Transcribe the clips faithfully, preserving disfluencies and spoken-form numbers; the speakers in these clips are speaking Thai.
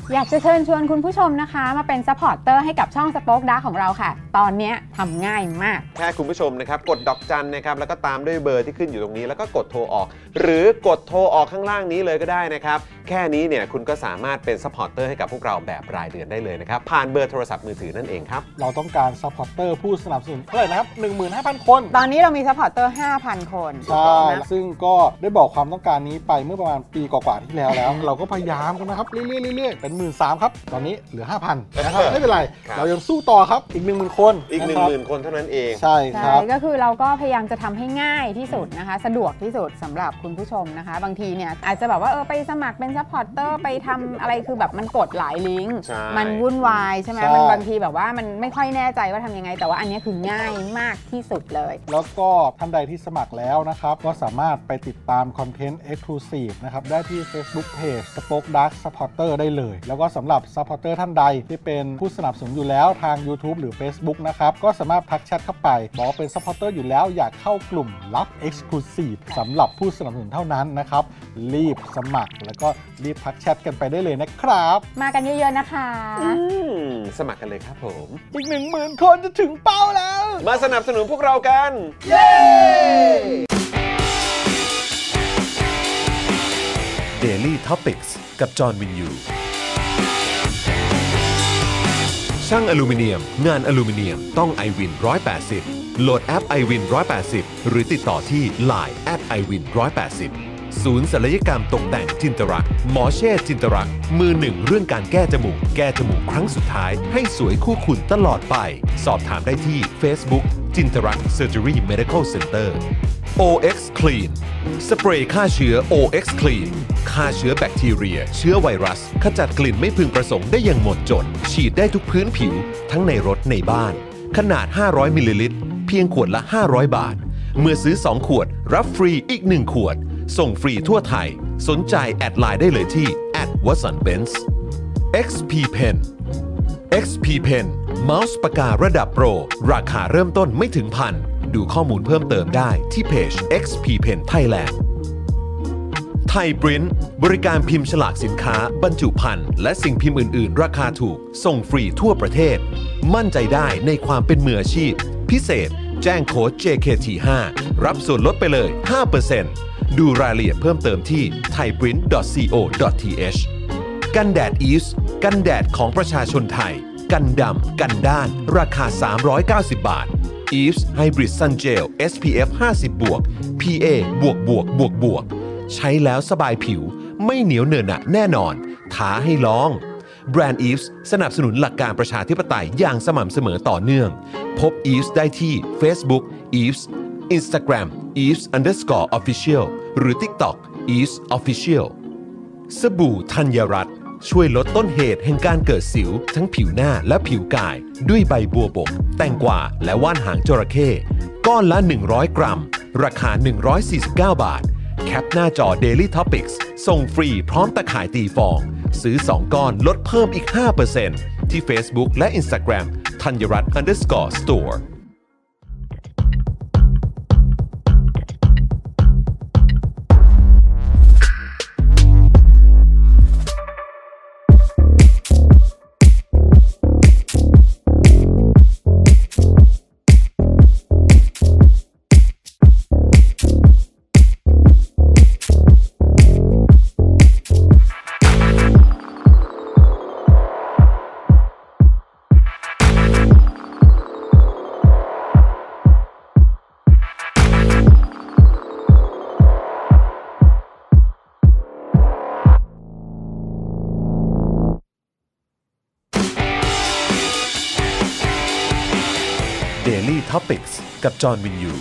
อยากจะเชิญชวนคุณผู้ชมนะคะมาเป็นซัพพอร์ตเตอร์ให้กับช่อง Spoke Dark ของเราค่ะตอนนี้ทำง่ายมากแค่คุณผู้ชมนะครับกดดอกจันนะครับแล้วก็ตามด้วยเบอร์ที่ขึ้นอยู่ตรงนี้แล้วก็กดโทรออกหรือกดโทรออกข้างล่างนี้เลยก็ได้นะครับแค่นี้เนี่ยคุณก็สามารถเป็นซัพพอร์ตเตอร์ให้กับพวกเราแบบรายเดือนได้เลยนะครับผ่านเบอร์โทรศัพท์มือถือนั่นเองครับเราต้องการซัพพอร์ตเตอร์ผู้สนับสนุนเท่าไหร่นะครับ หนึ่งหมื่นห้าพัน คนตอนนี้เรามีซัพพอร์ตเตอร์ ห้าพัน คนใช่ซึ่งก็ได้บอกความต้องการนี้ไปเมื่อประมาณปีกว่าๆที่แล้วแล้ว เราก็พยายามกันนะครับเรื่อยๆๆเป็นหมื่นสามพันครับตอนนี้เหลือ ห้าพัน นะครับไม่เป็นไรเรายังสู้ต่อครับอีก หนึ่งหมื่น คนอีก หนึ่งหมื่น คนเท่านั้นเองใช่ครับก็คือเราก็พยายามจะทำให้ง่ายที่สุดนะคะสะดวกที่สุดสำหรับคุณผู้ชมนะคะบางทีเนี่ยอาจจะแบบว่าเออไปสมัครเป็นซัพพอร์ตเตอร์ไปทำอะไรคือแบบมันกดหลายลิงก์มันวุ่นวายใช่ไหมมันบางทีแบบว่ามันไม่ค่อยแน่ใจว่าทำยังไงแต่ว่าอันนี้คือง่ายมากที่สุดเลยแล้วก็ท่านใดที่สมัครแล้วนะครับก็สามารถไปติดตามคอนเทนต์ Exclusive นะครับได้ที่ Facebook Page Spoke Dark Supporter ได้เลยแล้วก็สำหรับ Supporter ท่านใดที่เป็นผู้สนับสนุนอยู่แล้วทาง YouTube หรือ Facebook นะครับก็สามารถทักแชทเข้าไปบอกว่าเป็น Supporter อยู่แล้วอยากเข้ากลุ่มลับ Exclusive สำหรับผู้สนับสนุนเท่านั้นนะครับรีบสมัครแล้วก็รีบทักแชทกันไปได้เลยนะครับมากันเยอะๆนะคะสมัครกันเลยครับผมอีก หนึ่งหมื่น คนจะถึงเป้าแล้วมาสนับสนุนพวกเรากันเย้ Daily Topics กับจอห์นวินยูช่างอลูมิเนียมงานอลูมิเนียมต้อง ไอ วิน หนึ่งร้อยแปดสิบ โหลดแอป ไอ วิน หนึ่งร้อยแปดสิบ หรือติดต่อที่ ไลน์ แอท ไอ วิน หนึ่งร้อยแปดสิบ ศูนย์ศัลยกรรมตกแต่งจินตรักษ์หมอเช่จินตรักษ์มือหนึ่งเรื่องการแก้จมูกแก้จมูกครั้งสุดท้ายให้สวยคู่คุณตลอดไปสอบถามได้ที่ Facebook จินตรักษ์ Surgery Medical Center โอ เอ็กซ์ Clean สเปรย์ฆ่าเชื้อ โอ เอ็กซ์ Clean ฆ่าเชื้อแบคทีเรียเชื้อไวรัสขจัดกลิ่นไม่พึงประสงค์ได้อย่างหมดจดฉีดได้ทุกพื้นผิวทั้งในรถในบ้านขนาดห้าร้อยมิลลิลิตรเพียงขวดละห้าร้อยบาทเมื่อซื้อสองขวดรับฟรีอีกหนึ่งขวดส่งฟรีทั่วไทยสนใจแอดไลน์ได้เลยที่ แอท วัตสันเบนซ์ เอ็กซ์ พี Pen เอ็กซ์ พี Pen เมาส์ปากการะดับโปรราคาเริ่มต้นไม่ถึงพันดูข้อมูลเพิ่มเติมได้ที่เพจ เอ็กซ์ พี Pen Thailand ไทยปริ้นท์บริการพิมพ์ฉลากสินค้าบรรจุภัณฑ์และสิ่งพิมพ์อื่นๆราคาถูกส่งฟรีทั่วประเทศมั่นใจได้ในความเป็นมืออาชีพพิเศษแจ้งโค้ด เจ เค ที ห้า รับส่วนลดไปเลย ห้าเปอร์เซ็นต์ ดูรายละเอียดเพิ่มเติมที่ ไทยปริ้นท์ ดอท ซี โอ ดอท ที เอช กันแดด อีฟส์ กันแดดของประชาชนไทยกันดำกันด้านราคาสามร้อยเก้าสิบบาท อีฟส์ Hybrid Sun Gel เอส พี เอฟ ห้าสิบ บวก พี เอ บวกบวกบวกบวกใช้แล้วสบายผิวไม่เหนียวเหนอะหนะแน่นอนท้าให้ลองแบรนด์ Eves สนับสนุนหลักการประชาธิปไตยอย่างสม่ำเสมอต่อเนื่องพบ Eves ได้ที่ Facebook Eves Instagram Eves underscore official หรือ TikTok Eves official สบู่ธัญรัตน์ช่วยลดต้นเหตุแห่งการเกิดสิวทั้งผิวหน้าและผิวกายด้วยใบบัวบกแตงกวาและว่านหางจระเข้ก้อนละหนึ่งร้อยกรัมราคาหนึ่งร้อยสี่สิบเก้าบาทแคปหน้าจอ Daily Topics ส่งฟรีพร้อมตะข่ายตีฟองซื้อสองก้อนลดเพิ่มอีก ห้าเปอร์เซ็นต์ ที่ Facebook และ Instagram ธัญรัตน์ underscore store Daily Topics กับจอห์นวินยู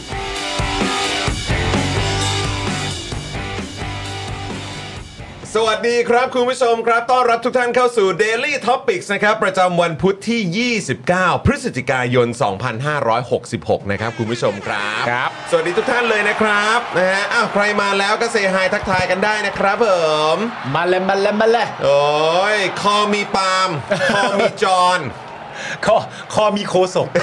สวัสดีครับคุณผู้ชมครับต้อนรับทุกท่านเข้าสู่ Daily Topics นะครับประจำวันพุธที่ยี่สิบเก้าพฤศจิกายนสองพันห้าร้อยหกสิบหกนะครับคุณผู้ชมครับครับสวัสดีทุกท่านเลยนะครับนะฮะอ้าวใครมาแล้วก็เซฮายทักทายกันได้นะครับผมมาเลยมาเลยมาเลยโอ้ยคอมีปาล์มคอมีจอนคอคอมีโคศก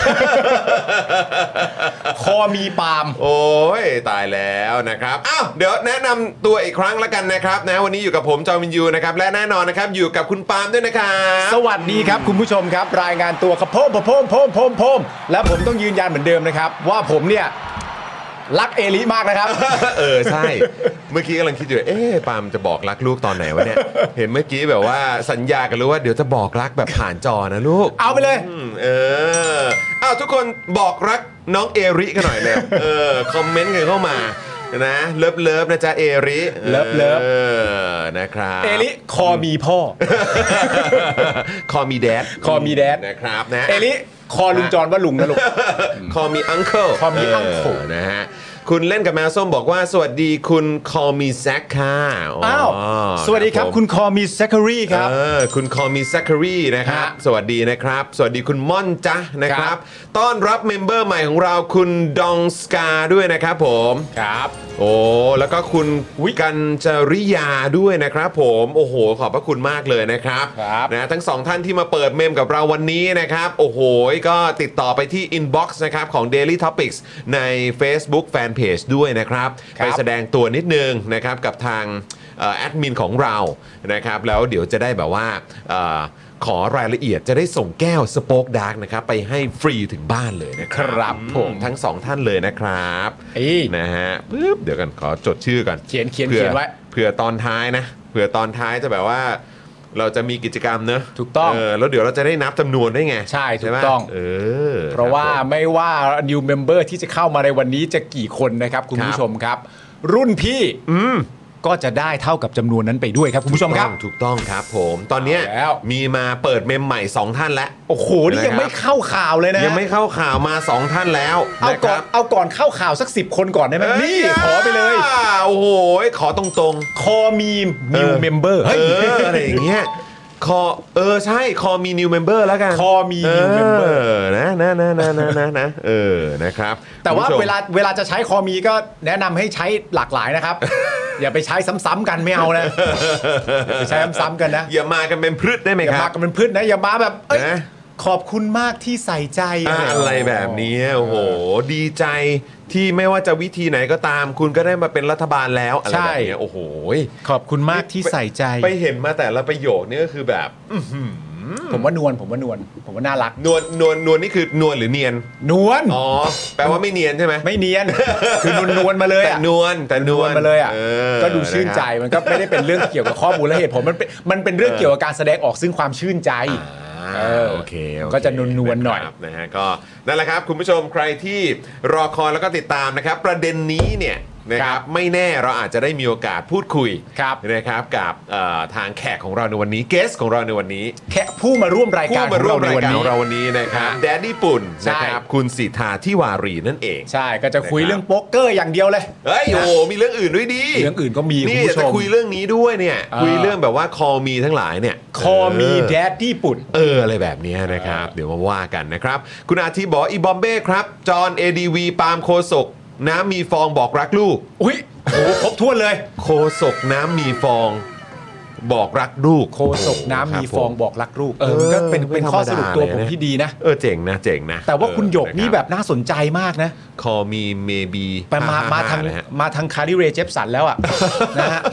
คอมีปาล์มโอ้ยตายแล้วนะครับอ้าวเดี๋ยวแนะนำตัวอีกครั้งแล้วกันนะครับนะวันนี้อยู่กับผมจอมินยูนะครับและแน่นอนนะครับอยู่กับคุณปาล์มด้วยนะครับสวัสดีครับคุณผู้ชมครับรายงานตัวครับโพมโพมโพมโพมโพมและผมต้องยืนยันเหมือนเดิมนะครับว่าผมเนี่ยรักเอลิมากนะครับเออใช่เมื่อกี้กำลังคิดอยู่เอ๊ะปาล์มจะบอกรักลูกตอนไหนวะเนี่ยเห็นเมื่อกี้แบบว่าสัญญากันรู้ว่าเดี๋ยวจะบอกรักแบบผ่านจอนะลูกเอาไปเลยอืมเอออ้าวทุกคนบอกรักน้องเอริกันหน่อยเลยเออคอมเมนต์กันเข้ามานะเลิฟเลิฟนะจ๊ะเอริเลิฟเลิฟเออนะครับเอลิคอมีพ่อคอมีแดดคอมีแดดนะครับนะเอลิคอลุงจรว่าลุงนะลูกคอมีอังเคิล Call me uncle นะฮะคุณเล่นกับแมวส้มบอกว่าสวัสดีคุณคอมีแซคค่ะอ้าวสวัสดีครับผมคุณคอมีแซคเคอรี่ครับเออคุณคอมีแซคคารีนะครับฮะสวัสดีนะครับ สวัสดีคุณม่อนจ๊ะนะคครัรับบ ต้อนรับเมมเบอร์ใหม่ของเราคุณดองสกาด้วยนะครับผมครับโอ้แล้วก็คุณกัญจริยาด้วยนะครับผมโอ้โหขอบพระคุณมากเลยนะครับครับนะทั้งสองท่านที่มาเปิดเมมกับเราวันนี้นะครับโอ้โหก็ติดต่อไปที่ inbox นะครับของ Daily Topics ใน Facebook Fanpage ด้วยนะครับครับไปแสดงตัวนิดนึงนะครับกับทางเอ่อแอดมินของเรานะครับแล้วเดี๋ยวจะได้แบบว่าเอ่อขอรายละเอียดจะได้ส่งแก้วสโป๊กดาร์กนะครับไปให้ฟรีถึงบ้านเลยนะคครัรับผมทั้งสองท่านเลยนะครับเอ้ยนะฮะปึ๊บเดี๋ยวกันขอจดชื่อก่อนเขียนเขียนผื่อเขียนไว้เผื่อตอนท้ายนะเผื่อตอนท้ายจะแบบว่าเราจะมีกิจกรรมเนอะถูกต้องเแล้วเดี๋ยวเราจะได้นับจำนวนได้ไงใช่ถูกปะต้องเออเพราะว่าคบผมไม่ว่า new member ที่จะเข้ามาในวันนี้จะกี่คนนะครับคุณผู้ชมครับ รุ่นพี่ก็จะได้เท่ากับจำนวนนั้นไปด้วยครับคุณผู้ชมครับถูกต้องครับผมตอนเนี้ยเอาแล้วมีมาเปิดเมมใหม่สองท่านแล้วโอ้โหนี่ยังไม่เข้าข่าวเลยนะยังไม่เข้าข่าวมาสองท่านแล้วเอานะคก่อนรับเอาก่อนเข้าข่าวสักสิบคนก่อนได้ไหมนี่ขอไปเลยโอ้โหขอตรงคอมีๆ new member เอเฮ้ยออะไรอย่างเงี้ยคอเออใช่คอมี new member แล้วกันคอมี new member เออนะนะนะนะนะนะนะเออนะครับแต่ว่าคุณผู้ชมเวลาเวลาจะใช้คอมีก็แนะนำให้ใช้หลากหลายนะครับ อย่าไปใช้ซ้ำๆกันไม่เอานะอย่าไปใช้ซ้ำๆกันนะอย่ามากันเป็นพืชได้ไหมอย่าคมารับกันเป็นพืชนะอย่ามาแบบเอ้ยนะขอบคุณมากที่ใส่ใจอ่าอะไรแบบนี้โอ้โหดีใจที่ไม่ว่าจะวิธีไหนก็ตาม คุณก็ได้มาเป็นรัฐบาลแล้วอะไรแบบนี้โอ้โหขอบคุณมากที่ใส่ใจไปเห็นมาแต่ละประโยคนี่ก็คือแบบอื้อหือผมว่านวลผมว่านวลผมว่าน่ารักนวลนวลนวลนี่คือนวลหรือเนียนนวลอ๋อแปลว่าไม่เนียนใช่ไหมไม่เนียน คือนวลนวลมาเลยแต่อะนวลแต่นวลมาเลยอ่ะออก็ดูชื่นใจะครับมันก็ไม่ได้เป็นเรื่องเกี่ยวกับข้อมูลและเหตุผลมันเป็นมันเป็นเรื่องเกี่ยวกับการแสดงออกซึ่งความชื่นใจ เออโอเคโอเคก็จะนวลๆหน่อยะครับนะฮะก็นั่นแหละครับคุณผู้ชมใครที่รอคอยแล้วก็ติดตามนะครับ ประเด็นนี้เนี่ยนะคครัรับบ ไม่แน่เราอาจจะได้มีโอกาสพูดคุยครับนะครับกับเอ่อทางแขกของเราในวันนี้เกสของเราในวันนี้แค่ผู้มาร่วมรายการผู้มาร่วมของรายในวันการนี้ของเราวันนี้นะครับฮะแดดดี้ปุ่นใช่นะครับคุณสิทธาที่วารีนั่นเองใช่ก็จะคุยเรื่องโป๊กเกอร์อย่างเดียวเลยเฮ้ยโอ้โหมีเรื่องอื่นด้วยดีเรื่องอื่นก็มีคุณนี่ผู้ชจะมคุยเรื่องนี้ด้วยเนี่ยเออคุยเรื่องแบบว่าคอมีทั้งหลายเนี่ยคอมีเแดดดี้ปุ่นเอออะไรแบบนี้นะครับ เดี๋ยวมาว่ากันนะครับ คุณอาทิบอกอีบอมเบ้ครับ จอห์น เอ ดี วี ปาล์มโคศก น้ำมีฟองบอกรักลูกอุ้ยโอ้โหครบถ้วนเลยโคศกน้ำมีฟองบอกรักลูกโคศกน้ำมีครับฟองผบอกรักลูกเออมันก็เป็นเออเป็นข้อสรุปตัวไม่ธรรมดาเลยนะผมที่ดีนะเออเจ๋งนะเจ๋งนะแต่ว่าคุณหยกเออนี่แบบน่าสนใจมากนะคอมีเมบีไปมามาทางมาทางคาริเรย์เจฟสันแล้วอ่ะ นะฮะ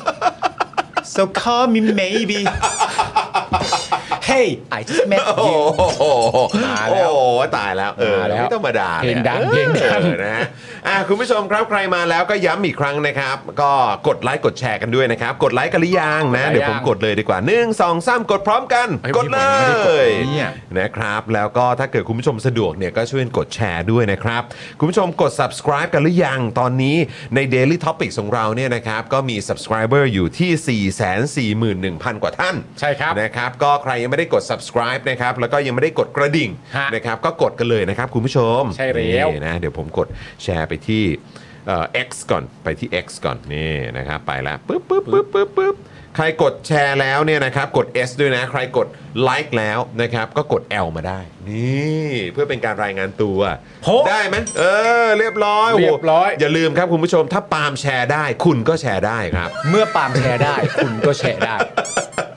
so call me maybe hey I just met โอ้ you โหมาแล้วโอ้โหตายแล้วเออมาแล้วไม่ธรรมดาเพลงดังออเพลงดังออนะฮะอ่ะคุณผู้ชมครับใครมาแล้วก็ย้ำอีกครั้งนะครับ ก็กดไลค์กดแชร์กันด้วยนะครับ กดไลค์กันหรือยังนะกดไลค์เดี๋ยวผมกดเลยดีกว่าหนึ่งสองสามกดพร้อมกันเฮ้ยกดเลผมไม่ได้กดยเนี่ยนะครับแล้วก็ถ้าเกิดคุณผู้ชมสะดวกเนี่ยก็ช่วยกดแชร์ด้วยนะครับ คุณผู้ชมกด subscribe กันหรือยังตอนนี้ใน Daily Topics ของเราเนี่ยนะครับก็มี subscriber อยู่ที่ สี่แสนสี่หมื่นหนึ่งพัน กว่าท่านใช่ครับนะครับก็ใครยังไม่ได้กด subscribe นะครับแล้วก็ยังไม่ได้กดกระดิ่งฮะนะครับก็กดกันเลยนะครับคุณผู้ชมใช่แล้วนี่นะเดี๋ยวผมกดแชร์ไปที่เอ่อ X ก่อนไปที่ X ก่อนนี่นะครับไปแล้วปึ๊บปึ๊บปึ๊บปึ๊บปึ๊บใครกดแชร์แล้วเนี่ยนะครับกด S ด้วยนะใครกดไลค์แล้วนะครับก็กด L มาได้นี่เพื่อเป็นการรายงานตัวโหได้ไหมเออเรียบร้อยโโหเรียบร้อยอย่าลืมครับคุณผู้ชมถ้าปาล์มแชร์ได้คุณก็แชร์ได้ครับเมื่อปาล์มแชร์ได้ คุณก็แชร์ได้ ค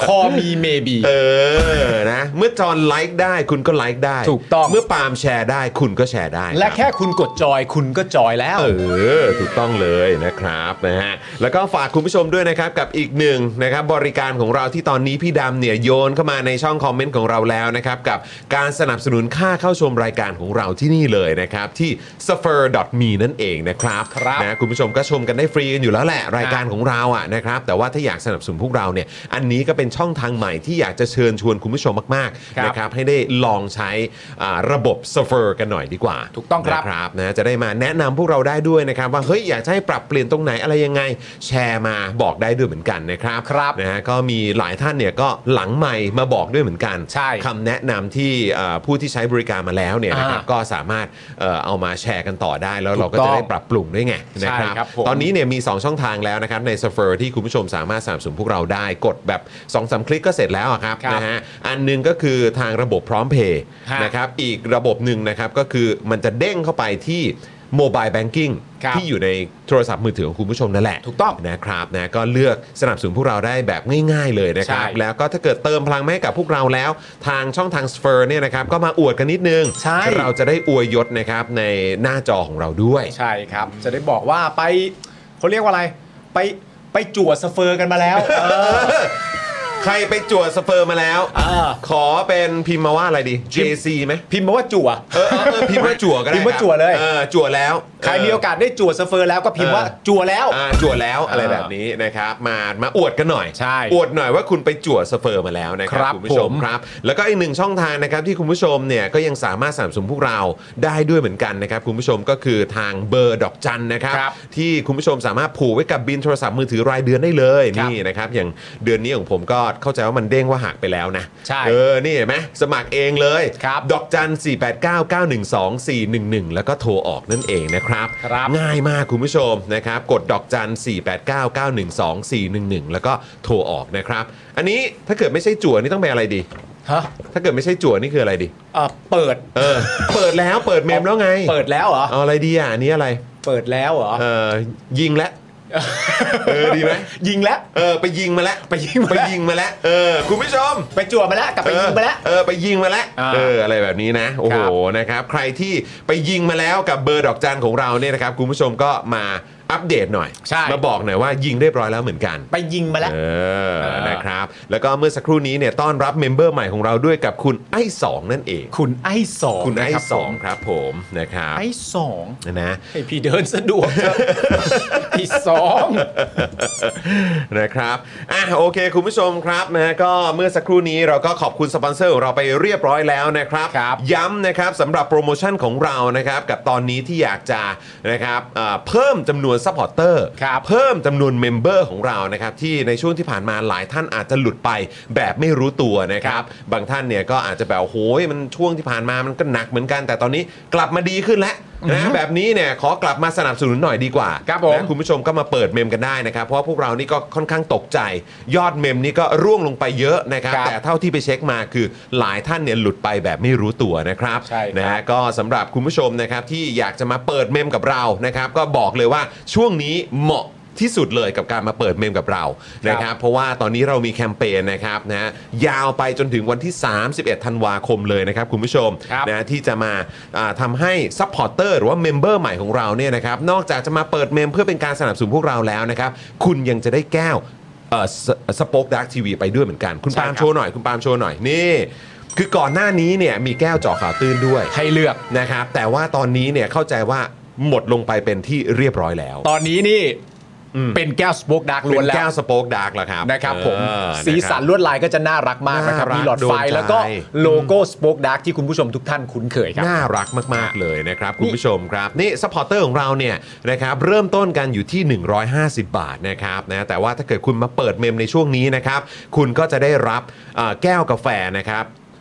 พอมี maybe เออนะเมื่อจอห์นไลค์ได้คุณก็ไลค์ได้ถูกต้องเมื่อปาล์มแชร์ได้คุณก็แชร์ได้และรับแค่คุณกดจอยคุณก็จอยแล้วเออถูกต้องเลยนะครับนะฮะแล้วก็ฝากคุณผู้ชมด้วยนะครับกับอีกหนึ่งนะครับบริการของเราที่ตอนนี้พี่ดำเนี่ยโยนเข้ามาในช่องคอมเมนต์ของเราแล้วนะครับกับการสนับสนุนค่าเข้าชมรายการของเราที่นี่เลยนะครับที่ ซัฟเฟอร์ ดอท มี นั่นเองนะครับครับนะคุณผู้ชมก็ชมกันได้ฟรีกันอยู่แล้วแหละรายการของเราอ่ะนะครับแต่ว่าถ้าอยากสนับสนุนพวกเราเนี่ยอันนี้ก็เป็นช่องทางใหม่ที่อยากจะเชิญชวนคุณผู้ชมมากๆนะครับให้ได้ลองใช้อ่าระบบ ซัฟเฟอร์ กันหน่อยดีกว่าถูกต้องครับนะครับนะจะได้มาแนะนำพวกเราได้ด้วยนะครับว่าเฮ้ยอยากจะให้ปรับเปลี่ยนตรงไหนอะไรยังไงแชร์มาบอกได้ด้วยเหมือนกันนะครับครับนะฮะก็มีหลายท่านเนี่ยก็หลังไมค์มาบอกด้วยเหมือนกันใช่คำแนะนำที่เอ่อผู้ที่ใช้บริการมาแล้วเนี่ยนะครับอ่าก็สามารถเอ่อเอามาแชร์กันต่อได้แล้วถูกเราก็จะได้ปรับปรุงด้วยไงใช่นะครับครับผมตอนนี้เนี่ยมีสองช่องทางแล้วนะครับใน ซัฟเฟอร์ ที่คุณผู้ชมสามารถสนับสนุนพวกเราได้กดแบบ สองสาม คลิกก็เสร็จแล้วอะครับครับนะฮะอันหนึงก็คือทางระบบพร้อมเพย์ฮะนะครับอีกระบบหนึ่งนะครับก็คือมันจะเด้งเข้าไปที่โมบายแบงกิ้งครับที่อยู่ในโทรศัพท์มือถือของคุณผู้ชมนั่นแหละถูกต้องนะครับนะก็เลือกสนับสนุนพวกเราได้แบบง่ายๆเลยนะครับใช่แล้วก็ถ้าเกิดเติมพลังมาให้กับพวกเราแล้วทางช่องทาง ซัฟเฟอร์ เนี่ยนะครับก็มาอวดกันนิดนึงใช่เราจะได้อวยยศนะครับในหน้าจอของเราด้วยใช่ครับ จะได้บอกว่าไปเขาเรียกว่าอะไรไปไปจั่วสเฟอร์กันมาแล้วเออใครไปจั่ว ซัฟเฟอร์ มาแล้วเออขอเป็นพิมพ์มาว่าอะไรดี เจ ซี ไหมพิมพ์มาว่าจั่วเออเออเออพิมพ์ว่าจั่วก็ได้พิมพ์ว่าครับจั่วเลยเออจั่วแล้วใครมีโอกาสได้จั่วสเฟอร์แล้วก็พิมพ์ว่าจั่วแล้วอ่าจั่วแล้วอะไรเออแบบนี้นะครับมามาอวดกันหน่อยใช่อวดหน่อยว่าคุณไปจั่ว ซัฟเฟอร์ มาแล้วนะคครัรับบ คุณผู้ชมผมครับแล้วก็อีกหนึ่งช่องทางนะครับที่คุณผู้ชมเนี่ยก็ยังสามารถสนับสนุนพวกเราได้ด้วยเหมือนกันนะครับคุณผู้ชมก็คือทางเบอร์ดอกจันนะครับครับที่คุณผู้ชมสามารถผูกไว้กับบินโทรศัพท์มือถือรายเดือนได้เลยครับนี่นะครับอย่างเดือนนี้ของผมก็เข้าใจว่ามันเด้งว่าหักไปแล้วนะใช่เออนี่เห็นไหมสมัครเองเลยครับดอกจัน สี่ แปด เก้า เก้า หนึ่ง สอง สี่ หนึ่ง หนึ่ง แล้วก็โทรออกนั่นเองนะครับครับง่ายมากคุณผู้ชมนะครับกดดอกจัน สี่ แปด เก้า เก้า หนึ่ง สอง สี่ หนึ่ง หนึ่ง แล้วก็โทรออกนะครับอันนี้ถ้าเกิดไม่ใช่จั่วนี่ต้องเป็นอะไรดีฮะถ้าเกิดไม่ใช่จั่วนี่คืออะไรดีเออเปิดเออเปิดแล้วเปิดเมมแล้วไงเปิดแล้วเหรอเอาอะไรดีอ่ะอันนี้อะไรเปิดแล้วเหรอเออยิงแล้วเออดีไหมยิงแล้วเออไปยิงมาแล้วไปยิงมาไปแล้วยิงมาแล้วเออคุณผู้ชมไปจั่วมาแล้วกลับไปยิงมาแล้วเออไปยิงมาแล้วอ่าเอออะไรแบบนี้นะโอ้โหครับนะครับใครที่ไปยิงมาแล้วกับเบอร์ดอกจันของเราเนี่ยนะครับคุณผู้ชมก็มาอัปเดตหน่อยใช่มาบอกหน่อยว่ายิงเรียบร้อยแล้วเหมือนกันไปยิงมาแล้วเออเออนะครับแล้วก็เมื่อสักครู่นี้เนี่ยต้อนรับเมมเบอร์ใหม่ของเราด้วยกับคุณไอ้สองนั่นเองคุณไอ้สองคุณไอ้นะรับสองผมครับผมนะครับไอ้สองนะให้พี่เดินสะดวกเถอะ ไอ้สองนะครับอ่ะโอเคคุณผู้ชมครับนะก็เมื่อสักครู่นี้เราก็ขอบคุณสปอนเซอร์ของเราไปเรียบร้อยแล้วนะครับครับย้ำนะครับสำหรับโปรโมชั่นของเรานะครับกับตอนนี้ที่อยากจะนะครับเอ่อเพิ่มจำนวนซัพพอร์เตอร์ครับเพิ่มจำนวนเมมเบอร์ของเรานะครับที่ในช่วงที่ผ่านมาหลายท่านอาจจะหลุดไปแบบไม่รู้ตัวนะครับบางท่านเนี่ยก็อาจจะแบบโอ้ยมันช่วงที่ผ่านมามันก็หนักเหมือนกัน แต่ตอนนี้กลับมาดีขึ้นแล้วนะแบบนี้เนี่ยขอกลับมาสนับสนุนหน่อยดีกว่าครับผมนะคุณผู้ชมก็มาเปิดเมมกันได้นะครับเพราะว่าพวกเรานี่ก็ค่อนข้างตกใจ ยอดเมมนี่ก็ร่วงลงไปเยอะนะครับครับแต่เท่าที่ไปเช็คมาคือหลายท่านเนี่ยหลุดไปแบบไม่รู้ตัวนะครับใช่ครับนะฮะก็สำหรับคุณผู้ชมนะครับที่อยากจะมาเปิดเมมกับเรานะครับก็บอกเลยว่าช่วงนี้เหมาะที่สุดเลยกับการมาเปิดเมมกับเรานะครับเพราะว่าตอนนี้เรามีแคมเปญนะครับนะฮะยาวไปจนถึงวันที่สามสิบเอ็ดธันวาคมเลยนะครับคุณผู้ชมครับนะที่จะมาอ่าทำให้ซัพพอร์เตอร์หรือว่าเมมเบอร์ใหม่ของเราเนี่ยนะครับนอกจากจะมาเปิดเมมเพื่อเป็นการสนับสนุนพวกเราแล้วนะครับคุณยังจะได้แก้วเอ่อสป็อคดักทีวีไปด้วยเหมือนกันคุณใช่ปาล์มครับโชว์หน่อยคุณปาล์มโชว์หน่อยนี่คือก่อนหน้านี้เนี่ยมีแก้วเจาะข่าวตื้นด้วยให้เลือกนะครับแต่ว่าตอนนี้เนี่ยเข้าใจว่าหมดลงไปเป็นที่เรียบร้อยแล้วตอนนี้นี่เป็นแก้วสโป๊กดาร์กล้เป็วนนแล้วแก้วสโป๊กดาร์กแล้วครับนะครับผมเออสีสันนะครับลวดลายก็จะน่ารักมากนะครับน่ารักมีหลอดไฟโดนใจแล้วก็โลโก้สโป๊กดาร์กที่คุณผู้ชมทุกท่านคุ้นเคยครับน่ารักมาก ๆ เลยนะครับคุณผู้ชมครับนี่ซัพพอร์เตอร์ของเราเนี่ยนะครับเริ่มต้นกันอยู่ที่หนึ่งร้อยห้าสิบบาทนะครับนะแต่ว่าถ้าเกิดคุณมาเปิดเมมในช่วงนี้นะครับคุณก็จะได้รับเอ่อแก้วกาแฟนะครับ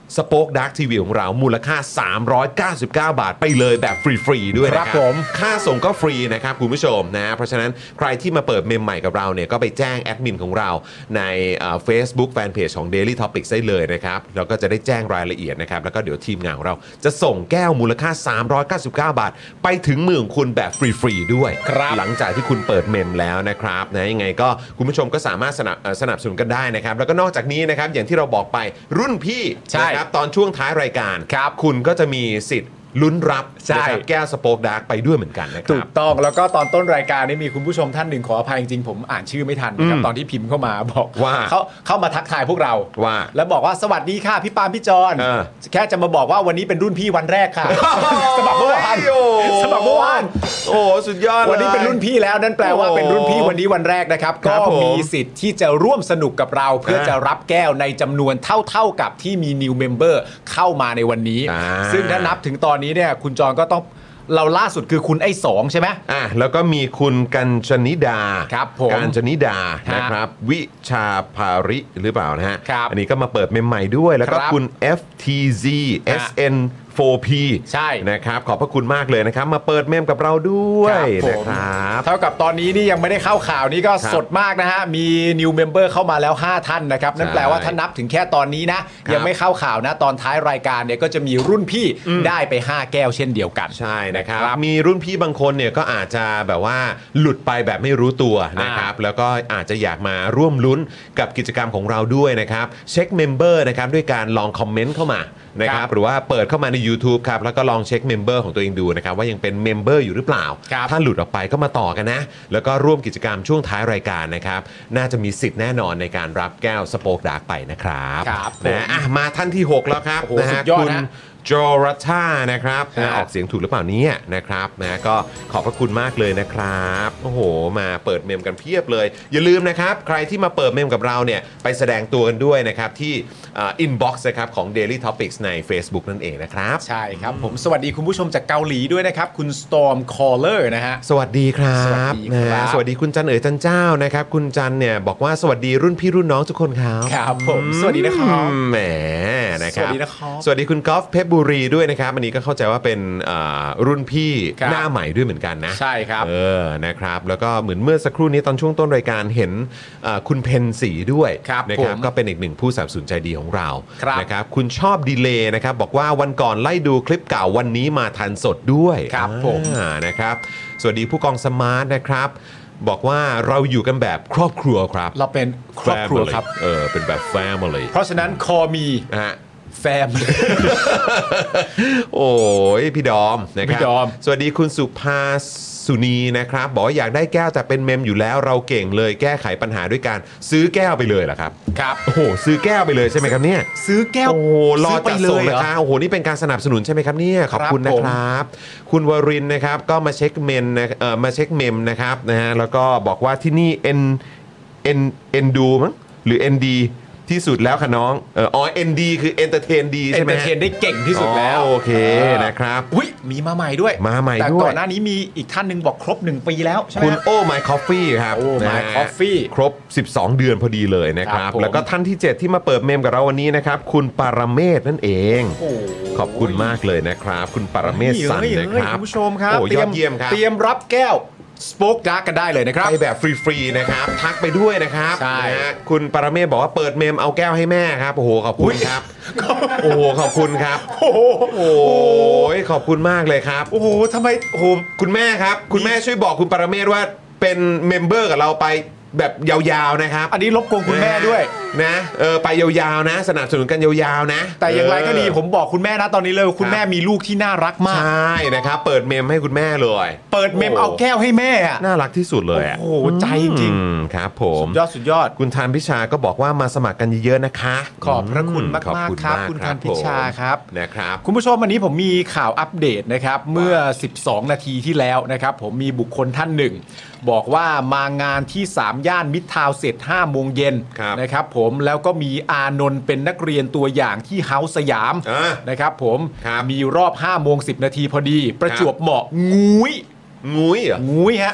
Spoke Dark ที วี ของเรามูลค่าสามร้อยเก้าสิบเก้าบาทไปเลยแบบฟรีๆด้วยนะครับผมค่าส่งก็ฟรีนะครับคุณผู้ชมนะเพราะฉะนั้นใครที่มาเปิดเมมใหม่กับเราเนี่ยก็ไปแจ้งแอดมินของเราในเอ่อ Facebook Fanpage ของ Daily Topics ได้เลยนะครับแล้วก็จะได้แจ้งรายละเอียดนะครับแล้วก็เดี๋ยวทีมงานของเราจะส่งแก้วมูลค่าสามร้อยเก้าสิบเก้าบาทไปถึงมือของคุณแบบฟรีๆด้วยครับหลังจากที่คุณเปิดเมมแล้วนะครับนะยังไงก็คุณผู้ชมก็สามารถสนับเอ่อสนับสนุนกันได้นะครับแล้วก็นอกจากนี้นะครับอย่างที่เราบอกไปรุ่นพี่ใช่นะครับตอนช่วงท้ายรายการครับคุณก็จะมีสิทธิ์ลุ้นรับใช่นะครับแก้วสโป๊กดาร์กไปด้วยเหมือนกันนะคถูรับกต้องแล้วก็ตอนต้นรายการนี่มีคุณผู้ชมท่านหนึ่งขออภัยจริงๆผมอ่านชื่อไม่ทันนะครับอืมตอนที่พิมพ์เข้ามาบอกว่าเขาเข้ามาทักทายพวกเราว่าแล้วบอกว่าสวัสดีค่ะพี่ปาล์มพี่จอนเออแค่จะมาบอกว่าวันนี้เป็นรุ่นพี่วันแรกค่ะ สมัครเมื่อวานโอ้โหสมัครเมื่อวานโอ้โหสุดยอดเลยวันนี้เป็นรุ่นพี่แล้วนั่นแปลว่าเป็นรุ่นพี่วันนี้วันแรกนะครับครัก็บผมมีสิทธิ์ที่จะร่วมสนุกกับเรา เพื่ออ่าจะรับแก้วในจำนวนเท่าๆกับที่มี new member เข้ามาในวันนี้อ่าซึ่งถ้านับถึงตอนนี้เนี่ยคุณจอนก็ต้องเราล่าสุดคือคุณไอ้สองใช่ไหมอ่ะแล้วก็มีคุณกัญจนิดาครับผมกัญจนิดาฮะนะครับ วิชาภาริหรือเปล่านะฮะครับอันนี้ก็มาเปิดเมมใหม่ด้วย แล้วก็ครับคุณ เอฟ ที ซี เอส เอ็น โฟร์ พีใช่นะครับขอบพระคุณมากเลยนะครับ มาเปิดเมมกับเราด้วยครับผมนะครับเท่ากับตอนนี้นี่ยังไม่ได้เข้าข่าวนี้ก็ครับสดมากนะฮะ มี new member เข้ามาแล้ว ห้า ท่านนะครับ นั่นแปลว่าถ้านับถึงแค่ตอนนี้นะครับยังไม่เข้าข่าวนะ ตอนท้ายรายการเนี่ยก็จะมีรุ่นพี่ได้ไป ห้า แก้วเช่นเดียวกันใช่นะครับนะครับมีรุ่นพี่บางคนเนี่ยก็อาจจะแบบว่าหลุดไปแบบไม่รู้ตัวนะครับ แล้วก็อาจจะอยากมาร่วมลุ้นกับกิจกรรมของเราด้วยนะครับ เช็คเมมเบอร์นะครับด้วยการลองคอมเมนต์เข้ามานะครับ หรือว่าเปิดเข้ามาใน YouTube ครับ แล้วก็ลองเช็คเมมเบอร์ของตัวเองดูนะครับว่ายังเป็นเมมเบอร์อยู่หรือเปล่าครับถ้าหลุดออกไปก็มาต่อกันนะ แล้วก็ร่วมกิจกรรมช่วงท้ายรายการนะครับ น่าจะมีสิทธิ์แน่นอนในการรับแก้วสโป๊กดาร์กไปนะครับครับผมนะอ่ะมาท่านที่หกแล้วครับโอ้โหนะสุฮะดยอดคุณนะจอรัชานะครับฮะนะออกเสียงถูกหรือเปล่าเนี่ยนะครับนะก็ขอบพระคุณมากเลยนะครับโอ้โหมาเปิดเมมกันเพียบเลย อย่าลืมนะครับใครที่มาเปิดเมมกับเราเนี่ยไปแสดงตัวกันด้วยนะครับที่อินบ็อกซ์นะครับของ Daily Topics ใน Facebook นั่นเองนะครับใช่ครับผมสวัสดีคุณผู้ชมจากเกาหลีด้วยนะครับ คุณ Storm Caller นะฮะสวัสดีครับสวัสดีครับนะสวัสดีคุณจันเอ๋ยจันเจ้านะครับคุณจันเนี่ยบอกว่าสวัสดีรุ่นพี่รุ่นน้องทุกคนครับครับผมสวัสดีนะครับอืมแหมนะครับสวัสดีนะครับสวัสดีคุณกอล์ฟเพชรบุรีด้วยนะครับอันนี้ก็เข้าใจว่าเป็นอ่ารุ่นพี่ครับหน้าใหม่ด้วยเหมือนกันนะใช่ครับเออนะครับแล้วก็เหมือนเมื่อสักครู่นี้ตอนช่วงต้นรายการเห็นอ่าคุณเพนสีด้วยครับนะครับผมก็เป็นอีกหนึ่งผู้สนับสนุนใจดีของเราครับนะครับคุณชอบดีเลย์นะครับบอกว่าวันก่อนไล่ดูคลิปเก่าวันนี้มาทันสดด้วยครับผมอ่านะครับสวัสดีผู้กองสมาร์ทนะครับ บอกว่าเราอยู่กันแบบครอบครัวครับเราเป็นครอบครัว Family ครับเออเป็นแบบ Family เพราะฉะนั้นคอมีนะฮะแฟมโอ้ยพี่ดอมนะครับพี่ดอมสวัสดีคุณสุภาสุนีนะครับบอกว่าอยากได้แก้วแต่เป็นเมมอยู่แล้วเราเก่งเลยแก้ไขปัญหาด้วยการซื้อแก้วไปเลยเหรอครับครับโอ้โหซื้อแก้วไปเลยใช่ไหมครับเนี่ยซื้อแก้วโอ้โหรอซื้ไปจัดเลส่งยเหรนะอครับโอ้โหนี่เป็นการสนับสนุนใช่ไหมครับเนี่ยขอบคุณครับนะครับ คุณวรินทร์นะครับก็มาเช็คเมมนะเอ่อมาเช็คเมมนะครับนะฮะแล้วก็บอกว่าที่นี่เอ็นเอ็นเอ็นดูมั้งหรือ เอ็น ดี ที่สุดแล้วค่ะน้องเอออ๋อ เอ็น ดี คือ Entertain ดีเอใช่นไหมเตอร์เทนได้เก่งที่สุดแล้วอ๋อโอเคนะครับอุ้ยมีมาใหม่ด้วยมาใหม่แต่ด้วยก่อนหน้านี้มีอีกท่านหนึ่งบอกครบหนึ่งปีแล้วใช่ไหมคุณฮะโอ้ My Coffee ครับโอ้ My นะฮะ Coffee ครบ สิบสอง เดือนพอดีเลยนะครัครับ บผมแล้วก็ท่านที่ เจ็ด ที่มาเปิดเมมกับเราวันนี้นะครับ คุณปารเมศนั่นเองโอ้ขอบคุณมากเลยนะครับ คุณปารเมศสันเฮ้ยนะเฮ้ยครับคุณผู้ชมครับโอ้ยอดเยี่ยมครับเตรียมรับแก้วสโป๊กดาร์กกันได้เลยนะครับไปแบบฟรีๆนะครับทักไปด้วยนะครับใช่นะฮะคุณปารเมศบอกว่าเปิดเมมเอาแก้วให้แม่ครับโอ้โหขอบคุณครับโอ้โหขอบคุณครับโอ้โหโอ้ยขอบคุณมากเลยครับโอ้โหทำไมโอ้โหคุณแม่ครับ คุณแม่ช่วยบอกคุณปารเมศว่าเป็นเมมเบอร์กับเราไปแบบยาวๆนะครับอันนี้รบกวนคุณแม่ด้วยนะเออไปยาวๆนะ สนับสนุนกันยาวๆนะแต่อย่างไรก็ดีเออผมบอกคุณแม่นะตอนนี้เลยคุณแม่มีลูกที่น่ารักมากใช่นะครับ เปิดเมมให้คุณแม่เลยเปิดเมมเอาแก้วให้แม่อะน่ารักที่สุดเลยะโอ้โหใจจริงอืมครับผมสุดยอดสุดยอดคุณธันพิชาก็บอกว่ามาสมัครกันเยอะๆนะคะขอบพระคุณมากๆขอบคุณครับมากคุณธันพิชาผมครับนะครับคุณผู้ชมวันนี้ผมมีข่าวอัปเดตนะครับเมื่อ สิบสอง นาทีที่แล้วนะครับผมมีบุคคลท่านหนึ่ง บอกว่ามางานที่ สาม ย่านมิตรทาวน์เสร็จ ห้า โมงเย็นครับนะครับผมแล้วก็มีอานนท์เป็นนักเรียนตัวอย่างที่เฮาส์สยามอ่านะครับผมครับมีรอบ ห้า โมง สิบ นาทีพอดี ประจวบเหมาะงุ้ยงุ้ยเหรองุ้ยฮะ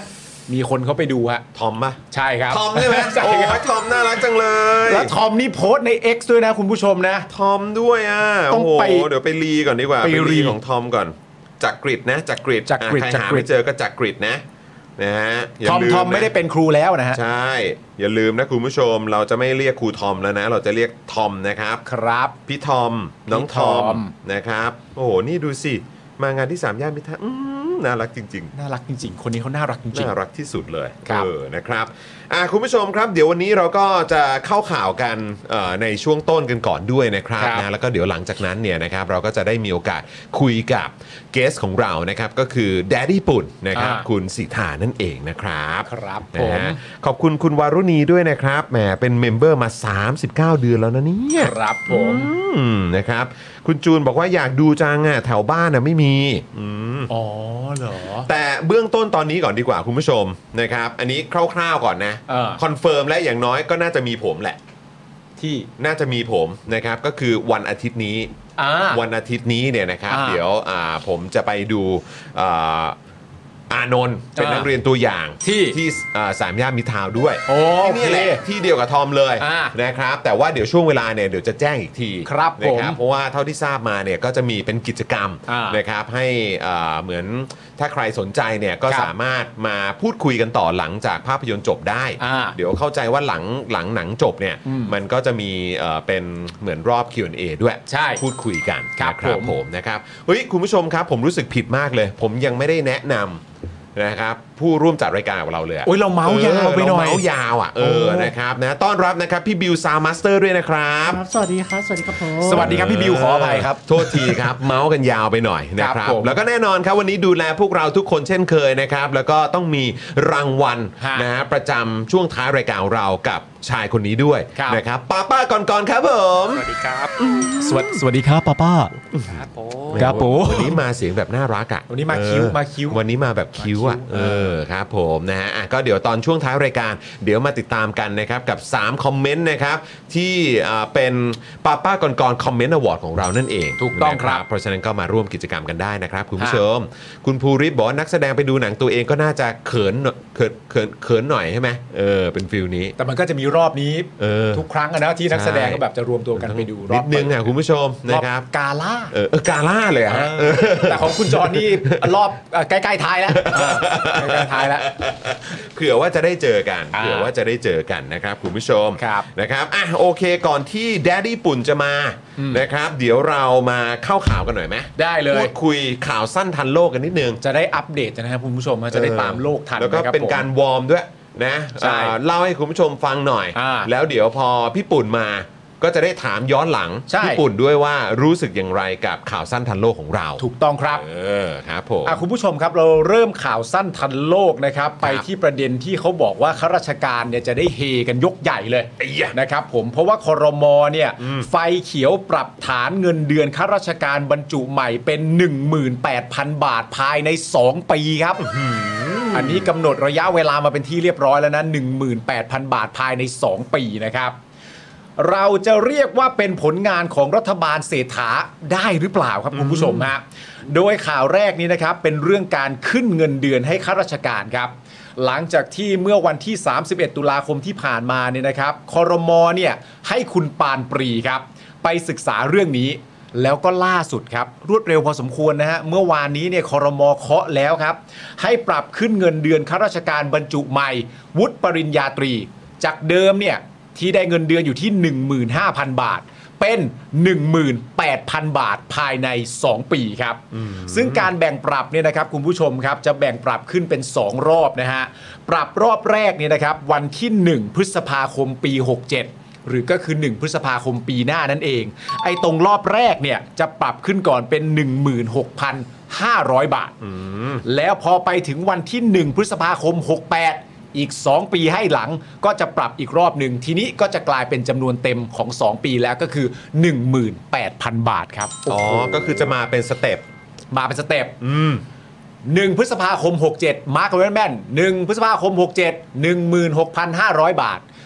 มีคนเขาไปดูฮะทอมปะใช่ครับทอมใช่ไหมใช่โอ้ครับยทอมน่ารักจังเลยแล้วทอมนี่โพสต์ใน X ด้วยนะคุณผู้ชมนะทอมด้วยอ่ะต้องโอ้โหไปเดี๋ยวไปรีก่อนดีกว่าไปรีของทอมก่อนจากกริดนะจากกริดจากกริดอ่ะใครจากหากริดไม่เจอก็จากกริดนะนะฮะอย่าทอมลืทอมไม่นะได้เป็นครูแล้วนะฮะใช่ อย่าลืมนะคุณผู้ชมเราจะไม่เรียกครูทอมแล้วนะ เราจะเรียกทอมนะครับครับพี่ทอมน้องพี่ททออมมนะครับโอ้โหนี่ดูสิมางานที่สามย่านมิตรทาวน์อื้อน่ารักจริง ๆน่ารักจริงๆ คนนี้เขาน่ารักจริงน่ารักที่สุดเลยครับเออนะครับอ่ะคุณผู้ชมครับเดี๋ยววันนี้เราก็จะเข้าข่าวกันเอ่อในช่วงต้นกันก่อนด้วยนะครับครับนะแล้วก็เดี๋ยวหลังจากนั้นเนี่ยนะครับเราก็จะได้มีโอกาสคุยกับเกสของเรานะครับก็คือแดดดี้ปุ่นนะครับคุณสิทธานั่นเองนะครับครับนะผมฮะขอบคุณคุณวารุณีด้วยนะครับแหมเป็นเมมเบอร์มา สามสิบเก้า เดือนแล้วนะเนี่ยครับผมอืมนะครับคุณจูนบอกว่าอยากดูจังอ่ะแถวบ้านอ่ะไม่มีอืมอ๋อเหรอแต่เบื้องต้นตอนนี้ก่อนดีกว่าคุณผู้ชมนะครับอันนี้คร่าวๆก่อนนะเออคอนเฟิร์มและอย่างน้อยก็น่าจะมีผมแหละที่น่าจะมีผมนะครับก็คือวันอาทิตย์นี้อ่าวันอาทิตย์นี้เนี่ยนะครับอ่าเดี๋ยวอ่าผมจะไปดูอ่าอานนท์เป็นอ่านันักเรียนตัวอย่างที่ที่อ่าสามย่านมิตรทาวน์ด้วยโอที่เคนี่แหละที่เดียวกับทอมเลยอ่านะครับแต่ว่าเดี๋ยวช่วงเวลาเนี่ยเดี๋ยวจะแจ้งอีกทีครับนะผมเพราะว่าเท่าที่ทราบมาเนี่ยก็จะมีเป็นกิจกรรมอ่านนะครับให้อ่าเหมือนถ้าใครสนใจเนี่ยก็ครับสามารถมาพูดคุยกันต่อหลังจากภาพยนตร์จบได้อ่าเดี๋ยวเข้าใจว่าหลังหลังหนังจบเนี่ยอืมมันก็จะมีเอ่อเป็นเหมือนรอบ คิว แอนด์ เอ ด้วยใช่พูดคุยกันครับนะผมผมนะครับเฮ้ยคุณผู้ชมครับผมรู้สึกผิดมากเลย ผมยังไม่ได้แนะนำนะครับผู้ร่วมจัดรายการของเราเลยโอ้ยเราเมาส์ยาวไปหน่อยเเมาส์ยาวอ่ะเออโอ้นะครับนะต้อนรับนะครับพี่บิวซาวมาสเตอร์ด้วยนะครับครับสวัสดีครับ สวัสดีครับผมสวัสดีครับพี่บิวขออภัยครับโทษทีครับ เมาส์กันยาวไปหน่อยนะคครัรับบผมแล้วก็แน่นอนครับวันนี้ดูแลพวกเราทุกคนเช่นเคยนะครับแล้วก็ต้องมีรางวัลฮะนะฮะประจำช่วงท้ายรายการของเรากับชายคนนี้ด้วยครับนะครับป้าป้าก่อนก่อนๆครับผมสวัสดีครับ สวัสสวัสดีครับป้าป้าครับผมครับผมวันนี้มาเสียงแบบน่ารักอ่ะวันนี้มาคิ้วเออมาคิ้ววันนี้มาแบบคิ้วอ่ะมาคิ้วเออครับผมนะฮะอ่ะก็เดี๋ยวตอนช่วงท้ายรายการเดี๋ยวมาติดตามกันนะครับกับสามคอมเมนต์นะครับที่อ่าเป็นป้าป้าก่อนก่อนคอมเมนต์อวอร์ดของเรานั่นเองถูกต้องครับนะเพราะฉะนั้นก็มาร่วมกิจกรรมกันได้นะครับคุณผู้ชม คุณภูริศบอกว่านักแสดงไปดูหนังตัวเองก็น่าจะเขินหน่อยเขินเขินเขินหน่อยใช่ไหมเออเป็นฟิลนี้แต่มันก็จะมีรอบนี้เออทุกครั้งอะนะที่นักแสดงใช่ก็แบบจะรวมตัวกันไปดูรนิอดบนึงอ่ะคุณผู้ชมรอบนะครับกาล่าเออเออกาล่าเลยอะฮะเออแต่ของคุณจอนนี่รอบเอ่อใกล้ๆท้ายแล้วเออใกล้ๆท้ายแล้วเผื่อว่าจะได้เจอกันอ่าเผื่อว่าจะได้เจอกันนะครับคุณผู้ชมครับนะครับอ่ะโอเคก่อนที่แดดดี้ปุ่นจะมาอืมนะครับเดี๋ยวเรามาเข้าข่าวกันหน่อยไหมได้เลพูยดคุยข่าวสั้นทันโลกกันนิดนึงจะได้อัปเดตนะครับคุณผู้ชมจะได้ตามโลกทันแล้วก็ะคบเป็นผมการวอร์มด้วยนะใช่อ่าเล่าให้คุณผู้ชมฟังหน่อยอ่าแล้วเดี๋ยวพอพี่ปุ่นมาก็จะได้ถามย้อนหลังใช่พี่ปุ่นด้วยว่ารู้สึกอย่างไรกับข่าวสั้นทันโลกของเราถูกต้องครับเออครับผมอ่ะคุณผู้ชมครับเราเริ่มข่าวสั้นทันโลกนะครับ ไปที่ประเด็นที่เขาบอกว่าข้าราชการเนี่ยจะได้เฮกันยกใหญ่เลยไอ้ยะนะครับผมเพราะว่าครมเนี่ยไฟเขียวปรับฐานเงินเดือนข้าราชการบรรจุใหม่เป็น หนึ่งหมื่นแปดพัน บาทภายใน สอง ปีครับอันนี้กำหนดระยะเวลามาเป็นที่เรียบร้อยแล้วนะ หนึ่งหมื่นแปดพัน บาทภายใน สอง ปีนะครับเราจะเรียกว่าเป็นผลงานของรัฐบาลเศรษฐาได้หรือเปล่าครับคุณผู้ชมฮะโดยข่าวแรกนี้นะครับเป็นเรื่องการขึ้นเงินเดือนให้ข้าราชการครับหลังจากที่เมื่อวันที่ สามสิบเอ็ด ตุลาคมที่ผ่านมาเนี่ยนะครับครมเนี่ยให้คุณปานปรีครับไปศึกษาเรื่องนี้ แล้วก็ล่าสุดครับรวดเร็วพอสมควรนะฮะเมื่อวานนี้เนี่ยครมเคาะแล้วครับให้ปรับขึ้นเงินเดือนข้าราชการบรรจุใหม่วุฒิปริญญาตรีจากเดิมเนี่ยที่ได้เงินเดือนอยู่ที่ หนึ่งหมื่นห้าพัน บาท เป็น หนึ่งหมื่นแปดพัน บาทภายใน สอง ปีครับซึ่งการแบ่งปรับเนี่ยนะครับคุณผู้ชมครับจะแบ่งปรับขึ้นเป็น สอง รอบนะฮะปรับรอบแรกเนี่ยนะครับวันที่ หนึ่ง พฤษภาคมปี หกเจ็ด หรือก็คือ หนึ่ง พฤษภาคมปีหน้านั่นเองไอ้ตรงรอบแรกเนี่ยจะปรับขึ้นก่อนเป็น หนึ่งหมื่นหกพันห้าร้อย บาทแล้วพอไปถึงวันที่ หนึ่ง พฤษภาคม หกแปดอีก สอง ปีให้หลังก็จะปรับอีกรอบหนึ่งทีนี้ก็จะกลายเป็นจำนวนเต็มของ สอง ปีแล้วก็คือ หนึ่งหมื่นแปดพัน บาทครับอ๋อก็คือจะมาเป็นสเต็ปมาเป็นสเต็ปอืมหนึ่ง พฤษภาคม หกเจ็ด มาร์คไว้แม่นๆหนึ่ง พฤษภาคม หกเจ็ด หนึ่งหมื่นหกพันห้าร้อย บาท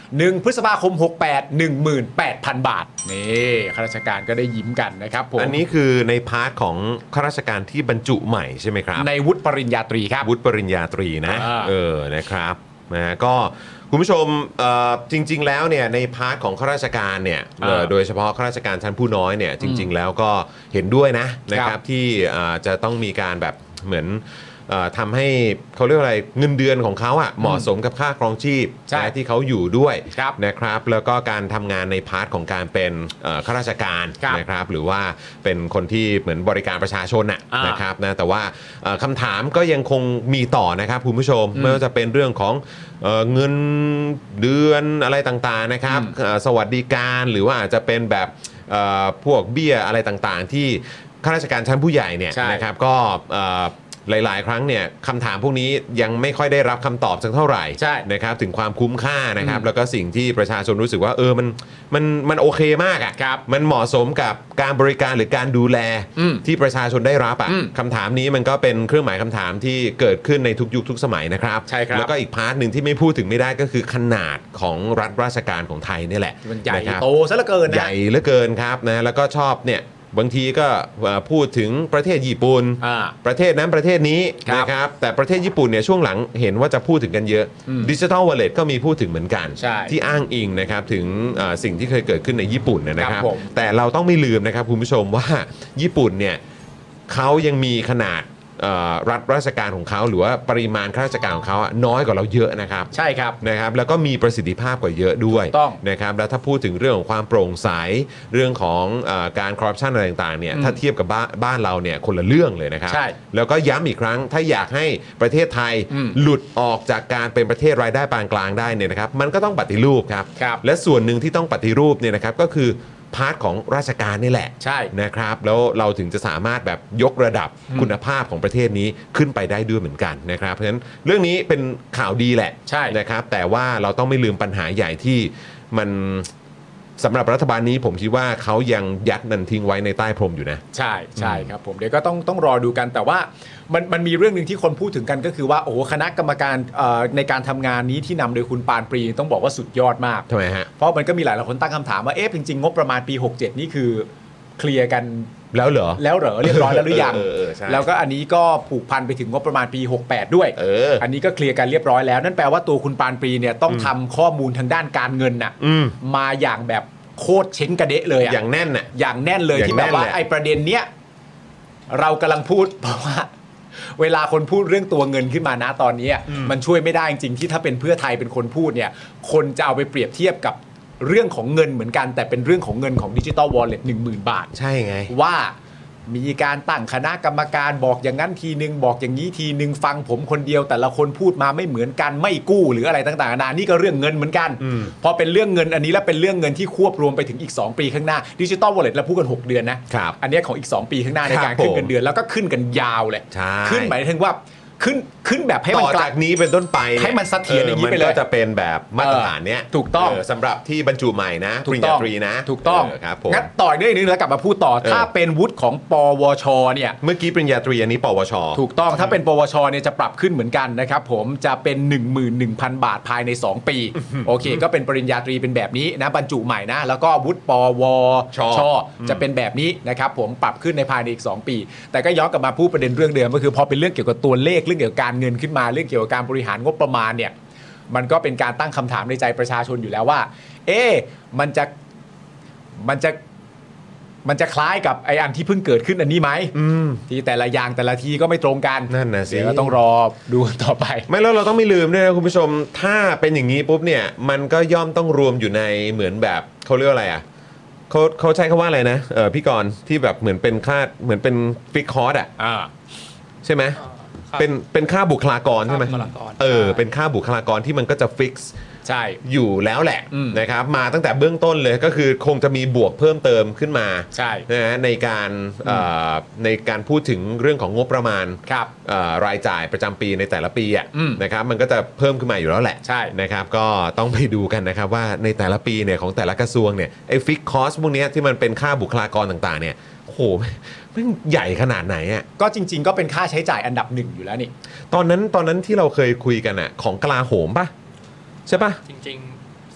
หนึ่งพฤษภาคมหกสิบแปด หนึ่งหมื่นแปดพัน บาทนี่ข้าราชการก็ได้ยิ้มกันนะครับผมอันนี้คือในพาร์ทของข้าราชการที่บรรจุใหม่ใช่ไหมครับในวุฒิปริญญาตรีครับวุฒิปริญญาตรีนะอ่าเออนะครับนะฮะก็คุณผู้ชมเอ่อจริง ๆ แล้วเนี่ยในพาร์ทของข้าราชการเนี่ยเอ่ออ่าโดยเฉพาะข้าราชการชั้นผู้น้อยเนี่ยจริง ๆ แล้วก็เห็นด้วยนะนะคครัรับบ ที่เอ่อจะต้องมีการแบบเหมือนเอ่อทำให้เขาเรียกว่าอะไรเงินเดือนของเขาอ่ะเหมาะสมกับค่าครองชีพใช่นะที่เขาอยู่ด้วยครับนะครับแล้วก็การทำงานในพาร์ทของการเป็นเอ่อข้าราชการครับนะครับหรือว่าเป็นคนที่เหมือนบริการประชาชนน่ะอ่านนะครับนะแต่ว่าเอ่อคำถามก็ยังคงมีต่อนะครับคุณผู้ชมอืมไม่ว่าจะเป็นเรื่องของเอ่อเงินเดือนอะไรต่างๆนะครับอืมเอ่อสวัสดิการหรือว่าอาจจะเป็นแบบเอ่อพวกเบี้ยอะไรต่างๆ ที่ข้าราชการชั้นผู้ใหญ่เนี่ยใช่นะครับก็เอ่อหลายๆ ครั้งเนี่ยคำถามพวกนี้ยังไม่ค่อยได้รับคำตอบสักเท่าไหร่ใช่นะครับถึงความคุ้มค่านะครับอืมแล้วก็สิ่งที่ประชาชนรู้สึกว่าเออมันมันมันโอเคมากอ่ะครับมันเหมาะสมกับการบริการหรือการดูแลอืมที่ประชาชนได้รับอ่ะอืมคำถามนี้มันก็เป็นเครื่องหมายคำถามที่เกิดขึ้นในทุกยุคทุกสมัยนะครับใช่ครับแล้วก็อีกพาร์ทหนึ่งที่ไม่พูดถึงไม่ได้ก็คือขนาดของรัฐราชการของไทยนี่แหละมันใหญ่นะครับโตซะเหลือเกินนะใหญ่เหลือเกินครับนะแล้วก็ชอบเนี่ยบางทีก็เอ่อพูดถึงประเทศญี่ปุ่นอ่าประเทศนั้นประเทศนี้ครับนะครับแต่ประเทศญี่ปุ่นเนี่ยช่วงหลังเห็นว่าจะพูดถึงกันเยอะอืมดิจิทัลวอลเล็ตก็มีพูดถึงเหมือนกันใช่ที่อ้างอิงนะครับถึงเอ่อสิ่งที่เคยเกิดขึ้นในญี่ปุ่นนะคครัรับบผมแต่เราต้องไม่ลืมนะครับคุณผู้ชมว่าญี่ปุ่นเนี่ยเขายังมีขนาดเอ่อรัฐราชการของเขาหรือว่าปริมาณข้าราชการของเขาอะน้อยกว่าเราเยอะนะครับใช่ครับนะครับแล้วก็มีประสิทธิภาพกว่าเยอะด้วยถูกต้องนะครับแล้วถ้าพูดถึงเรื่องของความโปร่งใสเรื่องของเออการคอร์รัปชันอะไรต่างๆเนี่ยอืมถ้าเทียบกับบ้านบ้านเราเนี่ยคนละเรื่องเลยนะครับใช่แล้วก็ย้ำอีกครั้งถ้าอยากให้ประเทศไทยอืมหลุดออกจากการเป็นประเทศรายได้ปานกลางได้เนี่ยนะครับมันก็ต้องปฏิรูปครับครับและส่วนหนึ่งที่ต้องปฏิรูปเนี่ยนะครับก็คือพาร์ทของราชการนี่แหละใช่นะครับแล้วเราถึงจะสามารถแบบยกระดับคุณภาพของประเทศนี้ขึ้นไปได้ด้วยเหมือนกันนะครับเพราะฉะนั้นเรื่องนี้เป็นข่าวดีแหละใช่นะครับแต่ว่าเราต้องไม่ลืมปัญหาใหญ่ที่มันสำหรับรัฐบาลนี้ผมคิดว่าเขายังยัดนันทิ้งไว้ในใต้พรมอยู่นะใช่ใช่ครับผมเดี๋ยวก็ต้องต้องรอดูกันแต่ว่ามันมันมีเรื่องหนึ่งที่คนพูดถึงกันก็คือว่าโอ้โหคณะกรรมการเอ่อในการทำงานนี้ที่นำโดยคุณปานปรีต้องบอกว่าสุดยอดมากทำไมฮะเพราะมันก็มีหลายหลายคนตั้งคำถามว่าเอ๊ะจริงๆงบประมาณปีหกสิบเจ็ดนี่คือเคลียร์กันแล้วเหรอแล้วเหรอเรียบร้อยแล้วหรือยังเออเออใช่แล้วก็อันนี้ก็ผูกพันไปถึงงบประมาณปีหกสิบแปดด้วยเอออันนี้ก็เคลียร์กันเรียบร้อยแล้วนั่นแปลว่าตัวคุณปานปรีเนี่ยต้องทำข้อมูลทางด้านการเงินน่ะอืมมาอย่างแบบโคตรเช้งกระเดะเลยอะอย่างแน่นน่ะอย่างแน่นเลยอย่างที่แบบว่าแน่นแหละไอ้ประเด็นเนี้ยเรากำลังพูด เพราะว่า เวลาคนพูดเรื่องตัวเงินขึ้นมานะตอนนี้มันช่วยไม่ได้จริงๆที่ถ้าเป็นเพื่อไทยเป็นคนพูดเนี่ยคนจะเอาไปเปรียบเทียบกับเรื่องของเงินเหมือนกัน แต่เป็นเรื่องของเงินของดิจิตอลวอลเล็ตหนึ่งหมื่นบาทใช่ไงว่ามีการตั้งคณะกรรมการบอกอย่างนั้นทีนึงบอกอย่างนี้ทีนึงฟังผมคนเดียวแต่ละคนพูดมาไม่เหมือนกันไม่กู้หรืออะไรต่างๆนานานี่ก็เรื่องเงินเหมือนกันอืมพอเป็นเรื่องเงินอันนี้แล้วเป็นเรื่องเงินที่ควบรวมไปถึงอีกสองปีข้างหน้าดิจิตอลวอลเล็ตเราพูดกันหกเดือนนะครับ อันนี้ของอีกสองปีข้างหน้าในการครับขึ้นผมเงินเดือนแล้วก็ขึ้นกันยาวเลยใช่ขึ้นหมายถึงว่าขึ้นขึ้นแบบให้ต่มันอกลาจาย กนี้เป็นต้นไปเยให้มันเสถียรอย่างนี้ไปเลยมันก็จะเป็นแบบมาตรฐานเนี้ยเออถูกต้องเสำหรับที่บรรจุใหม่นะถูปริกญต้ญาองตรีนะถูกต้องเครับผมงั้นต่ออีกเรื่องนึงแล้วกลับมาพูดต่อเออถ้าเป็นวุฒิของปวชเนี่ยเมื่อกี้ปริญญาตรีอันนี้ปวชถูกต้องถ้าเป็นปวชเนี่ยจะปรับขึ้นเหมือนกันนะครับผมจะเป็น หนึ่งหมื่นหนึ่งพัน บาทภายใน สอง ปี โอเค ก็เป็นปริญญาตรีเป็นแบบนี้นะบรรจุใหม่นะแล้วก็วุฒิปวชจะเป็นแบบนี้นะครับผมปรับขึ้นในภายในอีก สอง ปี แต่ก็ย้อนกลับมาพูดประเด็นเรื่องเดิมก็คือพอเป็นเรื่องเกี่ยวกับตัวเลขเรื่องเกี่ยวกับการเงินขึ้นมาเรื่องเกี่ยวกับการบริหารงบประมาณเนี่ยมันก็เป็นการตั้งคำถามในใจประชาชนอยู่แล้วว่า เอ๊ะมันจะมันจะมันจะคล้ายกับไอ้อันที่เพิ่งเกิดขึ้นอันนี้ไหมที่แต่ละอย่างแต่ละทีก็ไม่ตรงกันนั่นน่ะสิเดี๋ยวก็ต้องรอดูกันต่อไปไม่แล้วเราต้องไม่ลืมด้วยนะคุณผู้ชม ถ้าเป็นอย่างนี้ปุ๊บเนี่ยมันก็ย่อมต้องรวมอยู่ในเหมือนแบบเขาเรียกว่าอะไรอ่ะเขาเขาใช้คำว่าอะไรนะเออพี่กรณ์ที่แบบเหมือนเป็นค่าเหมือนเป็นฟิกคอร์สอ่ะอ่าใช่ไหมครับเป็นเป็นค่าบุคลากรใช่ไหมค่าบุคลากรเออใช่เป็นค่าบุคลากรที่มันก็จะฟิกซ์ใช่อยู่แล้วแหละอืมนะครับมาตั้งแต่เบื้องต้นเลยก็คือคงจะมีบวกเพิ่มเติมขึ้นมาใช่นะฮะในการเอ่อในการพูดถึงเรื่องของงบประมาณครับเอ่อรายจ่ายประจำปีในแต่ละปีอ่ะอืมนะครับมันก็จะเพิ่มขึ้นมาอยู่แล้วแหละใช่นะครับก็ต้องไปดูกันนะครับว่าในแต่ละปีเนี่ยของแต่ละกระทรวงเนี่ยไอ้ฟิกคอสพวกเนี้ยที่มันเป็นค่าบุคลากรต่างๆเนี่ยโอ้โหมันใหญ่ขนาดไหนอ่ะก็จริง ๆ ก็เป็นค่าใช้จ่ายอันดับหนึ่งอยู่แล้วนี่ตอนนั้นตอนนั้นที่เราเคยคุยกันอ่ะของกลาโหมปะใช่ปะจริงๆ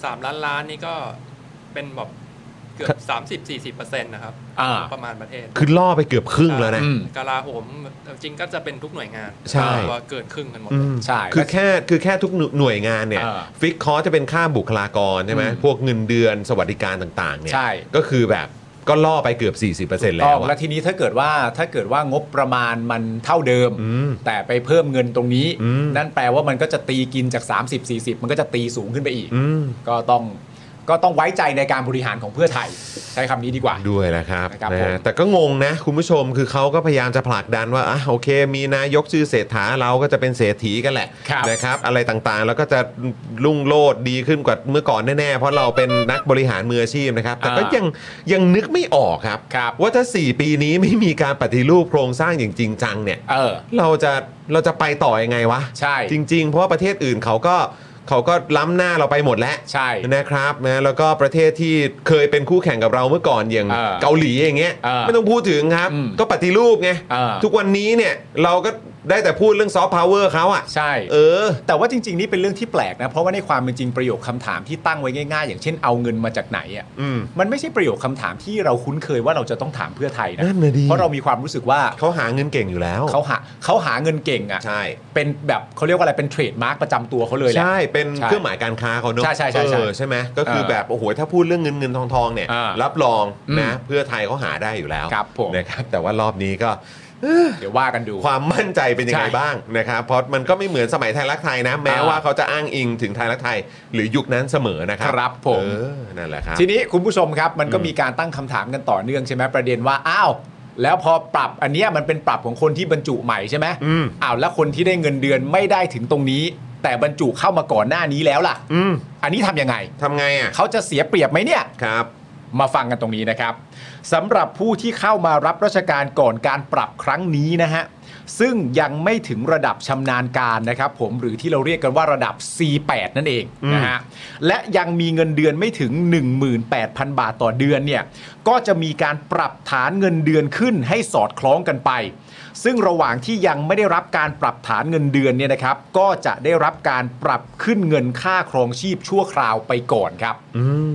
สามล้านล้านนี่ก็เป็นแบบเกือบ สามสิบถึงสี่สิบเปอร์เซ็นต์ นะครับประมาณประเทศคือล่อไปเกือบครึ่งแล้วนะกลาโหมจริงก็จะเป็นทุกหน่วยงานใช่ว่าเกินครึ่งกันหมดใช่คือแค่คือแค่ทุกหน่วยงานเนี่ยฟิกคอร์จะเป็นค่าบุคลากรใช่ไหมพวกเงินเดือนสวัสดิการต่างๆเนี่ยก็คือแบบก็ล่อไปเกือบ สี่สิบเปอร์เซ็นต์ แล้วแล้วทีนี้ถ้าเกิดว่าถ้าเกิดว่างบประมาณมันเท่าเดิมแต่ไปเพิ่มเงินตรงนี้นั่นแปลว่ามันก็จะตีกินจากสามสิบ สี่สิบมันก็จะตีสูงขึ้นไปอีกก็ต้องก็ต้องไว้ใจในการบริหารของเพื่อไทยใช้คำนี้ดีกว่าด้วยนะครับนะแต่ก็งงนะคุณผู้ชมคือเขาก็พยายามจะผลักดันว่าอ่ะโอเคมีนายกชื่อเศรษฐาเราก็จะเป็นเศรษฐีกันแหละนะครับอะไรต่างๆแล้วก็จะรุ่งโรจน์ดีขึ้นกว่าเมื่อก่อนแน่ๆเพราะเราเป็นนักบริหารมืออาชีพนะครับแต่ก็ยังยังนึกไม่ออกครับว่าถ้าสี่ปีนี้ไม่มีการปฏิรูปโครงสร้างอย่างจริงจังเนี่ย เออ เราจะเราจะไปต่อยังไงวะใช่จริงๆเพราะว่าประเทศอื่นเขาก็เขาก็ล้ำหน้าเราไปหมดแล้วใช่นะครับนะแล้วก็ประเทศที่เคยเป็นคู่แข่งกับเราเมื่อก่อนอย่างเกาหลีอย่างเงี้ยไม่ต้องพูดถึงครับก็ปฏิรูปไงทุกวันนี้เนี่ยเราก็ได้แต่พูดเรื่องซอฟต์พาวเวอร์เขาอ่ะใช่เออแต่ว่าจริงๆนี่เป็นเรื่องที่แปลกนะเพราะว่าในความเป็นจริงประโยคคำถามที่ตั้งไว้ง่ายๆอย่างเช่นเอาเงินมาจากไหนอ่ะมันไม่ใช่ประโยคคำถามที่เราคุ้นเคยว่าเราจะต้องถามเพื่อไทยนะเพราะเรามีความรู้สึกว่าเขาหาเงินเก่งอยู่แล้วเขาหาเขาหาเงินเก่งอ่ะใช่เป็นแบบเขาเรียกว่าอะไรเป็นเทรดมาร์กประจำตัวเขาเลยแหละใช่เป็นเครื่องหมายการค้าเขาเนอะใช่ใช่ใช่ใช่ไหมก็คือแบบโอ้โหถ้าพูดเรื่องเงินเงินทองทองเนี่ยรับรองนะเพื่อไทยเขาหาได้อยู่แล้วนะครับแต่ว่ารอบนี้ก็เดี๋ยวว่ากันดูความมั่นใจเป็นยังไงบ้างนะครับเพราะมันก็ไม่เหมือนสมัยไทยรักไทยนะแม้ว่าเขาจะอ้างอิงถึงไทยรักไทยหรือยุคนั้นเสมอนะครับครับผมนั่นแหละครับทีนี้คุณผู้ชมครับมันก็มีการตั้งคำถามกันต่อเนื่องใช่ไหมประเด็นว่าอ้าวแล้วพอปรับอันนี้มันเป็นปรับของคนที่บรรจุใหม่ใช่ไหมอ้าวแล้วคนที่ได้เงินเดือนไม่ได้ถึงตรงนี้แต่บรรจุเข้ามาก่อนหน้านี้แล้วล่ะอืมอันนี้ทำยังไงทำไงอ่ะเขาจะเสียเปรียบไหมเนี่ยครับมาฟังกันตรงนี้นะครับสำหรับผู้ที่เข้ามารับราชการก่อนการปรับครั้งนี้นะฮะซึ่งยังไม่ถึงระดับชำนาญการนะครับผมหรือที่เราเรียกกันว่าระดับ ซี แปด นั่นเองนะฮะและยังมีเงินเดือนไม่ถึง หนึ่งหมื่นแปดพัน บาทต่อเดือนเนี่ยก็จะมีการปรับฐานเงินเดือนขึ้นให้สอดคล้องกันไปซึ่งระหว่างที่ยังไม่ได้รับการปรับฐานเงินเดือนเนี่ยนะครับก็จะได้รับการปรับขึ้นเงินค่าครองชีพชั่วคราวไปก่อนครับอืม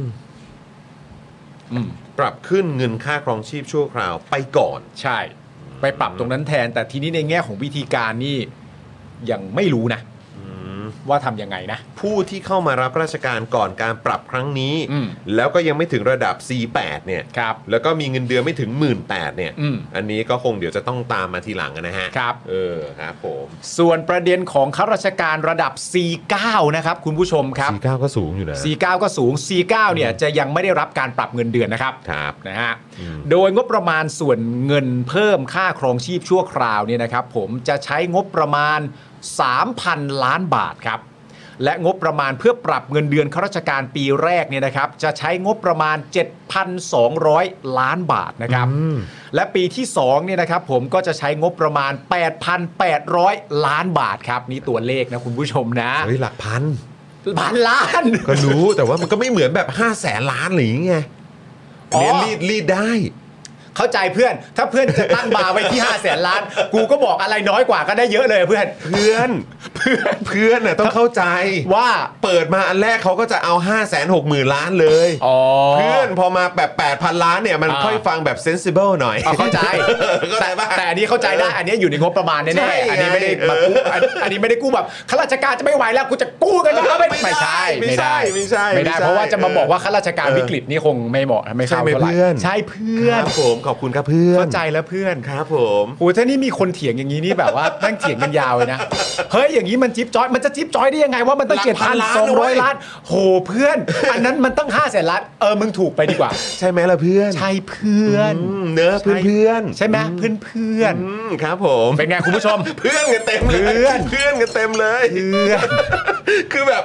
ปรับขึ้นเงินค่าครองชีพชั่วคราวไปก่อนใช่ไปปรับตรงนั้นแทนแต่ทีนี้ในแง่ของวิธีการนี่ยังไม่รู้นะว่าทำยังไงนะผู้ที่เข้ามารับราชการก่อนการปรับครั้งนี้แล้วก็ยังไม่ถึงระดับ ซี แปด เนี่ยแล้วก็มีเงินเดือนไม่ถึง หนึ่งหมื่นแปดพัน เนี่ย อ, อันนี้ก็คงเดี๋ยวจะต้องตามมาทีหลังนะฮะครับเออครับผมส่วนประเด็นของข้าราชการระดับ ซี เก้า นะครับคุณผู้ชมครับซี เก้า ก็สูงอยู่นะซี เก้า ก็สูง ซี เก้า เนี่ยจะยังไม่ได้รับการปรับเงินเดือนนะครับครับนะฮะโดยงบประมาณส่วนเงินเพิ่มค่าครองชีพชั่วคราวเนี่ยนะครับผมจะใช้งบประมาณ สามพัน ล้านบาทครับและงบประมาณเพื่อปรับเงินเดือนข้าราชการปีแรกเนี่ยนะครับจะใช้งบประมาณ เจ็ดพันสองร้อย ล้านบาทนะครับและปีที่สองเนี่ยนะครับผมก็จะใช้งบประมาณ แปดพันแปดร้อย ล้านบาทครับนี่ตัวเลขนะคุณผู้ชมนะเฮ้ยหลักพันพันล้านก็รู้แต่ว่ามันก็ไม่เหมือนแบบห้าแสนล้านหรือไงเนี่ยรีดรีดได้เข้าใจเพื่อนถ้าเพื่อนจะตั้งบาร์ไว้ที่ห้าแสนล้านกูก็บอกอะไรน้อยกว่าก็ได้เยอะเลยเพื่อนเพื่อนเพื่อนเพื่อนน่ะต้องเข้าใจว่าเปิดมาอันแรกเขาก็จะเอา ห้าแสนหกหมื่น ล้านเลยเพื่อนพอมาแบบ แปดพัน ล้านเนี่ยมันค่อยฟังแบบ sensible หน่อยเข้าใจแต่แต่อันนี้เข้าใจได้อันนี้อยู่ในงบประมาณแน่ๆอันนี้ไม่ได้มากู้อันนี้ไม่ได้กู้แบบข้าราชการจะไม่ไหวแล้วกูจะกู้กันแล้วไม่ใช่ไม่ได้ไม่ใช่ไม่ได้เพราะว่าจะมาบอกว่าข้าราชการวิกฤตนี่คงไม่เหมาะไม่เข้าเท่าไหร่ใช่เพื่อนผมขอบคุณครับเพื่อนเข้าใจแล้วเพื่อนครับผมโอ้ถ้านี่มีคนเถียงอย่างนี้นี่แบบว่าตั้งเถียงกันยาวเลยนะเฮ้ยอย่างนี้มันจิ๊บจอยมันจะจิ๊บจอยได้ยังไงว่ามันตั้ง เจ็ดพันสองร้อย ล้านโหเพื่อนอันนั้นมันตั้ง ห้าแสน ล้านเออมึงถูกไปดีกว่าใช่ไหมล่ะเพื่อนใช่เพื่อนเนอะเพื่อนเพื่อนใช่ไหมเพื่อนเพื่อนครับผมเป็นไงคุณผู้ชมเพื่อนกันเต็มเลยเพื่อนเพื่อนกันเต็มเลยเพื่อนคือแบบ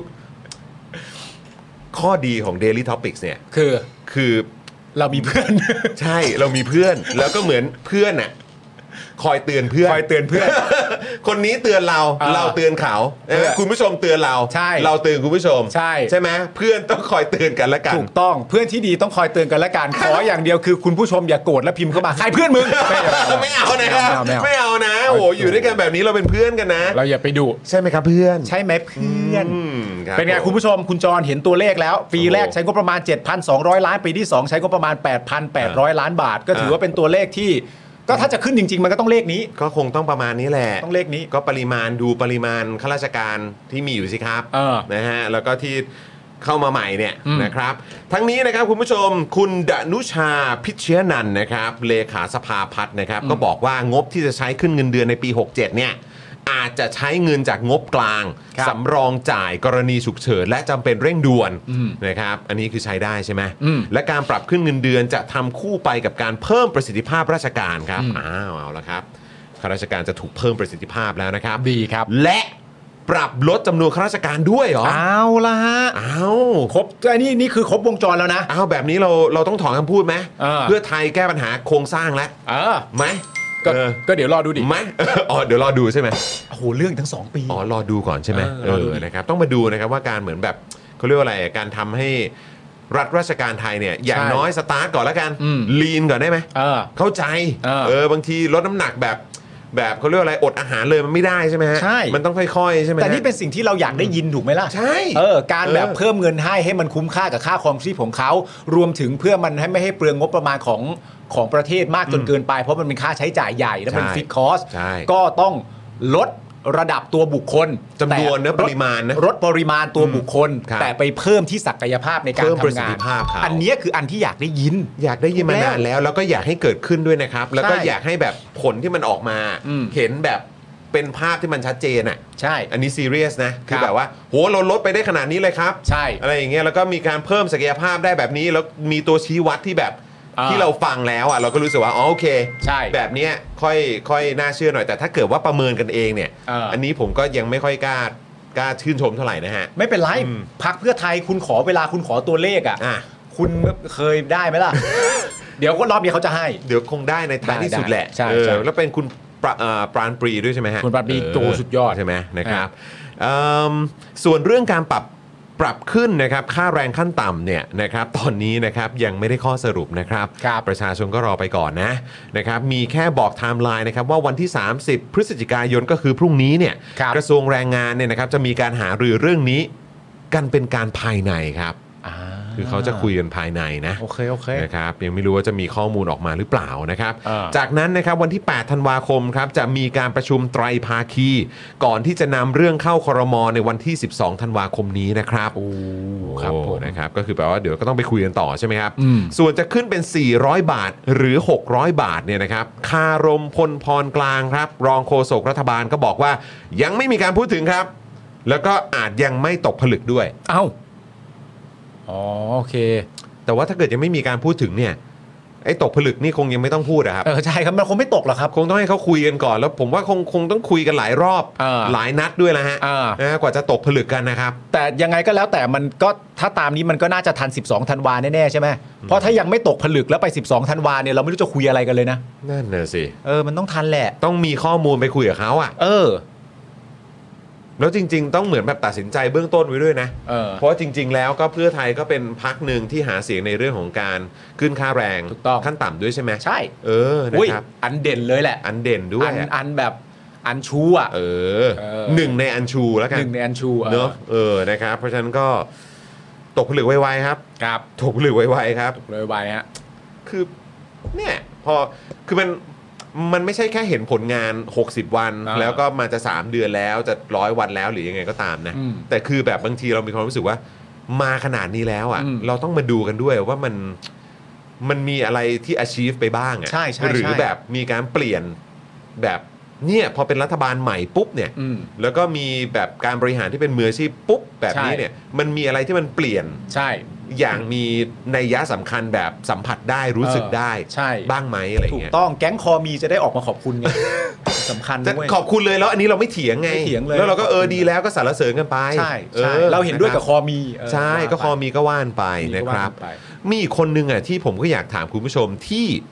ข้อดีของ Daily Topics เนี่ยคือคือเรามีเพื่อนใช่เรามีเพื่อนแล้วก็เหมือนเพื่อนน่ะคอยเตือนเพื่อนคอยเตือนเพื่อนคนนี้เตือนเราเออเราเตือนเขาเออคุณผู้ชมเตือนเราใช่เราเตือนคุณผู้ชมใช่ใช่ไหมเพื่อนต้องคอยเตือนกันและกันถูกต้องเพื่อนที่ดีต้องคอยเตือนกันและกันขออย่างเดียวคือคุณผู้ชมอย่าโกรธและพิมพ์เข้ามาใครเพื่อนมึงไม่เอานะไม่เอาไม่เอาไม่เอานะโอ้โหอยู่ด้วยกันแบบนี้เราเป็นเพื่อนกันนะเราอย่าไปดุใช่ไหมครับเพื่อนใช่ไหมเพื่อนอืมรับเป็นไงคุณผู้ชมคุณจรเห็นตัวเลขแล้ว ปีแรกใช้งบประมาณ เจ็ดพันสองร้อย ล้านปีที่สองใช้งบประมาณ แปดพันแปดร้อย ล้านบาท ก็ถือว่าเป็นตัวเลขที่ก็ถ้าจะขึ้นจริง ๆ มันก็ต้องเลขนี้ก็คงต้องประมาณนี้แหละต้องเลขนี้ก็ปริมาณดูปริมาณข้าราชการที่มีอยู่สิครับเออนะฮะแล้วก็ที่เข้ามาใหม่เนี่ยอืมนะครับ ทั้งนี้นะครับคุณผู้ชมคุณดนุชาพิชเชยนันท์นะครับเลขาสภาพัฒน์นะครับก็บอกว่างบที่จะใช้ขึ้นเงินเดือนในปีหกเจ็ดเนี่ยอาจจะใช้เงินจากงบกลางครับสำรองจ่ายกรณีฉุกเฉินและจำเป็นเร่งด่วนอืมนะครับอันนี้คือใช้ได้ใช่ไหมอืมและการปรับขึ้นเงินเดือนจะทำคู่ไปกับการเพิ่มประสิทธิภาพราชการครับอืมอ้าวเอาละครับข้าราชการจะถูกเพิ่มประสิทธิภาพแล้วนะครับดีครับและปรับลดจำนวนข้าราชการด้วยเหรอเอาละฮะอ้าวครบอันนี้นี่คือครบวงจรแล้วนะอ้าวแบบนี้เราเราต้องถอนคำพูดไหมเออเพื่อไทยแก้ปัญหาโครงสร้างแล้วเออไหมก็เออก็เดี๋ยวรอดูดิไหม อ๋อเดี๋ยวรอดูใช่ไหมโอ้โหเรื่องทั้งสองปีอ๋อรอดูก่อนใช่ไหมเออรอดูดินะครับต้องมาดูนะครับว่าการเหมือนแบบเขาเรียกว่าอะไรการทำให้รัฐราชการไทยเนี่ยอย่างใช่น้อยสตาร์ทก่อนแล้วกันอืมลีนก่อนได้ไหมเออเข้าใจเออเออบางทีลดน้ำหนักแบบแบบเขาเรียกว่าอะไรอดอาหารเลยมันไม่ได้ใช่ไหมฮะใช่มันต้องค่อยๆใช่ไหมแต่นี่ฮะเป็นสิ่งที่เราอยากได้ยินถูกไหมล่ะใช่เออการแบบเออเพิ่มเงินให้ให้มันคุ้มค่ากับค่าครองชีพของเขารวมถึงเพื่อมันให้ไม่ให้เปลืองงบประมาณของของประเทศมากจนเกินไปเพราะมันเป็นค่าใช้จ่ายใหญ่และมันใช่ฟิกคอสใช่ก็ต้องลดระดับตัวบุคคลจำนวนนะแต่ปริมาณนะลดปริมาณตัวบุคคลครับแต่ไปเพิ่มที่ศักยภาพในการเพิ่มประทำสิทงาธินภาพเขาอันเนี้ยคืออันที่อยากได้ยินอยากได้ยินมานานแล้ว แล้วก็อยากให้เกิดขึ้นด้วยนะครับ แล้วก็ใช่อยากให้แบบผลที่มันออกมาอืมเห็นแบบเป็นภาพที่มันชัดเจนอ่ะใช่อันนี้ซีเรียสนะ คือครับแบบว่าโหเราลดไปได้ขนาดนี้เลยครับใช่อะไรอย่างเงี้ยแล้วก็มีการเพิ่มศักยภาพได้แบบนี้ แล้วมีตัวชี้วัดที่แบบอ่าที่เราฟังแล้วอ่ะเราก็รู้สึกว่าอ๋อโอเคใช่แบบเนี้ยค่อยค่อยน่าเชื่อหน่อยแต่ถ้าเกิดว่าประเมินกันเองเนี่ยเอออัอันนี้ผมก็ยังไม่ค่อยกล้ากล้าชื่นชมเท่าไหร่นะฮะไม่เป็นไรอืมพักเพื่อไทยคุณขอเวลาคุณขอตัวเลขอ่ะอ่ะคุณเคยได้ไหมล่ะ เดี๋ยวก็รอบนี้เขาจะให้เดี๋ยวคงได้ในท้ายที่สุดแหละใช่เออใช่แล้วเป็นคุณปราเอ่อปราณปรีด้วยใช่ไหมฮะคุณปราณปรีเออโตสุดยอดใช่ไหมนะครับเอิ่มส่วนเรื่องการปรับปรับขึ้นนะครับค่าแรงขั้นต่ำเนี่ยนะครับตอนนี้นะครับยังไม่ได้ข้อสรุปนะครับครับประชาชนก็รอไปก่อนนะนะครับมีแค่บอกไทม์ไลน์นะครับว่าวันที่ สามสิบ พฤศจิกายนก็คือพรุ่งนี้เนี่ยครับกระทรวงแรงงานเนี่ยนะครับจะมีการหารือเรื่องนี้กันเป็นการภายในครับอ่าคือเขาจะคุยกันภายในนะโอเคโอเคนะครับยังไม่รู้ว่าจะมีข้อมูลออกมาหรือเปล่านะครับอ่าจากนั้นนะครับวันที่ แปด ธันวาคมครับจะมีการประชุมไตรภาคี ก่อนที่จะนำเรื่องเข้าครม.ในวันที่ สิบสอง ธันวาคมนี้นะครับโอ้ครับผมโอ้นะครับก็คือแปลว่าเดี๋ยวก็ต้องไปคุยกันต่อใช่ไหมครับอืมส่วนจะขึ้นเป็น สี่ร้อย บาทหรือ หกร้อย บาทเนี่ยนะครับคารมพลพรกลางครับรองโฆษกรัฐบาลก็บอกว่ายังไม่มีการพูดถึงครับ แล้วก็อาจยังไม่ตกผลึกด้วยเอ้าอ๋อโอเคแต่ว่าถ้าเกิดยังไม่มีการพูดถึงเนี่ยไอ้ตกผลึกนี่คงยังไม่ต้องพูดอะครับเออใช่ครับมันคงไม่ตกหรอกครับคงต้องให้เขาคุยกันก่อนแล้วผมว่าคงคงต้องคุยกันหลายรอบเออหลายนัดด้วยนะฮะเออนะฮะกว่าจะตกผลึกกันนะครับแต่ยังไงก็แล้วแต่มันก็ถ้าตามนี้มันก็น่าจะทัน สิบสอง ธันวาแน่ๆใช่ไหมเพราะถ้ายังไม่ตกผลึกแล้วไป สิบสอง ธันวาเนี่ยเราไม่รู้จะคุยอะไรกันเลยนะนั่นน่ะสิเออมันต้องทันแหละต้องมีข้อมูลไปคุยกับเขาอ่ะเออแล้วจริง ๆ ต้องเหมือนแบบตัดสินใจเบื้องต้นไว้ด้วยนะเออเพราะจริง ๆ แล้วก็เพื่อไทยก็เป็นพักหนึ่งที่หาเสียงในเรื่องของการขึ้นค่าแรงถูกต้องขั้นต่ำด้วยใช่ไหมใช่เออนะอุ้ยครับอันเด่นเลยแหละอันเด่นด้วยอันอะอันแบบอันชูอ่ะเออเออหนึ่งในอันชูแล้วกันหนึ่งในอันชูออเนอะเออนะครับเพราะฉะนั้นก็ตกผลึกไวๆครับครับตกผลึกไวๆครับเลยไวฮะคือเนี่ยพอคือมันมันไม่ใช่แค่เห็นผลงาน หกสิบ วันอ่าแล้วก็มาจะ สาม เดือนแล้วจะร้อยวันแล้วหรือยังไงก็ตามนะอืมแต่คือแบบบางทีเรามีความรู้สึกว่ามาขนาดนี้แล้วอ่ะอืมเราต้องมาดูกันด้วยว่ามันมันมีอะไรที่ achieve ไปบ้างอ่ะใช่ใช่หรือใช่แบบมีการเปลี่ยนแบบเนี่ยพอเป็นรัฐบาลใหม่ปุ๊บเนี่ยอืมแล้วก็มีแบบการบริหารที่เป็นมืออาชีพปุ๊บแบบนี้ใช่เนี่ยมันมีอะไรที่มันเปลี่ยนใช่อย่างมีนัยยะสำคัญแบบสัมผัสได้รู้สึกเออได้ใช่บ้างไหมอะไรถูกเงี้ยต้องแก๊งคอมีจะได้ออกมาขอบคุณไง สำคัญจะด้วยขอบคุณเลยแล้วอันนี้เราไม่เถียงไงไม่เถียงเลยแล้วเราก็เออดีแล้วก็สรรเสริญกันไปใช่ใช่ออเราเห็นด้วยกับะคอมีเออใช่ว่าก็ไปคอมีก็ว่านไปมีนะก็ครับว่าไปมีอีกคนนึงอ่ะที่ผมก็อยากถามคุณผู้ชมที่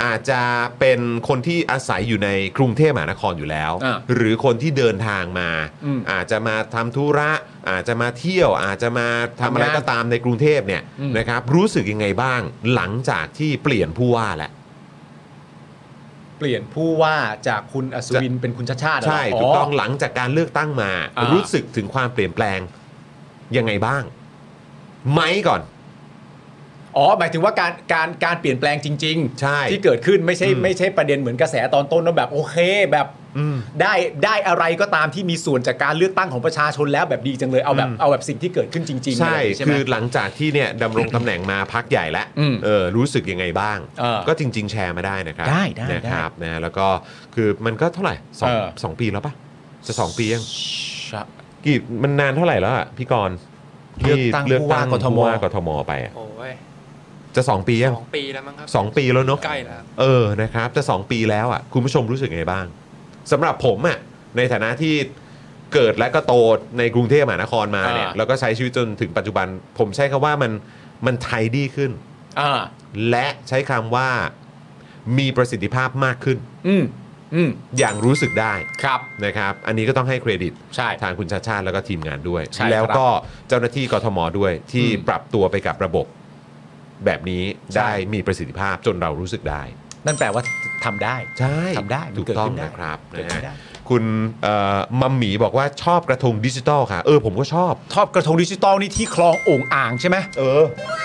อาจจะเป็นคนที่อาศัยอยู่ในกรุงเทพมหานครอยู่แล้วอ่าหรือคนที่เดินทางมาอืมอาจจะมาทำธุระอาจจะมาเที่ยวอาจจะมาทำอะไรทำงานก็ตามในกรุงเทพเนี่ยอืมนะครับรู้สึกยังไงบ้าง หลังจากที่เปลี่ยนผู้ว่าแล้วเปลี่ยนผู้ว่าจากคุณอัศวินเป็นคุณชาติชาติเหรอใช่ถูกต้องหลังจากการเลือกตั้งมาอ่ารู้รู้สึกถึงความเปลี่ยนแปลงยังไงบ้างไหมก่อนอ๋อหมายถึงว่าการการการเปลี่ยนแปลงจริงๆใช่ที่เกิดขึ้นไม่ใช่อืมไม่ใช่ประเด็นเหมือนกระแสตอนต้นว่าแบบโอเคแบบอืมได้ได้อะไรก็ตามที่มีส่วนจากการเลือกตั้งของประชาชนแล้วแบบดีจังเลยเอาแบบอืมเอาแบบสิ่งที่เกิดขึ้นจริงๆใช่อะไรอย่างงี้ใช่ไหมคือหลังจากที่เนี่ยดำรงตำแหน่งมาพักใหญ่แล้วอืมเออรู้สึกยังไงบ้างเออก็จริง ๆ แชร์มาได้นะครับได้ได้นะครับนะแล้วก็คือมันก็เท่าไหร่สองเออสองปีแล้วปะจะสองปียังชะกี่มันนานเท่าไหร่แล้วอ่ะพี่กรณ์เลือกตั้งที่เลือกตั้งผู้ว่ากทมผู้ว่ากทมไปอะโอ้ยจะสองปียังสองปีแล้วมั้งครับสองปีแล้วเนอะใกล้แล้วครับเออนะครับจะสองปีแล้วอ่ะคุณผู้ชมรู้สึกไงบ้างสำหรับผมอ่ะในฐานะที่เกิดและก็โตในกรุงเทพมหานครมาเนี่ยอ่าแล้วก็ใช้ชีวิตจนถึงปัจจุบัน ผมใช้คำว่ามันมันไทดีขึ้นอ่าและใช้คำว่ามีประสิทธิภาพมากขึ้นอืมอืมอย่างรู้สึกได้ครับนะครับอันนี้ก็ต้องให้เครดิตใช่ทางคุณชาติชาติแล้วก็ทีมงานด้วยใช่ครับแล้วก็เจ้าหน้าที่กทมด้วยที่อืมปรับตัวไปกับระบบแบบนี้ใช่ได้มีประสิทธิภาพจนเรารู้สึกได้นั่นแปลว่าทำได้ใช่ทำได้มันถูกเกิดต้องขึ้นได้นะครับเกิดนะขึ้ฮะนได้คุณเอ่อมัมหมีบอกว่าชอบกระทงดิจิตอลค่ะ เออผมก็ชอบชอบกระทงดิจิตอลนี่ที่คลองโอ่งอ่างใช่ไหมเออก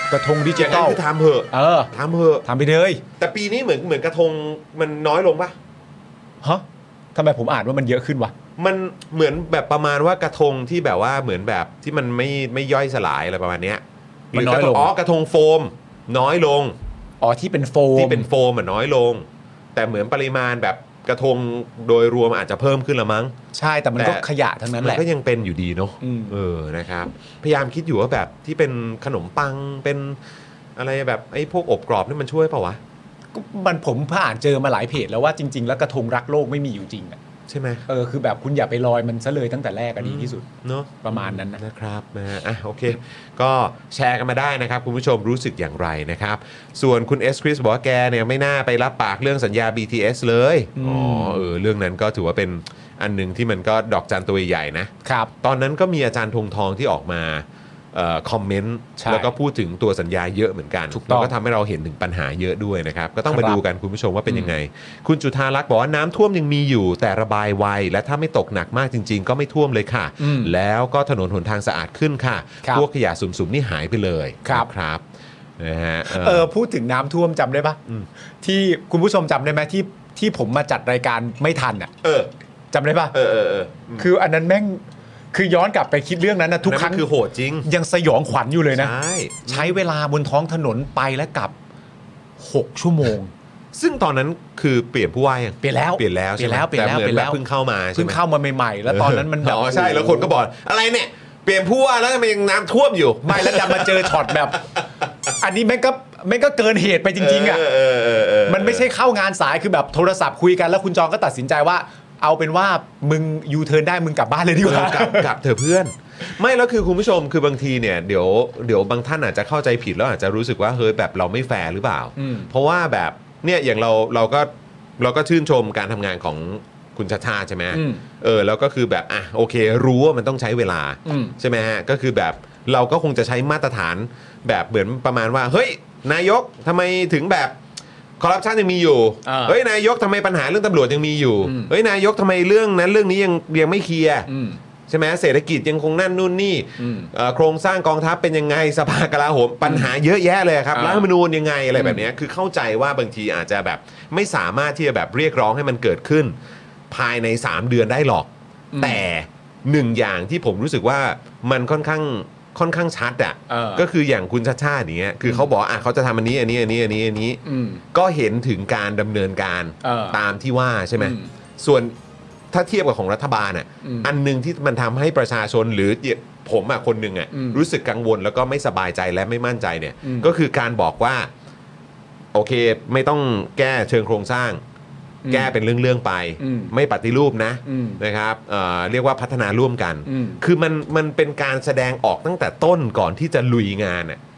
ระทงดิอจิย่างตนั้อน ลคือทำเหอะเออทำเหอะทำไปเลยแต่ปีนี้เหมือนเหมือนกระทงมันน้อยลงปะฮะทำไมผมอ่านว่ามันเยอะขึ้นวะมันเหมือนแบบประมาณว่ากระทงที่แบบว่าเหมือนแบบที่มันไม่ไม่ย่อยสลายอะไรประมาณเนี้ยมันน้อยลงหรืกระทอ๋อกระทงโฟมน้อยลงอ๋อที่เป็นโฟมที่เป็นโฟมอ่ะน้อยลง แต่เหมือนปริมาณแบบกระทงโดยรวมอาจจะเพิ่มขึ้นละมั้งใช่แต่มันก็แต่ขยะทั้งนั้นมัแหละก็ยังเป็นอยู่ดีเนาะอืมเออนะครับ พยายามคิดอยู่ว่าแบบที่เป็นขนมปังเป็นอะไรแบบไอ้พวกอบกรอบนี่มันช่วยเปล่าวะก็มันผมผ่านเจอมาหลายเพจแล้วว่าจริง ๆ แล้วกระทงรักโลกไม่มีอยู่จริงอ่ะใช่ไหมเออคือแบบคุณอย่าไปลอยมันซะเลยตั้งแต่แรกอะดีที่สุดเนาะประมาณนั้นนะนะครับนะฮะอ่ะโอเค ก็แชร์กันมาได้นะครับ คุณผู้ชมรู้สึกอย่างไรนะครับ ส่วนคุณเอสคริสบอกว่าแกเนี่ยไม่น่าไปรับปากเรื่องสัญญา บี ที เอส เลยอืมอ๋อเออเรื่องนั้นก็ถือว่าเป็นอันหนึงที่มันก็ดอกจันตัวใหญ่ๆนะครับ ตอนนั้นก็มีอาจารย์ธงทองที่ออกมาเอ่อคอมเมนต์ใช่แล้วก็พูดถึงตัวสัญญาเยอะเหมือนกันถูกต้องแล้วก็ทำให้เราเห็นถึงปัญหาเยอะด้วยนะครับก็ต้องมาครับดูกันคุณผู้ชมว่าเป็นยังไง คุณจุธารักษ์บอกว่าน้ำท่วมยังมีอยู่แต่ระบายไวและถ้าไม่ตกหนักมากจริง ๆ ก็ไม่ท่วมเลยค่ะอืมแล้วก็ถนนหนทางสะอาดขึ้นค่ะครับพวกขยะสุ่มๆนี่หายไปเลยครับนะครับนะฮะเออเออพูดถึงน้ำท่วมจำได้ปะอืมที่คุณผู้ชมจำได้ไหมที่ที่ผมมาจัดรายการไม่ทันอ่ะเออจำได้ปะเออเออเออคืออันนั้นแม่งคือย้อนกลับไปคิดเรื่องนั้นนะทุกครั้งนั่นมันคือโหดจริงยังสยองขวัญอยู่เลยนะใช่ใช้เวลาบนท้องถนนไปและกลับหกชั่วโมงซึ่งตอนนั้นคือเปลี่ยนผู้ว่ายังเปลี่ยนแล้วเปลี่ยนแล้วเปลี่ใช่ยนไหมแล้วเปลี่ยนแล้วต่หมือเปลี่ยนแล้วบบเพิ่งเข้ามาใช่เพิ่งไหมเข้ามาใหม่ๆ แล้วตอนนั้นมันแบบอ๋อใช่แล้วคนก็บอกอะไรเนี่ยเปลี่ยนผู้ว่าแล้วทำไมยังน้ำท่วมอยู่ไม่แล้วดันมาเจอช็อตแบบ อันนี้แม่งก็แม่งก็เกินเหตุไปจริงๆอ่ะเเเออเออมันไม่ใช่เข้างานสายคือแบบโทรศัพท์คุยกันแล้วคุณจองก็ตัดสินใจว่า เอาเป็นว่ามึงยูเทิร์นได้มึงกลับบ้านเลยดีกว่ากลับกลับเธอะเพื่อน ไม่แล้วคือคุณผู้ชมคือบางทีเนี่ยเดี๋ยวเดี๋ยวบางท่านอาจจะเข้าใจผิดแล้วอาจจะรู้สึกว่าเฮ้ยแบบเราไม่แฟร์หรือเปล่าอืมเพราะว่าแบบเนี่ยอย่างเราเราก็เราก็ชื่นชมการทำงานของคุณชาชาใช่ไหมอืมเออแล้วก็คือแบบอ่ะโอเค รู้ว่ามันต้องใช้เวลาอืมใช่ไหมฮะก็คือแบบเราก็คงจะใช้มาตรฐานแบบเหมือนประมาณว่าเฮ้ยนายกทำไมถึงแบบคอร์รัปชันยังมีอยู่อ่าเฮ้ยนายกทำไมปัญหาเรื่องตำรวจยังมีอยู่อืมเฮ้ยนายกทำไมเรื่องนั้นเรื่องนี้ยังยังไม่เคลียร์อืมใช่ไหมเศรษฐกิจยังคงนั่นนู่นนี่อืมเอ่อโครงสร้างกองทัพเป็นยังไงสภากลาโหมปัญหาเยอะแยะเลยครับอ่ารัฐธรรมนูญยังไงอะไรแบบเนี้ยคือเข้าใจว่าบางทีอาจจะแบบไม่สามารถที่จะแบบเรียกร้องให้มันเกิดขึ้น ภายในสามเดือนได้หรอก แต่หนึ่งอย่างที่ผมรู้สึกว่ามันค่อนข้างค่อนข้างชัดอ่ะเออก็คืออย่างคุณชาติชาติอย่างเงี้ยคือเขาบอกอ่ะเขาจะทำอันนี้อันนี้อันนี้อันนี้อันนี้อืมก็เห็นถึงการดำเนินการเออตามที่ว่าใช่ไหมอืมส่วนถ้าเทียบกับของรัฐบาลอ่ะอืมอันหนึงที่มันทำให้ประชาชนหรือผมอ่ะคนหนึ่งอ่ะอืมรู้สึกกังวลแล้วก็ไม่สบายใจและไม่มั่นใจเนี่ยอืมก็คือการบอกว่า โอเคไม่ต้องแก้เชิงโครงสร้างอืมแก้เป็นเรื่องๆไปอืมไม่ปฏิรูปนะอืมนะครับเอ่อเรียกว่าพัฒนาร่วมกันอืมคือมันมันเป็นการแสดงออกตั้งแต่ต้นก่อนที่จะลุยงานน่ะ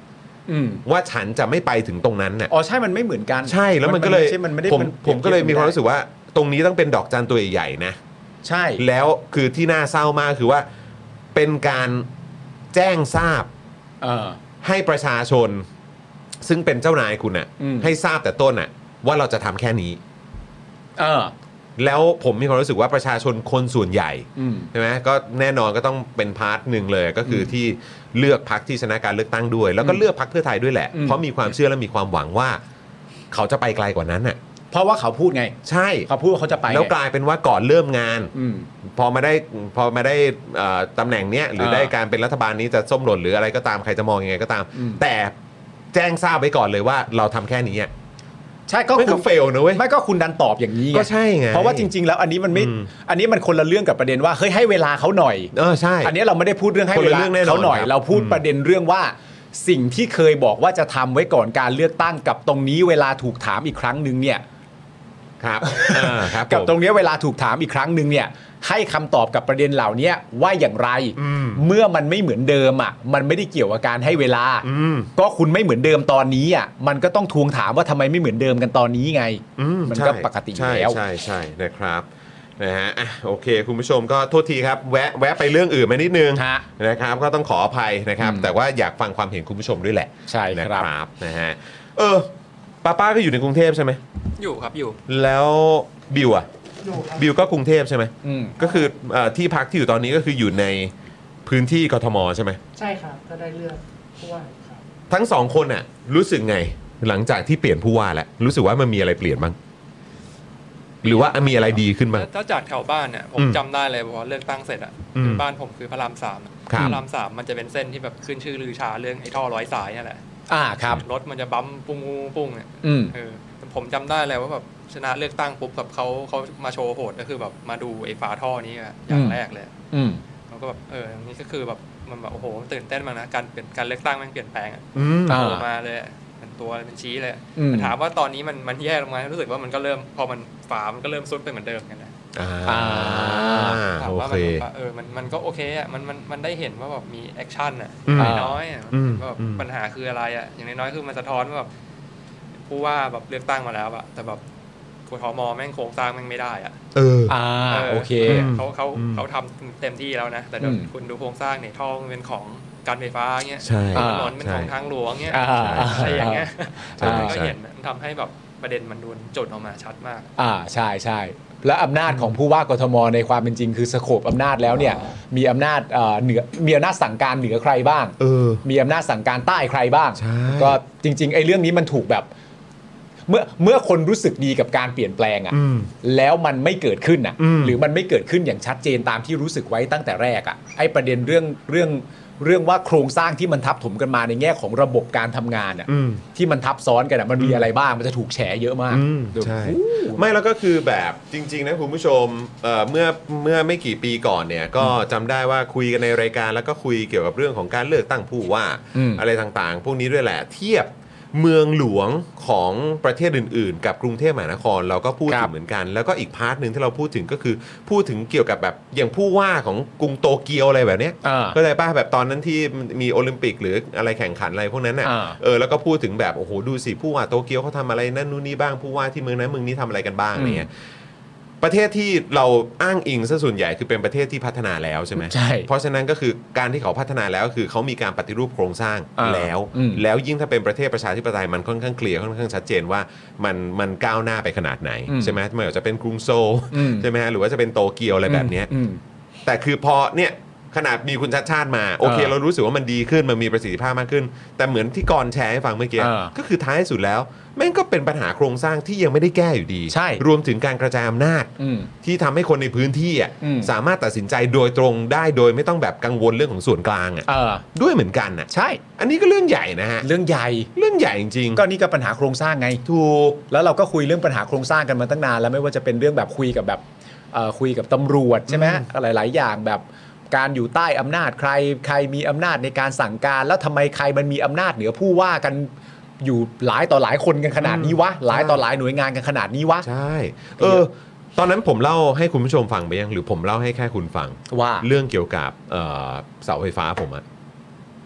ว่าฉันจะไม่ไปถึงตรงนั้นน่ะอ๋อใช่มันไม่เหมือนกันใช่แล้วมันก็เลยผมผมก็เลยมีความรู้สึกว่าตรงนี้ต้องเป็นดอกจันตัวใหญ่ๆนะใช่แล้วคือที่น่าเศร้ามากคือว่าเป็นการแจ้งทราบให้ประชาชนซึ่งเป็นเจ้านายคุณน่ะให้ทราบแต่ต้นน่ะว่าเราจะทำแค่นี้เออแล้วผมมีความรู้สึกว่าประชาชนคนส่วนใหญ่ใช่ไหมก็แน่นอนก็ต้องเป็นพาร์ทหนึ่งเลยก็คือที่เลือกพรรคที่ชนะการเลือกตั้งด้วยแล้วก็เลือกพรรคเพื่อไทยด้วยแหละเพราะมีความเชื่อและมีความหวังว่าเขาจะไปไกลกว่านั้นน่ะเพราะว่าเขาพูดไงใช่เขาพูดว่าเขาจะไปแล้วกลายเป็นว่าก่อนเริ่มงานพอมาได้พอมาได้ตำแหน่งเนี้ยหรือได้การเป็นรัฐบาลนี้จะส้มหล่นหรืออะไรก็ตามใครจะมองยังไงก็ตามแต่แจ้งทราบไว้ก่อนเลยว่าเราทำแค่นี้ใช่ก็คุณเฟลนะเว้ยไม่ก็คุณดันตอบอย่างนี้ก็ใช่ไงเพราะว่าจริงๆแล้วอันนี้มันไม่อันนี้มันคนละเรื่องกับประเด็นว่าเฮ้ยให้เวลาเขาหน่อยเออใช่อันนี้เราไม่ได้พูดเรื่องให้เวลาเขาหน่อยเราพูดประเด็นเรื่องว่าสิ่งที่เคยบอกว่าจะทำไว้ก่อนการเลือกตั้งกับตรงนี้เวลาถูกถามอีกครั้งนึงเนี่ยครับกับตรงนี้เวลาถูกถามอีกครั้งนึงเนี่ยให้คำตอบกับประเด็นเหล่านี้ว่าอย่างไรเมื่อมันไม่เหมือนเดิมอ่ะมันไม่ได้เกี่ยวกับการให้เวลาก็คุณไม่เหมือนเดิมตอนนี้อ่ะมันก็ต้องทวงถามว่าทำไมไม่เหมือนเดิมกันตอนนี้ไงมันก็ปกติอยู่แล้วใช่ใช่นะครับนะฮะอ่ะโอเคคุณผู้ชมก็โทษทีครับแวะแวะไปเรื่องอื่นมานิดนึงนะครับก็ต้องขออภัยนะครับแต่ว่าอยากฟังความเห็นคุณผู้ชมด้วยแหละใช่นะครับนะฮะเออป้าป้าก็อยู่ในกรุงเทพใช่ไหมอยู่ครับอยู่แล้วบิวอะบิวก็กรุงเทพใช่ไหมก็คือที่พักที่อยู่ตอนนี้ก็คืออยู่ในพื้นที่กทมใช่ไหมใช่ครับก็ได้เลือกผู้ว่าครับทั้งสองคนน่ะรู้สึกไงหลังจากที่เปลี่ยนผู้ว่าแล้วรู้สึกว่ามันมีอะไรเปลี่ยนบ้างหรือว่ามีอะไรดีขึ้นบ้างถ้าจากแถวบ้านเนี่ยผมจำได้เลยพอเลือกตั้งเสร็จอ่ะคือบ้านผมคือพระรามสามพระรามสามมันจะเป็นเส้นที่แบบขึ้นชื่อลือชาเรื่องไอ้ท่อร้อยสายนี่แหละอ่าครับรถมันจะบั๊มปุ้งปุ้งเนี่ยเออผมจำได้เลยว่าแบบชนะเลือกตั้งปุ๊บแบบเขาเขามาโชว์โหดก็คือแบบมาดูไอ้ฝาท่อนี้อย่างแรกเลยแล้วก็แบบเออนี่ก็คือแบบมันแบบโอ้โหตื่นเต้นมากนะการเปลี่ยนการเลือกตั้งมันเปลี่ยนแปลงอ่ะโผล่มาเลยเป็นตัวเป็นชี้เลยถามว่าตอนนี้มันมันแย่ลงไหมรู้สึกว่ามันก็เริ่มพอมันฝามันก็เริ่มซุดไปเหมือนเดิมกันนะถามว่ามันเออมันมันก็โอเคอ่ะมันมันมันได้เห็นว่าแบบมีแอคชั่นอ่ะน้อยอ่ะว่าปัญหาคืออะไรอ่ะอย่างน้อยๆคือมันสะท้อนว่าแบบผู้ว่าแบบเลือกตั้งมาแล้วอะแต่แบบกทมแม่งโครงสร้างแม่งไม่ได้อะเอออ่าโอเคเขาเขาเขาทำเต็มที่แล้วนะแต่คุณดูโครงสร้างเนี่ยท่อเป็นของการไฟฟ้าเงี้ยถนนเป็นของทางหลวงเงี้ยอะไรอย่างเงี้ยก็เห็นมันทำให้แบบประเด็นมันโดนจดออกมาชัดมากอ่าใช่ใช่และอำนาจของผู้ว่ากทมในความเป็นจริงคือสโคปอำนาจแล้วเนี่ยมีอำนาจเหนือมีอำนาจสั่งการเหนือใครบ้างมีอำนาจสั่งการใต้ใครบ้างก็จริงๆไอ้เรื่องนี้มันถูกแบบเมื่อเมื่อคนรู้สึกดีกับการเปลี่ยนแปลงอ่ะแล้วมันไม่เกิดขึ้นอ่ะหรือมันไม่เกิดขึ้นอย่างชัดเจนตามที่รู้สึกไว้ตั้งแต่แรกอ่ะไอ้ประเด็นเรื่องเรื่องเรื่องว่าโครงสร้างที่มันทับถมกันมาในแง่ของระบบการทำงานอ่ะที่มันทับซ้อนกันอ่ะมันมีอะไรบ้างมันจะถูกแฉเยอะมากใช่ไม่แล้วก็คือแบบจริงๆนะคุณผู้ชมเอ่อเมื่อเมื่อไม่กี่ปีก่อนเนี่ยก็จำได้ว่าคุยกันในรายการแล้วก็คุยเกี่ยวกับเรื่องของการเลือกตั้งผู้ว่าอะไรต่างๆพวกนี้ด้วยแหละเทียบเมืองหลวงของประเทศอื่นๆกับกรุงเทพมหานครเราก็พูดถึงเหมือนกันแล้วก็อีกพาร์ทนึงที่เราพูดถึงก็คือพูดถึงเกี่ยวกับแบบอย่างผู้ว่าของกรุงโตเกียวอะไรแบบนี้เข้าใจป่ะแบบตอนนั้นที่มีโอลิมปิกหรืออะไรแข่งขันอะไรพวกนั้นน่ะเออแล้วก็พูดถึงแบบโอ้โหดูสิผู้ว่าโตเกียวเขาทำอะไรนั่นนู่นนี่บ้างผู้ว่าที่เมืองนั้นเมืองนี้ทำอะไรกันบ้างอะไรเงี้ยประเทศที่เราอ้างอิงซะส่วนใหญ่คือเป็นประเทศที่พัฒนาแล้วใช่ไหมใช่เพราะฉะนั้นก็คือการที่เขาพัฒนาแล้วคือเขามีการปฏิรูปโครงสร้างแล้วแล้วยิ่งถ้าเป็นประเทศประชาธิปไตยมันค่อนข้างเคลียร์ค่อนข้างชัดเจนว่ามันมันก้าวหน้าไปขนาดไหนใช่ไหมไม่ว่าจะเป็นกรุงโซลใช่ไหมฮะหรือว่าจะเป็นโตเกียวอะไรแบบนี้แต่คือพอเนี่ยขนาดมีคุณชัดชาติมาโอเคเรารู้สึกว่ามันดีขึ้นมันมีประสิทธิภาพมากขึ้นแต่เหมือนที่กรแชร์ให้ฟังเมื่อกี้ก็คือท้ายสุดแล้วแม่งก็เป็นปัญหาโครงสร้างที่ยังไม่ได้แก้อยู่ดีใช่รวมถึงการกระจายอำนาจที่ทำให้คนในพื้นที่อ่ะสามารถตัดสินใจโดยตรงได้โดยไม่ต้องแบบกังวลเรื่องของส่วนกลางอ่ะด้วยเหมือนกันอ่ะใช่อันนี้ก็เรื่องใหญ่นะฮะเรื่องใหญ่เรื่องใหญ่จริงๆก็นี่ก็ปัญหาโครงสร้างไงถูกแล้วเราก็คุยเรื่องปัญหาโครงสร้างกันมาตั้งนานแล้วไม่ว่าจะเป็นเรื่องแบบคุยกับแบบคุยกับตำรวจใช่ไหมหลายๆอย่างแบบการอยู่ใต้อำนาจใครใครมีอำนาจในการสั่งการแล้วทำไมใครมันมีอำนาจเหนือผู้ว่ากันอยู่หลายต่อหลายคนกันขนาดนี้วะหลายต่อหลายหน่วยงานกันขนาดนี้วะใช่เออตอนนั้นผมเล่าให้คุณผู้ชมฟังไปยังหรือผมเล่าให้แค่คุณฟังว่าเรื่องเกี่ยวกับเสาไฟฟ้าผมอะ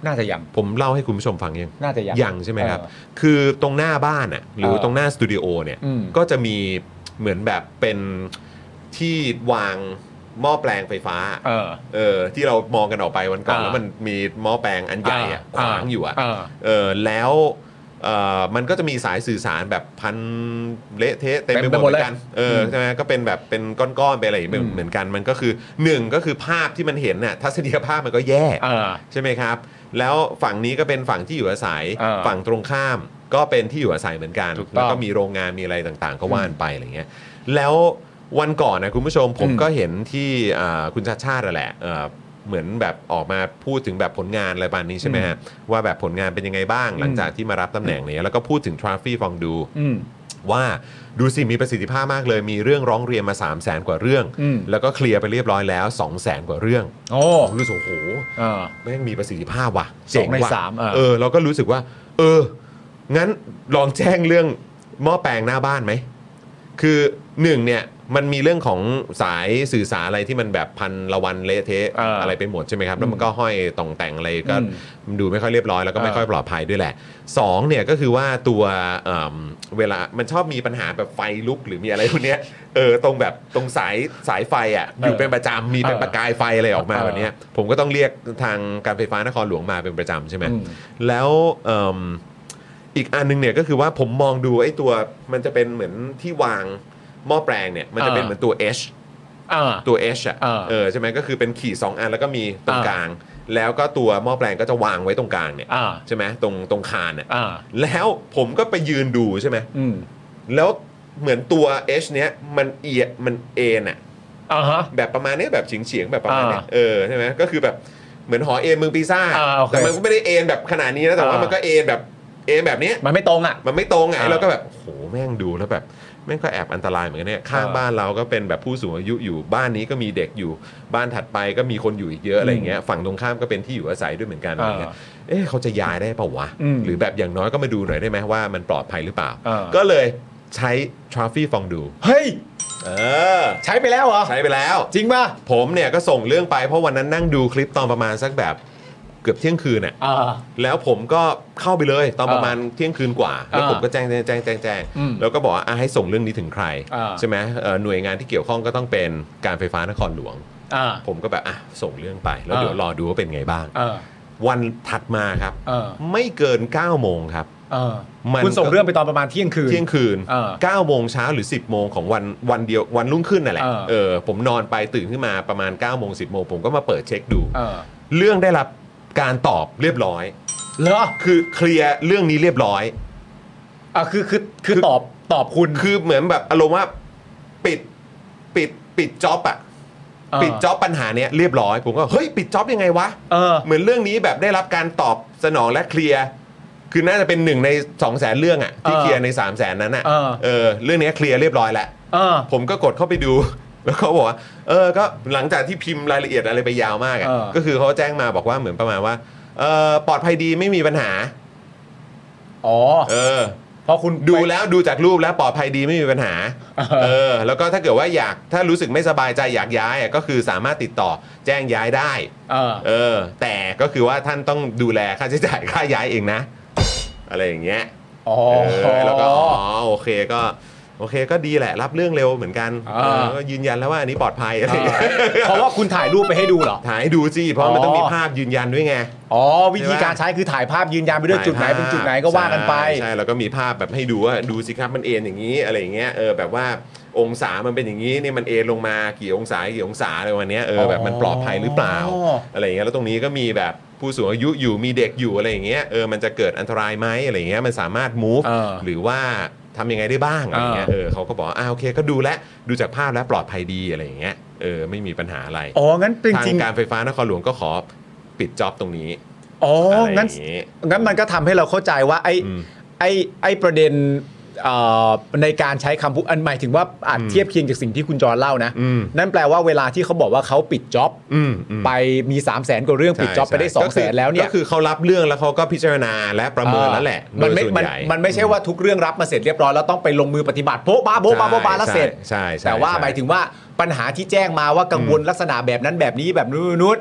น่าจะยังผมเล่าให้คุณผู้ชมฟังยังน่าจะยังยังใช่ไหมครับคือตรงหน้าบ้านอ่ะหรือตรงหน้าสตูดิโอเนี่ยก็จะมีเหมือนแบบเป็นที่วางหม้อแปลงไฟฟ้าเออเออที่เรามองกันออกไปวันก่อนแล้วมันมีหม้อแปลงอันใหญ่อ่ะขวางอยู่อ่ะเออแล้วเอ่อมันก็จะมีสายสื่อสารแบบพันเละเทะเต็มไปหมดเหมือนกันเออใช่ไหมก็เป็นแบบเป็นก้อนๆไปอะไรเหมือนกันมันก็คือหนึ่งก็คือภาพที่มันเห็นน่ะทัศนียภาพมันก็แย่ใช่ไหมครับแล้วฝั่งนี้ก็เป็นฝั่งที่อยู่อาศัยฝั่งตรงข้ามก็เป็นที่อยู่อาศัยเหมือนกันแล้วก็มีโรงงานมีอะไรต่างๆก็ว่านไปอะไรเงี้ยแล้ววันก่อนนะคุณผู้ชมผมก็เห็นที่คุณชาติชาติแหละเหมือนแบบออกมาพูดถึงแบบผลงานอะไรประมาณนี้ใช่ไหมฮะว่าแบบผลงานเป็นยังไงบ้างหลังจากที่มารับตำแหน่งนี้แล้วก็พูดถึงทราฟฟี่ฟองดูว่าดูสิมีประสิทธิภาพมากเลยมีเรื่องร้องเรียนมา สามแสน กว่าเรื่องแล้วก็เคลียร์ไปเรียบร้อยแล้ว สองแสน กว่าเรื่องโอ้รู้สึกโอ้โหแม่งมีประสิทธิภาพว่ะเจ๋งว่ะเออเราก็รู้สึกว่าเอองั้นลองแจ้งเรื่องหม้อแปลงหน้าบ้านไหมคือหนึ่งเนี่ยมันมีเรื่องของสายสื่อสารอะไรที่มันแบบพันละวันเละเทะอะไรไปหมดใช่ไหมครับแล้วมันก็ห้อยต่องแต่งอะไรก็มันดูไม่ค่อยเรียบร้อยแล้วก็ไม่ค่อยปลอดภัยด้วยแหละสองเนี่ยก็คือว่าตัวเ, เวลามันชอบมีปัญหาแบบไฟลุกหรือมีอะไรพวกนี้เออตรงแบบตรงสายสายไฟอ่ะอยู่เป็นประจำมีเป็นประกายไฟอะไรออกมาแบบนี้ผมก็ต้องเรียกทางการไฟฟ้านครหลวงมาเป็นประจำใช่ไหมแล้วอีกอันนึงเนี่ยก็คือว่าผมมองดูไอ้ตัวมันจะเป็นเหมือนที่วางหม้อแปลงเนี่ยมันจะเป็นเหมือนตัว H ตัว H อ่ะเออใช่ไหมก็คือเป็นขีดสองอันแล้วก็มีตรงกลางแล้วก็ตัวหม้อแปลงก็จะวางไว้ตรงกลางเนี่ยใช่ไหมตรงตรงคานเนี่ยแล้วผมก็ไปยืนดูใช่ไหมแล้วเหมือนตัว H เนี้ยมันเอียมันเอ็นอ่ะแบบประมาณนี้แบบเฉียงเฉียงแบบประมาณนี้เออใช่ไหมก็คือแบบเหมือนหอเอ็นเมืองปีซ่าแต่มันก็ไม่ได้เอ็นแบบขนาดนี้นะแต่ว่ามันก็เอ็นแบบเอ็นแบบนี้มันไม่ตรงอ่ะมันไม่ตรงไงแล้วก็แบบโหแม่งดูแล้วแบบแม่งก็แอบอันตรายเหมือนกันเนี่ยข้างบ้านเราก็เป็นแบบผู้สูงอายุอยู่บ้านนี้ก็มีเด็กอยู่บ้านถัดไปก็มีคนอยู่อีกเยอะอะไรอย่างเงี้ยฝั่งตรงข้ามก็เป็นที่อยู่อาศัยด้วยเหมือนกันอะไรเงี้ยเอ๊ะเขาจะย้ายได้เปล่าวะหรือแบบอย่างน้อยก็มาดูหน่อยได้ไหมว่ามันปลอดภัยหรือเปล่าก็เลยใช้ทราฟฟี่ฟองดูเฮ้ยเออใช้ไปแล้วเหรอใช้ไปแล้วจริงป่ะผมเนี่ยก็ส่งเรื่องไปเพราะวันนั้นนั่งดูคลิปตอนประมาณสักแบบเกือบเที่ยงคืนน่ะแล้วผมก็เข้าไปเลยตอนประมาณเที่ยงคืนกว่าแล้วผมก็แจ้งแจ้งแจ้งแจ้งแจ้งแล้วก็บอกว่าให้ส่งเรื่องนี้ถึงใครใช่ไหมหน่วยงานที่เกี่ยวข้องก็ต้องเป็นการไฟฟ้านครหลวงผมก็แบบอ่ะส่งเรื่องไปแล้วเดี๋ยวรอดูว่าเป็นไงบ้างวันถัดมาครับไม่เกินเก้าโมงครับคุณส่งเรื่องไปตอนประมาณเที่ยงคืนเที่ยงคืนเก้าโมงเช้าหรือสิบโมงของวันวันเดียววันรุ่งขึ้นนั่นแหละเออผมนอนไปตื่นขึ้นมาประมาณเก้าโมงสิบโมงผมก็มาเปิดเช็คดูเรื่องได้รับการตอบเรียบร้อยเหรอคือเคลียร์เรื่องนี้เรียบร้อยอ่ะคือคือคือตอบตอบคุณคือเหมือนแบบอารมณ์ว่าปิดปิดปิดจ็อบอะปิดจ็อบปัญหาเนี้ยเรียบร้อยผมก็เฮ้ยปิดจ็อบยังไงวะเออเหมือนเรื่องนี้แบบได้รับการตอบสนองและเคลียร์คือน่าจะเป็นหนึ่งในสองแสนเรื่องอะที่เคลียร์ในสามแสนนั้นอะเออเรื่องนี้เคลียร์เรียบร้อยแล้วผมก็กดเข้าไปดูแล้วเขาบอกว่าเออก็หลังจากที่พิมพ์รายละเอียดอะไรไปยาวมากอ่ะก็คือเขาแจ้งมาบอกว่าเหมือนประมาณว่าเออปลอดภัยดีไม่มีปัญหาอ๋อเออเพราะคุณดูแล้วดูจากรูปแล้วปลอดภัยดีไม่มีปัญหาเออแล้วก็ถ้าเกิดว่าอยากถ้ารู้สึกไม่สบายใจอยากย้ายอ่ะก็คือสามารถติดต่อแจ้งย้ายได้เออแต่ก็คือว่าท่านต้องดูแลค่าใช้จ่ายค่าย้ายเองนะอะไรอย่างเงี้ยอ๋อแล้วก็อ๋อโอเคก็โอเคก็ดีแหละรับเรื่องเร็วเหมือนกันก็ยืนยันแล้วว่าอันนี้ปลอดภัยอะไรเพราะว่าคุณถ่ายรูปไปให้ดูเหรอถ่ายให้ดูสิเพราะมันต้องมีภาพยืนยันด้วยไงอ๋อวิธีการใช้คือถ่ายภาพยืนยันไปด้วยจุดไหนเป็นจุดไหนก็ว่ากันไปใช่แล้วก็มีภาพแบบให้ดูว่าดูสิครับมันเอ็นอย่างนี้อะไรอย่างเงี้ยเออแบบว่าองศามันเป็นอย่างนี้นี่มันเอ็นลงมากี่องศากี่องศาอะไรวันนี้เออแบบมันปลอดภัยหรือเปล่าอะไรอย่างเงี้ยแล้วตรงนี้ก็มีแบบผู้สูงอายุอยู่มีเด็กอยู่อะไรอย่างเงี้ยเออมันจะเกิดอันตรายไหมอะไรอย่างเงี้ยมันสามารถ move หรือว่าทำยังไงได้บ้างอะไรเงี้ยเออเขาก็บอกอ่าโอเคก็ดูแลดูจากภาพแล้วปลอดภัยดีอะไรอย่างเงี้ยเออไม่มีปัญหาอะไรอ๋องั้นจริงๆการไฟฟ้านครหลวงก็ขอปิดจ็อบตรงนี้อ๋องั้นงั้นมันก็ทำให้เราเข้าใจว่าไอ้ไอ้ไอ้ประเด็นในการใช้คำพูดอันหมายถึงว่าอาจเทียบเคียงจากสิ่งที่คุณจรเล่านะนั่นแปลว่าเวลาที่เขาบอกว่าเขาปิดจ็อบไปมี สามแสน กว่าเรื่องปิดจ็อบไปได้ สองแสน แล้วเนี่ยก็คือเขารับเรื่องแล้วเขาก็พิจารณาและประเมินแล้วแหละมันไม่มันไม่ใช่ว่าทุกเรื่องรับมาเสร็จเรียบร้อยแล้วต้องไปลงมือปฏิบัติโบ๊ะบ้าโบ๊ะบ้าโบ๊ะบ้าแล้วเสร็จแต่ว่าหมายถึงว่าปัญหาที่แจ้งมาว่ากังวลลักษณะแบบนั้นแบบนี้แบบนู้น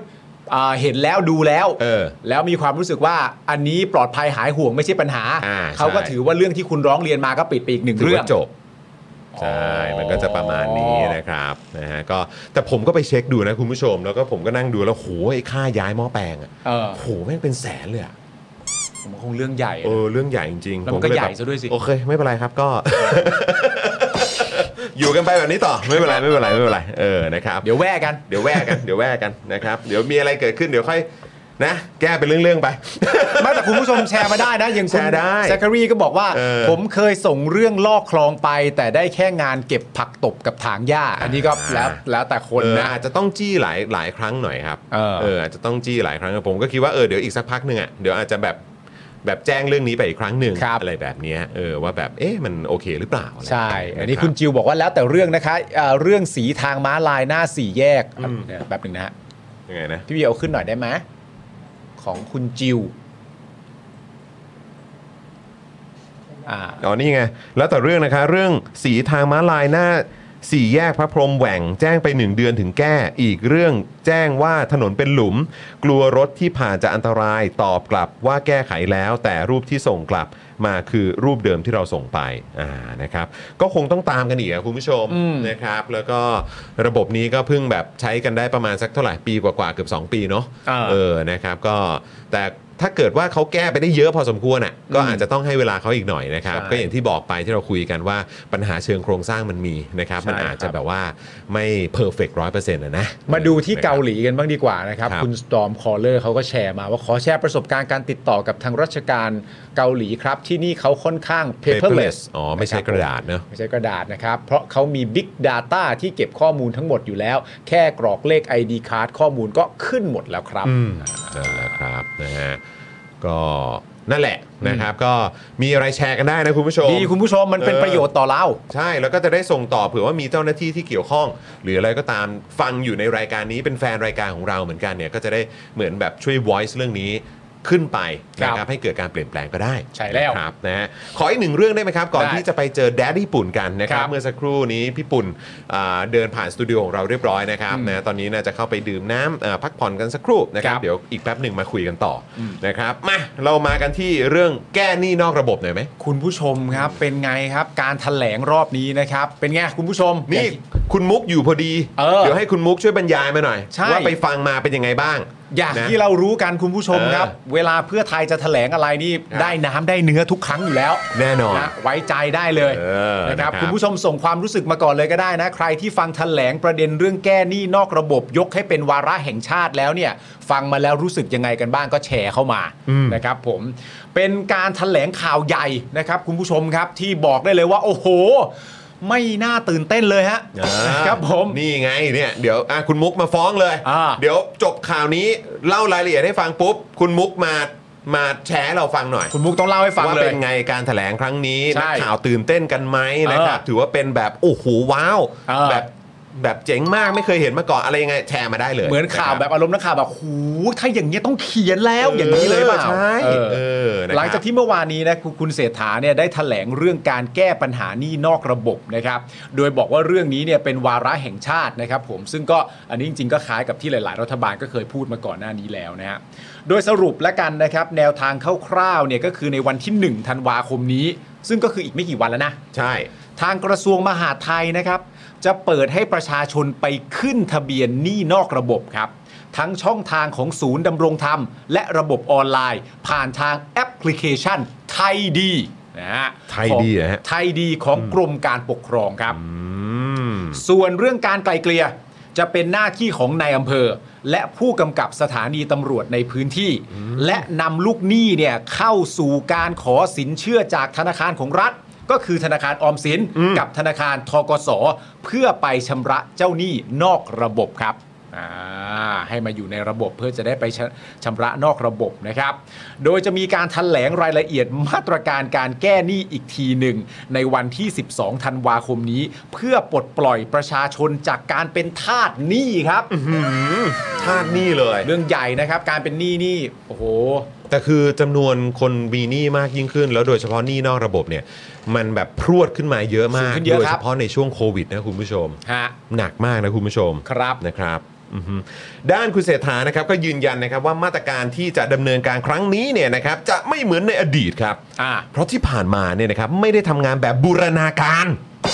อ่าเห็นแล้วดูแล้วเออแล้วมีความรู้สึกว่าอันนี้ปลอดภัยหายห่วงไม่ใช่ปัญหาอ่าเขาก็ใช่ถือว่าเรื่องที่คุณร้องเรียนมาก็ปิดไปอีกหนึ่งถือเรื่องว่าจบใช่มันก็จะประมาณนี้นะครับนะฮะก็แต่ผมก็ไปเช็คดูนะคุณผู้ชมแล้วก็ผมก็นั่งดูแล้วโหไอ้ค่าย้ายหม้อแปลงอ่ะเออโหแม่งเป็นแสนเลยอ่ะผมคงเรื่องใหญ่เออเรื่องใหญ่จริงๆแล้วมันก็ผเลใหญ่แบบซะด้วยสิโอเคไม่เป็นไรครับก็ อยู่กันไปแบบนี้ต่อไม่เป็นไรไม่เป็นไรไม่เป็นไรเออนะครับเดี๋ยวแว่กันเดี๋ยวแว่กันเดี๋ยวแว่กันนะครับเดี๋ยวมีอะไรเกิดขึ้นเดี๋ยวค่อยนะแก้เป็นเรื่องๆไปไม่แต่คุณผู้ชมแชร์มาได้นะอย่างคุณแชร์ได้แซคคารีก็บอกว่าเออผมเคยส่งเรื่องลอกคลองไป แต่ได้แค่งานเก็บผักตบกับถางหญ้า อันนี้ก็แล้วแล้วแต่คนเออนะอาจจะต้องจี้หลายหลายครั้งหน่อยครับเออเอออาจจะต้องจี้หลายครั้งผมก็คิดว่าเออเดี๋ยวอีกสักพักหนึ่งอ่ะเดี๋ยวอาจจะแบบแบบแจ้งเรื่องนี้ไปอีกครั้งหนึ่งครับอะไรแบบเนี้ยเออว่าแบบเอ๊ะมันโอเคหรือเปล่าใช่ะไรอันนี้รับคุณจิวบอกว่าแล้วแต่เรื่องนะคะเอ่อเรื่องสีทางม้าลายหน้าสี่แยกเนี่ยแบบหนึ่งนะฮะยังไงนะพี่เบียร์เอาขึ้นหน่อยได้ไหมของคุณจิวอ่าอ๋อนี่ไงแล้วแต่เรื่องนะคะเรื่องสีทางม้าลายหน้าสี่แยกพระพรหมแหว่งแจ้งไปหนึ่งเดือนถึงแก้อีกเรื่องแจ้งว่าถนนเป็นหลุมกลัวรถที่ผ่านจะอันตรายตอบกลับว่าแก้ไขแล้วแต่รูปที่ส่งกลับมาคือรูปเดิมที่เราส่งไปอ่านะครับก็คงต้องตามกันอีกอะคุณผู้ชมอืมนะครับแล้วก็ระบบนี้ก็เพิ่งแบบใช้กันได้ประมาณสักเท่าไหร่ปีกว่าๆเกือบสองปีเนาะอ่าเออนะครับก็แต่ถ้าเกิดว่าเขาแก้ไปได้เยอะพอสมควรอ่ะก็อาจจะต้องให้เวลาเขาอีกหน่อยนะครับใช่ก็อย่างที่บอกไปที่เราคุยกันว่าปัญหาเชิงโครงสร้างมันมีนะครับใช่มันอาจจะครับแบบว่าไม่เพอร์เฟกต์ร้อยเปอร์เซ็นต์นะมาดูที่เกาหลีกันบ้างดีกว่านะครับครับคุณ Storm Caller เขาก็แชร์มาว่าขอแชร์ประสบการณ์การติดต่อกับทางราชการเกาหลีครับ ที่นี่เขาค่อนข้าง paperless อ๋อไม่ใช่กระดาษเนอะไม่ใช่กระดาษนะครับ เพราะเขามี Big Data ที่เก็บข้อมูลทั้งหมดอยู่แล้ว แค่กรอกเลข ไอ ดี Card ข้อมูลก็ขึ้นหมดแล้วครับอืมนั่นแหละครับนะฮะก็นั่นแหละนะครับก็มีอะไรแชร์กันได้นะคุณผู้ชมดีคุณผู้ชมมันเป็นเออประโยชน์ต่อเราใช่แล้วก็จะได้ส่งต่อเผื่อว่ามีเจ้าหน้าที่ที่เกี่ยวข้อง หรืออะไรก็ตามฟังอยู่ในรายการนี้เป็นแฟนรายการของเราเหมือนกันเนี่ยก็จะได้เหมือนแบบช่วย voice เรื่องนี้ขึ้นไปครับนะครับให้เกิดการเปลี่ยนแปลงก็ได้ใช่แล้วนะครับนะฮะขออีกหนึ่งเรื่องได้ไหมครับ ก่อนได้ที่จะไปเจอแดดดี้ปุ่นกันนะครัครับ บเมื่อสักครู่นี้พี่ปุ่นอ่าเดินผ่านสตูดิโอของเราเรียบร้อยนะครับอืมนะตอนนี้น่าจะเข้าไปดื่มน้ำเอ่อพักผ่อนกันสักครู่นะครับครับเดี๋ยวอีกแป๊บหนึ่งมาคุยกันต่ออมนะครับมาเรามากันที่เรื่องแก้หนี้นอกระบบหน่อยไหมคุณผู้ชมครับเป็นไงครับการแถลงรอบนี้นะครับเป็นไงคุณผู้ชมนี่คุณมุกอยู่พอดีเออเดี๋ยวให้คุณมุกช่วยบรรยายมาหน่อยใช่ว่าไปฟังมาเป็นยังไงบ้างอย่างนะที่เรารู้กันคุณผู้ชมเออครับ เวลาเพื่อไทยจะแถลงอะไรนี่ครับได้น้ำได้เนื้อทุกครั้งอยู่แล้วแน่นอนนะไว้ใจได้เลยเออนะครับนะครับคุณผู้ชมส่งความรู้สึกมาก่อนเลยก็ได้นะ ใครที่ฟังแถลงประเด็นเรื่องแก้หนี้นอกระบบยกให้เป็นวาระแห่งชาติแล้วเนี่ยฟังมาแล้วรู้สึกยังไงกันบ้างก็แชร์เข้ามานะครับผมเป็นการแถลงข่าวใหญ่นะครับคุณผู้ชมครับที่บอกได้เลยว่าโอ้โห ไม่น่าตื่นเต้นเลยฮะอ่าครับผมนี่ไงเนี่ยเดี๋ยวอ่ะคุณมุกมาฟ้องเลยอ่าเดี๋ยวจบข่าวนี้เล่ารายละเอียดให้ฟังปุ๊บ คุณมุกมามาแชร์ให้เราฟังหน่อยคุณมุกต้องเล่าให้ฟังว่าเลยเป็นไงการแถลงครั้งนี้ใช่นักข่าวตื่นเต้นกันไหมนะครับเออถือว่าเป็นแบบโอ้โหว้าวเออแบบแบบเจ๋งมากไม่เคยเห็นมาก่อนอะไรยังไงแชร์มาได้เลยเหมือนข่าวแบบะคอารมณ์นักข่าวแบบหูถ้าอย่างเงี้ยต้องเขียนแล้วรับอย่างนี้เลยเปล่าใช่เออเออนะครับหลังจากที่เมื่อวานนี้นะคุณคุณเศรษฐาเนี่ยได้แถลงเรื่องการแก้ปัญหาหนี้นอกระบบนะครับโดยบอกว่าเรื่องนี้เนี่ยเป็นวาระแห่งชาตินะครับผมซึ่งก็อันนี้จริงๆก็คล้ายกับที่หลายๆรัฐบาลก็เคยพูดมาก่อนหน้านี้แล้วนะฮะโดยสรุปแล้วกันนะครับแนวทางคร่าวๆเนี่ยก็คือในวันที่หนึ่งธันวาคมนี้ ซึ่งก็คืออีกไม่กี่วันแล้วนะใช่ทางกระทรวงมหาดไทยนะครับจะเปิดให้ประชาชนไปขึ้นทะเบียนหนี้นอกระบบครับทั้งช่องทางของศูนย์ดำรงธรรมและระบบออนไลน์ ผ่านทางแอปพลิเคชันไทยดีนะฮะไทยดีเหรอฮะไทยดีของกรมการปกครองครับอืมส่วนเรื่องการไกลเกลี่ยจะเป็นหน้าที่ของนายอำเภอ และผู้กำกับสถานีตำรวจในพื้นที่ และนำลูกหนี้เนี่ยเข้าสู่การขอสินเชื่อจากธนาคารของรัฐ ก็คือธนาคารออมสินกับธนาคารธกสเพื่อไปชำระเจ้าหนี้นอกระบบครับอ่าให้มาอยู่ในระบบเพื่อจะได้ไปชชำระนอกระบบนะครับโดยจะมีการแถลงรายละเอียดมาตรการการแก้หนี้อีกทีหนึ่งในวันที่สิบสองธันวาคมนี้ เพื่อปลดปล่อยประชาชนจากการเป็นทาสหนี้ครับทาสหนี้เลยเรื่องใหญ่นะครับการเป็นหนี้นี่โอ้โหแต่คือจำนวนคนมีหนี้มากยิ่งขึ้นแล้วโดยเฉพาะหนี้นอกระบบเนี่ยมันแบบพรวดขึ้นมาเยอะมากโดยเฉพาะในช่วงโควิดนะคุณผู้ชมหนักมากนะคุณผู้ชมครับนะครับด้านคุณเศรษฐานะครับก็ยืนยันนะครับว่ามาตรการที่จะดำเนินการครั้งนี้เนี่ยนะครับจะไม่เหมือนในอดีตครับเพราะที่ผ่านมาเนี่ยนะครับไม่ได้ทำงานแบบบูรณาการ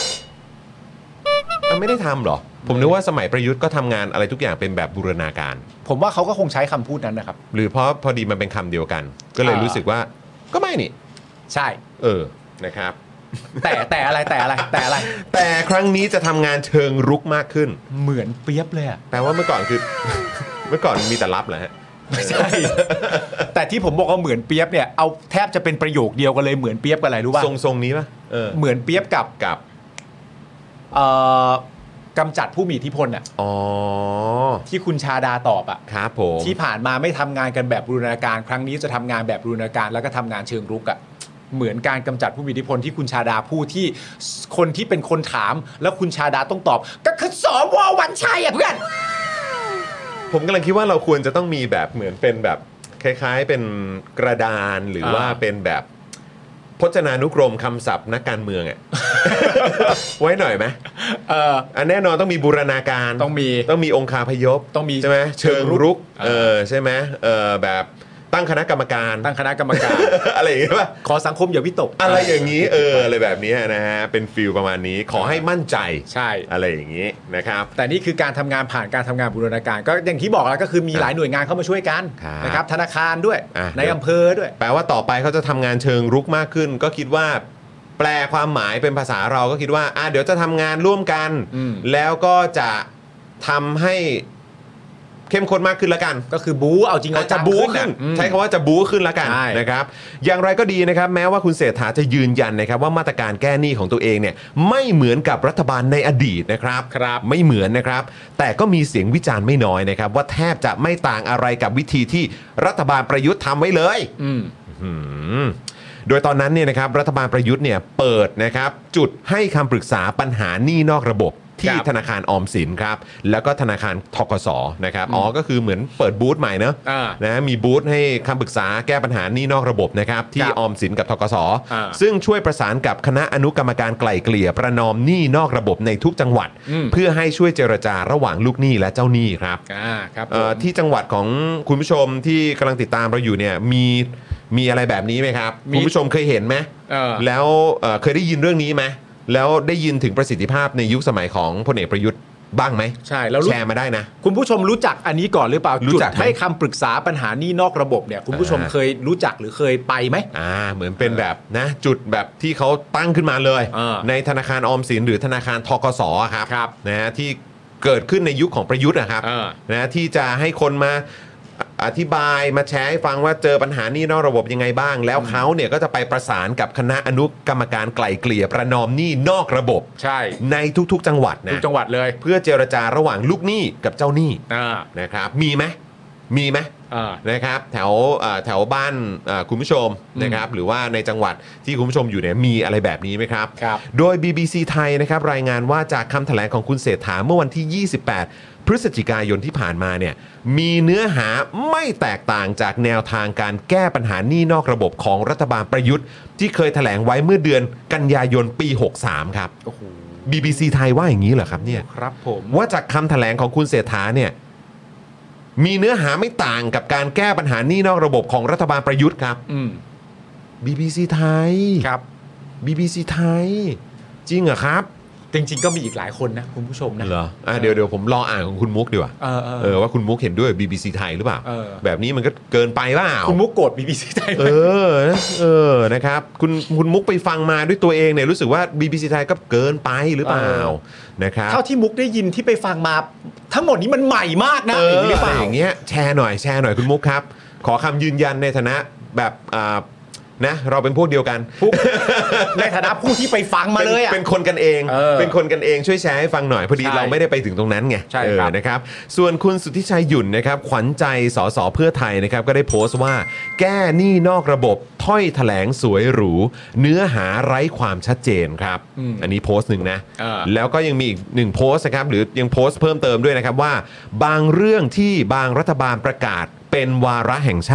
ไม่ได้ทำหรอผมนึกว่าสมัยประยุทธ์ก็ทำงานอะไรทุกอย่างเป็นแบบบูรณาการผมว่าเขาก็คงใช้คำพูดนั้นนะครับหรือเพราะพอดีมันเป็นคำเดียวกันก็เลยรู้สึกว่าก็ไม่นี่ใช่เออนะครับแต่แต่อะไรแต่อะไรแต่อะไรแต่ครั้งนี้จะทำงานเชิงรุกมากขึ้นเหมือนเปียบเลยอะแปลว่าเมื่อก่อนคือ เมื่อก่อนมีแต่รับเหรอฮะไม่ใช่แต่ที่ผมบอกว่าเหมือนเปียบเนี่ยเอาแทบจะเป็นประโยคเดียวกันเลยเหมือนเปียบกับอะไรรู้ป่ะทรงๆนี้ป่ะเออเหมือนเปียบกับกับเอ่อกำจัดผู้มีอิทธิพลอ่ะอ๋อที่คุณชาดาตอบอ่ะครับผมที่ผ่านมาไม่ทำงานกันแบบบูรณาการครั้งนี้จะทำงานแบบบูรณาการแล้วก็ทำงานเชิงรุกอ่ะเหมือนการกำจัดผู้มีอิทธิพลที่คุณชาดาพูดที่คนที่เป็นคนถามแล้วคุณชาดาต้องตอบก็คือสว.วันชัยอ่ะเพื่อนผมกำลังคิดว่าเราควรจะต้องมีแบบเหมือนเป็นแบบคล้ายๆเป็นกระดานหรือว่าเป็นแบบพจนานุกรมคำศัพท์นักการเมืองอ่ะ ไว้หน่อยไหมเอออันแน่นอนต้องมีบูรณาการต้องมีต้องมีองคาพยพต้องมีใช่ไหมเชิงรุกเออใช่ไหมเออแบบตั้งคณะกรรมการตั้งคณะกรรมการอะไรอย่างเงี้ยป่ะขอสังคมอย่าวิตกอะไรอย่างนี้เอออะไรแบบนี้นะฮะเป็นฟีลประมาณนี้ขอให้มั่นใจใช่อะไรอย่างนี้นะครับแต่นี่คือการทำงานผ่านการทำงานบูรณาการก็อย่างที่บอกแล้วก็คือมีหลายหน่วยงานเข้ามาช่วยกันนะครับธนาคารด้วยในอำเภอด้วยแปลว่าต่อไปเขาจะทำงานเชิงรุกมากขึ้นก็คิดว่าแปลความหมายเป็นภาษาเราก็คิดว่าอ่ะเดี๋ยวจะทำงานร่วมกันแล้วก็จะทำให้เข้มข้นมากขึ้นละกันก็คือบู๊เอาจริงเอาจะบู๊ขึ้นใช้คำว่าจะบู๊ขึ้นละกันนะครับอย่างไรก็ดีนะครับแม้ว่าคุณเศรษฐาจะยืนยันนะครับว่ามาตรการแก้หนี้ของตัวเองเนี่ยไม่เหมือนกับรัฐบาลในอดีตนะครับครับไม่เหมือนนะครับแต่ก็มีเสียงวิจารณ์ไม่น้อยนะครับว่าแทบจะไม่ต่างอะไรกับวิธีที่รัฐบาลประยุทธ์ทำไว้เลยอืมโดยตอนนั้นเนี่ยนะครับรัฐบาลประยุทธ์เนี่ยเปิดนะครับจุดให้คำปรึกษาปัญหาหนี้นอกระบบที่ธนาคารออมสินครับแล้วก็ธนาคารธกสนะครับอ๋อก็คือเหมือนเปิดบูธใหม่เนอะนะมีบูธให้คำปรึกษาแก้ปัญหาหนี้นอกระบบนะครับที่ออมสินกับธกสซึ่งช่วยประสานกับคณะอนุกรรมการไกล่เกลี่ยประนอมหนี้นอกระบบในทุกจังหวัดเพื่อให้ช่วยเจรจาระหว่างลูกหนี้และเจ้าหนี้ครับที่จังหวัดของคุณผู้ชมที่กำลังติดตามเราอยู่เนี่ยมีมีอะไรแบบนี้ไหมครับคุณผู้ชมเคยเห็นไหมแล้วเคยได้ยินเรื่องนี้ไหมแล้วได้ยินถึงประสิทธิภาพในยุคสมัยของพลเอกประยุทธ์บ้างไหมใช่แล้วแชร์มาได้นะคุณผู้ชมรู้จักอันนี้ก่อนหรือเปล่าจุดให้คำปรึกษาปัญหาหนี้นอกระบบเนี่ยคุณผู้ชมเคยรู้จักหรือเคยไปไหมอ่าเหมือนเป็นแบบนะจุดแบบที่เขาตั้งขึ้นมาเลยในธนาคารออมสินหรือธนาคารธกสครับนะฮะที่เกิดขึ้นในยุคของประยุทธ์นะครับนะที่จะให้คนมาอธิบายมาแชร์ให้ฟังว่าเจอปัญหาหนี้นอกระบบยังไงบ้างแล้วเขาเนี่ยก็จะไปประสานกับคณะอนุกรรมการไกล่เกลี่ยประนอมหนี้นอกระบบใช่ในทุกๆจังหวัดนะทุกจังหวัดเลยเพื่อเจรจาระหว่างลูกหนี้กับเจ้าหนี้นะครับมีไหมมีไหมนะครับแถวแถวบ้านคุณผู้ชมนะครับหรือว่าในจังหวัดที่คุณผู้ชมอยู่เนี่ยมีอะไรแบบนี้ไหมครับโดย บี บี ซี ไทยนะครับรายงานว่าจากคำแถลงของคุณเศรษฐาเมื่อวันที่ยี่สิบแปดพฤศจิกายนที่ผ่านมาเนี่ยมีเนื้อหาไม่แตกต่างจากแนวทางการแก้ปัญหาหนี้นอกระบบของรัฐบาลประยุทธ์ที่เคยแถลงไว้เมื่อเดือนกันยายนปีหกสิบสามครับ บี บี ซี ไทยว่าอย่างนี้เหรอครับเนี่ยครับผมว่าจากคำแถลงของคุณเศรษฐาเนี่ยมีเนื้อหาไม่ต่างกับการแก้ปัญหาหนี้นอกระบบของรัฐบาลประยุทธ์ครับอืมบี บี ซี ไทยครับบี บี ซี ไทยจริงเหรอครับจริงๆก็มีอีกหลายคนนะคุณผู้ชมนะเหรออ่ะเดี๋ยวเดี๋ยวผมรออ่านของคุณมุกดีกว่าเออเออว่าคุณมุกเห็นด้วย บี บี ซี ไทยหรือเปล่าแบบนี้มันก็เกินไปเปล่าคุณมุกโกรธ บี บี ซี ไทยเออเออนะครับคุณคุณมุกไปฟังมาด้วยตัวเองเนี่ยรู้สึกว่า บี บี ซี ไทยก็เกินไปหรือเปล่านะครับเท่าที่มุกได้ยินที่ไปฟังมาทั้งหมดนี้มันใหม่มากนะอย่างนี้หรือเปล่าอย่างเงี้ยแชร์หน่อยแชร์หน่อยคุณมุกครับขอคำยืนยันในฐานะแบบอ่านะเราเป็นพวกเดียวกันในฐานะผู้ที่ไปฟังมาเลยอ่ะเป็นคนกันเองเป็นคนกันเองช่วยแชร์ให้ฟังหน่อยพอดีเราไม่ได้ไปถึงตรงนั้นไงใช่ครับนะครับส่วนคุณสุทธิชัยหยุ่นนะครับขวัญใจสสเพื่อไทยนะครับก็ได้โพสต์ว่าแก้หนี้นอกระบบถ้อยแถลงสวยหรูเนื้อหาไร้ความชัดเจนครับอันนี้โพสต์หนึ่งนะแล้วก็ยังมีอีกหนึ่งโพสต์นะครับหรือยังโพสต์เพิ่มเติมด้วยนะครับว่าบางเรื่องที่บางรัฐบาลประกาศเป็นวาระแห่งชาติ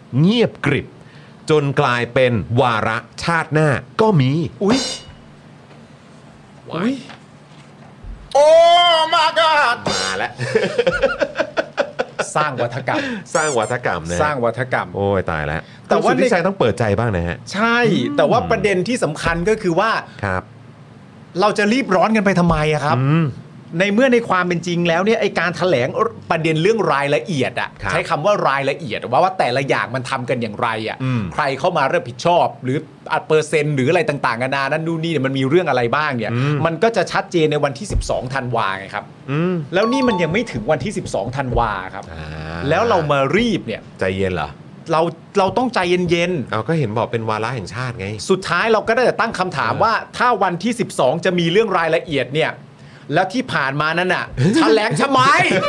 เงียบกริบจนกลายเป็นวาระชาติหน้าก็มีอุ๊ยอุ๊ยโอ้ my god มาแล้วสร้างวัฒกรรมสร้างวัฒกรรมนะสร้างวัฒกรรมโอ้ยตายแล้วแต่แต่ว่าว่าสุทธิชัยต้องเปิดใจบ้างนะฮะใช่ แต่ว่าประเด็นที่สำคัญก็คือว่าครับเราจะรีบร้อนกันไปทำไมอะครับอืมในเมื่อในความเป็นจริงแล้วเนี่ยไอการแถลงประเด็นเรื่องรายละเอียดอ่ะครับใช้คำว่ารายละเอียดว่าว่าแต่ละอย่างมันทำกันอย่างไรอ่ะอืมใครเข้ามารับผิดชอบ หรืออัดเปอร์เซ็นต์หรืออะไรต่างๆกันานานั้นนู่นนี่เนี่ยมันมีเรื่องอะไรบ้างเนี่ยอืมมันก็จะชัดเจนในวันที่สิบสองธันวาไงครับอืมแล้วนี่มันยังไม่ถึงวันที่สิบสองธันวาครับอ่าแล้วเรามารีบเนี่ยใจเย็นเหรอเราเราต้องใจเย็นเอาก็เห็นบอกเป็นวาระแห่งชาติไงๆสุดท้ายเราก็ได้แต่ตั้งคำถามว่าถ้าวันที่สิบสองจะมีเรื่องรายละเอียดเนี่ยแล้วที่ผ่านมานั้นน่ะ แถลงทำไม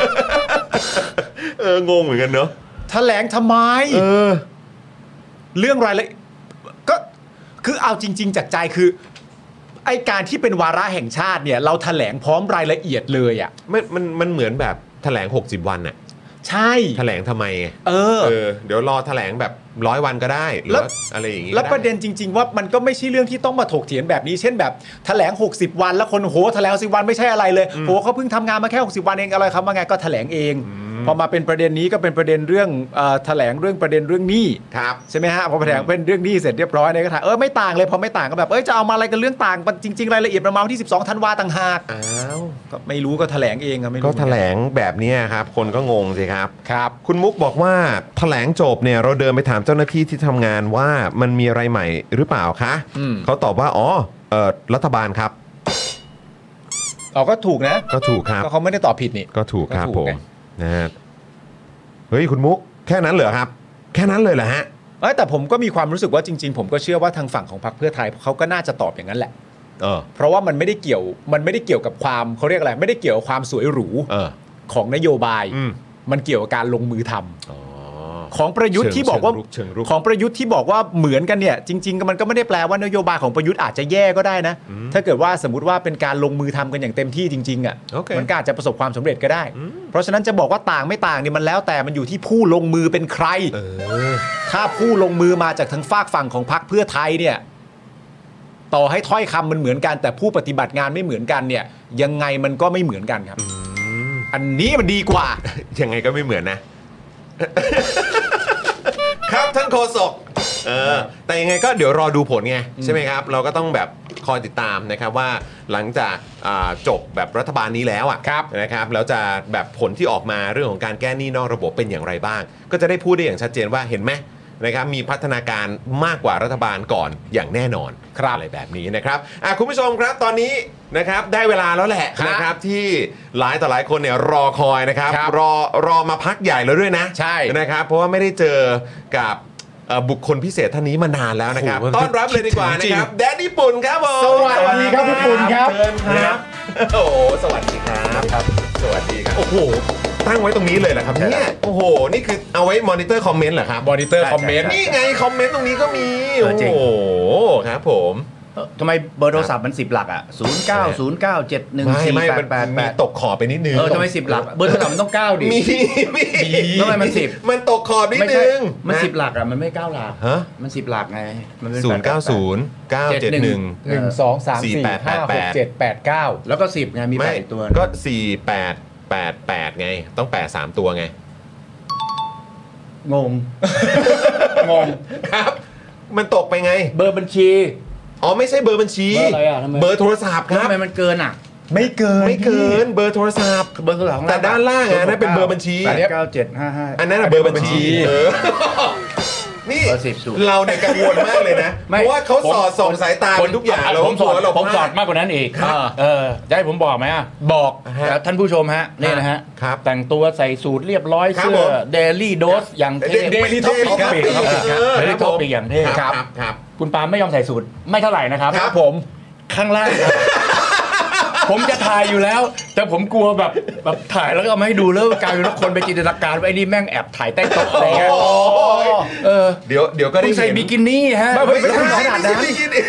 เอองงเหมือนกันเนอะแถลงทำไมเออเรื่องรายละก็คือเอาจริง ๆ จากใจคือไอการที่เป็นวาระแห่งชาติเนี่ย เราแถลงพร้อมรายละเอียดเลยอ่ะมันมันมันเหมือนแบบแถลงหกสิบวันน่ะใช่แถลงทำไมเออเออเดี๋ยวรอแถลงแบบร้อยวันก็ได้หรือแล้วว่าอะไรอย่างงี้แล้วก็ไประเด็นจริง ๆ ว่ามันก็ไม่ใช่เรื่องที่ต้องมาถกเถียงแบบนี้ เช่นแบบแถลงหกสิบวันแล้วคนโหแถลงสิบวันไม่ใช่อะไรเลยโหเขาเพิ่งทำงานมาแค่หกสิบวันเองอะไรครับว่าไงก็แถลงเอง พอมาเป็นประเด็นนี้ก็เป็นประเด็นเรื่องเอ่อแถลงเรื่องประเด็นเรื่องหนี้ครับใช่ไหมฮะพอแถลงเป็นเรื่องหนี้เสร็จเรียบร้อยเนี่ยก็ถามเออไม่ต่างเลยพอไม่ต่างก็แบบเอ้ยจะเอามาอะไรกันเรื่องต่างจริง ๆ รายละเอียดประมาณวันที่สิบสองธันวาต่างหากอ้าวก็ไม่รู้ก็แถลงเองครับไม่รู้ก็แถลงแบบเนี้ยครับ คนก็งงสิครับครับคุณมุกบอกว่าแถลงจบเนี่ยเราเดินไปถามเจ้าหน้าที่ที่ทำงานว่ามันมีอะไรใหม่หรือเปล่าคะอืมเขาตอบว่าอ๋อเออรัฐบาลครับอ๋อก็ถูกนะก็ถูกครับก็เขาไม่ได้ตอบผิดนี่ก็ถูกครับก็ถูกผมไงนะฮะเฮ้ยคุณมุกแค่นั้นเหรอครับ แค่นั้นเลยเหรอฮะเอ้ยแต่ผมก็มีความรู้สึกว่าจริง ๆ ผมก็เชื่อว่าทางฝั่งของพรรคเพื่อไทยเขาก็น่าจะตอบอย่างนั้นแหละเออเพราะว่ามันไม่ได้เกี่ยวมันไม่ได้เกี่ยวกับความเขาเรียกอะไรไม่ได้เกี่ยวกับความสวยหรูเออของนโยบายอืมมันเกี่ยวกับการลงมือทำอ๋อของประยุทธ์ที่บอกว่าเชิงรุกเชิงรุกของประยุทธ์ที่บอกว่าเหมือนกันเนี่ยจริงๆมันก็ไม่ได้แปลว่านโยบายของประยุทธ์อาจจะแย่ก็ได้นะ ถ้าเกิดว่าสมมติว่าเป็นการลงมือทำกันอย่างเต็มที่จริงๆอ่ะโอเคมันก็อาจจะประสบความสำเร็จก็ได้ เพราะฉะนั้นจะบอกว่าต่างไม่ต่างเนี่ยมันแล้วแต่มันอยู่ที่ผู้ลงมือเป็นใครเออถ้าผู้ลงมือมาจากทางฝากฝั่งของพรรคเพื่อไทยเนี่ยต่อให้ถ้อยคำมันเหมือนกัน แต่ผู้ปฏิบัติงานไม่เหมือนกันเนี่ยยังไงมันก็ไม่เหมือนกันครับ อันนี้มันดีกว่ายังไงก็ไม่เหมือนนะ ครับท่านโฆษกเออแต่ยังไงก็เดี๋ยวรอดูผลไงใช่ไหมครับ เราก็ต้องแบบคอยติดตามนะครับว่าหลังจากอ่าจบแบบรัฐบาลนี้แล้วอ่ะครับนะครับแล้วจะแบบผลที่ออกมาเรื่องของการแก้หนี้นอกระบบเป็นอย่างไรบ้าง ก็จะได้พูดได้อย่างชัดเจนว่าเห็นไหมนะครับมีพัฒนาการมากกว่ารัฐบาลก่อนอย่างแน่นอนครับอะไรแบบนี้นะครับอ่ะคุณผู้ชมครับตอนนี้นะครับได้เวลาแล้วแหละครับนะครับที่หลายต่อหลายคนเนี่ยรอคอยนะครับครับรอรอมาพักใหญ่แล้วด้วยนะใช่นะครับเพราะว่าไม่ได้เจอกับเอ่อบุคคลพิเศษท่านนี้มานานแล้วนะครับโอ้โหต้อนรับเลยดีกว่านะครับแดนนี่ปุ่นครับผมสวัสดีครับพี่ปุ่นครับเชิญครับโอ้โหสวัสดีครับครับ สวัสดีครับโอ้โหตั้งไว้ตรงนี้เลยเหรอครับเนี่ยโอ้โหนี่คือเอาไว้มอนิเตอร์คอมเมนต์เหรอครับมอนิเตอร์คอมเมนต์นี่ไงคอมเมนต์ตรงนี้ก็มีเอโอ้อจริงโหครับผมเอ้อทำไมเบอร์โทรศัพท์มันสิบหลักอ่ะศูนย์เก้าศูนย์เก้าเจ็ดหนึ่งไม่สี่ไม่แปมัดนแปดแปมีดตกขอบไปนิดนึงเออทำไมสิบหลักเบอร์โทรศัพท์มันต้องเก้าดิมีมีทำไมมันสิบมันตกขอบนิดไม่ใช่นึงมันสิบหลักอ่ะมันไม่เก้าหลักฮะมันสิบหลักไงมันเป็นศูนย์เก้าศูนย์เก้าเจ็ดหนึ่งหนึ่งสองสามสี่สี่แปดแปห้าดหแปกดเจ็ดแปดเก้าแล้วก็สิบไงมีแปไม่ดอีกตัวก็สี่แปดแปดแปดไง ต้องแปดสามตัวไงงง งงครับ มันตกไปไงเบอร์บัญชีอ๋อไม่ใช่เบอร์บัญชีเบอร์อะไรอ่ะทำไมเบอร์โทรศัพท์คแล้วรับทำไมมันเกินอ่ะไม่เกินไม่เกินเบอร์โทรศัพท์เบอร์โทรศัพท์ของแต่เรด้านล่างอ่ะนั่นเป็นเบอร์บัญชีแปดเก้าเจ็ดห้าห้าอันนั้นอะเบอร์บัญชีเออนี่เบอร์สิบศูนย์เราเนี่ยกังวลมากเลยนะไม่เพราะว่าเขาสอดส่องสายตาเป็นทุกอย่างเราผมสอดกลัวเราผมสอดพลามากกว่านั้นอีกครับเออจะให้ผมบอกไหมอ่ะบอกฮะแล้วท่านผู้ชมฮะนี่นะฮะครับแต่งตัวใส่สูทเรียบร้อยครับเสื้ผอมเดลี่โดสอย่างเท่ Daily Topic ครับ Daily Topic เออ Daily ครับผม Topic อย่างเท่ครับครับครับคุณปาล์มไม่ยอมใส่สูทไม่เท่าไหร่นะครับครับผมข้างล่างครับ ผมจะถ่ายอยู่แล้ว แต่ผมกลัวแบบแบบถ่ายแล้วก็เอามาให้ดูแล้วกลายเป็นว่าคนไปจินตนาการว่าไอ้นี่แม่งแอบถ่ายใต้โต๊ะอะไรเงี้ยโอ้ยเออเดี๋ยวเดี๋ยวก็ได้คุณใส่เห็นบิกินี่ฮะไม่ไม่แล้วคุณใช่ขนาดนั้นไม่ใช่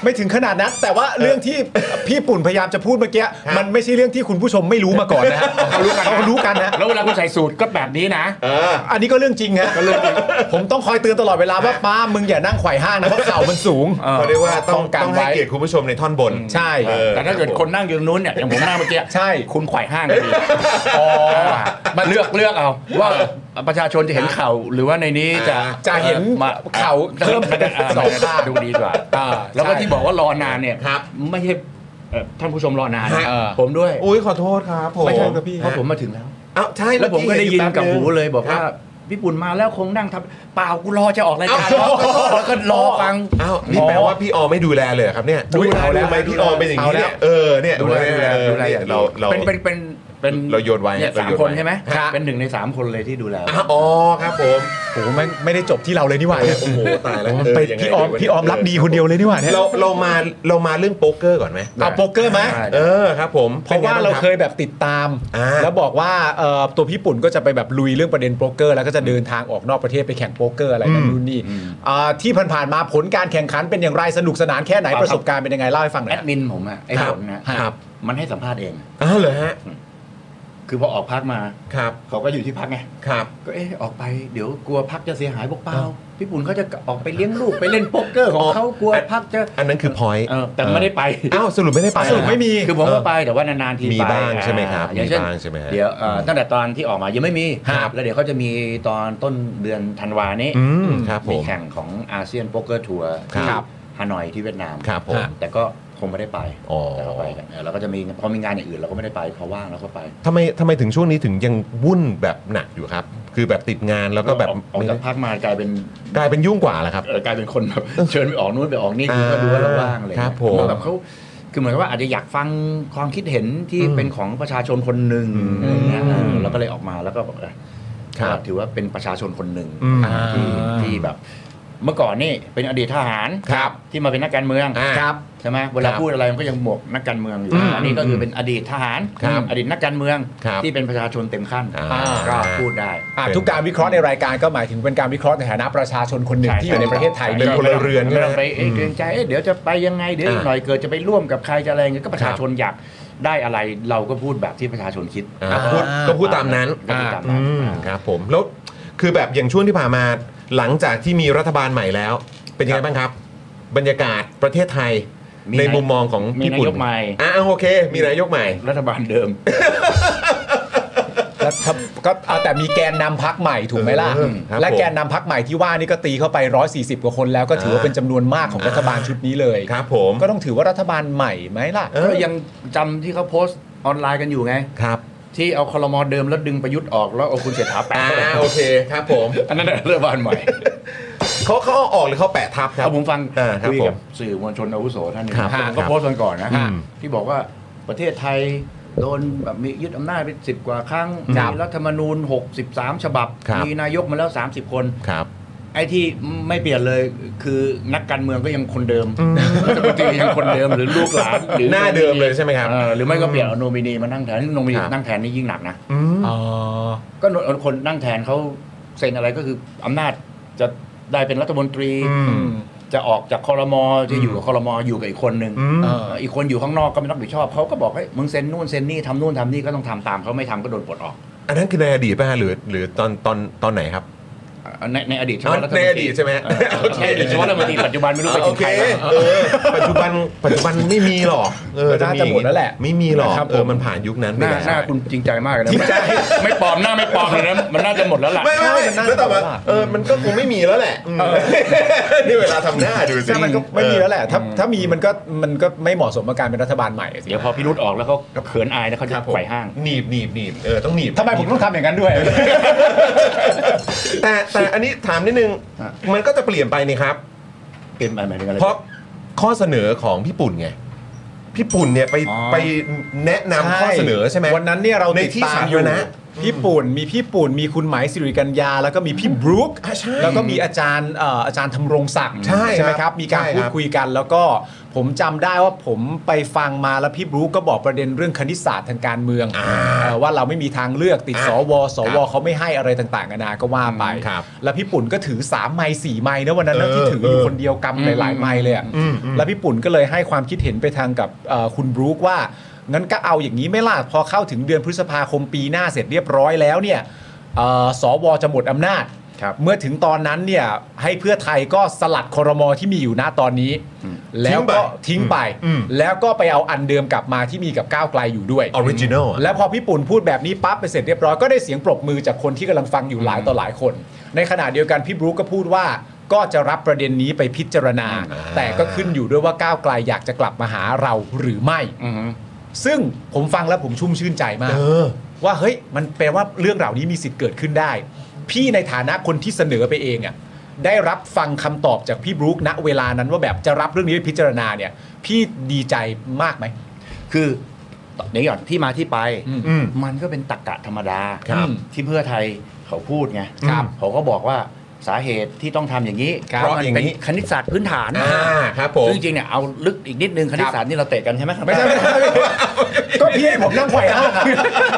ไม่ถึงขนาดนั้นแต่ว่าเรื่องที่พี่ปุ่นพยายามจะพูดเมื่อกี้มันไม่ใช่เรื่องที่คุณผู้ชมไม่รู้มาก่อนนะฮะเขารู้กันเขารู้กันนะแล้วเวลาคุณใส่สูทก็แบบนี้นะอันนี้ก็เรื่องจริงฮะผมต้องคอยเตือนตลอดเวลาว่าป้ามึงอย่านั่งไขว่ห้างนะเพราะเข่ามันสูงเขาเรียกว่าต้องต้องให้เกียรติคุณผู้ชมในท่อนบนใช่แต่ถ้าเกิดคนนั่งอยู่นู้นเนี่ยอย่างผมนั่งเมื่อกี้ใช่คุณไขว่ห้างก็ดีอ๋อมาเลือกเลือกเอาว่าประชาชนจะเห็นเข่าหรือว่าในนี้จะจะเห็นเข่าเพิ่มสองข้างดูดีกว่าแล้วก็ที่บอกว่ารอนานเนี่ยไม่ใช่ท่านผู้ชมรอนานผมด้วยอุ้ยขอโทษครับผมไม่ใช่ครับพี่เพราะผมมาถึงแล้วอ้าวใช่แล้วผมก็ได้ยินกับหูเลยบอกว่าพี่ปุ่นมาแล้วคงนั่งทำเปล่ากูรอจะออกรายการแล้วก็รอฟังอ้าวนี่แปลว่าพี่ออไม่ดูแลเลยครับเนี่ยดูแลทำไมพี่ออเป็นอย่างนี้เนี่ยเออเนี่ยดูแลดูแลดูแลเราเราเป็นเป็นเป็นเป็นเราโยนไว้สามคนใช่ไหมเป็นหนึ่งในสามคนเลยที่ดูแลอ๋อครับผมโอ้ไม่ไม่ได้จบที่เราเลยนี่หว่าโอ้โหตายแล้วไปพี่ออมพี่ออมรับดีคนเดียวเลยนี่หว่าเนี่ยเราเรามาเรามาเรื่องโป๊กเกอร์ก่อนไหมเอาโป๊กเกอร์ไหมเออครับผมเพราะว่าเราเคยแบบติดตามแล้วบอกว่าตัวพี่ปุ่นก็จะไปแบบลุยเรื่องประเด็นโป๊กเกอร์แล้วก็จะเดินทางออกนอกประเทศไปแข่งโป๊กเกอร์อะไรนั่นนู่นนี่ที่ผ่านๆมาผลการแข่งขันเป็นอย่างไรสนุกสนานแค่ไหนประสบการณ์เป็นยังไงเล่าให้ฟังหน่อยแอดมินผมอะไอ้ผมนะครับมันให้สัมภาษณ์เองอ้าวเหรอฮะคือพอออกพักมาครับเขาก็อยู่ที่พักไงครับก็เออออกไปเดี๋ยวกลัวพักจะเสียหายพวกเปล่าพี่ปุ่นเขาจะออกไปเลี้ยงลูกไปเล่นโป๊กเกอร์ของเขากลัวพักจะอันนั้นคือพอยต์แต่ไม่ได้ไปอ้าวสรุปไม่ได้ไปสรุปไม่มีคือผมก็ไปแต่ว่านานๆทีมีบ้างใช่ไหมครับอย่างเช่นเดี๋ยวตั้งแต่ตอนที่ออกมายังไม่มีแล้วเดี๋ยวเขาจะมีตอนต้นเดือนธันวานี้มีแข่งของอาเซียนโป๊กเกอร์ทัวร์ที่ฮานอยที่เวียดนามครับผมแต่ก็คงไม่ได้ไปแต่เราไปกันแล้วก็จะมีพอมีงานอย่างอื่นเราก็ไม่ได้ไปพอว่างเราก็ไปทำไมทำไมถึงช่วงนี้ถึงยังวุ่นแบบหนักอยู่ครับคือแบบติดงานแล้วก็แบบออกจากพักมากลายเป็นกลายเป็นยุ่งกว่าแหละครับกลายเป็นคนแบบเชิญไปออกนู่นไปออกนี่ก็ดูว่าเราว่างอะไรครับผมแบบเขาคือเหมือนกับว่าอาจจะอยากฟังความคิดเห็นที่เป็นของประชาชนคนหนึ่งอะไรเงี้ยเราก็เลยออกมาแล้วก็แบบถือว่าเป็นประชาชนคนหนึ่งที่ที่แบบเมื่อก่อนนี่เป็นอดีตทหารที่มาเป็นนักการเมืองใช่ไหมเวลาพูดอะไรมันก็ยังหมวกนักการเมืองอยู่อันนี้ก็คือเป็นอดีตทหารอดีตนักการเมืองที่เป็นประชาชนเต็มขั้นก็พูดได้ทุกการวิเคราะห์ในรายการก็หมายถึงเป็นการวิเคราะห์ในฐานะประชาชนคนหนึ่งที่อยู่ในประเทศไทยเป็นพลเรือนไม่ต้องไปเกรงใจเดี๋ยวจะไปยังไงเดี๋ยวหน่อยเกิดจะไปร่วมกับใครจะอะไรเงี้ยก็ประชาชนอยากได้อะไรเราก็พูดแบบที่ประชาชนคิดก็พูดตามนั้นครับผมแล้วคือแบบอย่างช่วงที่ผ่านมาหลังจากที่มีรัฐบาลใหม่แล้วเป็นยังไงบ้างครับบรรยากาศประเทศไทยในมุมมองของพี่ปุ่นมีนายกใหม่อ่าโอเคมีนายกใหม่รัฐบาลเดิมก็เอาแต่มีแกนนำพรรคใหม่ถูกไหมล่ะและแกนนำพรรคใหม่ที่ว่านี่ก็ตีเข้าไปหนึ่งร้อยสี่สิบกว่าคนแล้วก็ถือว่าเป็นจำนวนมากของรัฐบาลชุดนี้เลยครับผมก็ต้องถือว่ารัฐบาลใหม่ไหมล่ะก็ยังจำที่เขาโพสต์ออนไลน์กันอยู่ไงครับที่เอาครม.เดิมแล้วดึงประยุทธ์ออกแล้วเอาคุณเศรษฐาแปะโอเคครับผมอันนั้นรัฐบาลใหม่เขาเขาออกหรือเขาแปะทับครับผมฟังคุยกับสื่อมวลชนอาวุโสท่านนึงผมก็โพสต์กันก่อนนะที่บอกว่าประเทศไทยโดนแบบมียึดอำนาจไปสิบกว่าครั้งมีรัฐธรรมนูญหกสิบสามฉบับมีนายกมาแล้วสามสิบคนไอ้ที่ไม่เปลี่ยนเลยคือนักการเมืองก็ยังคนเดิมรัฐมนตรียังคนเดิมหรือลูกหลานหรือหน้าเดิมเลยใช่ไหมครับหรือไม่ก็เปลี่ยนเอาโนมินีมานั่งแทนที่โนมินีนั่งแทนนี่ยิ่งหนักนะก็คนนั่งแทนเขาเซ็นอะไรก็คืออำนาจจะได้เป็นรัฐมนตรีจะออกจากครม.จะอยู่กับครม.อยู่กับอีกคนนึงอีกคนอยู่ข้างนอกก็ไม่ต้องรับผิดชอบเขาก็บอกให้มึงเซ็นนู่นเซ็นนี่ทำนู่นทำนี่ก็ต้องทำตามเขาไม่ทำก็โดนปลดออกอันนั้นคือในอดีตป่ะหรือหรือตอนตอนตอนไหนครับในในอดีตใช่ไหมในอดีตใช่ไหมในอดีตใช่ไหมรัฐมนตรีปัจจุบันไม่รู้ไปถึงใครปัจจุบันปัจจุบันไม่มีหรอกเออน่าจะหมดแล้วแหละไม่มีหรอกเออมันผ่านยุคนั้นไปแล้วหน้าคุณจริงใจมากเลยนะไม่ปลอมหน้าไม่ปลอมเลยนะมันน่าจะหมดแล้วแหละไม่ไม่แล้วแต่ว่าเออมันก็คงไม่มีแล้วแหละนี่เวลาทำหน้าดูสิมันก็ไม่มีแล้วแหละถ้าถ้ามีมันก็มันก็ไม่เหมาะสมกับการเป็นรัฐบาลใหม่เดี๋ยวพอพิรุธออกแล้วเขาเขินอายแล้วเขาจะไขว่ห้างหนีบหนีบหนีบเออต้องหนีบทำไมผมต้องทำอย่างนั้นด้วยแต่แต่อันนี้ถามนิดนึงมันก็จะเปลี่ยนไปนี่ครับเปลี่ยนไปหมายถึงอะไรเพราะข้อเสนอของพี่ปุ่นไงพี่ปุ่นเนี่ยไปไปแนะนำข้อเสนอใช่ไหมวันนั้นเนี่ยเราในที่สาธารณะพี่ปุ่นมีพี่ปุ่นมีคุณไหมสิริกัญญาแล้วก็มีพี่บรู๊คอ่ะใช่แล้วก็มีอาจารย์เอ่ออาจารย์ธำรงศักดิ์ใช่ครับไหมครับมีการใช่พูคดรับคุยกัน แล้วก็ผมจำได้ว่าผมไปฟังมาแล้วพี่บรู๊คก็บอกประเด็นเรื่องคณิตศาสตร์ทางการเมืองเอ่อว่าเราไม่มีทางเลือกติดอ่ะสวสวครับเขาไม่ให้อะไรต่างๆนานาก็ว่าไปครับแล้วพี่ปุ่นก็ถือสามไมค์สี่ไมค์นะวันนั้นนะเออที่ถืออยู่เออคนเดียวกำหลายๆไมค์เลยอะอืมอืมแล้วพี่ปุ่นก็เลยให้ความคิดเห็นไปทางกับเอ่อคุณบรู๊คว่างั้นก็เอาอย่างนี้ไม่ล่ะพอเข้าถึงเดือนพฤษภาคมปีหน้าเสร็จเรียบร้อยแล้วเนี่ยเอ่อสวจะหมดอำนาจครับเมื่อถึงตอนนั้นเนี่ยให้เพื่อไทยก็สลัดครมที่มีอยู่ณตอนนี้ แล้วก็ทิ้งไปอืมแล้วก็ไปเอาอันเดิมกลับมาที่มีกับก้าวไกลอยู่ด้วยออริจินอลแล้วพอพี่ปุ่นพูดแบบนี้ปั๊บไปเสร็จเรียบร้อยก็ได้เสียงปรบมือจากคนที่กำลังฟังอยู่หลายต่อหลายคน ในขณะเดียวกันพี่บรู๊คก็พูดว่าก็จะรับประเด็นนี้ไปพิจารณา แต่ก็ขึ้นอยู่ด้วยว่าก้าวไกลอยากจะกลับมาหาเราหรือไม่อือฮึซึ่งผมฟังแล้วผมชุ่มชื่นใจมากเออว่าเฮ้ยมันแปลว่าเรื่องเหล่านี้มีสิทธิ์เกิดขึ้นได้ พี่ในฐานะคนที่เสนอไปเองอ่ะได้รับฟังคำตอบจากพี่บรู๊คณเวลานั้นว่าแบบจะรับเรื่องนี้ไปพิจารณาเนี่ยพี่ดีใจมากไหมคือเดี๋ยวก่อนที่มาที่ไปอืมมันก็เป็นตรรกะธรรมดาครับที่เพื่อไทยเขาพูดไงครับเขาก็บอกว่าสาเหตุที่ต้องทำอย่างนี้ครับเพราะมันเพราะอย่างเป็นนี้คณิตศาสตร์พื้นฐานอ่าครับผมซึ่งจริงๆเนี่ยเอาลึกอีกนิดนึงคณิตศาสตร์นี่เราเตะกันใช่ไหมครับไม่ใช่ไม่ใช่ไม่ใช่ก็พี่ให้ผมนั่งไขว่ห้างอะ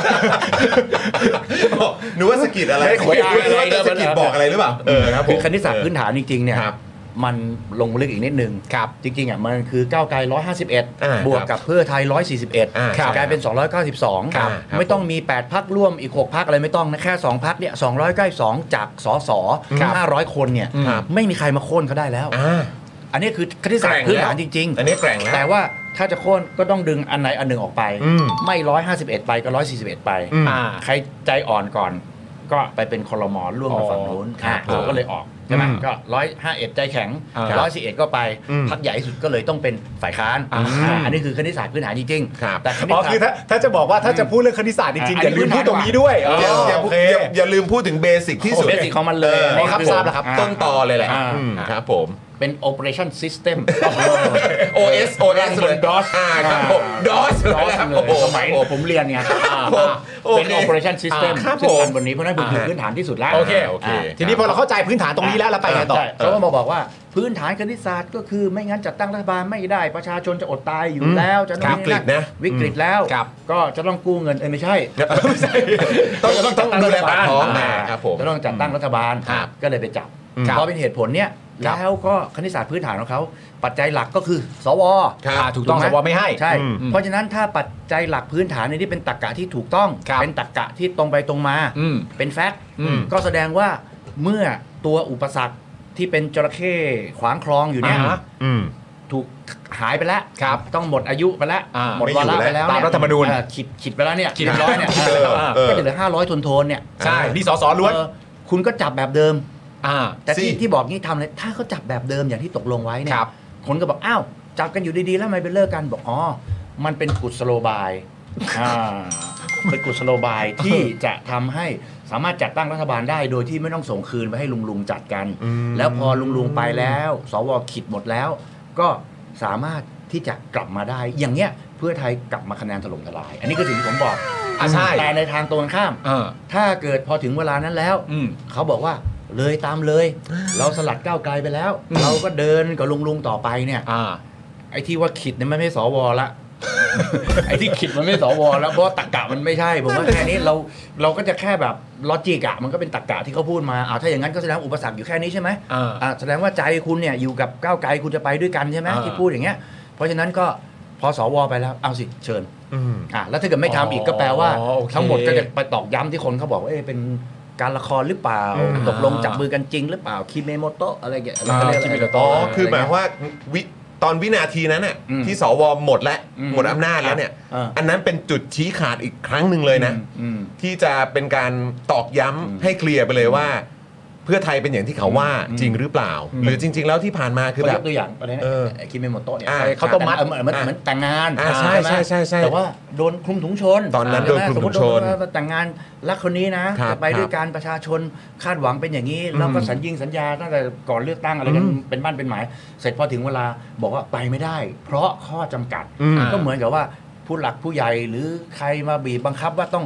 นึกว่าสะกิดอะไรไม่ได้คุยอะไรนึกว่าจะสะกิดบอกอะไรหรือเปล่าเออครับผมคือคณิตศาสตร์พื้นฐานจริงๆเนี่ยครับมันลงลึกอีกนิดนึงครับจริงๆอ่ะมันคือก้าวไกลหนึ่งร้อยห้าสิบเอ็ดอ่าบวกกับเพื่อไทยหนึ่งร้อยสี่สิบเอ็ดอ่าครับกลายเป็นสองร้อยเก้าสิบสองครับครับไม่ต้องมีแปดพรรคร่วมอีกหกพรรคอะไรไม่ต้องนะแค่สองพรรคเนี่ยสองร้อยเก้าสิบสองจากสสครับห้าร้อยคนเนี่ยครับไม่มีใครมาโค่นเขาได้แล้วอ่าอันนี้คือคณิตศาสตร์พื้นฐานจริงอันนี้แกร่งแล้วแต่ว่าถ้าจะโค่นก็ต้องดึงอันไหนอันหนึ่งออกไปอืมไม่หนึ่งร้อยห้าสิบเอ็ดไปก็หนึ่งร้อยสี่สิบเอ็ดไปอืมอ่าใครใจอ่อนก่อน ก็ไปเป็นคลมร่วมกับฝั่งนู้นครับเขาก็เลยออกใช่ไหมอืมก็ร้อยห้าเอ็ดใจแข็งอ่าร้อยสี่เอ็ดก็ไปอืมพรรคใหญ่ที่สุดก็เลยต้องเป็นฝ่ายค้านอ่าอ่าอันนี้คือคณิตศาสตร์พื้นฐานจริงครับๆแต่คณิตอ๋อศาสตคือร์ถ้าถ้าจะบอกว่าถ้าจะพูดเรื่องคณิตศาสตร์จริงๆอ่ะอย่าลืมพูดตรงนี้ด้วยอ๋ออย่าอย่าโอเคอย่าอย่าลืมพูดถึงเบสิกที่สุดเบสิกของมันเลยออนี่ครับคือทราบแล้วครับอ่าต้นตอเลยแหละอ่าอืมครับผมเป็น operation system โอ เอส โอ เอสบเลยน DOS อ่าครับผม ดอสดอสครับเลยโอ้โหสมัยผมเรียนไงอ่าผมโอเคเป็น operation system อ่าครับซึ่งผมอันบนนี้เพราะฉะนั้นผมถือพื้นฐานที่สุดแล้วโอเคโอเคาทีนี้พอเราเข้าใจพื้นฐานตรงนี้แล้วเราไปไงต่อใช่เขาก็มาบอกว่าพื้นฐานคณิตศาสตร์ก็คือไม่งั้นจัดตั้งรัฐบาลไม่ได้ประชาชนจะอดตายอยู่แล้วจะวิกฤตนะวิกฤตแล้วครับก็จะต้องกู้เงินเอ้ยไม่ใช่ไม่ใช่ต้องต้องต้องดูแลปากท้องอ่าครับผมจะต้องจัดตั้งรัฐบาลครับก็เลยไปจับครับเพราะเป็นเหตุผลเนี้ยครับแล้วก็คณิตศาสตร์พื้นฐานของเขาปัจจัยหลักก็คือสวครับอ่าถูกต้องถูสกไหมวไม่ให้ใช่อืมเพราะฉะนั้นถ้าปัจจัยหลักพื้นฐานในที่เป็นตรรกะที่ถูกต้องครับเป็นตรรกะที่ตรงไปตรงมาอืมเป็นแฟกต์อืมก็แสดงว่าเมื่อตัวอุปสรรคที่เป็นจระเข้ขวางคลองอยู่เนี่ยอ่าฮะอืมถูกหายไปแล้วครับต้องหมดอายุไปแล้วอ่าหมดวาระไปแล้วตามรัฐธรรมนูญเออขีดขีดไปแล้วเนี่ยขีดเรียบร้อยเนี่ยเออเออก็จะเหลือห้าร้อยทนทนๆเนี่ยใช่นี่สสล้วนเออคุณก็จับแบบเดิมอ่าแต่ที่สิที่บอกงี้ทำเลยถ้าเขาจับแบบเดิมอย่างที่ตกลงไว้เนี่คยรับคนก็บอกอ้าวจับกันอยู่ดีๆแล้วทำไมไปเลิกกันบอกอ๋อมันเป็นกุศโลบายอ่าเป็นกุศโลบายที่จะทำให้สามารถจัดตั้งรัฐบาลได้โดยที่ไม่ต้องส่งคืนไปให้ลุงลุงๆจัดกันอืมแล้วพอลุงลุงๆไปแล้วสวขิดหมดแล้ว ก็สามารถที่จะกลับมาได้ อย่างเงี้ยเพื่อไทยกลับมาคะแนนถล่มทลาย อันนี้คือสิ่งที่ผมบอกอ่ะใช่แต่ในทางตรงกันข้ามเออถ้าเกิดพอถึงเวลานั้นแล้วอืมเขาบอกว่าเลยตามเลย เราสลัดก้าวไกลไปแล้วอืมเราก็เดินกับลุงลุงๆต่อไปเนี่ยอ่าไอ้ที่ว่าขิดเนี่ยมันไม่สวละ ไอ้ที่ขิดมันไม่สวแล้วเพราะตรรกะมันไม่ใช่ผมว่าแค่นี้เราเราก็จะแค่แบบลอจิกอะมันก็เป็นตรรกะที่เขาพูดมาอ่าถ้าอย่างนั้นก็แสดงอุปสรรคอยู่แค่นี้ใช่ไหมอ่าอ่าแสดงว่าใจคุณเนี่ยอยู่กับก้าวไกลคุณจะไปด้วยกันใช่ไหมอ่าที่พูดอย่างเงี้ยเพราะฉะนั้นก็พอสวไปแล้วเอาสิเชิญอืมอ่ะแล้วถ้าเกิดไม่ทำอีกก็แปลว่าอ๋อโอเคทั้งหมดก็จะไปตอกย้ำที่คนเขาบอกว่าเอ๊ะเป็นการละครหรือเปล่าอืมตกลงจับมือกันจริงหรือเปล่าคิเมโมโตะอะไรเงี้ยอ่าเราก็เรียกคิเมโมอะไรโตะอ๋อคือหมายว่าวิตอนวินาทีนั้นน่ะอืมที่สวหมดแล้วอืมหมดอำนาจแล้วเนี่ยอ่าอันนั้นเป็นจุดชี้ขาดอีกครั้งหนึ่งเลยนะอืมที่จะเป็นการตอกย้ำอืมให้เคลียร์ไปเลยว่า เพื่อไทยเป็นอย่างที่เขาว่าอืมจริงหรือเปล่า หรือจริง ๆ แล้วที่ผ่านมาคือเขาแบยบกตัวอย่างประเด็นเออคิเมโมโตะเนี่ยอ่าเขาต้มมัดเหมือนเหมือนอ่าเหมือนแต่งงานอ่าใช่ไหมใช่ใช่ใช่แต่ว่าโดนคลุมถุงชนตอนนั้นใช่ไหโดนคลุมถุงชนสมมุติว่าแต่งงานรักคนนี้นะครับ จะไปด้วยการประชาชนคาดหวังเป็นอย่างนี้ แล้วก็สัญญิงสัญญาตั้งแต่ก่อนเลือกตั้งอะไรกันอืมเป็นบ้านเป็นหมาย เสร็จพอถึงเวลาบอกว่าไปไม่ได้ เพราะข้อจำกัดอืมก็เหมือนกับว่าผู้หลักผู้ใหญ่หรือใครมาบีบบังคับว่าต้องไป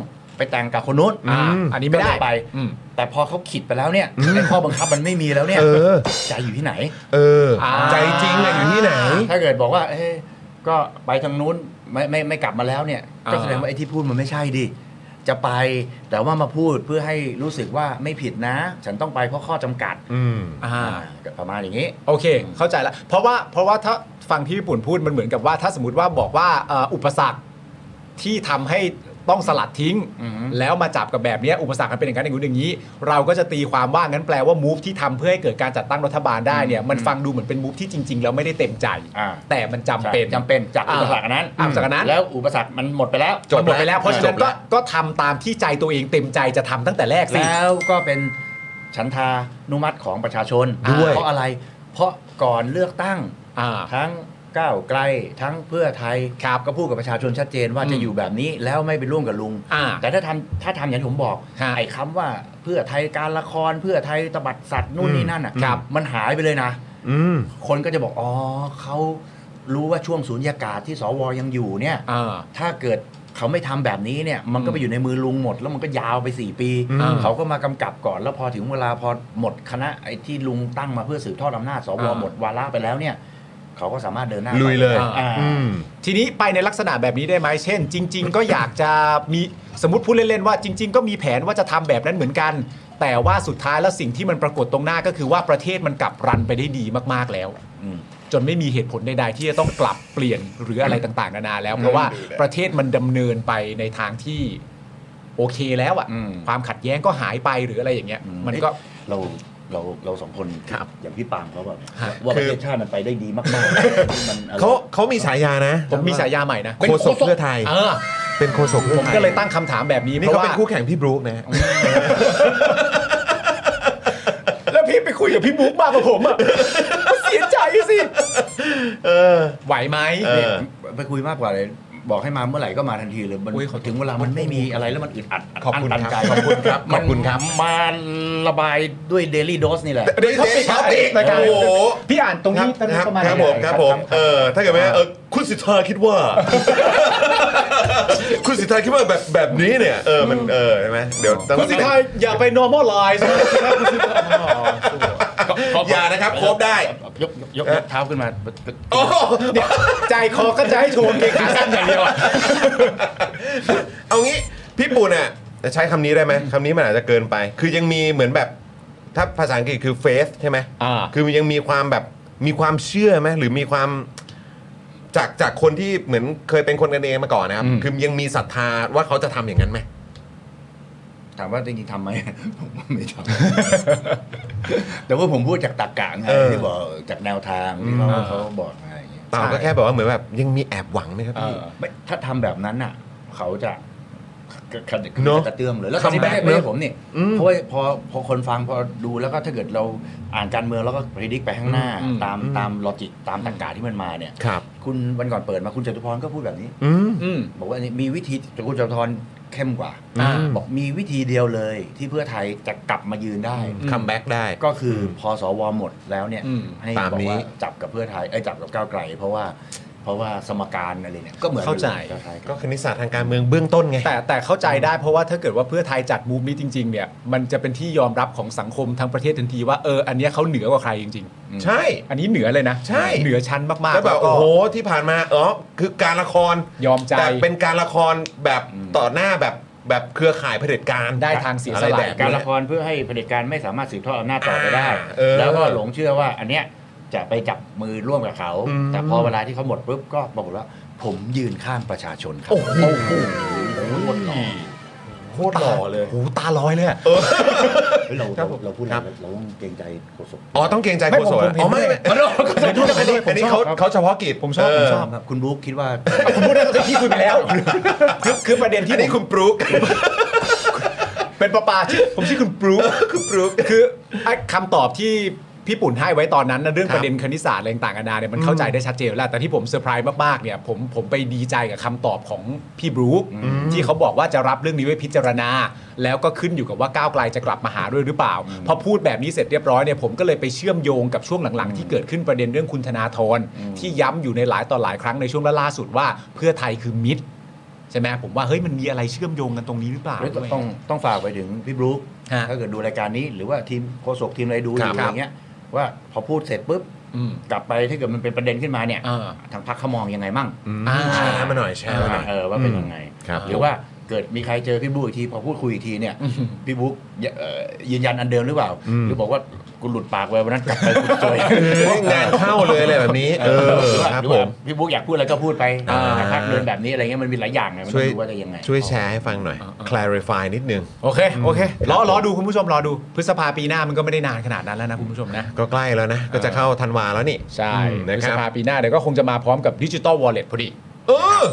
แต่งกับคนนู้นอ่าอันนี้ไม่ได้ก็เลยไปอืมแต่พอเขาขิดไปแล้วเนี่ยไอ้ข้อบังคับมันไม่มีแล้วเนี่ยเออใจอยู่ที่ไหนเออใจจริงอะอยู่ที่ไหนถ้าเกิดบอกว่าเอ้ยก็ไปทางนู้นไม่ไม่ไม่กลับมาแล้วเนี่ยก็แสดงว่าไอ้ที่พูดมันไม่ใช่ดิจะไปแต่ว่ามาพูดเพื่อให้รู้สึกว่าไม่ผิดนะ ฉันต้องไปเพราะข้อจำกัดอืมอ่าประมาณอย่างนี้โอเคเข้าใจแล้วเพราะว่าเพราะว่าถ้าฟังที่ญี่ปุ่นพูดมันเหมือนกับว่าถ้าสมมติว่าบอกว่าเอ่ออุปสรรคที่ทำให้ต้องสลัดทิ้งอือฮึแล้วมาจับกับแบบเนี้ยอุปสรรคมันเป็นอย่างนั้นอย่างนู้นอย่างนี้ เราก็จะตีความว่างั้นแปลว่า move ที่ทำเพื่อให้เกิดการจัดตั้งรัฐบาลได้เนี่ยมันฟังดูเหมือนเป็น move ที่จริง ๆ แล้วไม่ได้เต็มใจอ่าแต่มันจำเป็นจำเป็นจากอุปสรรคอันนั้นอ่าอุปสรรคอันนั้นแล้วอุปสรรคมันหมดไปแล้วจบหมดไปแล้วเพราะฉะนั้นจบแล้ก็วก็ทำตามที่ใจตัวเองเต็มใจจะทำตั้งแต่แรกสิแล้วก็เป็นฉันทานุมัติของประชาชนด้วยเพราะอะไร เพราะก่อนเลือกตั้งอ่าทั้งก้าวไกลทั้งเพื่อไทยครับก็พูดกับประชาชนชัดเจนว่าอืมจะอยู่แบบนี้แล้วไม่ไปร่วมกับลุงอ่าแต่ถ้าทำถ้าทำอย่างที่ผมบอกฮะไอ้คำว่าเพื่อไทยการละครเพื่อไทยตบัดสัตว์นู่นนี่นั่นอ่ะครับมันหายไปเลยนะอืมคนก็จะบอกอ๋อเขารู้ว่าช่วงสูญญากาศที่สวยังอยู่เนี่ยอ่าถ้าเกิดเขาไม่ทำแบบนี้เนี่ยมันก็ไปอยู่ในมือลุงหมด แล้วมันก็ยาวไปสี่ปีอืมเขาก็มากำกับก่อน แล้วพอถึงเวลาพอหมดคณะไอ้ที่ลุงตั้งมาเพื่อสืบทอดอำนาจสวอ่าหมดวาระไปแล้วเนี่ยเขาก็สามารถเดินหน้าลุยเลยอ่าอืมทีนี้ไปในลักษณะแบบนี้ได้ไหมเช่น จริง ๆ ก็อยากจะมีสมมติพูดเล่นๆว่าจริง ๆ ก็มีแผนว่าจะทำแบบนั้นเหมือนกัน แต่ว่าสุดท้ายแล้วสิ่งที่มันปรากฏตรงหน้าก็คือว่าประเทศมันกลับรันไปได้ดีมากๆแล้วอืมจนไม่มีเหตุผลใดๆที่จะต้องกลับเปลี่ยนหรืออะไรต่างๆนานาแล้ว เพราะว่าประเทศมันดำเนินไปในทางที่โอเคแล้วอะอืมความขัดแย้งก็หายไปหรืออะไรอย่างเงี้ยมันก็เราเราเราสองคนครับอย่างพี่ปาล์มเขาแบบฮะว่าประเทศชาติมันไปได้ดีมากๆมันอะไรเขาเขามีฉายานะผมมีฉายาใหม่นะโฆษกเพื่อไทยเออเป็นโฆษกเพื่อผมไทยก็เลยตั้งคำถามแบบนี้นี่เพเขาราะเป็นว่าคู่แข่งพี่บรู๊คนะแล้วพี่ไปคุยกับพี่บุ๊กมากกว่าผมอ่ะ เสียใจสิเออไหวไหมเออเนี่ยไปคุยมากกว่าเลยบอกให้มาเมื่อไหร่ก็มาทันทีเลยมันอุ๊ยขอโทษถึงเวลามันไม่มีอะไรแล้วมันอึดอัดขอบคุณนตันครับใจขอบคุณครับขอบคุณครับมันมาระบายด้วยเดลี่โดสนี่แหละเดี๋ยวเขาเขาอีกรายการโอ้โหพี่อ่านตรงนี้ตรงนี้ครับประมาณครับไหนผมครับผมเออถ้าเกิดว่าเออคุณสิทธาคิดว่า คุณสิทธาคิดว่าแบบแบบนี้เนี่ยเออมันเออใช่ไหมเดี๋ยวต้องคุณสิทธาอย่าไป normalize นะคุณสิทธาอย่านะครับโคบได้ยกยกยกยกเท้าขึ้นมาโอ้โหเนี่ยใจคอก็จะให้โชว์กางเกงขาสั้นอย่างเดียวอะเอางี้พี่ปูเนี่ยจะใช้คำนี้ได้ไหมคำนี้มันอาจจะเกินไป คือยังมีเหมือนแบบถ้าภาษาอังกฤษคือ faith ใช่ไหมอ่าคือยังมีความแบบมีความเชื่อไหมหรือมีความจากจากคนที่เหมือนเคยเป็นคนกันเองมาก่อนนะครับอืมคือยังมีศรัทธาว่าเขาจะทำอย่างนั้นไหมถามว่าจริงๆทำไหม ผมว่าไม่ทำ แต่ว่าผมพูดจากตรรกะไงเออที่บอกจากแนวทางที่เขาอืมเขาบอกมาอย่างเงี้ยเปล่าก็แค่แบบว่าเหมือนแบบยังมีแอบหวังไหมครับพี่ไม่ถ้าทำแบบนั้นน่ะ เขาจะกระกระเนอะกระเตื้องเลยแล้วตอนนี้ไม่ได้ Comeback ไม่ได้เนอะผมนี่อืมเพราะว่าพอพอคนฟังพอดูแล้วก็ถ้าเกิดเราอ่านการเมืองแล้วก็พ r e ดิ c ไปข้างหน้าอืมตามอืมตามลอจิกตามตรรกะที่มันมาเนี่ยครับคุณวันก่อนเปิดมาคุณจตุพรก็พูดแบบนี้อืมอืมบอกว่านี่มีวิธีแต่คุณจตุพรเข้มกว่าอ่าบอกมีวิธีเดียวเลยที่เพื่อไทยจะกลับมายืนได้คัมแบ็กได้ก็คือพอสวหมดแล้วเนี่ยอืมให้ตามบอกนี้ว่าจับกับเพื่อไทยเอ้ยจับกับก้าวไกล เพราะว่าเพราะว่าสมการอะไรเนี่ยก็เหมือนเข้าใจก้าวไกลก็คณิตศาสตร์ทางการเมืองเบื้องต้นไงแต่แต่เข้าใจได้เพราะว่าถ้าเกิดว่าเพื่อไทยจัดมูฟนี้จริงๆเนี่ยมันจะเป็นที่ยอมรับของสังคมทั้งประเทศทันทีว่าเอออันเนี้ยเขาเหนือกว่าใครจริงใช่ๆ อันนี้เหนือเลยนะใช่เหนือชั้นมากๆแล้วแบบก็โอ้โหที่ผ่านมาอ๋อคือการละครยอมใจแต่เป็นการละครแบบต่อหน้าแบบแบบเครือข่ายเผด็จการได้ทางเสียสละอะไรแบบการละครเพื่อให้เผด็จการไม่สามารถสืบทอดอำนาจต่อไปได้เออแล้วก็หลงเชื่อว่าอันเนี้ยจะไปจับมือร่วมกับเขาอืมแต่พอเวลาที่เขาหมดปุ๊บก็บอกว่าผมยืนข้างประชาชนครับโอ้โหโคตรหล่อโคตรหล่อเลยโอ้โหตาลอยเลยอะเฮ้ยเราเราเราพูดอะไรเราต้องเกรงใจโฆษกอ๋อต้องเกรงใจไม่โฆษกผมผมอ๋อไม่ไม่ผมผมผมอันนี้อันนี้อันนี้เขาเขาเฉพาะกิจผมชอบผมชอบครับคุณบุ๊กคิดว่าผมพูดได้ก็ที่คุยไปแล้วคือคือประเด็นที่อันนี้ผมคุณปรุกเป็นปะปาชื่อผมชื่อคุณปรูคุณปรูคือไอ้คำตอบที่พี่ปุ่นให้ไว้ตอนนั้นนะเรื่องครับประเด็นคณิตศาสตร์อะไรต่างๆนานาเนี่ยมันเข้าใจได้ชัดเจนแล้วแต่ที่ผมเซอร์ไพรส์มากๆเนี่ยผมผมไปดีใจกับคำตอบของพี่บรูคที่เขาบอกว่าจะรับเรื่องนี้ไว้พิจารณา แล้วก็ขึ้นอยู่กับว่าก้าวไกลจะกลับมาหาด้วยหรือเปล่าพอพูดแบบนี้เสร็จเรียบร้อยเนี่ยผมก็เลยไปเชื่อมโยงกับช่วงหลังๆที่เกิดขึ้นประเด็นเรื่องคุณธนาธรที่ย้ำอยู่ในหลายต่อหลายครั้งในช่วงล่าสุดว่าเพื่อไทยคือมิตรใช่ไหมผมว่าเฮ้ยมันมีอะไรเชื่อมโยงกันตรงนี้หรือเปล่าต้องต้องฝากไปถึงพี่บรู๊คถ้าเกิดดูรายการนี้หรือว่าทีมโฆษกทีมอะไรดูอยู่อย่างเงี้ยว่าพอพูดเสร็จปุ๊บกลับไปถ้าเกิดมันเป็นประเด็นขึ้นมาเนี่ยทางพรรคเขามองยังไงมั่งแชร์มาหน่อยแชร์มาหน่อยเออว่าเป็นยังไงหรือว่าเกิดมีใครเจอพี่บุ๊กอีกทีพอพูดคุยอีกทีเนี่ยพี่บุ๊กยืนยันอันเดิมหรือเปล่าหรือบอกว่ากูหลุดปากไว้วันนั้นกลับไปกูเจองานเข้าเลยอะไรแบบนี้เออครับผมพี่บุ๊กอยากพูดอะไรก็พูดไปพักเดินแบบนี้อะไรเงี้ยมันมีหลายอย่างไงมันต้องดูว่าจะยังไงช่วยแชร์ให้ฟังหน่อย clarify นิดนึงโอเคโอเครอรอดูคุณผู้ชมรอดูพฤษภาปีหน้ามันก็ไม่ได้นานขนาดนั้นแล้วนะคุณผู้ชมนะก็ใกล้แล้วนะก็จะเข้าธันวาแล้วนี่ใช่พฤษภาปีหน้าเดี๋ยวก็คงจะมาพร้อมกับ Digital Wallet พอดีเออ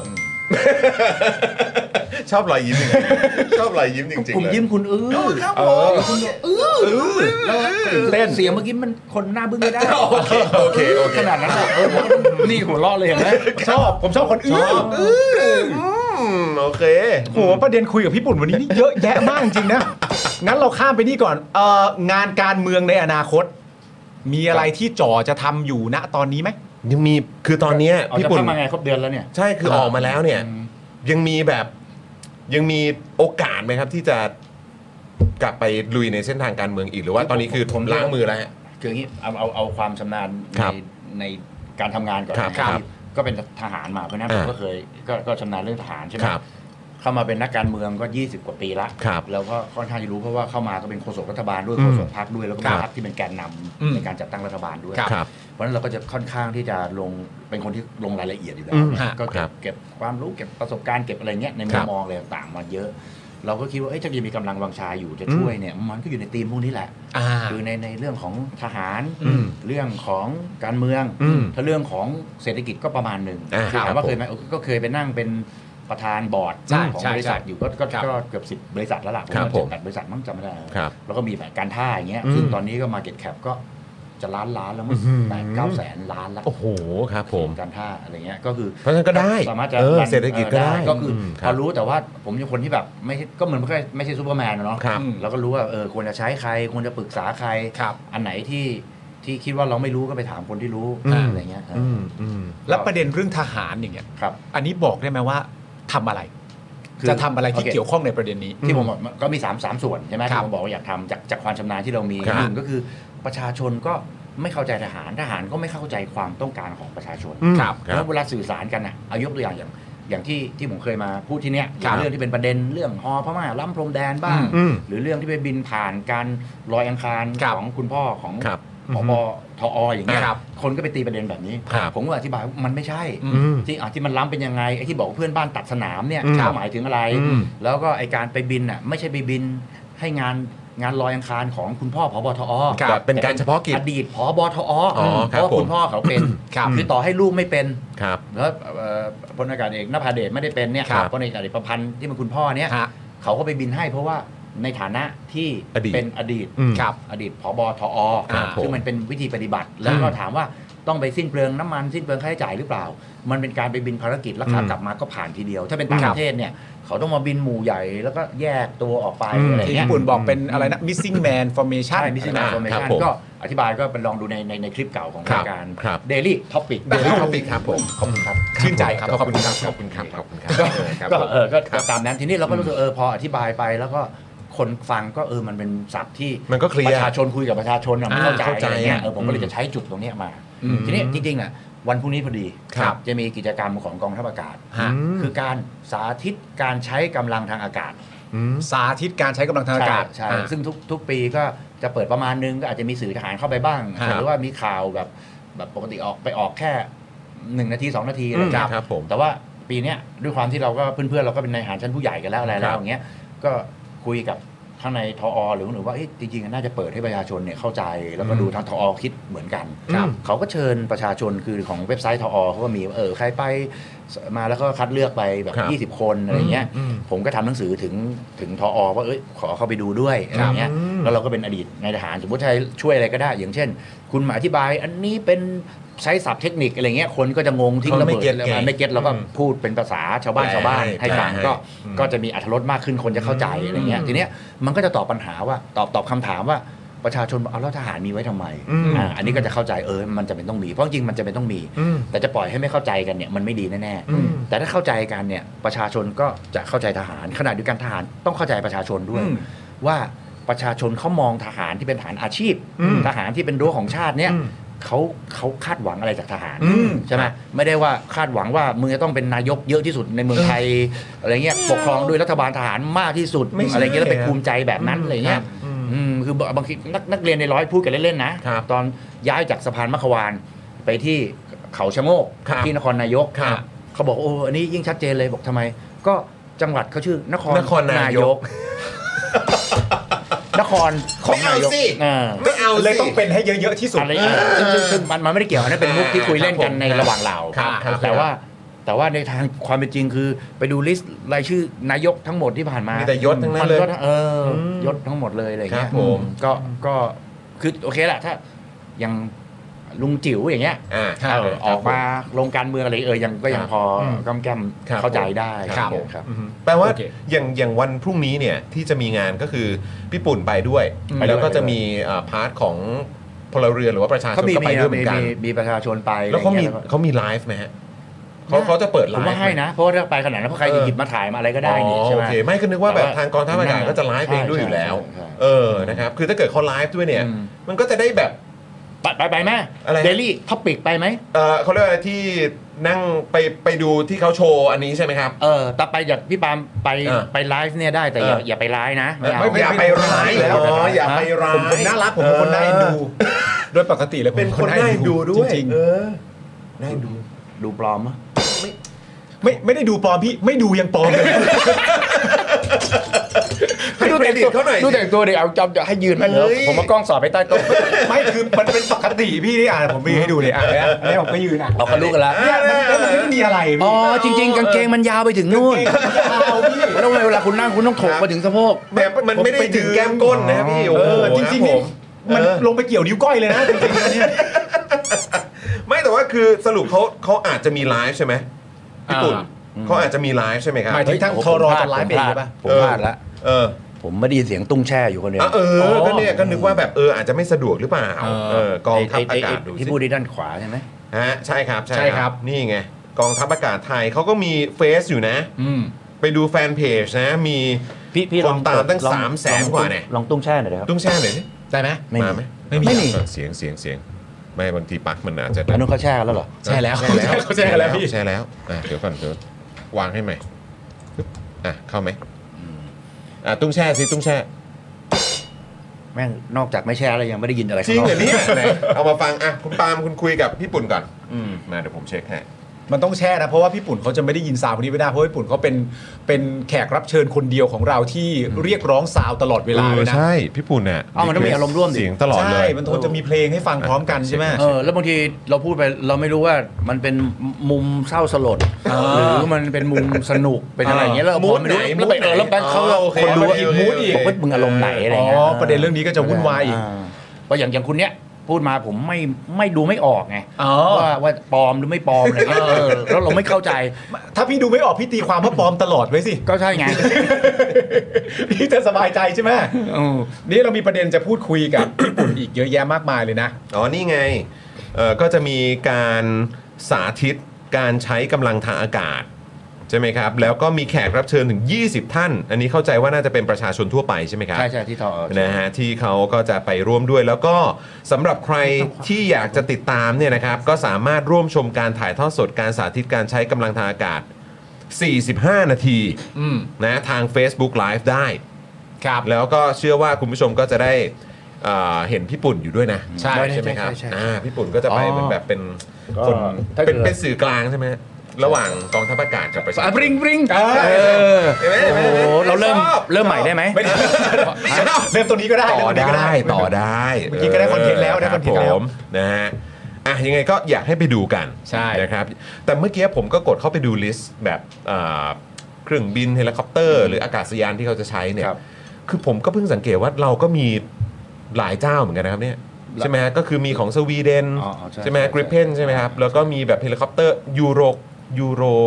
ชอบรอยยิ้มจริงชอบรอยยิ้มจริงๆผมยิ้มคุณเออเออคุณเออแล้วตื่นเต้นเสียงเมื่อกี้มันคนหน้าบึ้งไม่ได้โอเคโอเคโอเคขนาดนั้นเออนี่หัวเราะเลยเห็นไหมชอบผมชอบคนอื้อโอเคโหประเด็นคุยกับพี่ปุ่นวันนี้นี่เยอะแยะมากจริงนะงั้นเราข้ามไปนี่ก่อนเอ่องานการเมืองในอนาคตมีอะไรที่จ่อจะทำอยู่ณตอนนี้ไหมยังมีคือตอนนี้พี่ปุ่นมาไงครบเดือนแล้วเนี่ยใช่คือออกมาแล้วเนี่ยยังมีแบบยังมีโอกาสไหมครับที่จะกลับไปลุยในเส้นทางการเมืองอีกหรือว่าตอนนี้คือผมล้างมือแล้วคืออย่างนี้เอาเอาเอาความชำนาญในในการทำงานก่อนก็เป็นทหารมาเพราะนั้นผมก็เคยก็ชำนาญเรื่องทหารใช่ไหมเข้ามาเป็นนักการเมืองก็ยี่สิบกว่าปีละแล้วก็ค่อนข้างจะรู้เพราะว่าเข้ามาก็เป็นโฆษกรัฐบาลด้วยโฆษกพรรคด้วยแล้วก็เป็นพรรคที่เป็นแกนนำในการจัดตั้งรัฐบาลด้วยเพราะฉะนั้นเราก็จะค่อนข้างที่จะลงเป็นคนที่ลงรายละเอียดอยู่แล้วก็เก็บเก็บความรู้เก็บประสบการณ์เก็บอะไรเงี้ยในมุมมองอะไรต่างๆมาเยอะเราก็คิดว่าถ้าจะมีกำลังวังชาอยู่จะช่วยเนี่ยมันก็อยู่ในธีมพวกนี้แหละคือในในเรื่องของทหารเรื่องของการเมืองถ้าเรื่องของเศรษฐกิจก็ประมาณหนึ่งถามว่าเคยไหมก็เคยไปนั่งเป็นประธานบอร์ดของบริษัทอยู่ก็ก็เกือบสิบบริษัทแล้วล่ะผมว่าเจ็ดแปดบริษัทมั้งจำไม่ได้แล้วก็มีแบบการท่าอย่างเงี้ยซึ่งตอนนี้ก็ market cap ก็จะล้านล้านแล้วมั้งแปดเก้าแสนล้านแล้วโอ้โหครับผมการท่าอะไรเงี้ยก็คือเพราะฉะนั้นก็ได้สามารถจะเศรษฐกิจก็ได้ก็คือพอรู้แต่ว่าผมเป็นคนที่แบบไม่ก็เหมือนไม่ใช่ไม่ใช่ซูเปอร์แมนเนาะแล้วก็รู้ว่าเออควรจะใช้ใครควรจะปรึกษาใครอันไหนที่ที่คิดว่าเราไม่รู้ก็ไปถามคนที่รู้อะไรเงี้ยแล้วประเด็นเรื่องทหารอย่างเงี้ยอันนี้บอกได้ไหมว่าทำอะไรจะทำอะไรที่เกี่ยวข้องในประเด็นนี้ที่ผมบอกก็มีสาม สามส่วนใช่ไหมที่ผมบอกว่าอยากทำจากจากความชำนาญที่เรามีหนึ่งก็คือประชาชนก็ไม่เข้าใจทหารทหารก็ไม่เข้าใจความต้องการของประชาชนแล้วเวลาสื่อสารกันอ่ะเอายกตัวอย่างอย่างอย่างที่ที่ผมเคยมาพูดที่เนี้ยเรื่องที่เป็นประเด็นเรื่องฮอพม่าล้ำพรมแดนบ้างหรือเรื่องที่ไปบินผ่านการลอยอังคารของคุณพ่อของผบทออย่างเงี้ยคนก็ไปตีประเด็นแบบนี้ผมก็อธิบายว่ามันไม่ใช่ที่อ่ะที่มันล้ำเป็นยังไงไอ้ที่บอกเพื่อนบ้านตัดสนามเนี่ยหมายถึงอะไรแล้วก็ไอ้การไปบินอ่ะไม่ใช่ไปบินให้งานงานลอยอังคารของคุณพ่อผบทอเป็นการเฉพาะกิจอดีตผบทอเพราะว่าคุณพ่อเขาเป็นคือต่อให้ลูกไม่เป็นแล้วพลอากาศเอกนภาเดชไม่ได้เป็นเนี่ยพลอากาศเอกประพันธ์ที่เป็นคุณพ่อเนี่ยเขาก็ไปบินให้เพราะว่าในฐานะที่เป็นอดีตอดีตผบทอซึ่งมันเป็นวิธีปฏิบัติแล้วก็ถามว่าต้องไปสิ้นเปลืองน้ำมันสิ้นเปลืองค่าใช้จ่ายหรือเปล่ามันเป็นการไปบินภารกิจแล้วกลับมาก็ผ่านทีเดียวถ้าเป็นต่างประเทศเนี่ยเขาต้องมาบินหมู่ใหญ่แล้วก็แยกตัวออกไปอะไรเงี้ยญี่ปุ่นบอกเป็นอะไรนะ missing man formation ใช่ missing man formation ก็อธิบายก็ไปลองดูในในในคลิปเก่าของรายการ daily topic daily topic ครับผมขอบคุณครับชื่นใจครับขอบคุณครับขอบคุณครับขอบคุณครับก็เออก็ตามนั้นทีนี้เราก็รู้สึกเออพออธิบายไปแล้วก็คนฟังก็เออมันเป็นศัพท์ที่มันก็เคลียร์ประชาชนคุยกับประชาชนไม่เข้าใจอะไรเงี้ยเออผมก็เลยจะใช้จุดตรงนี้มาทีนี้จริงๆอ่ะวันพรุ่งนี้พอดีจะมีกิจกรรมของกองทัพอากาศคือการสาธิตการใช้กำลังทางอากาศสาธิตการใช้กำลังทางอากาศใช่ซึ่งทุกทุกปีก็จะเปิดประมาณนึงก็อาจจะมีสื่อทหารเข้าไปบ้างหรือว่ามีข่าวแบบแบบปกติออกไปออกแค่หนึ่งนาทีสองนาทีอะไรอย่างเงี้ยแต่ว่าปีนี้ด้วยความที่เราก็เพื่อนๆเราก็เป็นนายทหารชั้นผู้ใหญ่กันแล้วอะไรแล้วอย่างเงี้ยก็คุยกับข้างในทอหรือหรือว่าจริงๆน่าจะเปิดให้ประชาชนเนี่ยเข้าใจแล้วก็ดูทางทอคิดเหมือนกันเขาก็เชิญประชาชนคือของเว็บไซต์ทอเขาก็มีเออใครไปมาแล้วก็คัดเลือกไปแบบยี่สิบคนอะไรเงี้ยผมก็ทำหนังสือถึงถึงทอว่าเอ้ยขอเข้าไปดูด้วยอะไรเงี้ยแล้วเราก็เป็นอดีตนายทหารสมมติใช้ช่วยอะไรก็ได้อย่างเช่นคุณมาอธิบายอันนี้เป็นใช้ศัพท์เทคนิคอะไรเงี้ยคนก็จะงงทิ้งระเบิดไม่เก็ตแล้วก็พูดเป็นภาษาชาวบ้านชาวบ้านให้ฟังก็ก็จะมีอรรถรสมากขึ้นคนจะเข้าใจอะไรเงี้ยทีเนี้ยมันก็จะตอบปัญหาว่าตอบตอบคำถามว่าประชาชนบอกเอาแล้วทหารมีไว้ทำไมอืมอ่าอันนี้ก็จะเข้าใจเออมันจะเป็นต้องมีเพราะจริงมันจะเป็นต้องมีอืมแต่จะปล่อยให้ไม่เข้าใจกันเนี่ยมันไม่ดีแน่อืมๆแต่ถ้าเข้าใจกันเนี่ยประชาชนก็จะเข้าใจทหารขณะเดียวกันทหารต้องเข้าใจประชาชนด้วยอืมว่าประชาชนเขามองทหารที่เป็นทหารอาชีพอืมทหารที่เป็นรั้วของชาติเนี่ยอืมเขาเขาคาดหวังอะไรจากทหารอืมใช่ไหมไม่ได้ว่าคาดหวังว่ามึงจะต้องเป็นนายกเยอะที่สุดในเมืองไทยอะไรเงี้ยปกครองด้วยรัฐบาลทหารมากที่สุดไม่ใช่อะไรเงี้ยแล้วไปภูมิใจแบบนั้นอะไรเงี้ยอืมอืมคือบางทีนักนักเรียนในร้อยพูดกันเล่นๆนะครับ ตอนย้ายจากสะพานมัขวานไปที่เขาชะโงกครับที่นครนายกครับเขาบอกโอ้อันนี้ยิ่งชัดเจนเลยบอกทำไม ก็จังหวัดเขาชื่อนครนครนายกนครของนายกไม่เอาสิอ่าไม่เอาเลยสิต้องเป็นให้เยอะๆที่สุดอะไรอ่ะซึ่งซึ่งซึ่งมันมันไม่ได้เกี่ยวอันนั้นเป็นมุกที่คุยเล่นกันในระหว่างเราครับครับแต่ว่าแต่ว่าในทางความเป็นจริงคือไปดูลิสต์รายชื่อนายกทั้งหมดที่ผ่านมามีแต่ยศทั้งนั้นเลยมัก็เอออมยศทั้งหมดเลยอะไรเงี้ครัยบผมก็ก็คือโอเคแหละถ้ายังลุงจิ๋วอย่างเงี้ยอ่าเออออกมาลงการเมืองอะไรเออยังก็ยังพออืมก้มแก้มครับเข้าใจได้ครับครับอืมแปลว่าโอเคอย่างอย่างวันพรุ่งนี้เนี่ยที่จะมีงานก็คือพี่ปุ่นไปด้วยอืมแล้วก็จะมีอ่าพาร์ทของพลเรือนหรือว่าประชาชเขานมีก็ไปมีด้วยเหมืมีอนกันมีมีประชาชนไปแล้วเขามีอะไรงี้ยเขามีไลฟ์ไหมฮะเขาเขาจะเปิดไลผมฟ์ว่าให้นะ เพราะว่าถ้าไปขนาดนั้นเพราะใครจะหยิบมาถ่ายมาอะไรก็ได้นี่อ๋อใช่ไหโอมเคไม่ก็นึกว่าแบบแต่ว่าทางกองทัพอากาศก็จะไลฟ์เองด้วยอยู่แล้วใช่ใช่ใช่เออนะครับคือถ้าเกิดเขาไลฟ์ด้วยเนี่ยอืมมันก็จะได้แบบไปไปไปไหมอะไรนะเดลี่ท็อปิกไปไหมเออเขาเรียกว่าอะไรที่นั่งไปไปดูที่เขาโชว์อันนี้ใช่ไหมครับเออแต่ไปจากพี่ปาล์มไปเออไปไลฟ์เนี่ยได้แต่อย่าเอออย่าไปไลฟ์นะไม่เอาไม่อย่าไปร้ายแล้วอ๋ออย่าไปร้ายผมผมน่ารักผมเป็นคนน่าเอ็นดู โดยปกติเลยผมเป็นคนน่าเอ็นดูด้วยจริงเออน่าเอ็นดูดูปลอมมะๆไม่ไม่ได้ดูปลอมพี่ไม่ดูยังปลอมเลยให้เครดิตเขาหน่อยดูแต่งตัวเดี๋ยวเอาจำจะให้ยืนไหมเดี๋ยวเฮ้ยผมมากล้องสอดไปใต้โต๊ะไม่คือมันเป็นปกติพี่นี่อ่ะผมมีให้ดูเลยอ่ะเนี่ยอันนี้ผมก็ยืนอ่ะเอาเขารู้กันแล้วเนี่ยมันมันไม่มีอะไรพี่อ๋อจริง ๆ กางเกงมันยาวไปถึงนู่นกางเกงมันยาวพี่แล้วเวลาคุณนั่งคุณต้องถกมาถึงสะโพกแต่มันไม่ได้ถึงแก้มก้นนะครับพี่โอ้เอโหอจริงๆคนี่บผมันเออลงไปเกี่ยวนิ้วก้อยเลยนะจริงๆนะเนี่ยไม่แต่ว่าคือสรุปเขาเขาอาจจะมีไลฟ์ใช่ไหมพี่ปุ่นอ่าเขาอาจจะมีไลฟ์ใช่ไหมครับหมายถึงทางโอ้ทผมรพลาดจะไลฟ์เองใช่ปะผมพลาดละเออผมไม่ได้ยินเสียงตุ้งแช่อยู่คนเดียวอ่ะเอออ๋อก็เนี่ยก็นึกว่าแบบเอออาจจะไม่สะดวกหรือเปล่าเออเออกองทัพไไอากาศดูที่สิพูดที่ด้านขวาใช่ไหมฮะใช่ครับใช่ครับนี่ไงกองทัพอากาศไทยเขาก็มีเฟซอยู่นะอืมไปดูแฟนเพจนะ มีพี่พี่คนลองตามตั้งลอสามแสนลองกว่าเนี่ยลองตุ้งแช่หน่อยนะครับตุ้งแช่หน่อยสิได้ไหมไม่มีมาไหมไม่มีไม่มีเออเสียงเสียงเสียงไม่บางทีปลั๊กมันอาจจะอันนู้นเขาแช่กันแล้วเหรอใช่แล้วใช่แล้วเขาแช่กันแล้วพี่ใช่แล้วอ่ะเดี๋ยวก่อนเดี๋ยววางให้ใหม่ปึ๊บอ่ะเข้าไหมอ่ะตุ้งแช่สิตุ้งแช่แม่งนอกจากไม่แช่แล้วยังไม่ได้ยินอะไรจริงข้าเหรนออกเนี่ยไหนเอามาฟังอ่ะคุณปาล์มคุณคุยกับพี่ปุ่นก่อนอืมมาเดี๋ยวผมเช็คให้มันต้องแช่นะเพราะว่าพี่ปุ่นเขาจะไม่ได้ยินซาวด์พวกนี้ไม่ได้เพราะว่าพี่ปุ่นเขาเป็นเป็นแขกรับเชิญคนเดียวของเราที่เรียกร้องซาวด์ตลอดเวลาเลยนะใช่พี่ปุ่นเนี่ยอ้าวมันต้องมีอารมณ์ร่วมดิเสียงตลอดเลใช่ยมันควรจะมีเพลงให้ฟังพร้อมกันใช่ไหมเออแล้วบางทีเราพูดไปเราไม่รู้ว่ามันเป็นมุมเศร้าสลดอ่าหรือมันเป็นมุมสนุกเป็นอะไรอย่างเงี้ยแล้วพอไม่รู้มูดไหนแล้วไปเออแล้วแบงค์เขาอ๋อโอเคคนรู้ว่าโอเคมูดโอเคอีกบอกว่ามึงอารมณ์ไหนอะไรอ๋อเงี้ยประเด็นเรื่องนี้ก็จะวุ่นวายอีกอ่เพราะอย่างอย่างคุณเนี้ยพูดมาผมไม่ไม่ดูไม่ออกไงอ๋อว่าว่าปลอมหรือไม่ปลอมอะไรเงี้ยเออแล้วเราไม่เข้าใจถ้าพี่ดูไม่ออกพี่ตีความว่าปลอมตลอดไว้สิก็ใช่ไงพี่จะสบายใจใช่ไหมเออนี่เรามีประเด็นจะพูดคุยกับ ญี่ปุ่นอีกเยอะแยะมากมายเลยนะอ๋อนี่ไงเอ่อก็จะมีการสาธิตการใช้กำลังทางอากาศใช่ไหมครับแล้วก็มีแขกรับเชิญถึงยี่สิบท่าน อันนี้เข้าใจว่าน่าจะเป็นประชาชนทั่วไปใช่ไหมครับใช่ใช่ที่ทอนะฮะที่เขาก็จะไปร่วมด้วยแล้วก็สำหรับใครที่อยากจะติดตามเนี่ยนะครับก็สามารถร่วมชมการถ่ายทอดสดการสาธิตการใช้กำลังทางอากาศสี่สิบห้านาทีอืมนะทาง Facebook Live ได้ครับแล้วก็เชื่อว่าคุณผู้ชมก็จะได้เอ่อเห็นพี่ปุ่นอยู่ด้วยนะใช่ใช่ไหมครับใช่ใช่ใช่อ่าพี่ปุ่นก็จะไปอ๋อเป็นแบบเป็นก็คนถ้าเป็นเกิดเป็นสื่อกลางใช่ไหมระหว่างกองทัพอากาศกับประชาชอ่ะนบริงบริงเออเออเห็นไหมเห็นไหมโอ้โหเราเริ่มชอบเริ่มใหม่ได้ไหมไม่ได้เริ่มตัวนี้ก็ได้ต่อเริ่มตัวนี้ก็ได้ต่อได้เมื่อกี้ก็ได้คอนเทนต์แล้วได้คอนเทนต์แล้วรับผมนะฮะอ่ะยังไงก็อยากให้ไปดูกันใช่นะครับแต่เมื่อกี้ผมก็กดเข้าไปดูลิสต์แบบอ่าเครื่องบินเฮลิคอปเตอร์หรืออากาศยานที่เขาจะใช้เนี่ยครับคือผมก็เพิ่งสังเกตว่าเราก็มีหลายเจ้าเหมือนกันนะครับเนี่ยใช่ไหมก็คือมีของสวีเดนอ๋อใช่ใช่ไหมใช่กริปเพนใช่ไหมครับแล้วก็มีแบบเฮลิคอปเตอร์ยูโรยูโร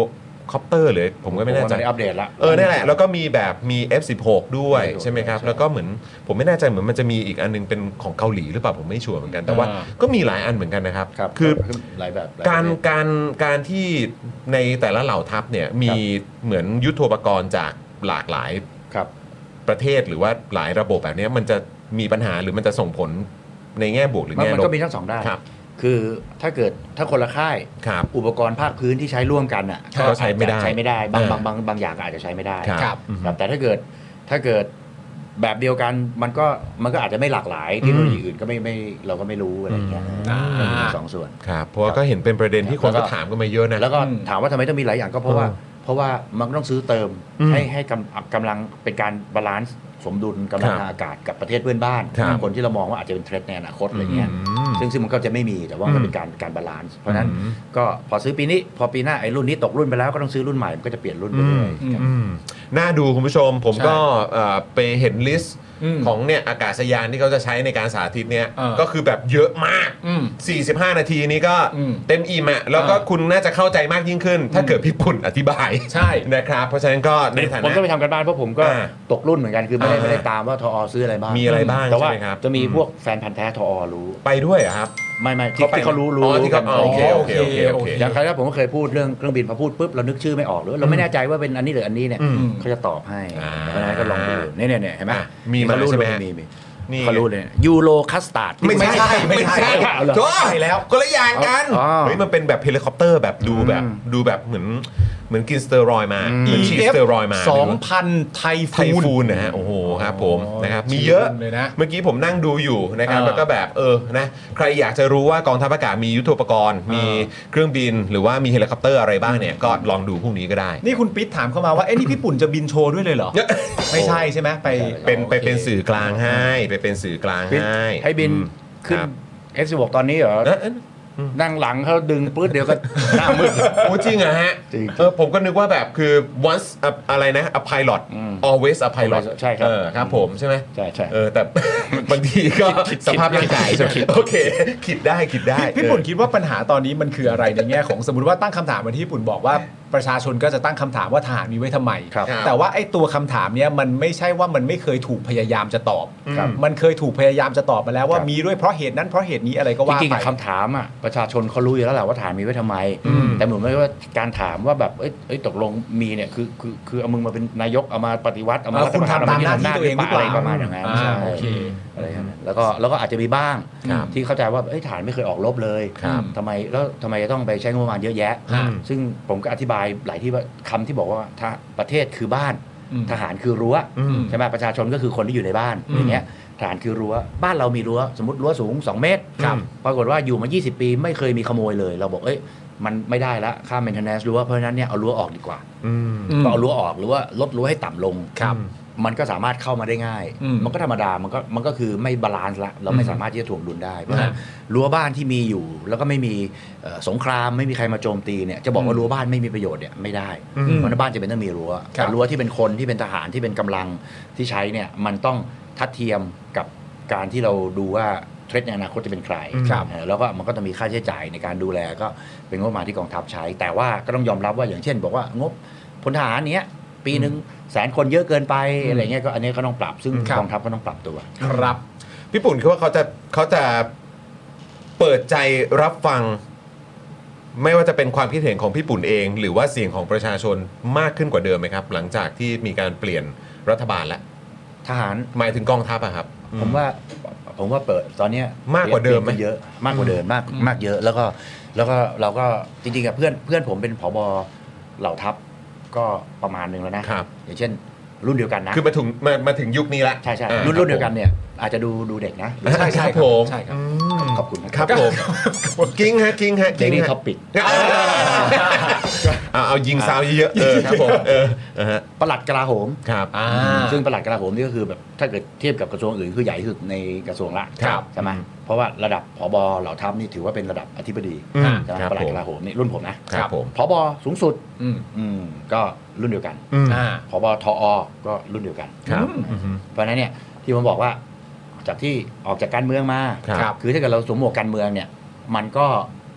คอปเตอร์หรือผมก็ไม่แน่ใจอัปเดตละเออนั่นแหละแล้วก็มีแบบมี เอฟ สิบหก ด้วยใช่ไหมครับแล้วก็เหมือนผมไม่แน่ใจเหมือนมันจะมีอีกอันนึงเป็นของเกาหลีหรือเปล่าผมไม่ชัวร์เหมือนกันแต่ว่าก็มีหลายอันเหมือนกันนะครับคือหลายแบบการการการที่ในแต่ละเหล่าทัพเนี่ยมีเหมือนยุทโธปกรณ์จากหลากหลายประเทศหรือว่าหลายระบบแบบนี้มันจะมีปัญหาหรือมันจะส่งผลในแง่บวกหรือแง่ลบมันก็มีทั้งสองด้านคือถ้าเกิดถ้าคนละค่ายอุปกรณ์ภาคพื้นที่ใช้ร่วมกันอ่ะก็ใช้ไม่ได้ใช้ไม่ได้บางบางบางบางอย่างก็อาจจะใช้ไม่ได้ครับแต่ถ้าเกิดถ้าเกิดแบบเดียวกันมันก็มันก็อาจจะไม่หลากหลายเทคโนโลยีอื่นก็ไม่ไม่เราก็ไม่รู้อะไรอย่างเงี้ยมีสองส่วนครับเพราะก็เห็นเป็นประเด็นที่คนก็ถามกันมาเยอะนะแล้วก็ถามว่าทำไมต้องมีหลายอย่างก็เพราะว่าเพราะว่ามันต้องซื้อเติมให้ให้กำกำลังเป็นการบาลานซ์สมดุลกำลังทางอากาศกับประเทศเพื่อนบ้านคนที่เรามองว่าอาจจะเป็นเทรนด์ในอนาคตอะไรเงี้ยซึ่งซึ่งมันก็จะไม่มีแต่ว่ามันเป็นการการบาลานซ์เพราะนั้นก็พอซื้อปีนี้พอปีหน้าไอ้รุ่นนี้ตกรุ่นไปแล้วก็ต้องซื้อรุ่นใหม่มันก็จะเปลี่ยนรุ่นไปเรื่อยๆน่าดูคุณผู้ชมผมก็ไปเห็นลิสต์ของเนี่ยอากาศยานที่เขาจะใช้ในการสาธิตเนี่ยก็คือแบบเยอะมากสี่สิบห้านาทีนี้ก็เต็มอิ่มอ่ะแล้วก็คุณน่าจะเข้าใจมากยิ่งขึ้นถ้าเกิดพี่ปุ่นอธิบายใช่นะครับเพราะฉะนั้นก็ในฐานะผมก็ไปทำกันบ้านเพราะผมก็ตกรุ่นเหมือนกันคือไม่ได้ไม่ได้ตามว่าทอซื้ออะไรบ้างมีอะไรบ้างแต่ว่าจะมีพวกแฟนพันธุ์แท้ทอรู้ไปด้วยเหรอครับไม่ไม่ที่เขารู้รู้กันโอเคโอเคโอเคโอเคอย่างครั้งแรกผมก็เคยพูดเรื่องเครื่องบินพอพูดปุ๊บเรานึกชื่อไม่ออกหรือเราไม่แน่ใจว่าเป็นอันนี้หรืออันนี้เนี่ยเขาจะตอบให้เพราะฉะนั้นก็ลองดูเนี่ยเนี่ยเห็นไหมมีมาใช่ไหมมีเขารู้เลยยูโรคัสตาร์ดไม่ใช่ไม่ใช่จ้าแล้วคนละอย่างกันเฮ้ยมันเป็นแบบเฮลิคอปเตอร์แบบดูแบบดูแบบเหมือนเหมือนกินสเตียรอยมาเหมือนฉีดสเตียรอยมาสองพัน ไทฟูนนะฮะโอ้โหครับผมนะครับมีเยอะเลยนะเมื่อกี้ผมนั่งดูอยู่นะครับแล้วก็แบบเออนะใครอยากจะรู้ว่ากองทัพอากาศมียุทโธปกรณ์มีเครื่องบินหรือว่ามีเฮลิคอปเตอร์อะไรบ้างเนี่ยก็ลองดูพวกนี้ก็ได้นี่คุณปิ๊ดถามเข้ามาว่าเอ๊ะนี่พี่ปุ่นจะบินโชว์ด้วยเลยเหรอไม่ใช่ใช่ไหมไปเป็นไปเป็นสื่อกลางให้ไปเป็นสื่อกลางให้ให้บินขึ้น เอฟ สิบหก ตอนนี้เหรอนั่งหลังเขาดึงปื๊ดเดียวก็หน้ามืดโอ้จริงเหรอฮะเออผมก็นึกว่าแบบคือ once อะไรนะ a pilot always a pilot ใช่ครับเออครับผมใช่ไหมใช่ใช่เออแต่บางทีก็สภาพร่างกายโอเคคิดได้คิดได้พี่ปุ่นคิดว่าปัญหาตอนนี้มันคืออะไรในแง่ของสมมติว่าตั้งคำถามมาที่ญี่ปุ่นบอกว่าประชาชนก็จะตั้งคำถามว่าทหารมีไว้ทำไมแต่ว่าไอ้ตัวคำถามเนี้ยมันไม่ใช่ว่ามันไม่เคยถูกพยายามจะตอบมันเคยถูกพยายามจะตอบมาแล้วว่ามีด้วยเพราะเหตุนั้นเพราะเหตุนี้อะไรก็ว่าไปจริงๆคำถามอ่ะประชาชนเขารู้อยู่แล้วแหละว่าทหารมีไว้ทำไมแต่เหมือนไม่ว่าการถามว่าแบบเอ้ยตกลงมีเนี่ยคือคือคือเอามึงมาเป็นนายกเอามาปฏิวัติเอามาคุณทำตามหน้าที่ตัวเองหรือเปล่าประมาณอย่างนั้นใช่อะไรอย่างนั้นแล้วก็แล้วก็อาจจะมีบ้างที่เข้าใจว่าทหารไม่เคยออกรบเลยทำไมแล้วทำไมจะต้องไปใช้งบประมาณเยอะแยะซึ่งผมก็อธิบายหลายที่ว่าคำที่บอกว่าถ้าประเทศคือบ้านทหารคือรั้วใช่ไหมประชาชนก็คือคนที่อยู่ในบ้านอย่างเงี้ยทหารคือรั้วบ้านเรามีรั้วสมมติรั้วสูงสองเมตรปรากฏว่าอยู่มายี่สิบปีไม่เคยมีขโมยเลยเราบอกเอ้ยมันไม่ได้ละค่า maintenance รั้วเพราะฉะนั้นเนี่ยเอารั้วออกดีกว่าก็เอารั้วออกหรือว่าลดรั้วให้ต่ำลงมันก็สามารถเข้ามาได้ง่ายมันก็ธรรมดามันก็มันก็คือไม่บาลานซ์ละเราไม่สามารถที่จะถ่วงดุลได้เพราะฉะนั้นรั้วบ้านที่มีอยู่แล้วก็ไม่มีสงครามไม่มีใครมาโจมตีเนี่ยจะบอกว่ารั้วบ้านไม่มีประโยชน์เนี่ยไม่ได้เพราะบ้านจะเป็นต้องมีรั้วแต่รั้วที่เป็นคนที่เป็นทหารที่เป็นกำลังที่ใช้เนี่ยมันต้องทัดเทียมกับการที่เราดูว่าเทรนด์ในอนาคตจะเป็นใครแล้วก็มันก็จะมีค่าใช้จ่ายในการดูแลก็เป็นงบประมาณที่กองทัพใช้แต่ว่าก็ต้องยอมรับว่าอย่างเช่นบอกว่างบพลทหารเนี้ยปีหนึ่งแสนคนเยอะเกินไปอะไรเงี้ยก็อันนี้ก็ต้องปรับซึ่งกองทัพก็ต้องปรับตัวครับพี่ปุ่นคิดว่าเขาจะเขาจะเปิดใจรับฟังไม่ว่าจะเป็นความคิดเห็นของพี่ปุ่นเองหรือว่าเสียงของประชาชนมากขึ้นกว่าเดิมไหมครับหลังจากที่มีการเปลี่ยนรัฐบาลแล้วทหารหมายถึงกองทัพอะครับผมว่าผมว่าเปิดตอนนี้มากกว่าเดิมมั้ยเยอะมากกว่าเดิมมากมากเยอะแล้วก็แล้วก็เราก็จริงๆกับเพื่อนเพื่อนผมเป็นผบเหล่าทัพก็ประมาณนึงแล้วนะอย่างเช่นรุ่นเดียวกันนะคือมาถึงมามาถึงยุคนี้ละใช่ใช่รุ่นรุ่นเดียวกันเนี่ยอาจจะดูดูเด็กนะใช่ใช่ผมใช่ครับขอบคุณครับผมกิ้งฮะกิ้งฮะกิ้งนี่ท็อปปิกเอาเอายิงซาวเยอะๆเออครับผมเออปลัดกลาโหมครับซึ่งปลัดกลาโหมนี่ก็คือแบบถ้าเกิดเทียบกับกระทรวงอื่นคือใหญ่ที่สุดในกระทรวงละใช่ไหมเพราะว่าระดับผบเหล่าทัพนี่ถือว่าเป็นระดับอธิบดีใช่ไหมปลัดกลาโหมนี่รุ่นผมนะครับผบสูงสุดก็รุ่นเดียวกันผบทอก็รุ่นเดียวกันเพราะฉะนั้นเนี่ยที่ผมบอกว่าจากที่ออกจากการเมืองมาคือถ้าเกิดเราสวมหมวกการเมืองเนี่ยมันก็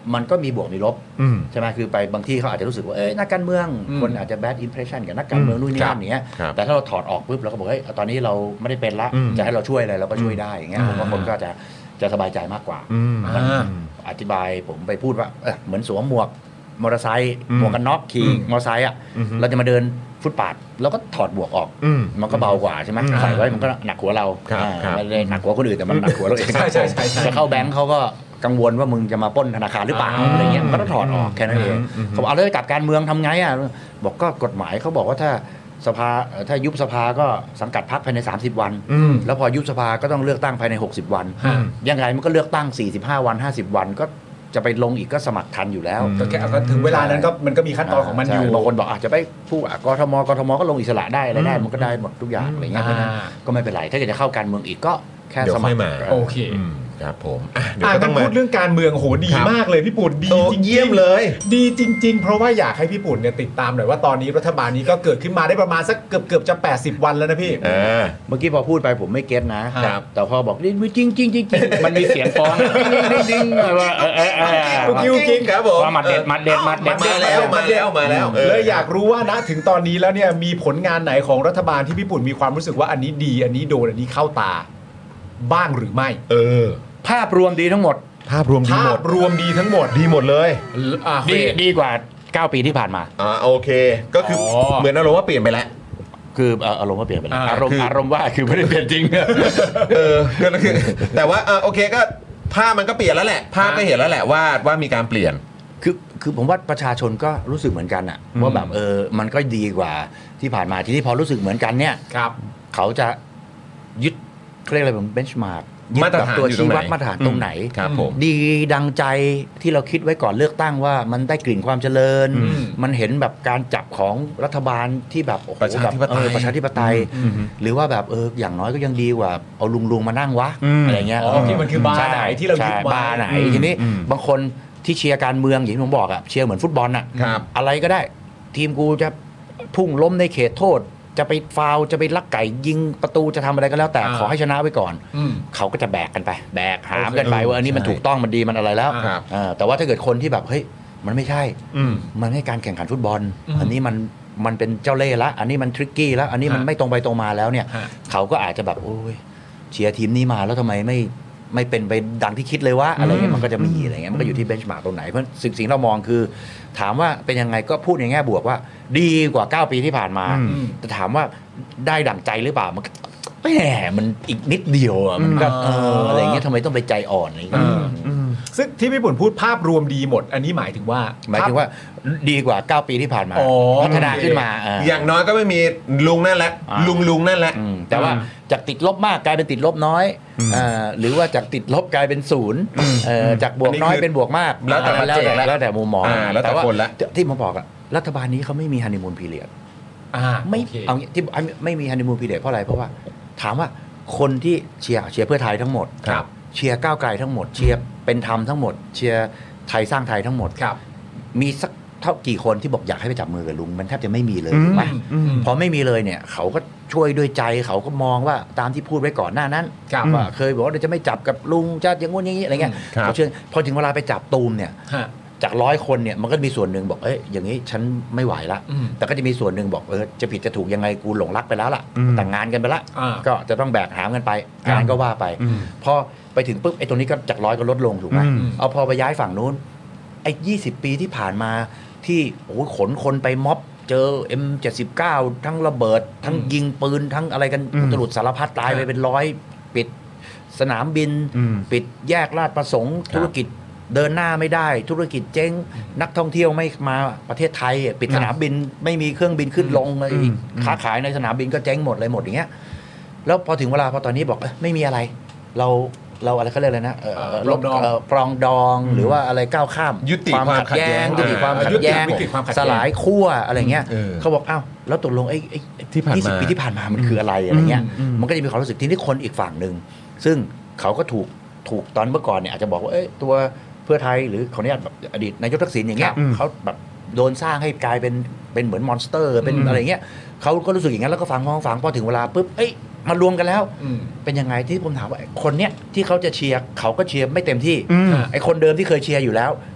มันก็มีบวกมีลบใช่ไหมคือไปบางที่เขาอาจจะรู้สึกว่าเอ้ยนักการเมืองคนอาจจะ bad impression กับนักการเมืองนู่นนี่นั่นอย่างเงี้ยแต่ถ้าเราถอดออกปุ๊บเราก็บอกเฮ้ยตอนนี้เราไม่ได้เป็นละจะให้เราช่วยอะไรเราก็ช่วยได้อย่างเงี้ยผมว่าคนก็จะจะสบายใจมากกว่าอธิบายผมไปพูดว่าเหมือนสวมหมวกมอเตอร์ไซค์หมวกกันน็อกขี่มอเตอร์ไซค์อ่ะเราจะมาเดินฟุตปาดแล้วก็ถอดหมวกออกมันก็เบากว่าใช่ไหมใส่ไว้มันก็หนักหัวเราไม่ได้หนักหัวคนอื่นแต่มันหนักหัวเราเองจะเข้าแบงค์เขาก็กังวลว่ามึงจะมาปล้นธนาคารหรือเปล่าอะไรเงี้ยมันก็ต้องถอดออกแค่นั้นเองเขาบอกเอาเลยกับการเมืองทำไงอ่ะบอกก็กฎหมายเขาบอกว่าถ้าสภาถ้ายุบสภาก็สังกัดพรรคภายในสามสิบวันแล้วพอยุบสภาก็ต้องเลือกตั้งภายในหกสิบวันยังไงมันก็เลือกตั้งสี่สิบห้าวันห้าสิบวันก็จะไปลงอีกก็สมัครทันอยู่แล้วก็แค่ถึงเวลานั้นก็มันก็มีขั้นตอนของมันอยู่บางคนบอกอาจจะไปผู้กทมกทมก็ลงอิสระได้อะไรได้มันก็ได้หมดทุกอย่างอะไรเงี้ยเพราะนั้นก็ไม่เป็นไรถ้าเกิดจะเข้าการเมืองอีกก็แค่สมัครโอเคครับผมเดี๋ยวก็ต้องพูดเรื่องการเมืองโหดีมากเลยพี่ปุ่นดีจริงเยี่ยมเลยดีจริงๆเพราะว่าอยากให้พี่ปุ่นเนี่ยติดตามหน่อยว่าตอนนี้รัฐบาลนี้ก็เกิดขึ้นมาได้ประมาณสักเกือบเกือบจะแปดสิบวันแล้วนะพี่เมื่อกี้พอพูดไปผมไม่เก็ตนะแต่พอบอกจริงจริงจริงมันมีเสียงฟ้องจริงๆว่าเออเออเออจริงครับผมว่ามัดเด็ดมัดเด็ดมัดเด็ดมาแล้วมาแล้วมาแล้วเลยอยากรู้ว่าณถึงตอนนี้แล้วเนี่ยมีผลงานไหนของรัฐบาลที่พี่ปุ่นมีความรู้สึกว่าอันนี้ดีอันนี้โดนอันนี้เข้าตาบ้างหรือไม่เออภาพรวมดีทั้งหมดภาพรวมดีหมดภาพรวมดีทั้งหมดดีหมดเลยดีดีกว่าเก้าปีที่ผ่านมาอ่าโอเคก็คือเหมือนอารมณ์ว่าเปลี่ยนไปแล้วคืออารมณ์ว่าเปลี่ยนไปแล้วอารมณ์อารมณ์ว่าคือไม่ได้เปลี่ยนจริงเออก็คือแต่ว่าโอเคก็ภาพมันก็เปลี่ยนแล้วแหละภาพก็เห็นแล้วแหละว่าว่ามีการเปลี่ยนคือคือผมว่าประชาชนก็รู้สึกเหมือนกันอะว่าแบบเออมันก็ดีกว่าที่ผ่านมาทีนี้พอรู้สึกเหมือนกันเนี่ยเขาจะยึดเรียกอะไรผมเบนช์มาร์กมาตรฐานตัวชี้วัดมาตรฐานตรงไหนดีดังใจที่เราคิดไว้ก่อนเลือกตั้งว่ามันได้กลิ่นความเจริญมันเห็นแบบการจับของรัฐบาลที่แบบโอ้โหแบบประชาธิปไตยหรือว่าแบบเอออย่างน้อยก็ยังดีกว่าเอาลุงลุงมานั่งวะอะไรเงี้ยที่มันคือบาร์ไหนที่เรายึดบาร์ไหนทีนี้บางคนที่เชียร์การเมืองอย่างที่ผมบอกอะเชียร์เหมือนฟุตบอลอะอะไรก็ได้ทีมกูจะพุ่งล้มในเขตโทษจะไปฟาวจะไปลักไก่ยิงประตูจะทำอะไรก็แล้วแต่ขอให้ชนะไว้ก่อนเขาก็จะแบกกันไปแบกหามกันไปว่าอันนี้มันถูกต้องมันดีมันอะไรแล้วแต่ว่าถ้าเกิดคนที่แบบเฮ้ยมันไม่ใช่มันไม่การแข่งขันฟุตบอลอันนี้มันมันเป็นเจ้าเล่ห์ละอันนี้มันทริกกี้แล้วอันนี้มันไม่ตรงไปตรงมาแล้วเนี่ยเขาก็อาจจะแบบโอ้ยเชียร์ทีมนี้มาแล้วทำไมไม่ไม่เป็นไปดังที่คิดเลยว่าอะไรเงี้ยมันก็จะมีอะไรเงี้ยมันก็อยู่ที่เบนช์มาร์กตรงไหนเพราะสิ่งสิ่งเรามองคือถามว่าเป็นยังไงก็พูดในแง่บวกว่าดีกว่าเก้าปีที่ผ่านมาแต่ถามว่าได้ดั่งใจหรือเปล่ามันแหมมันอีกนิดเดียวอ่ะมันก็เอออะไรเงี้ยทำไมต้องไปใจอ่อนอะไรเงี้ยซึ่งที่พี่ปุ่นพูดภาพรวมดีหมดอันนี้หมายถึงว่าหมายถึงว่าดีกว่าเก้าปีที่ผ่านมาพัฒนาขึ้นมาอย่างน้อยก็ไม่มีลุงนั่นแหละลุงลุงนั่นแหละแต่ว่าจากติดลบมากกลายเป็นติดลบน้อยหรือว่าจากติดลบกลายเป็นศูนย์จากบวกน้อยเป็นบวกมากแล้วแต่แล้วแต่แล้วแต่มุมมองแต่ว่าที่ผมบอกอะรัฐบาลนี้เขาไม่มีฮันนีมูนพีเรียดไม่เอาที่ไม่มีฮันนีมูนพีเรียดเพราะอะไรเพราะว่าถามว่าคนที่เชียร์เชียร์เพื่อไทยทั้งหมดเชียร์ก้าวไกลทั้งหมดเชียร์เป็นธรรมทั้งหมดเชียร์ไทยสร้างไทยทั้งหมดมีสักเท่ากี่คนที่บอกอยากให้ไปจับมือกับลุงมันแทบจะไม่มีเลยถูกไหมพอไม่มีเลยเนี่ยเขาก็ช่วยด้วยใจเขาก็มองว่าตามที่พูดไว้ก่อนหน้านั้นว่าเคยบอกว่าจะไม่จับกับลุงจะอย่างงู้นอย่างนี้อะไรเงี้ยเขาเชื่อพอถึงเวลาไปจับตูมเนี่ยจากร้อยคนเนี่ยมันก็มีส่วนหนึ่งบอกเอ้ยอย่างนี้ฉันไม่ไหวละแต่ก็จะมีส่วนหนึ่งบอกเออจะผิดจะถูกยังไงกูหลงรักไปแล้วล่ะแต่งงานกันไปละก็จะต้องแบกหามกันไปงานก็ว่าไปพอไปถึงปุ๊บไอ้ตรงนี้ก็จากร้อยก็ลดลงถูกไหมเอาพอไปย้ายฝั่งนู้นไอ้ยี่สิบปีที่ผ่านมาที่โอ้ขนคนไปม็อบเจอ เอ็ม เจ็ดสิบเก้า ทั้งระเบิดทั้งยิงปืนทั้งอะไรกันตลุดสารพัดตายไปเป็นร้อยปิดสนามบินปิดแยกลาดประสงค์ธุรกิจเดินหน้าไม่ได้ธุรกิจเจ๊งนักท่องเที่ยวไม่มาประเทศไทยปิดสนามบินไม่มีเครื่องบินขึ้นลงเลยค้าขายในสนามบินก็เจ๊งหมดเลยหมดอย่างเงี้ยแล้วพอถึงเวลาพอตอนนี้บอกไม่มีอะไรเราเราอะไรเขาเรียกอะไรนะลบปรองดองหรือว่าอะไรก้าวข้ามความขัดแย้งยุติความขัดแย้งสลายขั้วอะไรเงี้ยเขาบอกอ้าวแล้วตกลงไอ้ที่ยี่สิบปีที่ผ่านมามันคืออะไรอะไรเงี้ยมันก็จะมีความรู้สึกที่นี่คนอีกฝั่งหนึ่งซึ่งเขาก็ถูกถูกตอนเมื่อก่อนเนี่ยอาจจะบอกว่าเอ้ยตัวเพื่อไทยหรือเขาเนี่ยแบบอดีตนายกทักษิณอย่างเงี้ยเขาแบบโดนสร้างให้กลายเป็นเป็นเหมือนมอนสเตอร์เป็นอะไรเงี้ยเขาก็รู้สึกอย่างนั้นแล้วก็ฟังฟังฟังพอถึงเวลาปุ๊บเอ้ยมารวมกันแล้วเป็นยังไงที่ผมถามว่าคนเนี้ยที่เขาจะเชียร์เขาก็เชียร์ไม่เต็มที่ไอ้คนเดิมที่เคยเชียร์อยู่แล้ว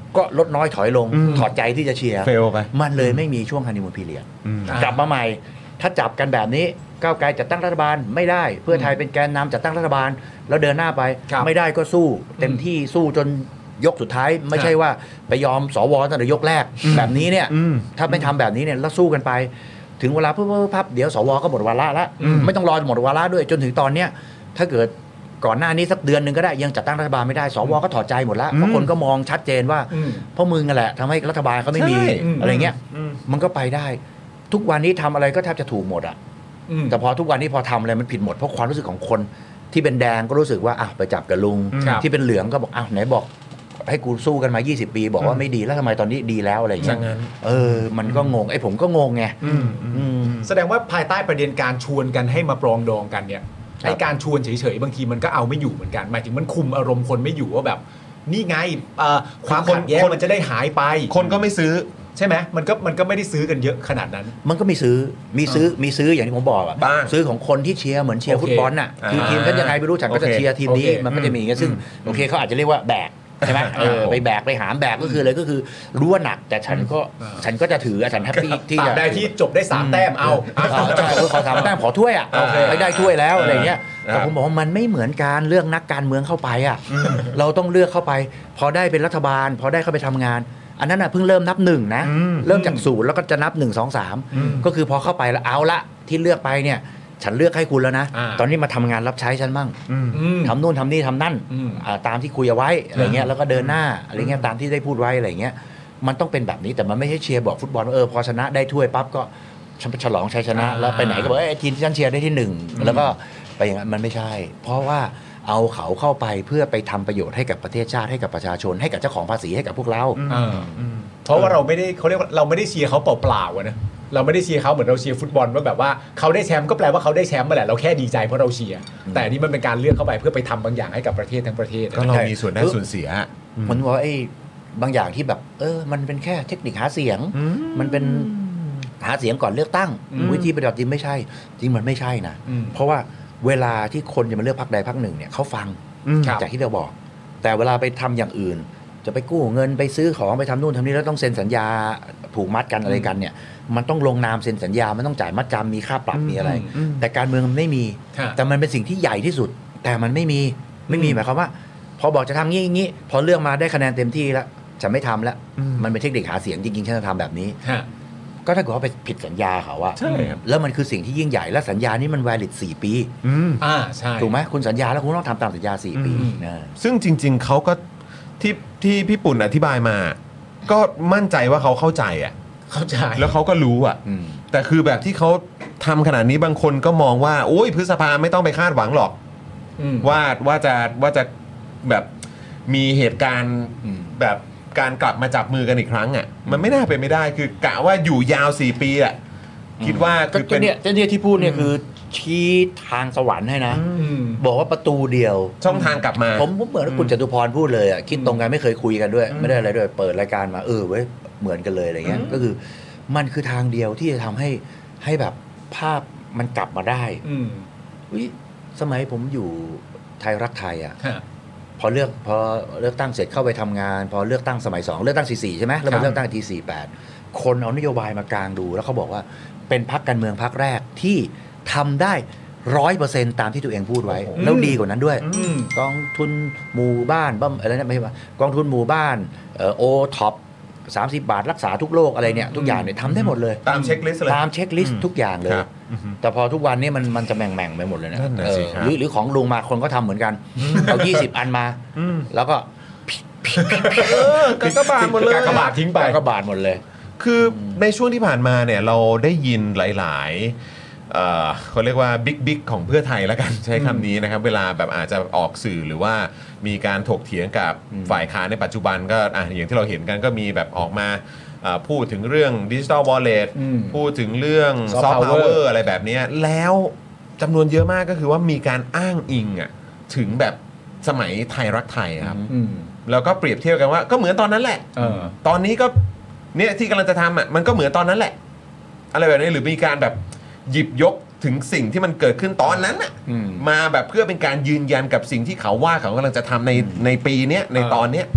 ก็ลดน้อยถอยลงถอดใจที่จะเชียร์เฟลไปมันเลยไม่มีช่วงฮันนีมูนพีเรียดอืมกลับมาใหม่ถ้าจับกันแบบนี้ก้าวไกลจัดตั้งรัฐบาลไม่ได้เพื่อไทยเป็นแกนนำจัดตั้งรัฐบาลแล้วเดินหน้าไปครับไม่ได้ก็สู้เต็มที่สู้จนยกสุดท้ายไม่ใช่ว่าไปยอมสวตั้งแต่ยกแรกแบบนี้เนี่ยอืมถ้าไม่ทำแบบนี้เนี่ยแล้วสู้กันไป ถึงเวลาปุ๊บปุ๊บปั๊บเดี๋ยวสวก็หมดวาระแล้วไม่ต้องรอหมดวาระด้วยจนถึงตอนเนี้ยถ้าเกิดก่อนหน้านี้สักเดือนหนึ่งก็ได้ยังจัดตั้งรัฐบาลไม่ได้สวก็ถอดใจหมดแล้วเพราะคนก็มองชัดเจนว่าอืมเพราะมึงนั่นแหละทำให้รัฐบาลเขาไม่มีใช่อะไรเงี้ยมันก็ไปได้ ทุกวันนี้ทำอะไรก็แทบจะถูกหมดอ่ะอืมแต่พอทุกวันนี้พอทำอะไรมันผิดหมดเพราะความรู้สึกของคนที่เป็นแดงก็รู้สึกว่าอ่ะไปจับกับลุงครับที่เป็นเหลืองก็บอกอ้าวไหนบอก ให้กูสู้กันมายี่สิบปีบอกว่าไม่ดีแล้วทำไมตอนนี้ดีแล้วอะไรอย่างเงี้ยซะงั้นเออมันก็งงไอ้ผมก็งงไงอืมอืมแสดงว่าภายใต้ประเด็นการชวนกันให้มาปรองดองกันเนี่ยครับไอ้การชวนเฉยๆบางทีมันก็เอาไม่อยู่เหมือนกันหมายถึงมันคุมอารมณ์คนไม่อยู่ว่าแบบ นี่ไงเอ่อความขัดแย้งคนมันจะได้หายไปคนก็ไม่ซื้อใช่ไหมมันก็มันก็ไม่ได้ซื้อกันเยอะขนาดนั้นมันก็มีซื้อมีซื้อมีซื้ออย่างที่ผมบอกอะบ้างซื้อของคนที่เชียร์เหมือนเชียร์โอเคฟุตบอลน่ะคือทีมฉันยังไงไม่รู้ฉันก็จะโอเคเชียร์ทีมนี้โอเคมันก็จะมีอย่างเงี้ยซึ่งโอเคเขาอาจจะเรียกว่าแบกใช่ไหมเออไปแบกไปหามแบกก็คืออะไรก็คือรู้ว่าหนักแต่ฉันก็ฉันก็จะถืออะฉันแฮปปี้ที่ตราบจะใดที่จบได้สามแต้มเอาอ่าใช่เออขอสามแต้มขอถ้วยอ่ะโอเคไม่ได้ถ้วยแล้วอะไรเงี้ยครับแต่ผมบอกว่ามันไม่เหมือนการเลือกนักการเมืองเข้าไปอ่ะเราต้องเลือกเข้าไป พอได้เป็นรัฐบาล พอได้เข้าไปทำงาน อันนั้นอ่ะเพิ่งเริ่มนับหนึ่งนะเริ่มจากศูนย์แล้วก็จะนับหนึ่งสองสามก็คือพอเข้าไปแล้วเอาละที่เลือกไปเนี่ยฉันเลือกให้คุณแล้วนะอ่าตอนนี้มาทำงานรับใช้ฉันบ้างอืมทำนู่นทำนี่ทำนั่นอืมอ่าตามที่คุยเอาไว้อะไรเงี้ยแล้วก็เดินหน้าอะไรเงี้ยตามที่ได้พูดไว้อะไรเงี้ยมันต้องเป็นแบบนี้แต่มันไม่ใช่เชียร์บอกฟุตบอลว่าเออพอชนะได้ถ้วยปั๊บก็ฉันไปฉลองชัยชนะ แล้วไปไหนก็บอกเอ้ยทีมที่ฉันเชียร์ได้ที่หนึ่งแล้วก็ไปอย่างนั้นมันไม่ใช่ เพราะว่าเอาเขาเข้าไปเพื่อไปทำประโยชน์ให้กับประเทศชาติให้กับประชาชนให้กับเจ้าของภาษีให้กับพวกเราเอออเพราะว่าเราไม่ได้เขาเรียกว่าเราไม่ได้เชียร์เขาเปล่าๆอะนะเราไม่ได้เชียร์เขาเหมือนเราเชียร์ฟุตบอลว่าแบบว่าเขาได้แชมป์ก็แปลว่าเขาได้แชมป์มาแหละเราแค่ดีใจเพราะเราเชียร์แต่อันนี่มันเป็นการเลือกเข้าไปเพื่อไปทำบางอย่างให้กับประเทศทั้งประเทศก็เรามีส่วนได้ส่วนเสียมันว่าไอ้บางอย่างที่แบบ เออ มันเป็นแค่เทคนิคหาเสียง มันเป็นหาเสียงก่อนเลือกตั้ง วิธีปฏิบัติจริงไม่ใช่ จริงมันไม่ใช่นะอืมเพราะว่าเวลาที่คนจะมาเลือกพรรคใดพรรคหนึ่งเนี่ยเขาฟังครับจากที่เราบอก แต่เวลาไปทำอย่างอื่น จะไปกู้เงินไปซื้อของไปทำนู่นทำนี่แล้วต้องเซ็นสัญญาผูกมัดกันอะไรกันเนี่ย มันต้องลงนามเซ็นสัญญา มันต้องจ่ายมัดจำมีค่าปรับมีอะไร แต่การเมืองมันไม่มีฮะแต่มันเป็นสิ่งที่ใหญ่ที่สุด แต่มันไม่มีไม่มีหมายความว่า พอบอกจะทำงี้งี้พอเลือกมาได้คะแนนเต็มที่แล้วจะไม่ทำแล้ว มันเป็นเทคนิคหาเสียงจริงๆฉันจะทำแบบนี้ฮะก็ถ้าเกิดว่าไปผิดสัญญาเขาอะใช่ครับแล้วมันคือสิ่งที่ยิ่งใหญ่และสัญญานี้มัน valid สี่ปีอ่าใช่ถูกไหมคุณสัญญาแล้วคุณต้องทำตามสัญญาสี่ปีอืมนะซึ่งจริง ๆเขาก็ที่ที่พี่ปุ่นอธิบายมา ก็มั่นใจว่าเขาเข้าใจอ่ะเข้าใจแล้วเขาก็รู้อ่ะอืมแต่คือแบบที่เขาทำขนาดนี้บางคนก็มองว่าโอ้ยพฤษภาไม่ต้องไปคาดหวังหรอกอืมว่าว่าจะว่าจะแบบมีเหตุการณ์อืมแบบการกลับมาจับมือกันอีกครั้งอ่ะมันไม่น่าเป็นไม่ได้คือกะว่าอยู่ยาวสี่ปีอ่ะคิดว่าก็คือเป็นเนี่ยเจ้าเนี่ยที่พูดเนี่ยคือชี้ทางสวรรค์ให้นะอืมบอกว่าประตูเดียวช่องทางกลับมาผมผมเหมือนคุณจตุพรพูดเลยอ่ะคิดตรงกันไม่เคยคุยกันด้วย ไม่ได้อะไรด้วยเปิดรายการมาเออเว้ยเหมือนกันเลยอะไรเงี้ยก็คือมันคือทางเดียวที่จะทำให้ให้แบบภาพมันกลับมาได้อืมอุ๊ยสมัยผมอยู่ไทยรักไทยอ่ะฮะพอเลือกพอเลือกตั้งเสร็จเข้าไปทำงาน พอเลือกตั้งสมัยสองเลือกตั้งสี่สี่ใช่ไหมแล้วครัมาบเลือกตั้งทีสี่แปดคนเอานโยบายมากางดู แล้วเขาบอกว่าเป็นพรรคการเมืองพรรคแรกที่ทำได้ร้อยเปอร์เซ็นต์ตามที่ตัวเองพูดไว้ แล้วดีกว่านั้นด้วยอืมกองทุนหมู่บ้านบ้าอะไรนะไม่ใช่ว่ากองทุนหมู่บ้านเอ่อโอท็อปสามสิบบาทรักษาทุกโรคอะไรเนี่ยทุกอย่างเนี่ยทำได้หมดเลยตามเช็คลิสต์เลยตามเช็คลิสต์ทุกอย่างเลยครับแต่พอทุกวันนี้มันมันจะแหม่งๆไปหมดเลยนะนั่นน่ะเอสิอครับหรือหรือของลุงมาคนก็ทำเหมือนกัน เอายี่สิบอันมา แล้วก็กากบาทหมดเลยกากบาททิ้งไปก็บาทหมดเลยคือในช่วงที่ผ่านมาเนี่ยเราได้ยินหลายๆเอ่อเขาเรียกว่าบิ๊กบิ๊กของเพื่อไทยแล้วกันใช้คำนี้นะครับ เวลาแบบอาจจะออกสื่อหรือว่ามีการถกเถียงกับฝ่ายค้านในปัจจุบันก็อ่ะอย่างที่เราเห็นกันก็มีแบบออกมาเอ่อพูดถึงเรื่องดิจิ t a ลวอลเล็ตอืมพูดถึงเรื่อง Soft ซอฟต์พาวเวอ Power ร์อะไรแบบเนี้ยแล้วจำนวนเยอะมากก็คือว่ามีการอ้างอิงอ่ะถึงแบบสมัยไทยรักไทยครับอืมแล้วก็เปรียบเทียบกันว่าก็เหมือนตอนนั้นแหละเออตอนนี้ก็เนี่ยที่กำลังจะทำอ่ะมันก็เหมือนตอนนั้นแหละ อะไรแบบนี้หรือมีการแบบหยิบยกถึงสิ่งที่มันเกิดขึ้นตอนนั้นอ่ะอืมมาแบบเพื่อเป็นการยืนยันกับสิ่งที่เขาว่าเขากำลังจะทำในในปีเนี้ยในตอนเนี้ย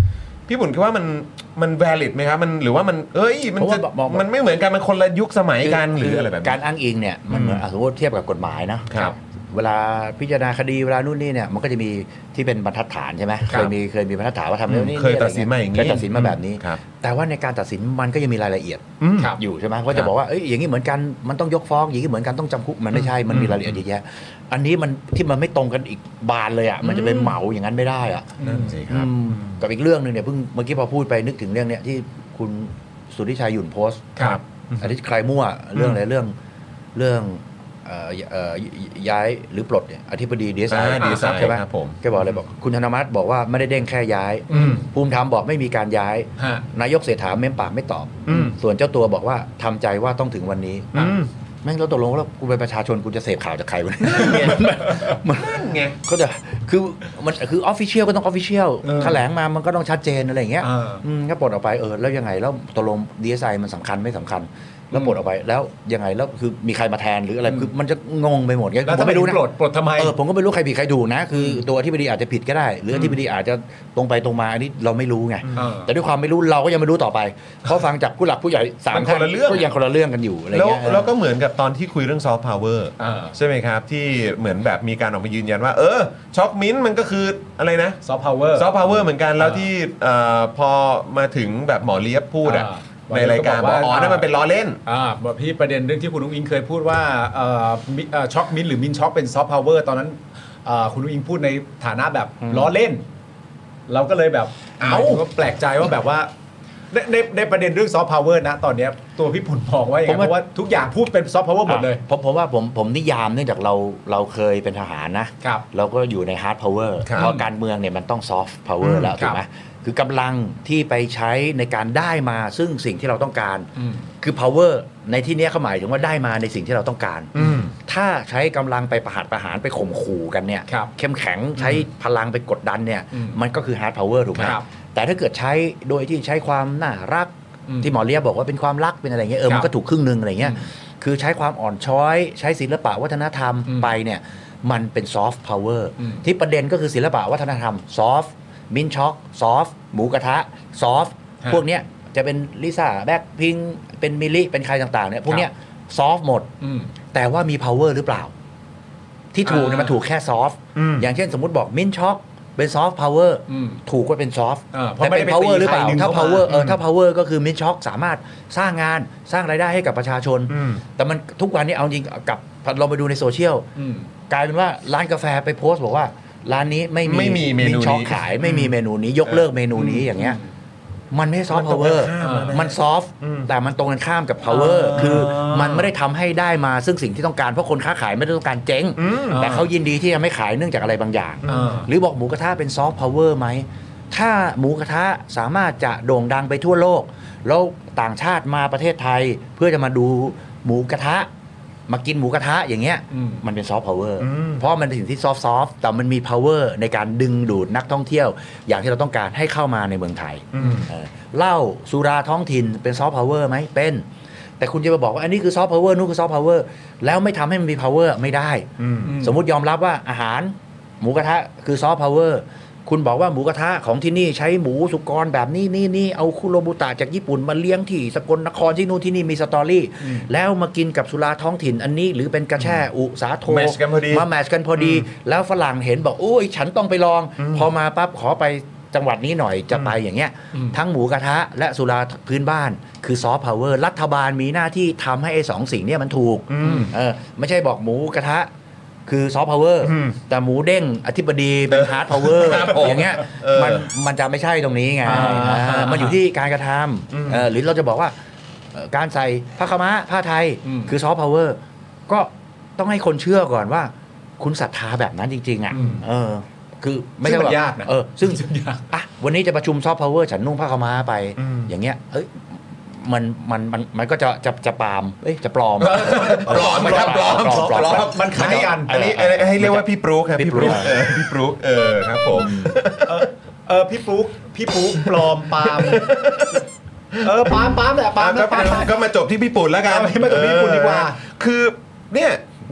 พี่บุญคิดว่ามันมัน valid ไหมครับมันหรือว่ามันเอ้ยมันจะมันไม่เหมือนกันมันคนละยุคสมัยกันหรืออะไรแบบนี้การอ้างอิงเนี่ยมันเหมือนสมมติเทียบกับกฎหมายนะครับเวลาพิจารณาคดีเวลานู่นนี่เนี่ยมันก็จะมีที่เป็นบรรทัดฐานใช่ไหมเคยมีเคยมีบรรทัดฐานว่าทำเรื่องนี้เคยตัดสินมาอย่างนี้เคยตัดสินมาแบบนี้แต่ว่าในการตัดสินมันก็ยังมีรายละเอียดอยู่ใช่ไหมก็จะบอกว่าเอ้ยอย่างนี้เหมือนกันมันต้องยกฟ้องอย่างนี้เหมือนกันต้องจำคุกมันไม่ใช่มันมีรายละเอียดเยอะแยะอันนี้มันที่มันไม่ตรงกันอีกบานเลยอ่ะมันจะเป็นเหมาอย่างนั้นไม่ได้อ่ะนั่นสิครับกับอีกเรื่องนึงเนี่ยเพิ่งเมื่อกี้พอพูดไปนึกถึงเรื่องเนี้ยที่คุณสุทธิชัยหยุ่นโพสต์ครับอันนี้ใครมั่วเรื่องอะไรเรื่องเรื่องย้ายหรือปลดเนี่ยอธิบดี ดี เอส ไอ ใช่ไหมแกบอกอะไรบอกคุณธนมัตบอกว่าไม่ได้เด้งแค่ย้ายภูมิธรรมบอกไม่มีการย้ายนายกเศรษฐาเม้มปากไม่ตอบส่วนเจ้าตัวบอกว่าทำใจว่าต้องถึงวันนี้แม่งเราตกลงว่ากูเป็นประชาชนกูจะเสพข่าวจากใครวะมันนั่นไงก็จะคือมันคือออฟฟิเชียลก็ต้องออฟฟิเชียลแถลงมามันก็ต้องชัดเจนอะไรอย่างเงี้ยก็ปลดออกไปเออแล้วยังไงแล้วตกลง ดี เอส ไอ มันสำคัญไม่สำคัญแล้วปลดออกไปแล้วยังไงแล้วคือมีใครมาแทนหรืออะไรคือมันจะงงไปหมดไงผมก็ไม่รู้นะปลดปลดทำไมเออผมก็ไม่รู้ใครผิดใครถูกนะคือตัวอธิบดีอาจจะผิดก็ได้หรืออธิบดีอาจจะตรงไปตรงมาอันนี้เราไม่รู้ไงแต่ด้วยความไม่รู้เราก็ยังไม่รู้ต่อไปเพราะฟังจากผู้หลักผู้ใหญ่สามท่านก็ยังคนละเรื่องกันอยู่อะไรเงี้ยแล้วก็เหมือนกับตอนที่คุยเรื่องซอฟต์พาวเวอร์ใช่ไหมครับที่เหมือนแบบมีการออกมายืนยันว่าเออช็อกมิ้นมันก็คืออะไรนะซอฟต์พาวเวอร์ซอฟต์พาวเวอร์เหมือนกันแล้วที่พอมาถึงแบบหมอเลียบพูดอ่ะในรายการบอกอ๋อนั่นมันเป็นล้อเล่นอ่าแบบพี่ประเด็นเรื่องที่คุณนุ้งอิงเคยพูดว่าเอ่อช็อกมิ้นหรือมินช็อกเป็นซอฟต์พาวเวอร์ตอนนั้นคุณนุ้งอิงพูดในฐานะแบบล้อเล่นเราก็เลยแบบเอ้าก็แปลกใจว่าแบบว่าในในในประเด็นเรื่องซอฟต์พาวเวอร์นะตอนนี้ตัวพี่ผุนมองว่าอย่างไรเพราะว่าทุกอย่างพูดเป็นซอฟต์พาวเวอร์หมดเลยผมผมว่าผมผมนิยามเนื่องจากเราเราเคยเป็นทหารนะเราก็อยู่ในฮาร์ดพาวเวอร์เพราะการเมืองเนี่ยมันต้องซอฟต์พาวเวอร์แล้วถูกไหมคือกำลังที่ไปใช้ในการได้มาซึ่งสิ่งที่เราต้องการคือ power ในที่นี้เขาหมายถึงว่าได้มาในสิ่งที่เราต้องการถ้าใช้กำลังไปประหัตประหารไปข่มขู่กันเนี่ยเข้มแข็งใช้พลังไปกดดันเนี่ยมันก็คือ hard power ถูกไหมแต่ถ้าเกิดใช้โดยที่ใช้ความน่ารักที่หมอเลียบอกว่าเป็นความรักเป็นอะไรเงี้ยเออมันก็ถูกครึ่งนึงอะไรเงี้ยคือใช้ความอ่อนช้อยใช้ศิลปะวัฒนธรรมไปเนี่ยมันเป็น soft power ที่ประเด็นก็คือศิลปะวัฒนธรรม softมินช็อกซอฟหมูกระทะซอฟพวกเนี้ยจะเป็นลิซ่าแบ็คพิงเป็นมิลลี่เป็นใครต่างๆเนี่ยพวกเนี้ยซอฟหมดแต่ว่ามี power หรือเปล่าที่ถูกเนี่ยมันถูกแค่ซอฟอย่างเช่นสมมุติบอกมินช็อกเป็นซอฟพาวเวอร์ถูกว่าเป็นซอฟแต่เป็น power หรือเปล่าถ้า power เออถ้า power ก็คือมินช็อกสามารถสร้างงานสร้างรายได้ให้กับประชาชนแต่มันทุกวันนี้เอาจริงกับเราไปดูในโซเชียลกลายเป็นว่าร้านกาแฟไปโพสต์บอกว่าร้านนี้ไม่มีมินช็อกขายไม่มีเมนูนี้ยกเลิกเมนูนี้อย่างเงี้ยมันไม่ซอฟต์พาวเวอร์มันซอฟต์แต่มันตรงกันข้ามกับพาวเวอร์คือมันไม่ได้ทำให้ได้มาซึ่งสิ่งที่ต้องการเพราะคนค้าขายไม่ได้ต้องการเจ๊งแต่เขายินดีที่จะไม่ขายเนื่องจากอะไรบางอย่างหรือบอกหมูกระทะเป็นซอฟต์พาวเวอร์ไหมถ้าหมูกระทะสามารถจะโด่งดังไปทั่วโลกแล้วต่างชาติมาประเทศไทยเพื่อจะมาดูหมูกระทะมากินหมูกระทะอย่างเงี้ยมันเป็นซอฟต์พาวเวอร์เพราะมันเป็นสิ่งที่ซอฟต์ซอฟต์แต่มันมี power ในการดึงดูดนักท่องเที่ยวอย่างที่เราต้องการให้เข้ามาในเมืองไทยเหล้าสุราท้องถิ่นเป็นซอฟต์พาวเวอร์ไหมเป็นแต่คุณจะมาบอกว่าอันนี้คือซอฟต์พาวเวอร์นู่นคือซอฟต์พาวเวอร์แล้วไม่ทำให้มันมี power ไม่ได้สมมุติยอมรับว่าอาหารหมูกระทะคือซอฟต์พาวเวอร์คุณบอกว่าหมูกระทะของที่นี่ใช้หมูสุกรแบบนี้นี่นี่เอาคุโรบุตะจากญี่ปุ่นมาเลี้ยงที่สกลนครที่นู่นที่นี่มีสตอรี่แล้วมากินกับสุราท้องถิ่นอันนี้หรือเป็นกระแช่อุสาโทมาแมทช์กันพอดีแล้วฝรั่งเห็นบอกโอ้ยฉันต้องไปลองพอมาปั๊บขอไปจังหวัดนี้หน่อยจะไปอย่างเงี้ยทั้งหมูกระทะและสุราพื้นบ้านคือซอฟต์พาวเวอร์รัฐบาลมีหน้าที่ทำให้ไอ้สองสิ่งนี้มันถูกเออไม่ใช่บอกหมูกระทะคือซอฟต์พาวเวอร์แต่หมูเด้งอธิบดีเป็นฮาร์ดพาวเวอร์อย่างเงี้ยมันมันจะไม่ใช่ตรงนี้ไงมันอยู่ที่การกระทำหรือเราจะบอกว่าการใส่ผ้าขาวม้าผ้าไทยคือซอฟต์พาวเวอร์ก็ต้องให้คนเชื่อก่อนว่าคุณศรัทธาแบบนั้นจริงๆอ่ะเออคือไม่ใช่แบบเออซึ่งอ่ะวันนี้จะประชุมซอฟต์พาวเวอร์ฉันนุ่งผ้าขาวม้าไปอย่างเงี้ยเอ้ยมันมันมันมันก็จะจะจะปลอมเอ้ยจะปลอมปลอมไม่ครับปลอมปลอมมันคล้ายกันอันนี้ให้เรียกว่าพี่ปลูกครับพี่ปลูกเออพี่ปลูกเออครับผมเออพี่ปลูกพี่ปลูกปลอมปลอมเออปลอมปลอมแหละปลอมก็มาจบที่พี่ปุ่นแล้วกันมาจบที่พี่ปุ่นดีกว่าคือเนี่ย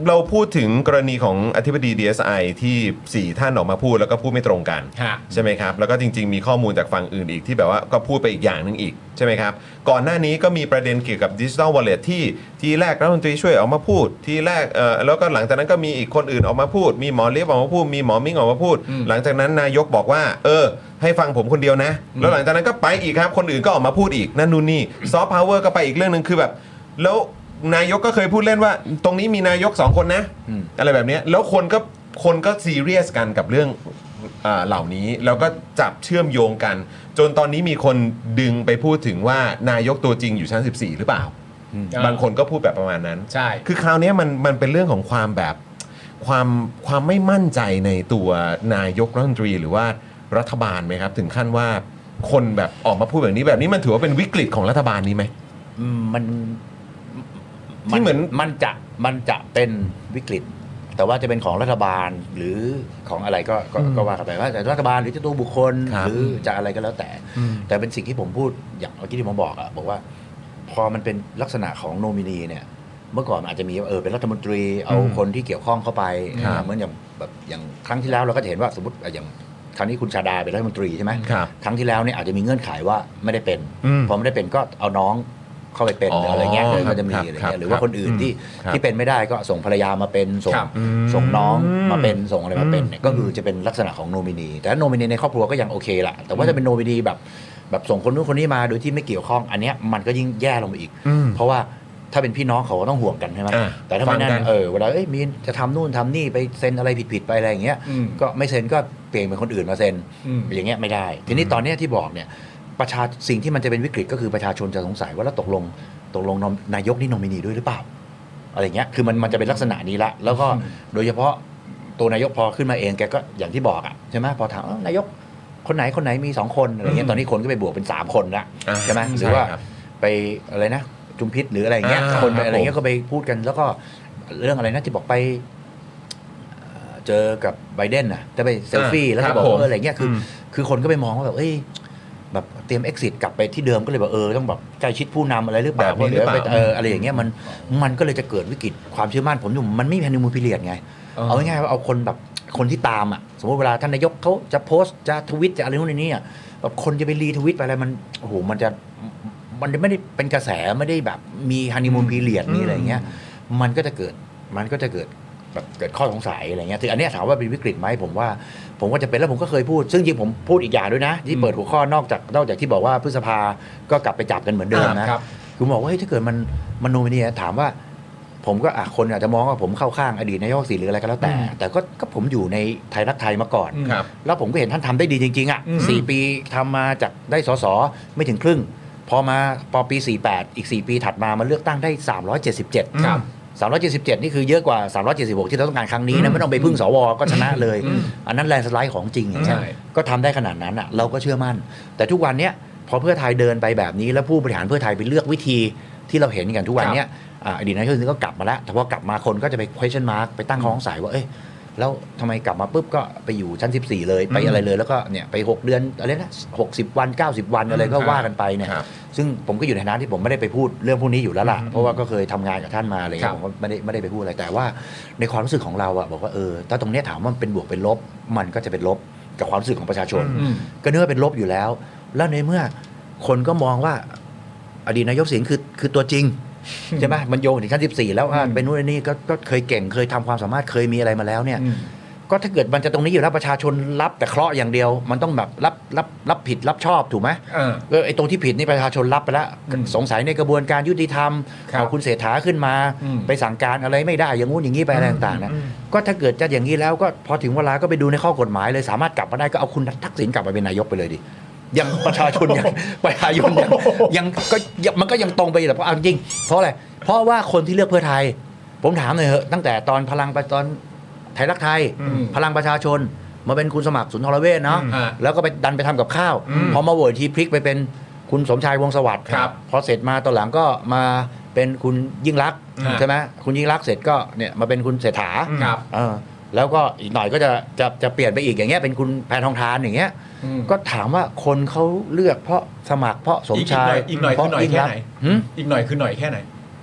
เราพูดถึงกรณีของอธิบดี ดี เอส ไอ ที่สี่ท่านออกมาพูดแล้วก็พูดไม่ตรงกันใช่ไหมครับแล้วก็จริงๆมีข้อมูลจากฝั่งอื่นอีกที่แบบว่าก็พูดไปอีกอย่างนึงอีกใช่ไหมครับก่อนหน้านี้ก็มีประเด็นเกี่ยวกับ Digital Wallet ที่ทีแรกรัฐมนตรีช่วยออกมาพูดทีแรกเอ่อแล้วก็หลังจากนั้นก็มีอีกคนอื่นออกมาพูดมีหมอเลียบออกมาพูดมีหมอมิ้งออกมาพูดหลังจากนั้นนายกบอกว่าเออให้ฟังผมคนเดียวนะแล้วหลังจากนั้นก็ไปอีกครับคนอื่นก็ออกมาพูดอีกนั่นนู่นนี่ซอฟต์พาวเวอร์ก็ไปอีกเรื่องนึงคือแบบแล้วนายกก็เคยพูดเล่นว่าตรงนี้มีนายกสองคนนะอะไรแบบนี้แล้วคนก็คนก็ซีเรียสกันกับเรื่องอ่าเหล่านี้แล้วก็จับเชื่อมโยงกันจนตอนนี้มีคนดึงไปพูดถึงว่านายกตัวจริงอยู่ชั้นสิบสี่หรือเปล่าบางคนก็พูดแบบประมาณนั้นใช่คือคราวนี้มันมันเป็นเรื่องของความแบบความความไม่มั่นใจในตัวนายกรัฐมนตรีหรือว่ารัฐบาลไหมครับถึงขั้นว่าคนแบบออกมาพูดแบบนี้แบบนี้มันถือว่าเป็นวิกฤตของรัฐบาลนี้ไหมมันที่เหมือนมันจะมันจะเป็นวิกฤตแต่ว่าจะเป็นของรัฐบาลหรือของอะไรก็ก็ว่ากันไปว่าแต่รัฐบาลหรือจะตัวบุคคลหรือจะอะไรก็แล้วแต่แต่เป็นสิ่งที่ผมพูดอย่างเมื่อกี้ที่ผมบอกอะบอกว่าพอมันเป็นลักษณะของโนมินีเนี่ยเมื่อก่อนอาจจะมีเออเป็นรัฐมนตรีเอาคนที่เกี่ยวข้องเข้าไปเหมือนอย่างแบบอย่างครั้งที่แล้วเราก็จะเห็นว่าสมมติอย่างครั้งนี้คุณชาดาเป็นรัฐมนตรีใช่ไหมครั้งที่แล้วเนี่ยอาจจะมีเงื่อนไขว่าไม่ได้เป็นพอไม่ได้เป็นก็เอาน้องเข้าไปเป็นอะไรเงี้ยก็จะมีอะไรเงี้ยหรือว่าคนอื่นที่ที่เป็นไม่ได้ก็ส่งภรรยามาเป็นส่งส่งน้องมาเป็นส่งอะไรมาเป็นเนี่ยก็คือจะเป็นลักษณะของโนมินีแต่โนมินีในครอบครัวก็ยังโอเคละแต่ว่าจะเป็นโนมินีแบบแบบส่งคนนู้นคนนี้มาโดยที่ไม่เกี่ยวข้องอันเนี้ยมันก็ยิ่งแย่ลงไปอีกเพราะว่าถ้าเป็นพี่น้องเขาก็ต้องห่วงกันใช่ไหมแต่ถ้าไม่นั่นเออเวลาเอ้ยมีจะทำนู่นทำนี่ไปเซ็นอะไรผิดๆไปอะไรอย่างเงี้ยก็ไม่เซ็นก็เปลี่ยนเป็นคนอื่นมาเซ็นอย่างเงี้ยไม่ได้ทีนี้ตอนเนี้ยที่บอกเนี่ยประชาสิ่งที่มันจะเป็นวิกฤตก็คือประชาชนจะสงสัยว่าแล้วตกลงตกลงนายกนี่โนมินีด้วยหรือเปล่าอะไรเงี้ยคือมันมันจะเป็นลักษณะนี้ละแล้วก็โดยเฉพาะตัวนายกพอขึ้นมาเองแกก็อย่างที่บอกอ่ะใช่ไหมพอถามนายกคนไหนคนไหนมีสองคนอะไรเงี้ยตอนนี้คนก็ไปบวกเป็นสามคนละใช่ไหมหรือว่าไปอะไรนะจุมพิษหรืออะไรเงี้ยคนไปอะไรเงี้ยก็ไปพูดกันแล้วก็เรื่องอะไรนะที่บอกไปเจอกับไบเดนน่ะจะไปเซลฟี่แล้วก็บอกเอออะไรเงี้ยคือคือคนก็ไปมองว่าแบบเอ้ยแบบเตรียม exit กลับไปที่เดิมก็เลยแบบเออต้องแบบใกล้ชิดผู้นำอะไรหรือเปล่าเพราะเดี๋ยวไปเอออะไรอย่างเงี้ยมันมันก็เลยจะเกิดวิกฤตความเชื่อมั่นผมอยู่มันไม่มีฮันนีมูนพีเรียดไงเอาง่ายๆว่าเอาคนแบบคนที่ตามอ่ะสมมติเวลาท่านนายกเขาจะโพสต์จะทวิตจะอะไรนู่นนี่อ่ะแบบคนจะไปรีทวิตไปอะไรมันโอ้โหมันจะมันไม่ได้เป็นกระแสไม่ได้แบบมีฮันนีมูนพีเรียดนี่อะไรเงี้ยมันก็จะเกิดมันก็จะเกิดแบบเกิดข้อสงสัยอะไรเงี้ยคืออันนี้ถามว่าเป็นวิกฤตไหมผมว่าผมว่าจะเป็นแล้วผมก็เคยพูดซึ่งจริงผมพูดอีกอย่างด้วยนะที่เปิดหัวข้อนอกจากนอกจากที่บอกว่าพฤษภาก็กลับไปจับกันเหมือนเดิมนะคือบอกว่าเฮ้ยถ้าเกิดมันมันโนมินีถามว่าผมก็อ่ะคนอาจจะมองว่าผมเข้าข้างอดีตนายกศิริหรืออะไรก็แล้วแต่แต่ก็ก็ผมอยู่ในไทยรักไทยมาก่อนแล้วผมก็เห็นท่านทำได้ดีจริงๆอ่ะสี่ปีทำมาจากได้สสไม่ถึงครึ่งพอมาพอปีสี่สิบแปดอีกสี่ปีถัดมามันเลือกตั้งได้สามร้อยเจ็ดสิบเจ็ดครับสามร้อยเจ็ดสิบเจ็ดนี่คือเยอะกว่าสามร้อยเจ็ดสิบหกที่เราต้องการครั้งนี้นะไม่ต้องไปพึ่งสวก็ชนะเลยอันนั้นแลนด์สไลด์ของจริงใช่ก็ทำได้ขนาดนั้นอ่ะเราก็เชื่อมั่นแต่ทุกวันเนี้ยพอเพื่อไทยเดินไปแบบนี้แล้วผู้บริหารเพื่อไทยไปเลือกวิธีที่เราเห็นกันทุกวันเนี้ยอดีตนายกก็กลับมาแล้วแต่พอกลับมาคนก็จะไป question mark ไปตั้งข้อสงสัยว่าเอ้ยแล้วทำไมกลับมาปุ๊บก็ไปอยู่ชั้นสิบสี่เลยไปอะไรเลยแล้วก็เนี่ยไปหกเดือนอะไรนะหกสิบวันเก้าสิบวันอะไรก็ว่ากันไปเนี่ยซึ่งผมก็อยู่ในฐานะที่ผมไม่ได้ไปพูดเรื่องพวกนี้อยู่แล้วล่ะเพราะว่าก็เคยทำงานกับท่านมาอะไรเงี้ยผมก็ไม่ได้ไม่ได้ไปพูดอะไรแต่ว่าในความรู้สึกของเราอะบอกว่าเออถ้าตรงนี้ถามว่ามันเป็นบวกเป็นลบมันก็จะเป็นลบกับความรู้สึกของประชาชนก็เนื้อเป็นลบอยู่แล้วแล้วในเมื่อคนก็มองว่าอดีตนายกสิงห์คือคือตัวจริงใช่ไหมมันโยงถึงชั้นสิบสี่แล้วเป็นนู่นนี่ก็ก็เคยเก่งเคยทำความสามารถเคยมีอะไรมาแล้วเนี่ยก็ถ้าเกิดมันจะตรงนี้อยู่แล้วประชาชนรับแต่เคราะห์อย่างเดียวมันต้องแบบรับรับรับผิดรับชอบถูกไหมเออไอ้ตรงที่ผิดนี่ประชาชนรับไปแล้วสงสัยในกระบวนการยุติธรรมเอาคุณเศรษฐาขึ้นมาไปสั่งการอะไรไม่ได้อย่างงู้นอย่างนี้ไปอะไรต่างๆนะก็ถ้าเกิดจะอย่างนี้แล้วก็พอถึงเวลาก็ไปดูในข้อกฎหมายเลยสามารถกลับมาได้ก็เอาคุณทักษิณกลับมาเป็นนายกไปเลยดิยังประชาชนยังประชาชนยังยังก็มันก็ยังตรงไปแต่เพราะจริงเพราะอะไรเพราะว่าคนที่เลือกเพื่อไทยผมถามหน่อยเหอะตั้งแต่ตอนพลังตอนไทยรักไทยพลังประชาชนมาเป็นคุณสมัครสุนทรเวชเนาะแล้วก็ไปดันไปทำกับข้าวพอมาโหวตทีพลิกไปเป็นคุณสมชายวงศ์สวัสดิ์พอเสร็จมาตอนหลังก็มาเป็นคุณยิ่งลักษณ์ใช่ไหมคุณยิ่งลักษณ์เสร็จก็เนี่ยมาเป็นคุณเศรษฐาแล้วก็อีกหน่อยก็จะจะจะเปลี่ยนไปอีกอย่างเงี้ยเป็นคุณแพทองธารอย่างเงี้ยก็ถามว่าคนเขาเลือกเพราะสมัครเพราะสมชายอีกหน่อยคือหน่อยแค่ไหนอีกหน่อยคือหน่อยแค่ไหน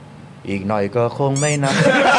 อีกหน่อยก็คงไม่นาน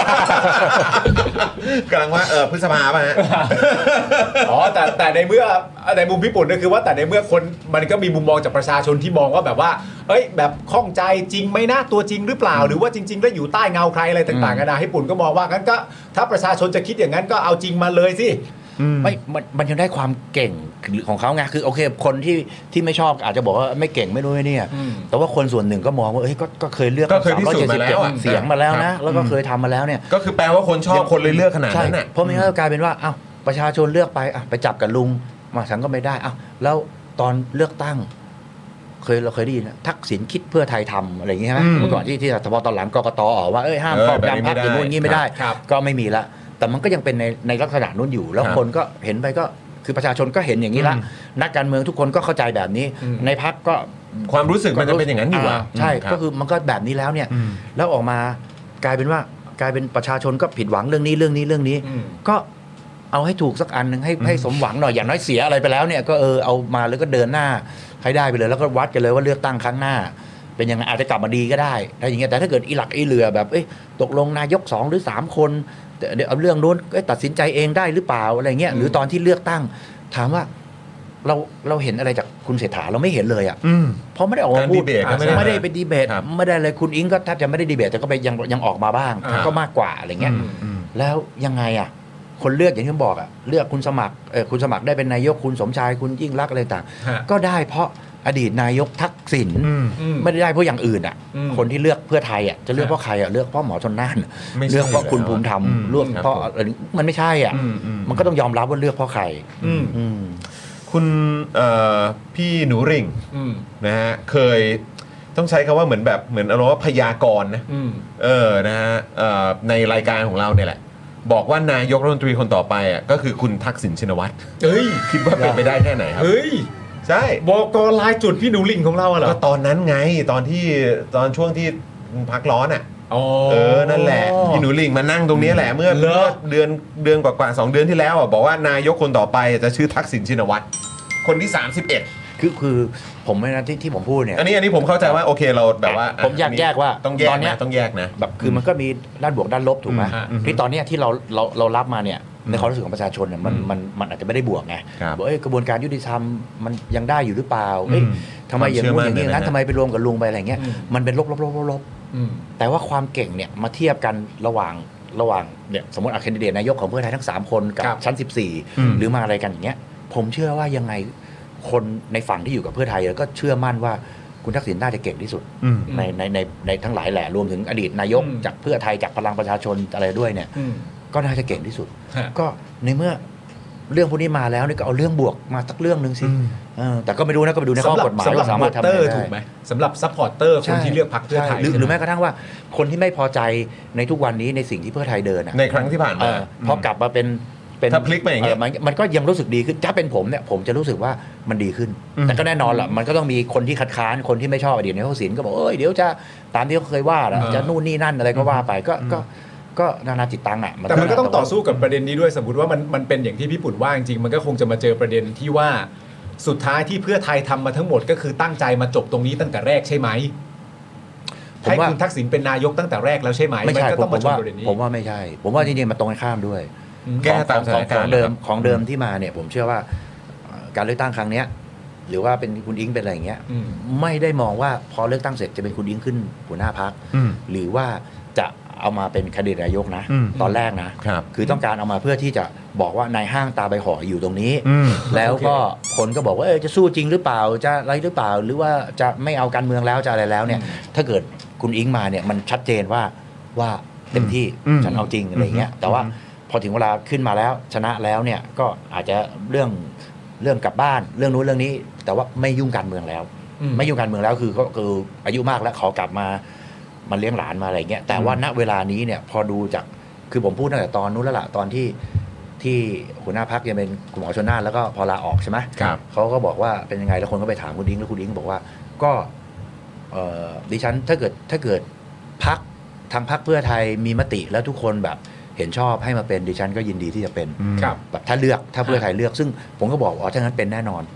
กำลังว่าเออพฤษภาป่ะฮะอ๋อแต่แต่ในเมื่อในมุมพี่ปุ่นก็คือว่าแต่ในเมื่อคนมันก็มีมุมมองจากประชาชนที่มองว่าแบบว่าเอ้ยแบบข้องใจจริงไหมนะตัวจริงหรือเปล่าหรือว่าจริงๆแล้วอยู่ใต้เงาใครอะไรต่างๆกันานะให้ปุ่นก็มองว่างั้นก็ถ้าประชาชนจะคิดอย่างนั้นก็เอาจริงมาเลยสิไม่มันมันยังได้ความเก่งของเขาไงคือโอเคคนที่ที่ไม่ชอบอาจจะบอกว่าไม่เก่งไม่รู้ไม่เนี่ยแต่ว่าคนส่วนหนึ่งก็มองว่าเฮ้ยก็ก็เคยเลือกก็เคยพิสูจน์มาแล้วเสียงมาแล้วนะแล้วก็เคยทำมาแล้วเนี่ยก็คือแปลว่าคนชอบคนเลยเลือกขนาดนั้นน่ะเพราะไม่งั้นก็กลายเป็นว่าอ้าวประชาชนเลือกไปอ่ะไปจับกับลุงมาฉันก็ไม่ได้อ้าวแล้วตอนเลือกตั้งเคยเราเคยได้ยินทักษิณคิดเพื่อไทยทำอะไรอย่างเงี้ยใช่ไหมเมื่อก่อนที่ที่เฉพาะตอนหลังกกตออกว่าเอ้ยห้ามครอบงำพรรคอย่างนู้นอย่างนี้ไม่ได้ก็ไม่มีละแต่มันก็ยังเป็นในในลักษณะนู้นอยู่แล้วคนก็เห็นไปก็คือประชาชนก็เห็นอย่างนี้ละนักการเมืองทุกคนก็เข้าใจแบบนี้ในพรรคก็ความรู้สึกมันจะเป็นอย่างนั้นอยู่อ่ะใช่ก็คือมันก็แบบนี้แล้วเนี่ยแล้วออกมากลายเป็นว่ากลายเป็นประชาชนก็ผิดหวังเรื่องนี้เรื่องนี้เรื่องนี้ก็เอาให้ถูกสักอันนึงให้ให้สมหวังหน่อยอย่างน้อยเสียอะไรไปแล้วเนี่ยก็เออเอามาแล้วก็เดินหน้าให้ได้ไปเลยแล้วก็วัดกันเลยว่าเลือกตั้งครั้งหน้าเป็นยังไงอาจจะกลับมาดีก็ได้ถ้าอย่างเงี้ยแต่ถ้าเกิดอีหลักอีเหลือแบบเอ้ยตกลงนายกสองหรือสามคนเดี๋ยวเอาเรื่องนู้นตัดสินใจเองได้หรือเปล่าอะไรเงี้ยหรือตอนที่เลือกตั้งถามว่าเราเราเห็นอะไรจากคุณเศรษฐาเราไม่เห็นเลยอ่ะเพราะไม่ได้ออกมาพูดไม่ได้เป็นดีเบตไม่ได้เลยคุณอิงก็แทบจะไม่ได้ดีเบตแต่ก็ไปยังยังออกมาบ้างก็มากกว่าอะไรเงี้ยแล้วยังไงอ่ะคนเลือกอย่างที่ผมบอกอ่ะเลือกคุณสมัครเออคุณสมัครได้เป็นนายกคุณสมชายคุณยิ่งรักอะไรต่างก็ได้เพราะอดีตนายกทักษิณไม่ได้ได้เพราะอย่างอื่นอ่ะคนที่เลือกเพื่อไทยอ่ะจะเลือกเพราะใครอ่ะเลือกเพราะหมอชนน่านเลือกเพราะคุณภูมิธรรมเลือกเพราะมันไม่ใช่อ่ะมันก็ต้องยอมรับว่าเลือกเพราะใครคุณพี่หนูริ่งนะฮะเคยต้องใช้คำว่าเหมือนแบบเหมือนอารมณ์ว่าพยากรณ์นะเออนะฮะในรายการของเราเนี่ยแหละบอกว่านายกรัฐมนตรีคนต่อไปอ่ะก็คือคุณทักษิณชินวัตรเฮ้ยคิดว่าเป็นไปได้แค่ไหนครับเฮ้ยใช่บอกกลายจุดพี่หนูลิ่งของเราเหรอก็ตอนนั้นไงตอนที่ตอนช่วงที่พักร้อนอ่ะเออนั่นแหละพี่หนูลิ่งมานั่งตรงนี้แหละเมื่อเดือนเดือนกว่าๆสองเดือนที่แล้วอ่ะบอกว่านายกคนต่อไปจะชื่อทักษิณชินวัตรคนที่สามสิบเอ็ดคือคือผมไม่นะที่ที่ผมพูดเนี่ยอันนี้อันนี้ผมเข้าใจว่าโอเคเราแบบว่าผมอยากแยกว่าต้องแยกนะต้องแยกนะแบบคือมันก็มีด้านบวกด้านลบถูกไหมที่ตอนนี้ที่เราเราเรารับมาเนี่ยในความรู้สึกของประชาชนเนี่ยมันมันมันอาจจะไม่ได้บวกไงบอกเอ้ยกระบวนการยุติธรรมมันยังได้อยู่หรือเปล่าเอ้ยทำไมอย่างนู้นอย่างนี้นั้นทำไมไปรวมกับลุงไปอะไรเงี้ยมันเป็นลบลบลบลบแต่ว่าความเก่งเนี่ยมาเทียบกันระหว่างระหว่างเนี่ยสมมติเอาแคนดิเดตนายกของเพื่อไทยทั้งสามคนกับชั้นสิบสี่หรือมาอะไรกันอย่างเงี้ยผมเชื่อว่ายังไงคนในฝั่งที่อยู่กับเพื่อไทยก็เชื่อมั่นว่าคุณทักษิณน่าจะเก่งที่สุดในในในในทั้งหลายแหละรวมถึงอดีตนายกจากเพื่อไทยจากพลังประชาชนอะไรด้วยเนี่ยก็น่าจะเก่งที่สุดก็ในเมื่อเรื่องพวกนี้มาแล้วนี่ก็เอาเรื่องบวกมาสักเรื่องนึงสิแต่ก็ไม่รู้นะก็ไปดูในข้อกฎหมายว่าสามารถทำได้ถูกไหมสำหรับซัพพอร์เตอร์คนที่เลือกพรรคเพื่อไทยหรือแม้กระทั่งว่าคนที่ไม่พอใจในทุกวันนี้ในสิ่งที่เพื่อไทยเดินในครั้งที่ผ่านมาพอกลับมาเป็นถ้าพลิกไปอย่างเงี้ยมันก็ยังรู้สึกดีขึ้นถ้าเป็นผมเนี่ยผมจะรู้สึกว่ามันดีขึ้นแต่ก็แน่นอนแหละมันก็ต้องมีคนที่คัดค้านคนที่ไม่ชอบอดีตนายกทักษิณก็บอกเอ้ยเดี๋ยวจะตามที่เขาเคยว่าแล้วจะนู่นนี่นั่นอะไรก็ว่าไปก็ก็ก็นานาจิตตังอ่ะแต่มันก็ต้องต่อสู้กับประเด็นนี้ด้วยสมมติว่ามันมันเป็นอย่างที่พี่ปุ่นว่าจริงๆมันก็คงจะมาเจอประเด็นที่ว่าสุดท้ายที่เพื่อไทยทำมาทั้งหมดก็คือตั้งใจมาจบตรงนี้ตั้งแต่แรกใช่ไหมให้คุณทักษิณเป็นนายกตั้งแต่แรกแล้วใช่ไหมไม่ใช่ผมว่าผมว่าไม่ใช่ผมว่าจริงๆมันตรงกันข้ามด้วยแก้ตามสถานการณ์ของเดิมของเดิมที่มาเนี่ยผมเชื่อว่าการเลือกตั้งครั้งนี้หรือว่าเป็นคุณอิงเป็นอะไรอย่างเงี้ยไม่ได้มองว่าพอเลือกตั้งเสร็จจะเป็นคุณอิงขึ้นหัวหน้าพรรคหรือว่าจะเอามาเป็นแคนดิเดตนายกนะตอนแรกนะคือต้องการเอามาเพื่อที่จะบอกว่านายห้างตาใบห่ออยู่ตรงนี้แล้วก็คนก็บอกว่าเออจะสู้จริงหรือเปล่าจะอะไรหรือเปล่าหรือว่าจะไม่เอาการเมืองแล้วจะอะไรแล้วเนี่ยถ้าเกิดคุณอิงมาเนี่ยมันชัดเจนว่าว่าเต็มที่ฉันเอาจริงอะไรเงี้ยแต่ว่าพอถึงเวลาขึ้นมาแล้วชนะแล้วเนี่ยก็อาจจะเรื่องเรื่องกลับบ้านเรื่องนู้นเรื่องนี้แต่ว่าไม่ยุ่งการเมืองแล้วไม่ยุ่งการเมืองแล้วคือก็คืออายุมากแล้วขอกลับมามันเลี้ยงหลานมาอะไรเงี้ยแต่ว่าณเวลานี้เนี่ยพอดูจากคือผมพูดตั้งแต่ตอนนู้นแล้วล่ะตอนที่ที่หัวหน้าพรรคยังเป็นคุณหมอชนน่านแล้วก็พอลาออกใช่ไหมเขาก็บอกว่าเป็นยังไงแล้วคนก็ไปถามคุณอิงแล้วคุณอิงบอกว่าก็ดิฉันถ้าเกิดถ้าเกิดพรรคทางพรรคเพื่อไทยมีมติแล้วทุกคนแบบเห็นชอบให้มาเป็นดิฉันก็ยินดีที่จะเป็นแบบถ้าเลือกถ้าเพื่อไทยเลือกซึ่งผมก็บอกอ๋อถ้างั้นเป็นแน่นอน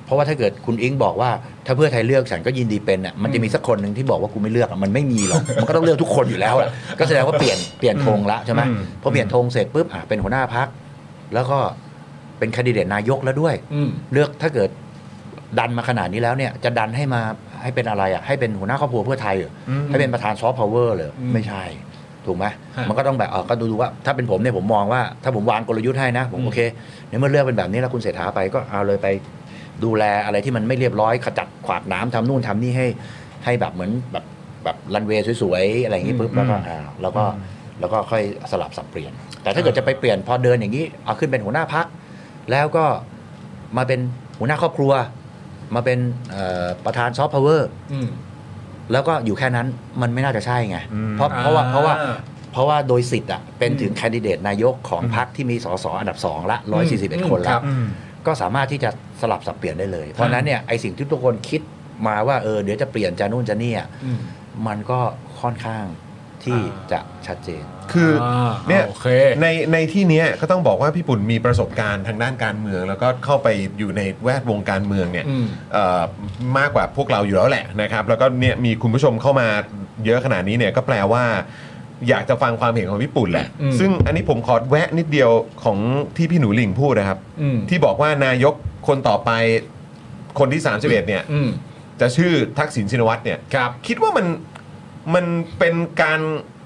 เพราะว่าถ้าเกิดคุณอิงบอกว่าถ้าเพื่อไทยเลือกฉันก็ยินดีเป็นอ่ะมันจะมีสักคนหนึ่งที่บอกว่ากูไม่เลือกมันไม่มีหรอก มันก็ต้องเลือกทุกคนอยู่แล้วก็แสดงว่าเปลี่ยนเปลี่ยนธงละใช่ไหมพอเปลี่ยนธงเสร็จปุ๊บอ่ะเป็นหัวหน้าพรรคแล้วก็เป็นแคนดิเดตนายกแล้วด้วยเลือกถ้าเกิดดันมาขนาดนี้แล้วเนี่ยจะดันให้มาให้เป็นอะไรอ่ะให้เป็นหัวหน้าครอบครัวเพื่อไทยให้เป็นประธานซอฟต์พาวเวอร์เลยไม่ใช่ถูกไหมมันก็ต้องแบบเออก็ดูดูว่าถ้าเป็นผมเนี่ยผมมองว่าถ้าผมวางกลยุทธ์ให้นะผมโอเคในเมื่อเลือกเป็นแบบนี้แล้วคุณเศรษฐาไปก็เอาเลยไปดูแลอะไรที่มันไม่เรียบร้อยขจัดขวากน้ำทำนู่นทำนี่ให้ให้แบบเหมือนแบบแบบรันเวย์สวยๆอะไรอย่างนี้ปุ๊บแล้วก็อ่าแล้วก็แล้วก็ค่อยสลับสับเปลี่ยนแต่ถ้าเกิดจะไปเปลี่ยนพอเดินอย่างนี้เอาขึ้นเป็นหัวหน้าพรรคแล้วก็มาเป็นหัวหน้าครอบครัวมาเป็นประธานซอฟต์พาวเวอร์แล้วก็อยู่แค่นั้นมันไม่น่าจะใช่ไงเพราะเพราะว่าเพราะว่าเพราะว่าโดยสิทธิ์อ่ะเป็นถึงแคนดิเดตนายกของพรรคที่มีสสอันดับสองละหนึ่งร้อยสี่สิบเอ็ดคนละก็สามารถที่จะสลับสับเปลี่ยนได้เลยเพราะนั้นเนี่ยไอสิ่งที่ทุกคนคิดมาว่าเออเดี๋ยวจะเปลี่ยนจะนู่นจะนี่มันก็ค่อนข้างที่จะชัดเจนคือเนี่ยในในที่นี้ก็ต้องบอกว่าพี่ปุ่นมีประสบการณ์ทางด้านการเมืองแล้วก็เข้าไปอยู่ในแวดวงการเมืองเนี่ยมากกว่าพวกเราอยู่แล้วแหละนะครับแล้วก็เนี่ยมีคุณผู้ชมเข้ามาเยอะขนาดนี้เนี่ยก็แปลว่าอยากจะฟังความเห็นของพี่ปุ่นแหละซึ่งอันนี้ผมขอแวะนิดเดียวของที่พี่หนูหลิงพูดนะครับที่บอกว่านายกคนต่อไปคนที่สามสิบเอ็ดเนี่ยจะชื่อทักษิณชินวัตรเนี่ยคิดว่ามันมันเป็นการ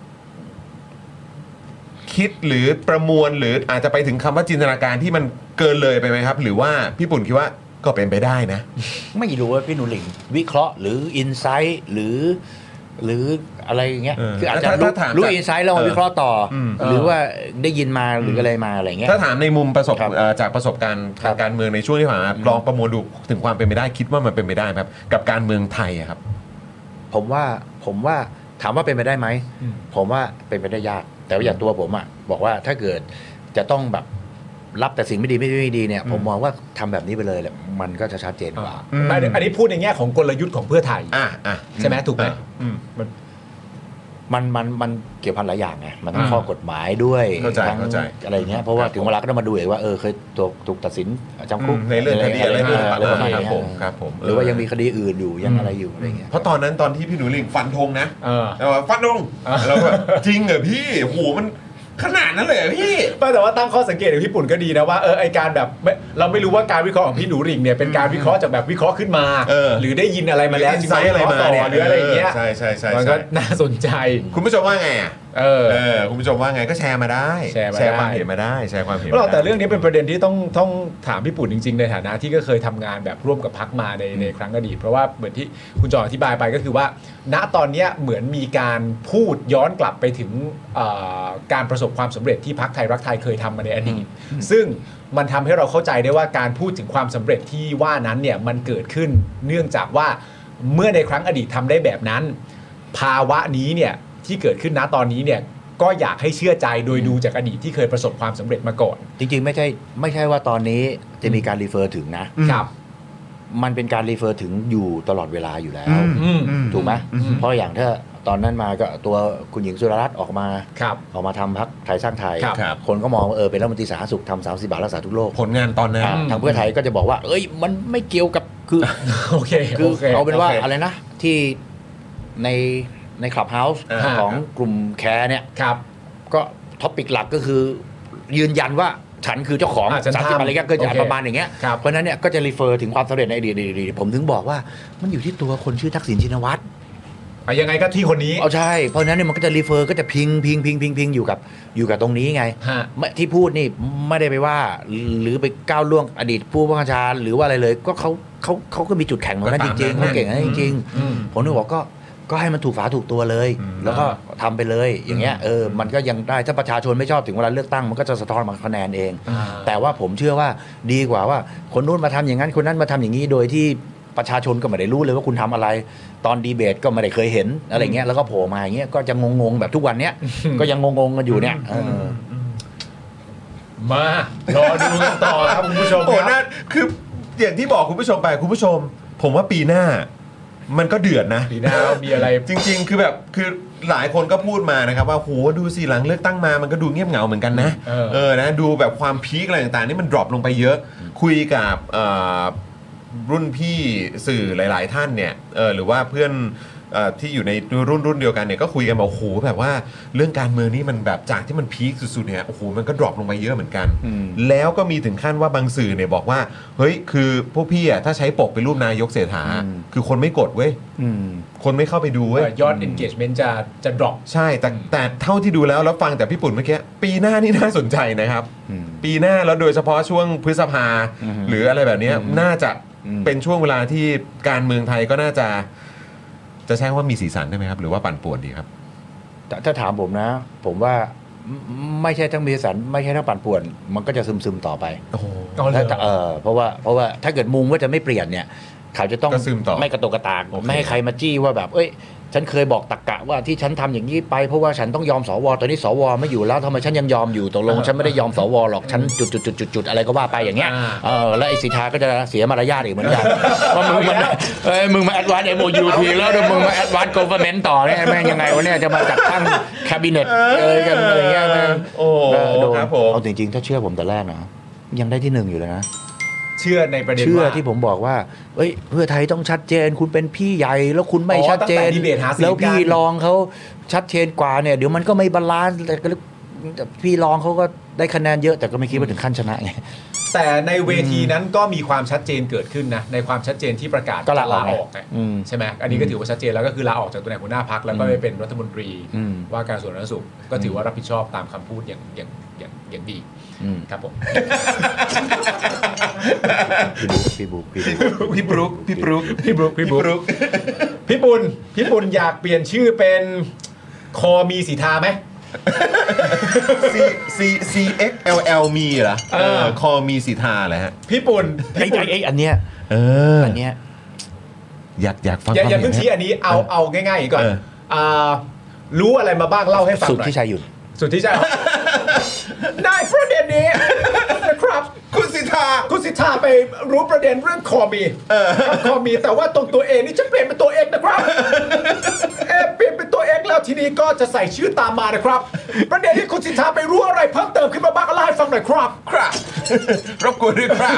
คิดหรือประมวลหรืออาจจะไปถึงคำว่าจินตนาการที่มันเกินเลยไปไหมครับหรือว่าพี่ปุ่นคิดว่าก็เป็นไปได้นะไม่รู้ว่าพี่หนูหลิงวิเคราะห์หรืออินไซต์หรือหรืออะไรอย่างเงี้ยคืออาจจะรู้รู้อินไซต์แล้วมาวิเคราะห์ต่อหรือว่าได้ยินมาหรืออะไรมาอะไรเงี้ยถ้าถามในมุมประสบจากประสบการณ์ทางการเมืองในช่วงที่ผ่านมาลองประมวลดูถึงความเป็นไปได้คิดว่ามันเป็นไปได้ครับกับการเมืองไทยครับผมว่าผมว่าถามว่าเป็นไปได้ไหมผมว่าเป็นไปได้ยากแต่ว่าอย่างตัวผมอ่ะบอกว่าถ้าเกิดจะต้องแบบรับแต่สิ่งไม่ดีไม่ดีไม่ดีเนี่ยผมมองว่าทำแบบนี้ไปเลยแหละมันก็จะชัดเจนกว่าอันนี้พูดในแง่ของกลยุทธ์ของเพื่อไทยใช่ไหมถูกไหมมันมันมันเกี่ยวพันหลายอย่างไงมันทั้งข้อกฎหมายด้วยทั้งอะไรเงี้ยเพราะว่าถึงเวลาก็ต้องมาดูเองว่าเออเคยถูกถูกตัดสินจำคุกในเรื่องคดีอะไรประมาณนี้ครับผมหรือว่ายังมีคดีอื่นอยู่ยังอะไรอยู่อะไรเงี้ยเพราะตอนนั้นตอนที่พี่หนูหลิงฟันธงนะฟันธงเราก็จริงเหรอพี่โหมันขนาดนั้นเลยพี่แต่ว่าตั้งข้อสังเกตของพี่ปุ่นก็ดีนะว่าเออไอการแบบเราไม่รู้ว่าการวิเคราะห์ของพี่หนูหลิงเนี่ยเป็นการวิเคราะห์จากแบบวิเคราะห์ขึ้นมาหรือได้ยินอะไรมาแล้วจริงๆอะไรมาเนี่ยหรืออะไรอย่างเงี้ยใช่ใช่ใช่มันก็น่าสนใจคุณผู้ชมว่าไงอ่ะเออคุณผู้ชมว่าไงก็แชร์มาได้แชร์ความเห็นมาได้แชร์ความเห็นเราแต่เรื่องนี้เป็นประเด็นที่ต้องต้องถามพี่ปุ่นจริงๆในฐานะที่ก็เคยทำงานแบบร่วมกับพรรคมาในในครั้งอดีตเพราะว่าเหมือนที่คุณจออธิบายไปก็คือว่าณตอนนี้เหมือนมีการพูดย้อนกลับไปถึงการประสบความสำเร็จที่พรรคไทยรักไทยเคยทำมาในอดีตซึ่งมันทำให้เราเข้าใจได้ว่าการพูดถึงความสำเร็จที่ว่านั้นเนี่ยมันเกิดขึ้นเนื่องจากว่าเมื่อในครั้งอดีตทำได้แบบนั้นภาวะนี้เนี่ยที่เกิดขึ้นณตอนนี้เนี่ยก็อยากให้เชื่อใจโดยดูจากอดีตที่เคยประสบความสำเร็จมาก่อนจริงๆไม่ใช่ไม่ใช่ว่าตอนนี้จะมีการรีเฟอร์ถึงนะครับมันเป็นการรีเฟอร์ถึงอยู่ตลอดเวลาอยู่แล้วถูกไหมเพราะอย่างถ้าตอนนั้นมาก็ตัวคุณหญิงสุดารัตน์ออกมาออกมาทำพรรคไทยสร้างไทยคนก็มองว่าเออเป็นรัฐมนตรีสาธารณสุขทำสามสิบบาทรักษาทุกโรคผลงานตอนนั้นทางเพื่อไทยก็จะบอกว่าเอ้ยมันไม่เกี่ยวกับคือโอเคคือเอาเป็นว่าอะไรนะที่ในในคลับเฮาส์ของกลุ่มแคร์เนี่ยก็ท็อปิกหลักก็คือยืนยันว่าฉันคือเจ้าของสามสิบอะไรก็จะประมาณอย่างเงี้ยเพราะนั้นเนี่ยก็จะรีเฟอร์ถึงความสำเร็จในอดีตผมถึงบอกว่ามันอยู่ที่ตัวคนชื่อทักษิณชินวัตรยังไงก็ที่คนนี้เอาใช่เพราะนั้นเนี่ยมันก็จะรีเฟอร์ก็จะพิงพิงพิงพิงพิงอยู่กับอยู่กับตรงนี้ไงที่พูดนี่ไม่ได้ไปว่าหรือไปก้าวล่วงอดีตผู้บังคับบัญชาหรือว่าอะไรเลยก็เขาเขาเขาก็มีจุดแข็งของนั้นจริงๆเขาเก่งนั้นจริงๆผมนึกบอกก็ก็ให้มันถูกฝาถูกตัวเลยแล้วก็ทำไปเลยอย่างเงี้ยเออมันก็ยังได้ถ้าประชาชนไม่ชอบถึงเวลาเลือกตั้งมันก็จะสะท้อนมาคะแนนเองแต่ว่าผมเชื่อว่าดีกว่าว่าคนนู้นมาทำอย่างนั้นคนนั้นมาทำอย่างนี้โดยที่ประชาชนก็ไม่ได้รู้เลยว่าคุณทำอะไรตอนดีเบตก็ไม่ได้เคยเห็นอะไรเงี้ยแล้วก็โผล่มาอย่างเงี้ยก็จะงงๆแบบทุกวันเนี้ยก็ยังงงๆกันอยู่เนี่ยมารอดูกันต่อครับคุณผู้ชมโอ้น่าคืออย่างที่บอกคุณผู้ชมไปคุณผู้ชมผมว่าปีหน้ามันก็เดือดนะปีหน้ามีอะไรจริงๆคือแบบคือหลายคนก็พูดมานะครับว่าโหดูสิหลังเลือกตั้งมามันก็ดูเงียบเหงาเหมือนกันนะเออนะดูแบบความพีคอะไรต่างๆนี่มันดรอปลงไปเยอะคุยกับรุ่นพี่สื่อหลาย ๆ ท่านเนี่ยเออหรือว่าเพื่อนเอ่อที่อยู่ในรุ่นรุ่นเดียวกันเนี่ยก็คุยกันบอกโอ้โหแบบว่าเรื่องการเมืองนี่มันแบบจากที่มันพีคสุดๆเนี่ยโอ้โหมันก็ดรอปลงไปเยอะเหมือนกันแล้วก็มีถึงขั้นว่าบางสื่อเนี่ยบอกว่าเฮ้ยคือพวกพี่อ่ะถ้าใช้ปกเป็นรูปนายกเศรษฐาคือคนไม่กดเว้ยคนไม่เข้าไปดูเว้ยยอด engagement จะจะ drop ใช่แต่แต่เท่าที่ดูแล้วแล้วฟังแต่พี่ปุ่นเมื่อกี้ปีหน้านี่น่าสนใจนะครับปีหน้าแล้วโดยเฉพาะช่วงพฤษภาหรืออะไรแบบนี้น่าจะเป็นช่วงเวลาที่การเมืองไทยก็น่าจะจะใช้ว่ามีสีสันได้ไหมครับหรือว่าปั่นป่วนดีครับถ้าถามผมนะผมว่าไม่ใช่ทั้งมีสีสันไม่ใช่ทั้งปั่นป่วนมันก็จะซึมๆต่อไปโอ้โหเออเพราะว่าเพราะว่าถ้าเกิดมุงว่าจะไม่เปลี่ยนเนี่ยเขาจะต้องไม่กระตุกกระตากไม่ให้ใครมาจี้ว่าแบบเอ้ยฉันเคยบอกตรรกะว่าที่ฉันทำอย่างนี้ไปเพราะว่าฉันต้องยอมสวตอนนี้สวไม่อยู่แล้วทำไมฉันยังยอมอยู่ตกลงฉันไม่ได้ยอมสวหรอกฉันจุดจุดจุดจุดจุดอะไรก็ว่าไปอย่างเงี้ยเออแล้วไอ้สิทธาก็จะเสียมารยาทอีกเหมือนกันเพราะมึงมันเอ้ยมึงมาแอดวานซ์เอ็มโอยูทีแล้วเดี๋ยวมึงมาแอดวานซ์โกลเวอร์เมนต์ต่อเนี่ยแม่งยังไงวะเนี่ยจะมาจัดตั้งแคบิเนตเอ้ยกันอะไรเงี้ยโอ้ครับผมเอาจริงๆถ้าเชื่อผมแต่แรกนะยังได้ที่หนึ่งอยู่เลยนะเชื่อในประเด็นว่าเชื่อที่ผมบอกว่าเอ้ยเพื่อไทยต้องชัดเจนคุณเป็นพี่ใหญ่แล้วคุณไม่ชัดเจนแล้วพี่รองเขาชัดเจนกว่าเนี่ยเดี๋ยวมันก็ไม่บาลานซ์แต่พี่รองเขาก็ได้คะแนนเยอะแต่ก็ไม่คิดว่าถึงขั้นชนะไงแต่ในเวทีนั้นก็มีความชัดเจนเกิดขึ้นนะในความชัดเจนที่ประกาศก็ลาออกใช่ไหมอันนี้ก็ถือว่าชัดเจนแล้วก็คือลาออกจากตำแหน่งหัวหน้าพรรคแล้วก็ไปเป็นรัฐมนตรีว่าการกระทรวงสาธารณสุขก็ถือว่ารับผิดชอบตามคำพูดอย่างอย่างอย่างอย่างดีครับผมพี่บุ๊กพี่บุ๊กพี่บุ๊กพี่บุ๊กพี่บุ๊กพี่บุ๊กพี่บุญพี่บุญอยากเปลี่ยนชื่อเป็นคอมีสีทาไหม C C C X L L มีเหรอเออคอมีสีทาอะไรฮะพี่ปุ่นไอ้ไอ้อันเนี้ยเอออันเนี้ยอยากอยากฟังอย่าอย่าเพิ่งชี้อันนี้เอาเอาง่ายๆก่อนอ่ารู้อะไรมาบ้างเล่าให้ฟังหน่อยสุดที่ชัยหยุ่นสุดที่ชัยได้ประเด็นนี้นะครับคุณสิทธาคุณสิทธาไปรู้ประเด็นเรื่องคอมีคอมีแต่ว่าตรงตัวเองนี่จะเปลี่ยนเป็นตัวเอกนะครับเอเปลี่ยนเป็นตัวเอกแล้วทีนี้ก็จะใส่ชื่อตามมานะครับประเด็นที่คุณสิทธาไปรู้อะไรเพิ่มเติมขึ้นมาบ้างเล่าให้ฟังหน่อยครับครับรบกวนด้วยครับ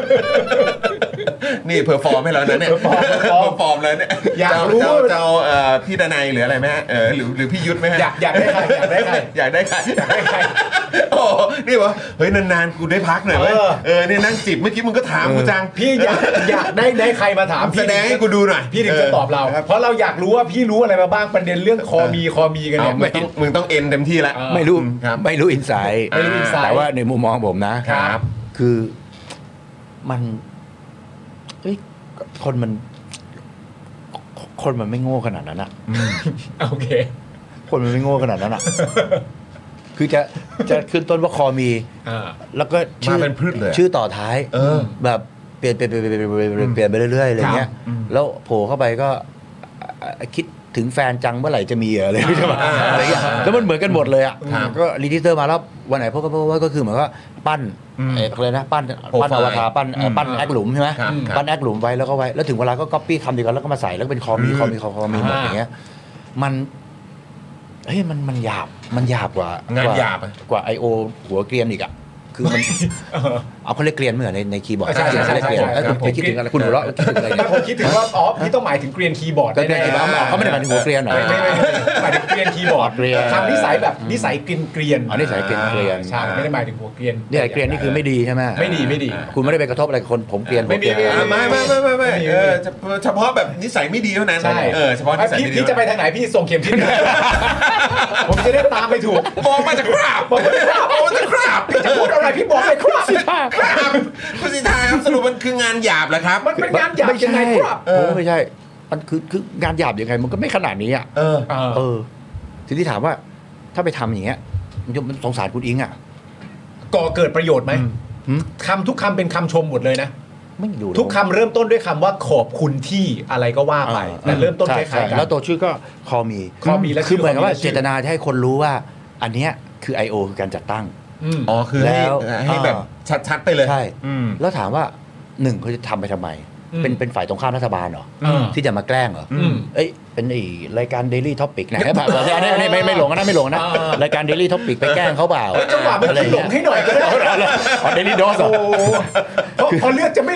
นี่เพอร์ฟอร์มให้แล้วนะเนี่ยเพอร์ฟอร์มเลยเนี่ยอยากรู้เจ้าพี่ดนัยหรืออะไรไหมเออหรือหรือพี่ยุทธไหมฮะอยากอยากได้ใครอยากได้ใครอยากได้ใครอยากได้ใครโอ้นี่วะเฮ้ยนานๆกูได้พักหน่อยเว้ยเออเนี่ยนั่งจิบเมื่อกี้มึงก็ถามกูจังพี่อยากอยากได้ได้ใครมาถามแสดงให้กูดูหน่อยพี่ถึงจะตอบเราเพราะเราอยากรู้ว่าพี่รู้อะไรมาบ้างประเด็นเรื่องคอมีคอมีกันเนี่ยมึงต้องมึงต้องเอ็นเต็มที่แล้วไม่รู้ไม่รู้อินไซด์ไม่รู้อินไซด์แต่ว่าในมุมมองผมนะครับคือมันเฮ้ยคนมันคนมันไม่โง่ขนาดนั้นอะโอเคคนมันไม่โง่ขนาดนั้นอะคือจะจะขึ้นต้นว่าคอมีแล้วก็ชื่อเป็นพืชเลยชื่อต่อท้ายแบบเปลี่ยนเปลี่ยนเปลี่ยนเปลี่ยนเปลี่ยนไปเรื่อยๆอะไรเงี้ยแล้วโผล่เข้าไปก็คิดถึงแฟนจังเมื่อไหร่จะมีอะไรใช่ไหมอะไรเงี้ยแล้วมันเหมือนกันหมดเลยอ่ะก็รีทิสเตอร์มาแล้ววันไหนพวกก็ก็คือเหมือนว่าปั้นอะไรนะปั้นปั้นอวตารปั้นปั้นแอคหลุมใช่ไหมปั้นแอคหลุมไว้แล้วก็ไว้แล้วถึงเวลาก็ก๊อปปี้คำเดียวกันแล้วก็มาใส่แล้วเป็นคอมีคอมีคอมีหมดอย่างเงี้ยมันเฮ้ยมันมันหยาบมันหยาบกว่างานหยาบกว่า ไอ โอ หัวเกรียนอีกอ่ะคือมันเอาเขาเรียกเกรียนเหมือนในในคีย์บอร์ดใช่ใช่เกรียนแล้วคุณคิดถึงอะไรคุณหัวเราะคิดถึงอะไรเนี่ยผมคิดถึงว่าอ๋อพี่ต้องหมายถึงเกรียนคีย์บอร์ดก็เกรียนคีย์บอร์ดเขาไม่ได้หมายถึงหัวเกรียนหรอไม่ไม่ไม่หมายถึงเกรียนคีย์บอร์ดทำนิสัยแบบนิสัยเกรียนเกรียนอ๋อนิสัยเกรียนเกรียนใช่ไม่ได้หมายถึงหัวเกรียนเนี่ยเกรียนนี่คือไม่ดีใช่ไหมไม่ดีไม่ดีคุณไม่ได้ไปกระทบอะไรคนผมเกรียนไม่ไม่ไม่ไม่ไม่ไม่เฉพาะแบบนิสัยไม่ดีเท่านั้นเออเฉพาะนิสัยไม่ดีพี่จะไปทางไหนพี่ส่งเข็มทิศผมจะได้ตามไปถูกบอกมาจากครับบอกมาจากครับบอกมาจากครับพี่จะพูดอะไรพี่บอกเลยครับครับคุณสิทธาครับสรุปมันคืองานหยาบเหรอครับมันเป็นงานหยาบยังไงครับโอ้ไม่ใช่มันคือคืองานหยาบยังไงมันก็ไม่ขนาดนี้อ่ะเออเออทีที่ถามว่าถ้าไปทำอย่างเงี้ยมันสงสารคุณอิงอ่ะก่อเกิดประโยชน์ไหมคำทุกคำเป็นคำชมหมดเลยนะไม่ดูทุกคำเริ่มต้นด้วยคำว่าขอบคุณที่อะไรก็ว่าไปแต่เริ่มต้นคล้ายๆกันแล้วตัวชื่อก็คอมีคอมีแล้วคือเหมือนกับว่าเจตนาให้คนรู้ว่าอันเนี้ยคือ ไอ โอ คือการจัดตั้งอ๋อคือให้ให้แบบชัดๆไปเลยใช่แล้วถามว่าหนึ่งเขาจะทำไปทำไมเป็นเป็นฝ่ายตรงข้ามรัฐบาลเหรอที่จะมาแกล้งเหรอเอ้ยเป็นไอรายการ Daily Topic ไหนแบบอันนี้อันนี้ไม่ไม่หลงนะไม่หลงนะรายการ Daily Topic ไปแกล้งเขาเปล่าจังหวะมันหลงให้หน่อยก็ได้อ๋อ Daily Dose พอเลือกจะไม่หลงก็เลือก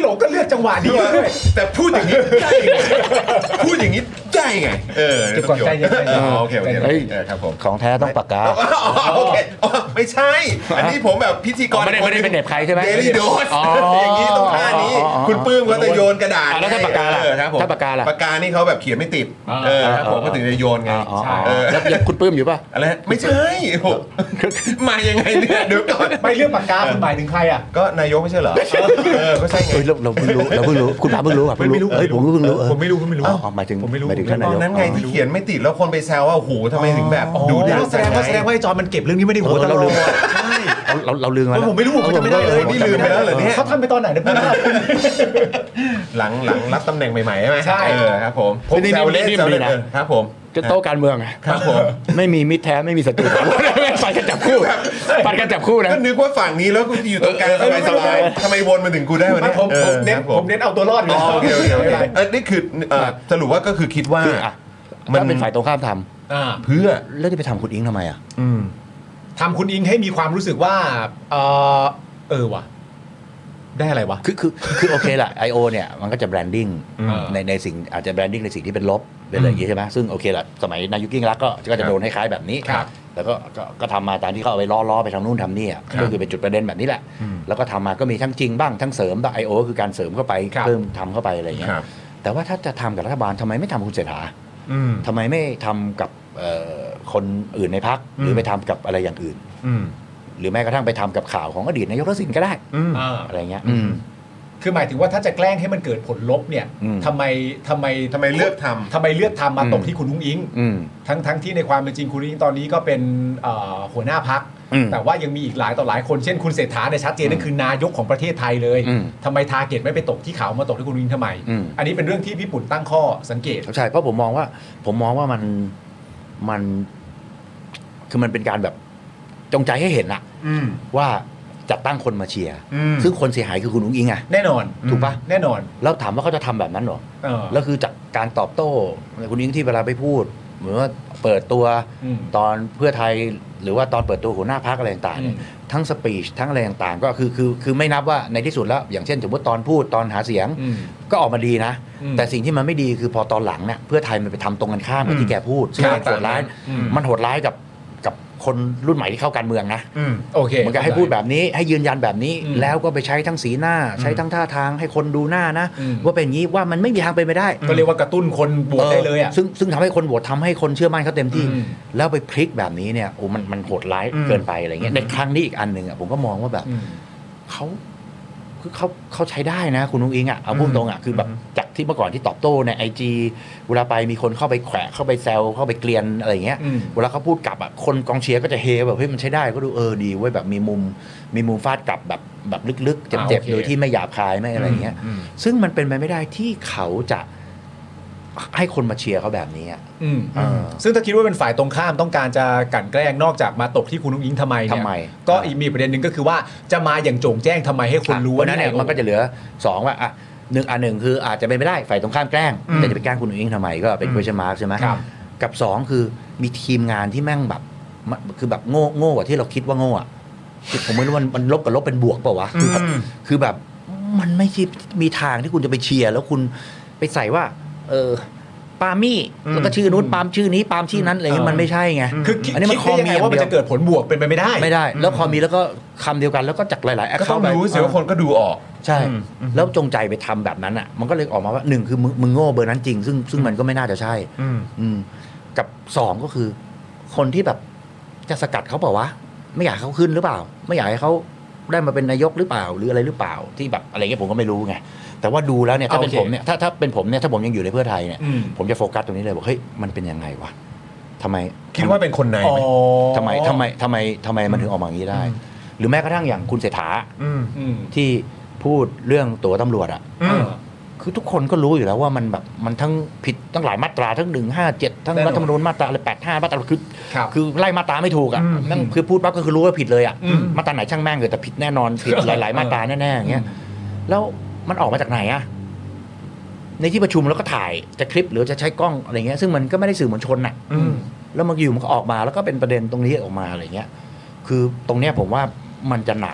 อกจังหวะดีด้วยแต่พูดอย่างนี้ได้ไงพูดอย่างนี้ได้ไงเออเดี๋ยวก่อนใจเย็นๆอ๋อโอเคโอเคครับผมของแท้ต้องปากกาโอเคไม่ใช่อันนี้ผมแบบพิธีกรไม่ได้ไม่ได้เป็นเน็บใครใช่ไหม Daily Dose อย่างนี้ต้องท่านี้คุณปื้มเขาจะโยนกระดาษแล้วถ้าปากกาล่ะถ้าปากกาล่ะปากกานี่เขาแบบเขียนไม่ติดเออครับผมก็ถึงจะโยนไงแล้วยังคุณปื้มอยู่ป่ะอะไรไม่ใช่มายังไงเนี่ยเดี๋ยวก่อนไม่เรื่องปากกาคุณหมายถึงใครอ่ะก็นายกไม่ใช่เหรอเออก็ใช่ไงเราเพิ่งรู้เราเพิ่งรู้คุณถามเพิ่งรู้อ่ะไม่รู้เฮ้ยผมเพิ่งรู้ผมไม่รู้ผมไม่รู้หมายถึงผมไม่รู้หมายถึงท่านนายกตอนนั้นไงที่เขียนไม่ติดแล้วคนไปแซวว่าโอ้โหทำไมถึงแบบดูดิแสดงว่าแสดงว่าจอมันเก็บเรื่องนี้ไม่ได้หัวตลอดใช่เราเราลืมแล้วผมไม่รู้ผมจำไม่ได้เลยนี่ลืมไปแล้วเหรอเนี่ยเขาทำไปตอนไหนนะพี่หลังหลังรับตำแหน่งใหม่ๆใช่ไหมใช่เออครับผมผมแซวเล่นแซวเล่นครับผมจะโต๊ะการเมืองครับผมไม่มีมิตรแท้ไม่มีศัตรูปัดกันจับคู่ปัดกันจับคู่นะก็นึกว่าฝั่งนี้แล้วกูอยู่ตรงกลางสบายๆทำไมวนมาถึงกูได้วะเนี่ยผมเน้นผมเน้นเอาตัวรอดอยู่โอเคโอเคโอเคเออนี่คือสรุปว่าก็คือคิดว่ามันเป็นฝ่ายตรงข้ามทำเพื่อแล้วจะไปทำคุณอิงทำไมอ่ะทำคุณอิงให้มีความรู้สึกว่าเออเออว่ะได้อะไรวะคือคือคือโอเคแหละ ไอ โอ เนี่ยมันก็จะแบรนดิ้งในในสิ่งอาจจะแบรนดิ้งในสิ่งที่เป็นลบเป็นอะไรอย่างงี้ใช่ไหมซึ่งโอเคแหละสมัยนายกยิ่งรักก็ก็จะโดนคล้ายๆแบบนี้แล้วก็ก็ทำมาตามที่เขาเอาไปล้อๆไปทางนู่นทำนี่ก็คือเป็นจุดประเด็นแบบนี้แหละแล้วก็ทำมาก็มีทั้งจริงบ้างทั้งเสริมบ้าง ไอ โอ ก็คือการเสริมเข้าไปเพิ่มทำเข้าไปอะไรอย่างเงี้ยแต่ว่าถ้าจะทำกับรัฐบาลทำไมไม่ทำคุณเศรษฐาทำไมไม่ทำกับคนอื่นในพรรคหรือไปทำกับอะไรอย่างอื่นหรือแม้กระทั่งไปทำกับข่าวของอดีตนายกทักษิณก็ได้อะไรเงี้ยคือหมายถึงว่าถ้าจะแกล้งให้มันเกิดผลลบเนี่ยทำไมทำไมทำไมเลือกทำทำไมเลือกทำมาตกที่คุณนุ้งอิงทั้งทั้งที่ในความเป็นจริงคุณนุ้งอิงตอนนี้ก็เป็นหัวหน้าพรรคแต่ว่ายังมีอีกหลายต่อหลายคนเช่นคุณเศรษฐาเนี่ยชัดเจนนั่นคือนายกของประเทศไทยเลยทำไมทาร์เก็ตไม่ไปตกที่เขามาตกที่คุณนุ้งอิงทำไมอันนี้เป็นเรื่องที่พี่ปุ่นตั้งข้อสังเกตใช่เพราะผมมองว่าผมมองว่ามันมันคือมันเป็นการแบบจงใจให้เห็นอะว่าจัดตั้งคนมาเชียร์ซึ่งคนเสียหายคือคุณนุ้งอิงอะแน่นอนถูกปะแน่นอนแล้วถามว่าเขาจะทำแบบนั้นหรอแล้วคือจากการตอบโต้คุณอิงที่เวลาไปพูดเหมือนว่าเปิดตัวตอนเพื่อไทยหรือว่าตอนเปิดตัวหัวหน้าพรรคอะไรต่างๆเนี่ยทั้งสปีชทั้งอะไรต่างๆก็คือคือคือไม่นับว่าในที่สุดแล้วอย่างเช่นสมมติตอนพูดตอนหาเสียงก็ออกมาดีนะแต่สิ่งที่มันไม่ดีคือพอตอนหลังเนี่ยเพื่อไทยมันไปทำตรงกันข้ามกับที่แกพูดซึ่งมันโหดร้ายมันโหดร้ายกับกับคนรุ่นใหม่ที่เข้าการเมืองนะโอเคมันก็ให้พูดแบบนี้ให้ยืนยันแบบนี้แล้วก็ไปใช้ทั้งสีหน้าใช้ทั้งท่าทางให้คนดูหน้านะว่าเป็นอย่างนี้ว่ามันไม่มีทางเป็นไปได้ก็เรียกว่ากระตุ้นคนโหวตได้เลยอ่ะซึ่งซึ่งทำให้คนโหวตทำให้คนเชื่อมั่นเขาเต็มที่แล้วไปพลิกแบบนี้เนี่ยโอ้มันมันโหดร้ายเกินไปอะไรเงี้ยในครั้งนี้อีกอันหนึ่งอ่ะผมก็มองว่าแบบเขาคือเขาเขาใช้ได้นะคุณนุ้งอิงอ่ะเอาพูดตรงอ่ะคือแบบจากที่เมื่อก่อนที่ตอบโต้ใน ไอ จี เวลาไปมีคนเข้าไปแขวะเข้าไปแซวเข้าไปเกลียนอะไรเงี้ยเวลาเขาพูดกลับอ่ะคนกองเชียร์ก็จะเฮแบบเฮ้ยมันใช้ได้ก็ดูเออดีเว้ยแบบมีมุมมีมุมฟาดกลับแบบแบบลึกๆเจ็บๆโดยที่ไม่หยาบคายไม่อะไรเงี้ยซึ่งมันเป็นไปไม่ได้ที่เขาจะให้คนมาเชียร์เขาแบบนี้อ่ะซึ่งถ้าคิดว่าเป็นฝ่ายตรงข้ามต้องการจะกลั่นแกล้งนอกจากมาตกที่คุณนุ้งอิงทำไมเนี่ยก็อีกมีประเด็นหนึ่งก็คือว่าจะมาอย่างโจ่งแจ้งทำไมให้คนรู้ว่านั่นเนี่ยมันก็จะเหลือสองว่าอ่ะหนึ่งอันหนึ่งคืออาจจะเป็นไม่ได้ฝ่ายตรงข้ามแกล้งแต่จะไปแกล้งคุณนุ้งอิงทำไมก็เป็น question mark ใช่ไหมกับสองคือมีทีมงานที่แม่งแบบคือแบบโง่โง่กว่าที่เราคิดว่าโง่อ่ะผมไม่รู้มันมันลบกับลบเป็นบวกเปล่าวะคือแบบคือแบบมันไม่มีทางที่คุณจะไปเชียร์แล้วคุณไปใส่ว่าเออปามี่แล้วก็ชื่อนู้นปามชื่อนี้ปามชื่อนั้นอะไรเงี้ยมันไม่ใช่ไงคืออันนี้มันคอมีว่ามันจะเกิดผลบวกเป็นไปไม่ได้ไม่ได้แล้วคอมีแล้วก็คำเดียวกันแล้วก็จากหลายๆแอคเคาท์ก็ต้องรู้สิว่าคนก็ดูออกใช่แล้วจงใจไปทำแบบนั้นอ่ะมันก็เลยออกมาว่าหนึ่งคือมึงโง่เบอร์นั้นจริงซึ่งซึ่งมันก็ไม่น่าจะใช่กับสองก็คือคนที่แบบจะสกัดเขาเปล่าวะไม่อยากเขาขึ้นหรือเปล่าไม่อยากให้เขาได้มาเป็นนายกหรือเปล่าหรืออะไรหรือเปล่าที่แบบอะไรเงี้ยผมก็ไม่รู้ไงแต่ว่าดูแล้วเนี่ยถ้าเป็นผมเนี่ยถ้าถ้าเป็นผมเนี่ยถ้าผมยังอยู่ในเพื่อไทยเนี่ยผมจะโฟกัสตรงนี้เลยบอกเฮ้ยมันเป็นยังไงวะทำไมคิดว่าเป็นคนไหนทำไมทำไมทำไมทำไมมันถึงออกมาอย่างนี้ได้หรือแม้กระทั่งอย่างคุณเศรษฐาที่พูดเรื่องตัวตำรวจอ่ะคือทุกคนก็รู้อยู่แล้วว่ามันแบบมันทั้งผิดตั้งหลายมาตราทั้งหนึ่งห้าเจ็ดทั้งรัฐธรรมนูญมาตราอะไรแปดห้ามาตราคือคือไล่มาตราไม่ถูกอ่ะนั่นคือพูดปั๊บก็คือรู้ว่าผิดเลยอ่ะมาตราไหนช่างแม่งเลยแต่ผิดแน่นอนผิดหลายๆมาตราแน่ๆอย่างเงี้ยแล้วมันออกมาจากไหนอะในที่ประชุมแล้วก็ถ่ายจะคลิปหรือจะใช้กล้องอะไรเงี้ยซึ่งมันก็ไม่ได้สื่อมวลชนน่ะแล้วมันอยู่มันก็ออกมาแล้วก็เป็นประเด็นตรงนี้ออกมาอะไรเงี้ยคือตรงเนี้ยผมว่ามันจะหนักนะ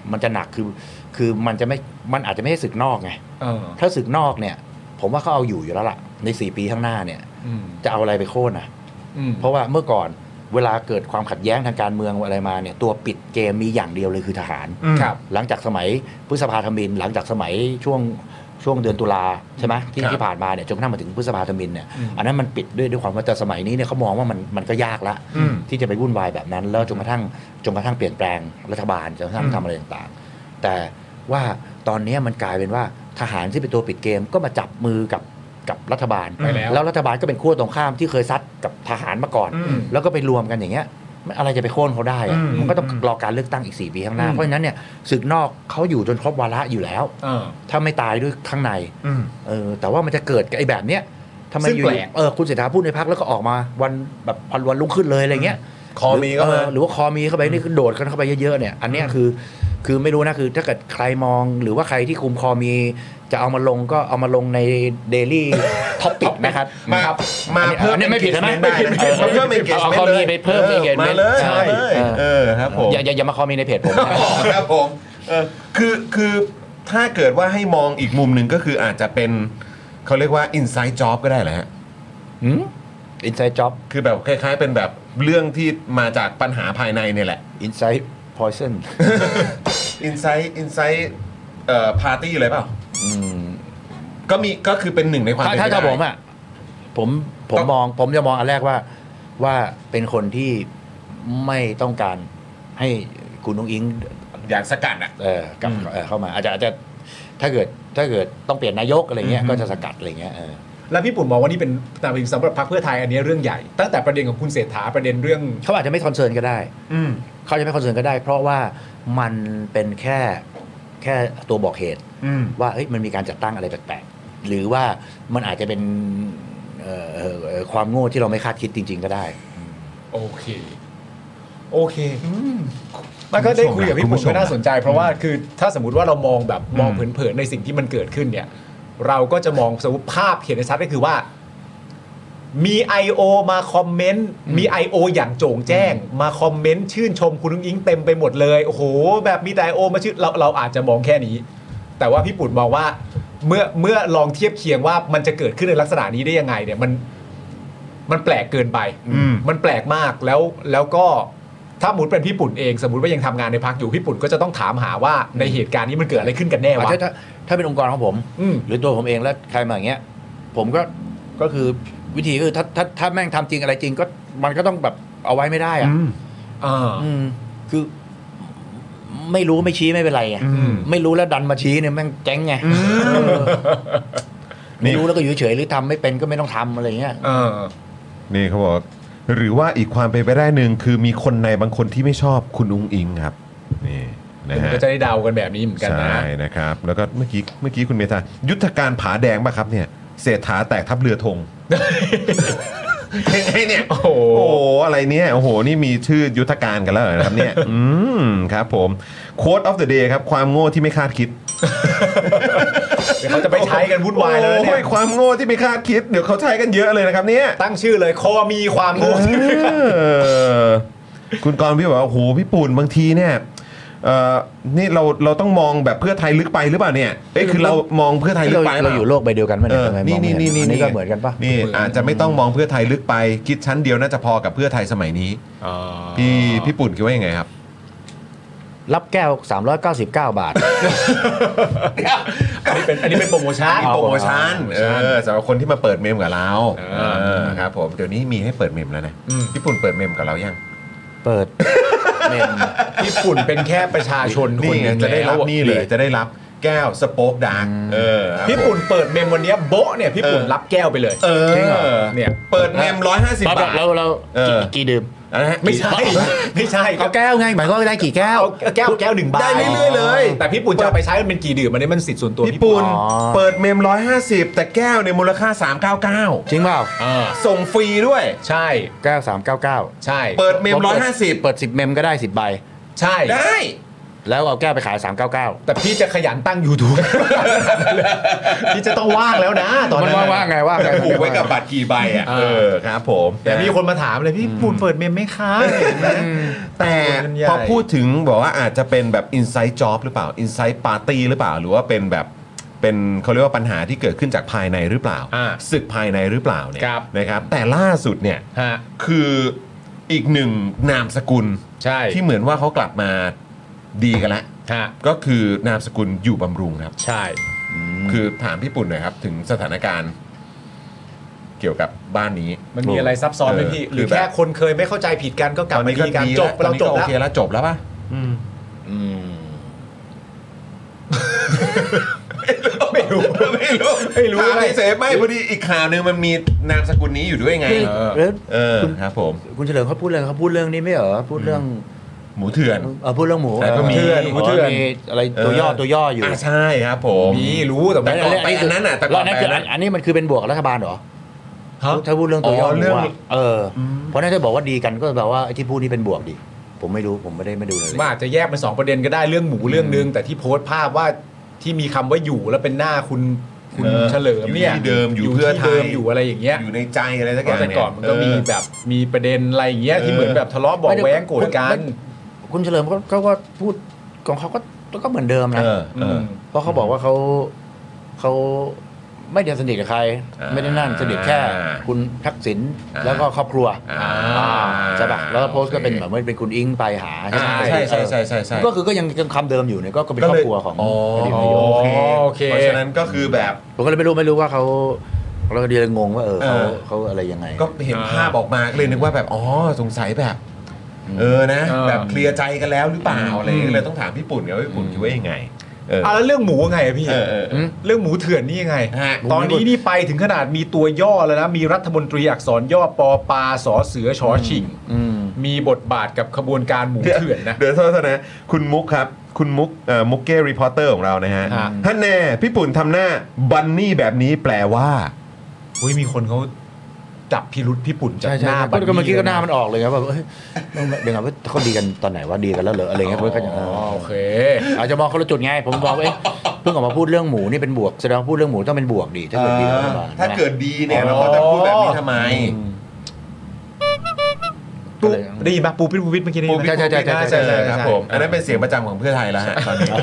มันจะหนักคือคือมันจะไม่มันอาจจะไม่ใช่ศึกนอกไงถ้าศึกนอกเนี่ยผมว่าเขาเอาอยู่อยู่แล้วล่ะในสี่ปีข้างหน้าเนี่ยจะเอาอะไรไปโค่นอ่ะเพราะว่าเมื่อก่อนเวลาเกิดความขัดแย้งทางการเมืองอะไรมาเนี่ยตัวปิดเกมมีอย่างเดียวเลยคือทหารหลังจากสมัยพฤษภาธมิฬหลังจากสมัยช่วงช่วงเดือนตุลาใช่ไหมที่ที่ผ่านมาเนี่ยจนกระทั่งมาถึงพฤษภาธมิฬเนี่ยอันนั้นมันปิดด้วยด้วยความว่าแต่สมัยนี้เนี่ยเขามองว่ามันมันก็ยากละที่จะไปวุ่นวายแบบนั้นแล้วจนกระทั่งจนกระทั่งเปลี่ยนแปลงรัฐบาลจนกระทั่งทำอะไรต่างๆแต่ว่าตอนนี้มันกลายเป็นว่าทหารที่เป็นตัวปิดเกมก็มาจับมือกับกับรัฐบาลแล้วรัฐบาลก็เป็นขั้วตรงข้ามที่เคยซัดกับทหารมาก่อนแล้วก็ไปรวมกันอย่างเงี้ยอะไรจะไปโค่นเขาได้อะมันก็ต้องรอการเลือกตั้งอีกสี่ปีข้างหน้าเพราะฉะนั้นเนี่ยศึกนอกเขาอยู่จนครบวาระอยู่แล้วถ้าไม่ตายด้วยข้างในเออแต่ว่ามันจะเกิดไอ้แบบเนี้ยทำไมอยู่เออคุณเศรษฐาพูดในพรรคแล้วก็ออกมาวันแบบวันรุ่งขึ้นเลยอะไรเงี้ยคอมีก็มาหรือว่าคอมีเข้าไปนี่คือโดดกันเข้าไปเยอะๆเนี่ยอันนี้คือคือไม่รู้นะคือถ้าเกิดใครมองหรือว่าใครที่คุมคอมีจะเอามาลงก็เอามาลงใน Daily Topic นะครับมามาเพิ่มไม่ผิดใช่ไหมไม่ผิดมาเพิ่มเองเอาคอมีไปเพิ่มเองมาเลยใช่เออครับผมอย่าอย่ามาคอมีในเพจผมครับผมเออคือคือถ้าเกิดว่าให้มองอีกมุมหนึ่งก็คืออาจจะเป็นเขาเรียกว่า inside job ก็ได้แหละฮะอืม inside job คือแบบคล้ายๆเป็นแบบเรื่องที่มาจากปัญหาภายในเนี่ยแหละ inside poison inside inside เอ่อ party อะไรเปล่าก็มีก็คือเป็นหนึ่งในความถ้าถ้าผมอ่ะผมผมมองผมจะมองอันแรกว่าว่าเป็นคนที่ไม่ต้องการให้คุณนุ้งอิงอย่างสกัดอ่ะเออกับเข้ามาอาจจะอาจจะถ้าเกิดถ้าเกิดต้องเปลี่ยนนายกอะไรเงี้ยก็จะสกัดอะไรเงี้ยแล้วพี่ปุ่นมองว่านี่เป็นตามสำหรับพรรคเพื่อไทยอันนี้เรื่องใหญ่ตั้งแต่ประเด็นของคุณเศรษฐาประเด็นเรื่องเขาอาจจะไม่คอนเซิร์นก็ได้เขาจะไม่คอนเซิร์นก็ได้เพราะว่ามันเป็นแค่แค่ตัวบอกเหตุว่าเฮ้ยมันมีการจัดตั้งอะไรแปลกๆหรือว่ามันอาจจะเป็นความโง่ที่เราไม่คาดคิดจริงๆก็ได้โอเคโอเคมันก็ได้คุยกับพี่ปุ่นก็น่าสนใจเพราะว่าคือถ้าสมมติว่าเรามองแบบมองเผินๆในสิ่งที่มันเกิดขึ้นเนี่ยเราก็จะมองสมมติภาพเห็นชัดก็คือว่ามี ไอ โอ มาคอมเมนต์มี ไอ โอ อย่างโจ่งแจ้งมาคอมเมนต์ชื่นชมคุณนุ้งอิงเต็มไปหมดเลยโอ้โหแบบมีแต่ ไอ โอ มาชื่นเราเราอาจจะมองแค่นี้แต่ว่าพี่ปุ่นมองว่าเมื่อเมื่อลองเทียบเคียงว่ามันจะเกิดขึ้นในลักษณะนี้ได้ยังไงเนี่ยมันมันแปลกเกินไปมันแปลกมากแล้วแล้วก็ถ้าสมมติเป็นพี่ปุ่นเองสมมติว่ายังทำงานในพรรคอยู่พี่ปุ่นก็จะต้องถามหาว่าในเหตุการณ์นี้มันเกิดอะไรขึ้นกันแน่วะถ้าถ้าเป็นองค์กรของผมหรือตัวผมเองแล้วใครมาอย่างเงี้ยผมก็ก็คือวิธีคือถ้าถ้าถ้าแม่งทำจริงอะไรจริงก็มันก็ต้องแบบเอาไว้ไม่ได้อ่ะอืมคือไม่รู้ไม่ชี้ไม่เป็นไรไงไม่รู้แล้วดันมาชี้เนี่ยแม่งแจ้งไงไม่รู้แล้วก็อยู่เฉยหรือทำไม่เป็นก็ไม่ต้องทำอะไรเงี้ยนี่เขาบอกหรือว่าอีกความเป็นไปได้หนึ่งคือมีคนในบางคนที่ไม่ชอบคุณอุ้งอิงครับนี่นะฮะก็จะได้เดากันแบบนี้เหมือนกันนะใช่นะครับแล้วก็เมื่อกี้เมื่อกี้คุณเมธายุทธการผาแดงป่ะครับเนี่ยเศรษฐาแตกทัพเรือธงไอ้เนี่ยโอ้โหอะไรเนี่ยโอ้โหนี่มีชื่อยุทธการกันแล้วเหรอครับเนี่ยอืมครับผมโค้ดออฟเดอะเดย์ครับความโง่ที่ไม่คาดคิดเดี๋ยวเขาจะไปใช้กันวุ่นวายเลยเนี่ยความโง่ที่ไม่คาดคิดเดี๋ยวเขาใช้กันเยอะเลยนะครับเนี่ยตั้งชื่อเลยคอมีความโง่คุณกรณ์พี่บอกว่าโอ้โหพี่ปุ่นบางทีเนี่ยเอ่อนี่เราเราต้องมองแบบเพื่อไทยลึกไปหรือเปล่าเนี่ยเอ้ยคือเรามองเพื่อไทยลึกไปเราอยู่โลกใบเดียวกันมั้ยนี่นี่นี่นี่นี่ก็เหมือนกันป่ะนี่อาจจะไม่ต้องมองเพื่อไทยลึกไปคิดชั้นเดียวน่าจะพอกับเพื่อไทยสมัยนี้พี่พี่ปุ่นคิดว่ายังไงครับรับแก้วสามร้อยเก้าสิบเก้าบาทอันนี้เป็นอันนี้เป็นโปรโมชั่นโปรโมชั่นเออสำหรับคนที่มาเปิดเมมกับเราครับผมเดี๋ยวนี้มีให้เปิดเมมแล้วนะพี่ปุ่นเปิดเมมกับเรายังเปิดเมมญี่ปุ่นเป็นแค่ประชาชนคนนึงจะได้รับนี่เลยจะได้รับแก้วสโป๊กดังเออพี่ปุ่นเปิดเมมวันนี้โบ๊ะเนี่ยพี่ปุ่นรับแก้วไปเลยเออเนี่ยเปิดเมมหนึ่งร้อยห้าสิบบาทเราเรากี่ดื่มไม่ใช่ไม่ใช่เอาแก้วไงหมายก็ได้กี่แก้วแก้วแก้วหนึ่งใบได้เรื่อยๆเลยแต่พี่ปุ่นจะไปใช้มันเป็นกี่ดื่มอันนี้มันสิทธิ์ส่วนตัวพี่ปุ่นเปิดเมมหนึ่งร้อยห้าสิบแต่แก้วในมูลค่าสามร้อยเก้าสิบเก้าจริงเปล่าส่งฟรีด้วยใช่แก้วสามร้อยเก้าสิบเก้าใช่เปิดเมมหนึ่งร้อยห้าสิบเปิดสิบเมมก็ได้สิบใบใช่ได้แล้วเอาแก้วไปขายสามเก้าเก้าแต่พี่จะขยันตั้ง YouTube พี่จะต้องว่างแล้วนะตอนนั้นว่างๆไงว่างไงผูกไว้กับบัตรกี่ใบอ่ะเออครับผมแต่มีคนมาถามเลยพี่ปูนเปิดเมมไหมคะแต่พอพูดถึงบอกว่าอาจจะเป็นแบบ inside job หรือเปล่า inside party หรือเปล่าหรือว่าเป็นแบบเป็นเขาเรียกว่าปัญหาที่เกิดขึ้นจากภายในหรือเปล่าศึกภายในหรือเปล่าเนี่ยนะครับแต่ล่าสุดเนี่ยคืออีกหนึ่งนามสกุลที่เหมือนว่าเขากลับมาดีกันแล้วก็คือนามสกุลอยู่บำรุงครับใช่คือถามพี่ปุ่นหน่อยครับถึงสถานการณ์เกี่ยวกับบ้านนี้มันมีอะไรซับซ้อนไหมพี่หรือแค่คนเคยไม่เข้าใจผิดกันก็กลับมาดีกันจบเราจบแล้วโอเคแล้วจบแล้วป่ะอืมอืมไม่รู้ไม่รู้ไม่รู้ไม่เสพไม่พอดีอีกข่าวนึงมันมีนามสกุลนี้อยู่ด้วยไงเออครับผมคุณเฉลิมเขาพูดอะไรเขาพูดเรื่องนี้ไม่เหรอพูดเรื่องหมูเถื่อนเออพูดเรื่องหมูก็มีหมูเถื่อนมีอะไรตัวย่อตัวย่ออยู่ใช่ครับผมมีรู้แต่ไม่ไปอันนั้นน่ะแต่ก่อนอันนี้มันคือเป็นบวกรัฐบาลเหรอถ้าพูดเรื่องตัวย่อเรื่องเออเพราะนั่นจะบอกว่าดีกันก็แปลว่าไอ้ที่พูดนี่เป็นบวกดิผมไม่รู้ผมไม่ได้ไม่ดูเลยว่าอาจจะแยกเป็นสองประเด็นก็ได้เรื่องหมูเรื่องนึงแต่ที่โพสต์ภาพว่าที่มีคำว่าอยู่แล้วเป็นหน้าคุณคุณเฉลิมเนี่ยอยู่ที่เดิมอยู่เพื่อไทยอยู่อะไรอย่างเงี้ยอยู่ในใจอะไรสักอย่างแต่ก่อนมันก็มีแบบมีประเด็นอะไรอย่างเงี้ยที่เหมือนแบบทะเลาะบอกแว้งโกรธกันคุณเฉลิมเขาก็พูดของเขาก็ก็เหมือนเดิมนะเพราะเขาบอกว่าเขาเขาไม่ได้สนิทกับใครไม่ได้นั่นสนิทแค่คุณทักษิณแล้วก็ครอบครัวใช่ป่ะแล้วโพสต์ก็เป็นแบบว่าเป็นคุณอิงไปหาใช่ใช่ใช่ใช่ใช่ก็คือก็ยังคำเดิมอยู่เนี่ยก็เป็นครอบครัวของอดีตนายกโอเคเพราะฉะนั้นก็คือแบบผมก็เลยไม่รู้ไม่รู้ว่าเขาเราก็เดียงงว่าเออเขาเขาอะไรยังไงก็เห็นภาพออกมาเลยนึกว่าแบบอ๋อสงสัยแบบเออนะแบบเคลียร์ใจกันแล้วหรือเปล่าอะไรเลยต้องถามพี่ปุ่นเนี่ยว่าพี่ปุ่นคิดว่ายังไงอ่าแล้วเรื่องหมูไงพี่เรื่องหมูเถื่อนนี่ยังไงตอนนี้นี่ไปถึงขนาดมีตัวย่อแล้วนะมีรัฐมนตรีอักษรย่อปอปาสอเสือชอชิงมีบทบาทกับขบวนการหมูเถื่อนนะเดี๋ยวโทษนะคุณมุกครับคุณมุกเอ่อมุกเก้รีพอร์เตอร์ของเรานะฮะท่านแน่พี่ปุ่นทำหน้าบันนี่แบบนี้แปลว่าอุ้ยมีคนเขาจับพิรุษพี่ปุ่นจากหน้าบันนี่ก็เมื่อกี้ก็หน้ามันออกเลยครับแบบเฮ้ยเดี๋ยวว่าเขาดีกันตอนไหนว่าดีกันแล้วเหรออะไรเงี้ยเพื่อนก็โอเคอาจจะมองคนละจุดไงผมบอกว่าเพิ่งออกมาพูดเรื่องหมูนี่เป็นบวกแสดงว่าพูดเรื่องหมูต้องเป็นบวกดีถ้าเกิดดีถ้าเกิดดีเนี่ยเราก็จะพูดแบบนี้ทำไมปูได้ยินป่ะปูปิ้นปูปิ้นเมื่อกี้ได้ยินใช่ใช่ใช่ใช่ครับผมอันนั้นเป็นเสียงประจำของเพื่อไทยแล้วฮะตอนนี้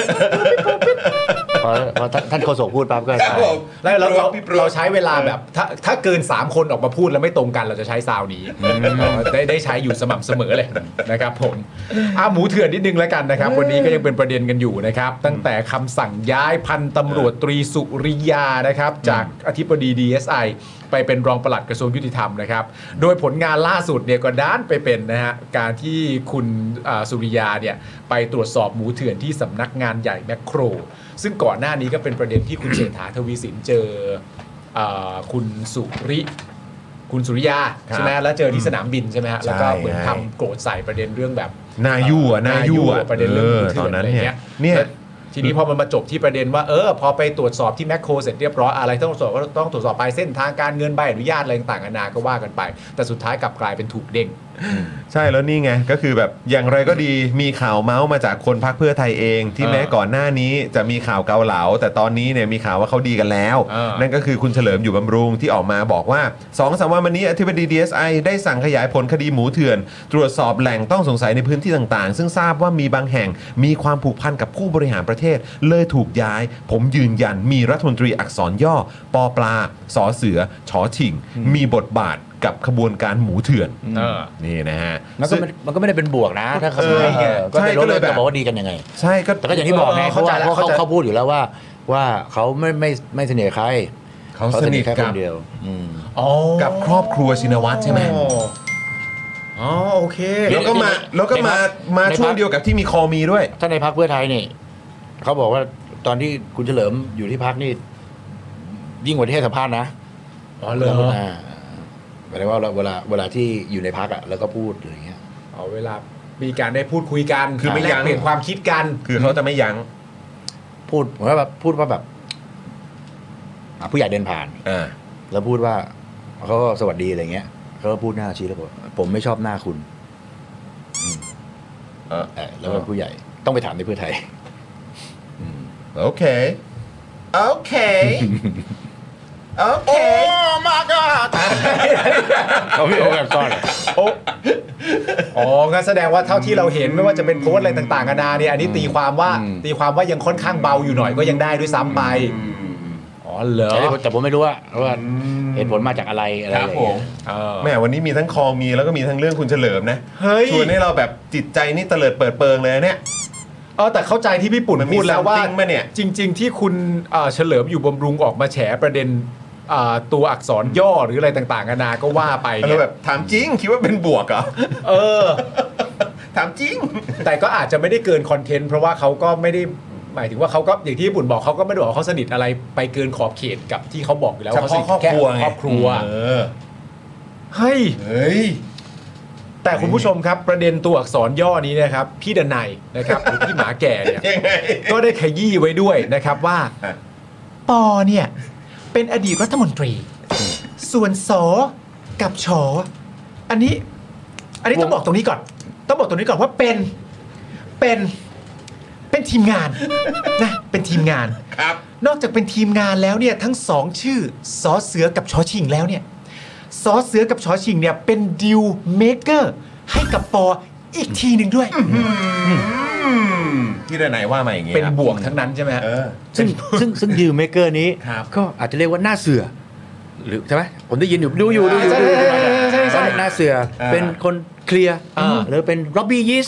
พอท่านโฆษกพูดปั๊บก็แล้วเราเราใช้เวลาแบบถ้าถ้าเกินสามคนออกมาพูดแล้วไม่ตรงกันเราจะใช้ซาวนี้ได้ได้ใช้อยู่สม่ำเสมอเลยนะครับผมอ่ะหมูเถื่อนนิดนึงแล้วกันนะครับวันนี้ก็ยังเป็นประเด็นกันอยู่นะครับตั้งแต่คำสั่งย้ายพันตำรวจตรีสุริยานะครับจากอธิบดี ดี เอส ไอ ไปเป็นรองปลัดกระทรวงยุติธรรมนะครับโดยผลงานล่าสุดเนี่ยก็ด้านไปเป็นนะฮะการที่คุณสุริยาเนี่ยไปตรวจสอบหมูเถื่อนที่สำนักงานใหญ่แมคโครซึ่งก่อนหน้านี้ก็เป็นประเด็นที่คุณเศรษฐาทวีสินเจอคุณสุริคุณสุริยาใช่ไหมแล้วเจอที่สนามบินใช่ไหมฮะแล้วก็เหมือนทำโกรธใส่ประเด็นเรื่องแบบนายั่วนายั่วประเด็นเรื่องหมูเถื่อนอะไรเงี้ยเนี่ยทีนี้พอมันมาจบที่ประเด็นว่าเออพอไปตรวจสอบที่แมคโครเสร็จเรียบร้อยอะไรต้องตรวจสอบก็ต้องตรวจสอบไปเส้นทางการเงินใบอนุญาตอะไรต่างๆนานาก็ว่ากันไปแต่สุดท้ายกลับกลายเป็นถูกเด้งใช่แล้วนี่ไงก็คือแบบอย่างไรก็ดีมีข่าวเมาส์มาจากคนพรรคเพื่อไทยเองที่แม้ก่อนหน้านี้จะมีข่าวเกาเหลาแต่ตอนนี้เนี่ยมีข่าวว่าเขาดีกันแล้วนั่นก็คือคุณเฉลิมอยู่บำรุงที่ออกมาบอกว่า สองสาม วันมานี้อธิบดี ดี เอส ไอ ได้สั่งขยายผลคดีหมูเถื่อนตรวจสอบแหล่งต้องสงสัยในพื้นที่ต่างๆซึ่งทราบว่ามีบางแห่งมีความผูกพันกับผู้บริหารประเทศเลยถูกย้ายผมยืนยันมีรัฐมนตรีอักษรย่อปอปลาสอเสือชอชิงมีบทบาทกับขบวนการหมูเถื่อนนี่นะฮะมันก็มันก็ไม่ได้เป็นบวกนะถ้าเขาก็จะรู้เลยจะบอกว่าดีกันยังไงใช่ก็แต่ก็อย่างที่บอกไงเขาเขาเขาพูดอยู่แล้วว่าว่าเขาไม่ไม่ไม่สนิทใครเขาสนิทแค่คนเดียวกับครอบครัวชินวัตรใช่ไหมอ๋อโอเคแล้วก็มาแล้วก็มามาช่วงเดียวกับที่มีคอมีด้วยถ้าในพรรคเพื่อไทยนี่เขาบอกว่าตอนที่คุณเฉลิมอยู่ที่พรรคนี่ยิ่งกว่าที่ให้สัมภาษณ์นะอ๋อเลยหมายถึงว่าเวลาเวลาที่อยู่ในพรรคอ่ะแล้วก็พูดอะไรเงี้ยเอาเวลามีการได้พูดคุยกันคือไม่ยั้งเปลี่ยนความคิดกันคือเขาจะไม่ยั้งพูดผมว่าแบบพูดว่าแบบผู้ใหญ่เดินผ่านแล้วพูดว่าเขาก็สวัสดีอะไรเงี้ยเขาก็พูดหน้าชี้แล้วบอกผมไม่ชอบหน้าคุณเออแล้วก็ผู้ใหญ่ต้องไปถามในเพื่อไทยโอเคโอเคโอเคโอ้มาก็เขาพี่โอ๊คก้อนโอ้อ๋องั้นแสดงว่าเท่าที่เราเห็นไม่ว่าจะเป็นโพสต์อะไรต่างๆกันานาเนี่ยอันนี้ตีความว่าตีความว่ายังค่อนข้างเบาอยู่หน่อยก็ยังได้ด้วยซ้ำไปอ๋อเหรอแต่ผมไม่รู้ว่าว่าเหตุผลมาจากอะไรอะไรอย่างเงี้ยแม่วันนี้มีทั้งคอมีแล้วก็มีทั้งเรื่องคุณเฉลิมนะชวนให้เราแบบจิตใจนี่เตลิดเปิดเปิงเลยเนี่ยเออแต่เข้าใจที่พี่ปุ่นพูดแล้วว่าจริงๆที่คุณเฉลิมอยู่บำรุงออกมาแฉประเด็นตัวอักษรย่อหรืออะไรต่างๆกันานาก็ว่าไปเนี่ยแบบถามจริงคิดว่าเป็นบวกเหรอเออถามจริงแต่ก็อาจจะไม่ได้เกินคอนเทนต์เพราะว่าเขาก็ไม่ได้หมายถึงว่าเขาก็อย่างที่ญี่ปุ่นบอกเขาก็ไม่ได้บอกเขาสนิทอะไรไปเกินขอบเขตกับที่เขาบอกอยู่แล้วเขาสนิทแค่ครอบครัวเฮ้ยเฮ้ยแต่คุณผู้ชมครับประเด็นตัวอักษรย่อนี้นะครับพี่ดนัยนะครับหรือพี่หมาแก่เนี่ยก็ได้ขยี้ไว้ด้วยนะครับว่าปอเนี่ยเป็นอดีตรัฐมนตรีส่วนสกับชออันนี้อันนี้ต้องบอกตรงนี้ก่อนต้องบอกตรงนี้ก่อนว่าเป็นเป็นเป็นทีมงานนะเป็นทีมงานครับนอกจากเป็นทีมงานแล้วเนี่ยทั้งสองชื่อสอเสือกับชอชิงแล้วเนี่ยสอเสือกับชอชิงเนี่ยเป็นดิวเมเกอร์ให้กับปออีกทีหนึ่งด้วยที่ไหนว่ามาอย่างเงี้ยเป็นบวกทั้งนั้นใช่ไหมฮะซึ่งซึ่งซึ่งดิวเมเกอร์นี้ก็อาจจะเรียกว่าหน้าเสือหรือใช่ไหมผมได้ยินอยู่ดูอยู่ดูอยู่หน้าเสือเป็นคนเคลียร์หรือเป็นร็อบบี้ยิส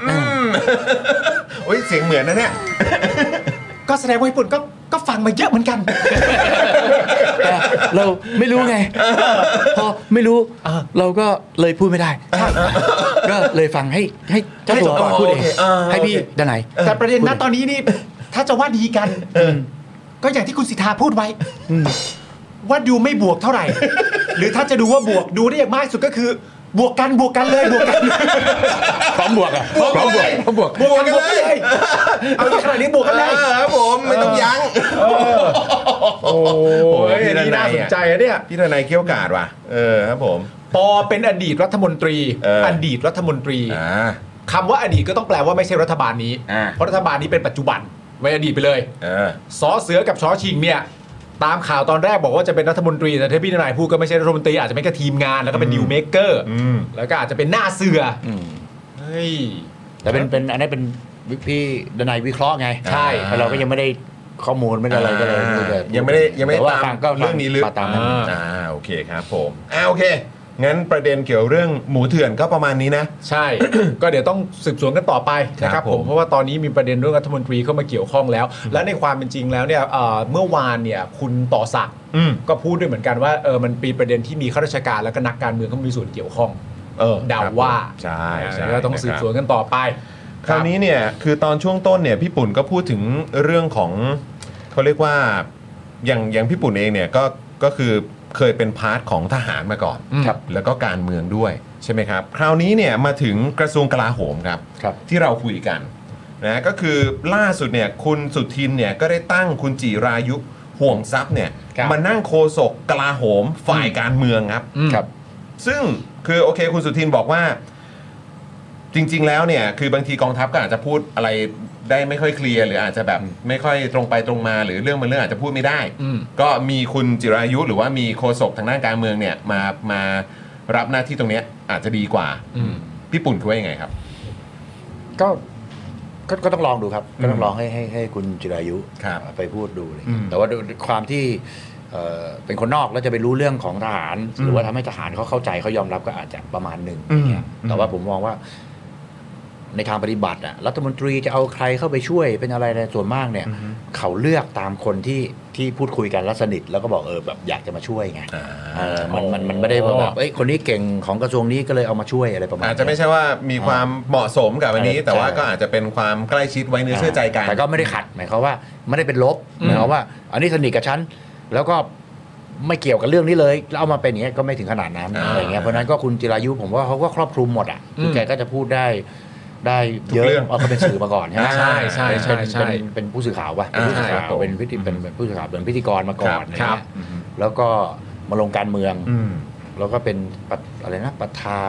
โอ้ยเสียงเหมือนนะเนี่ยก็แสดงว่าญี่ปุ่นก็ก็ฟังมาเยอะเหมือนกันแต่เราไม่รู้ไงพอไม่รู้เราก็เลยพูดไม่ได้ก็เลยฟังให้ให้เจ้าตัวพูดเองให้พี่ด้านไหนแต่ประเด็นณตอนนี้นี่ถ้าจะว่าดีกันก็อย่างที่คุณสิทธาพูดไว้ว่าดูไม่บวกเท่าไหร่หรือถ้าจะดูว่าบวกดูได้อย่างมากสุดก็คือบวกกันบวกกันเลยบวกกันพร้อมบวกอ่ะพร้อมบวกพร้อมบวกบวกกันเลยเอาขนาดนี้บวกกันเลยครับผมไม่ต้องยั้งโอ้ยนี่น่าสนใจอะเนี่ยพี่ทนายเกี้ยวกาดว่ะเออครับผมปอเป็นอดีตรัฐมนตรีอดีตรัฐมนตรีคำว่าอดีตก็ต้องแปลว่าไม่ใช่รัฐบาลนี้เพราะรัฐบาลนี้เป็นปัจจุบันไว้อดีตไปเลยสอเสือกับชอชิงเนี่ยตามข่าวตอนแรกบอกว่าจะเป็นรัฐมนตรีแต่ถ้าพี่ทนายพูดก็ไม่ใช่รัฐมนตรีอาจจะเป็นแค่ทีมงานแล้วก็เป็นดิวเมเกอร์แล้วก็อาจจะเป็นหน้าเสือเฮ้ยแต่เป็นเป็นอันนี้เป็นพี่ทนายวิเคราะห์ไงใช่เราก็ยังไม่ได้ข้อมูลไม่ได้อะไรก็เลยยังไม่ได้ยังไม่ได้ตามเรื่องนี้ลึกตามนั้นอ่าโอเคครับผมอ่าโอเคงั้นประเด็นเกี่ยวเรื่องหมูเถื่อนก็ประมาณนี้นะใช่ ก็เดี๋ยวต้องสืบสวนกันต่อไปนะครับผมเพราะว่าตอนนี้มีประเด็นเรื่องรัฐมนตรีเข้ามาเกี่ยวข้องแล้วและในความเป็นจริงแล้วเนี่ยเมื่อวานเนี่ยคุณต่อศักดิ์ก็พูดด้วยเหมือนกันว่าเออมันมีประเด็นที่มีข้าราชการและก็นักการเมืองเขามีส่วนเกี่ยวข้องเออเดาว่าใช่ใช่ก็ต้องสืบสวนกันต่อไปคราวนี้เนี่ยคือตอนช่วงต้นเนี่ยพี่ปุ่นก็พูดถึงเรื่องของเขาเรียกว่าอย่างอย่างพี่ปุ่นเองเนี่ยก็ก็คือเคยเป็นพาร์ทของทหารมาก่อนครับแล้วก็การเมืองด้วยใช่ไหมครับคราวนี้เนี่ยมาถึงกระทรวงกลาโหมครับที่เราคุยกันนะก็คือล่าสุดเนี่ยคุณสุทินเนี่ยก็ได้ตั้งคุณจิรายุห่วงทรัพย์เนี่ยมานั่งโฆษกกลาโหมฝ่ายการเมืองครับครับซึ่งคือโอเคคุณสุทินบอกว่าจริงๆแล้วเนี่ยคือบางทีกองทัพก็อาจจะพูดอะไรได้ไม่ค่อยเคลียร์หรืออาจจะแบบไม่ค่อยตรงไปตรงมาหรือเรื่องมันเรื่องอาจจะพูดไม่ได้ก็มีคุณจิรายุหรือว่ามีโฆษกทางด้านการเมืองเนี่ยมามารับหน้าที่ตรงนี้อาจจะดีกว่าพี่ปุ่นคิดว่ายังไงครับก็ก็ต้องลองดูครับก็ต้องลองให้ให้ให้คุณจิรายุไปพูดดูเลยแต่ว่าความที่เป็นคนนอกแล้วจะไปรู้เรื่องของทหารหรือว่าทำให้ทหารเขาเข้าใจเขายอมรับก็อาจจะประมาณหนึ่งแต่ว่าผมมองว่าในทางปฏิบัติอ่ะรัฐมนตรีจะเอาใครเข้าไปช่วยเป็นอะไรในส่วนมากเนี่ยเขาเลือกตามคนที่ที่พูดคุยกันแล้วสนิทแล้วก็บอกเออแบบอยากจะมาช่วยไงมันมันมันไม่ได้แบบเอ้ยคนนี้เก่งของกระทรวงนี้ก็เลยเอามาช่วยอะไรประมาณอาจจะไม่ใช่ว่ามีความเหมาะสมกับอันนี้แต่ว่าก็อาจจะเป็นความใกล้ชิดไว้เนื้อเชื่อใจกันแต่ก็ไม่ได้ขัดหมายความว่าไม่ได้เป็นลบหมายความว่าอันนี้สนิทกับฉันแล้วก็ไม่เกี่ยวกับเรื่องนี้เลยแล้วเอามาเป็นอย่างเงี้ยก็ไม่ถึงขนาดนั้นอะไรเงี้ยเพราะนั้นก็คุณจิรายุผมว่าเขาก็ครอบคลุมหมดอ่ะคือแกก็จะพูดได้ได้เยอะเพราะเขาเป็นสื่อมาก่อนใช่ไหมใช่ใช่ใช่ใช่เป็นผู้สื่อข่าวป่ะเป็นผู้สื่อข่าวเป็นพิธีเป็นผู้สื่อข่าวเป็นพิธีกรมาก่อนนะครับแล้วก็มาลงการเมืองแล้วก็เป็นอะไรนะประธาน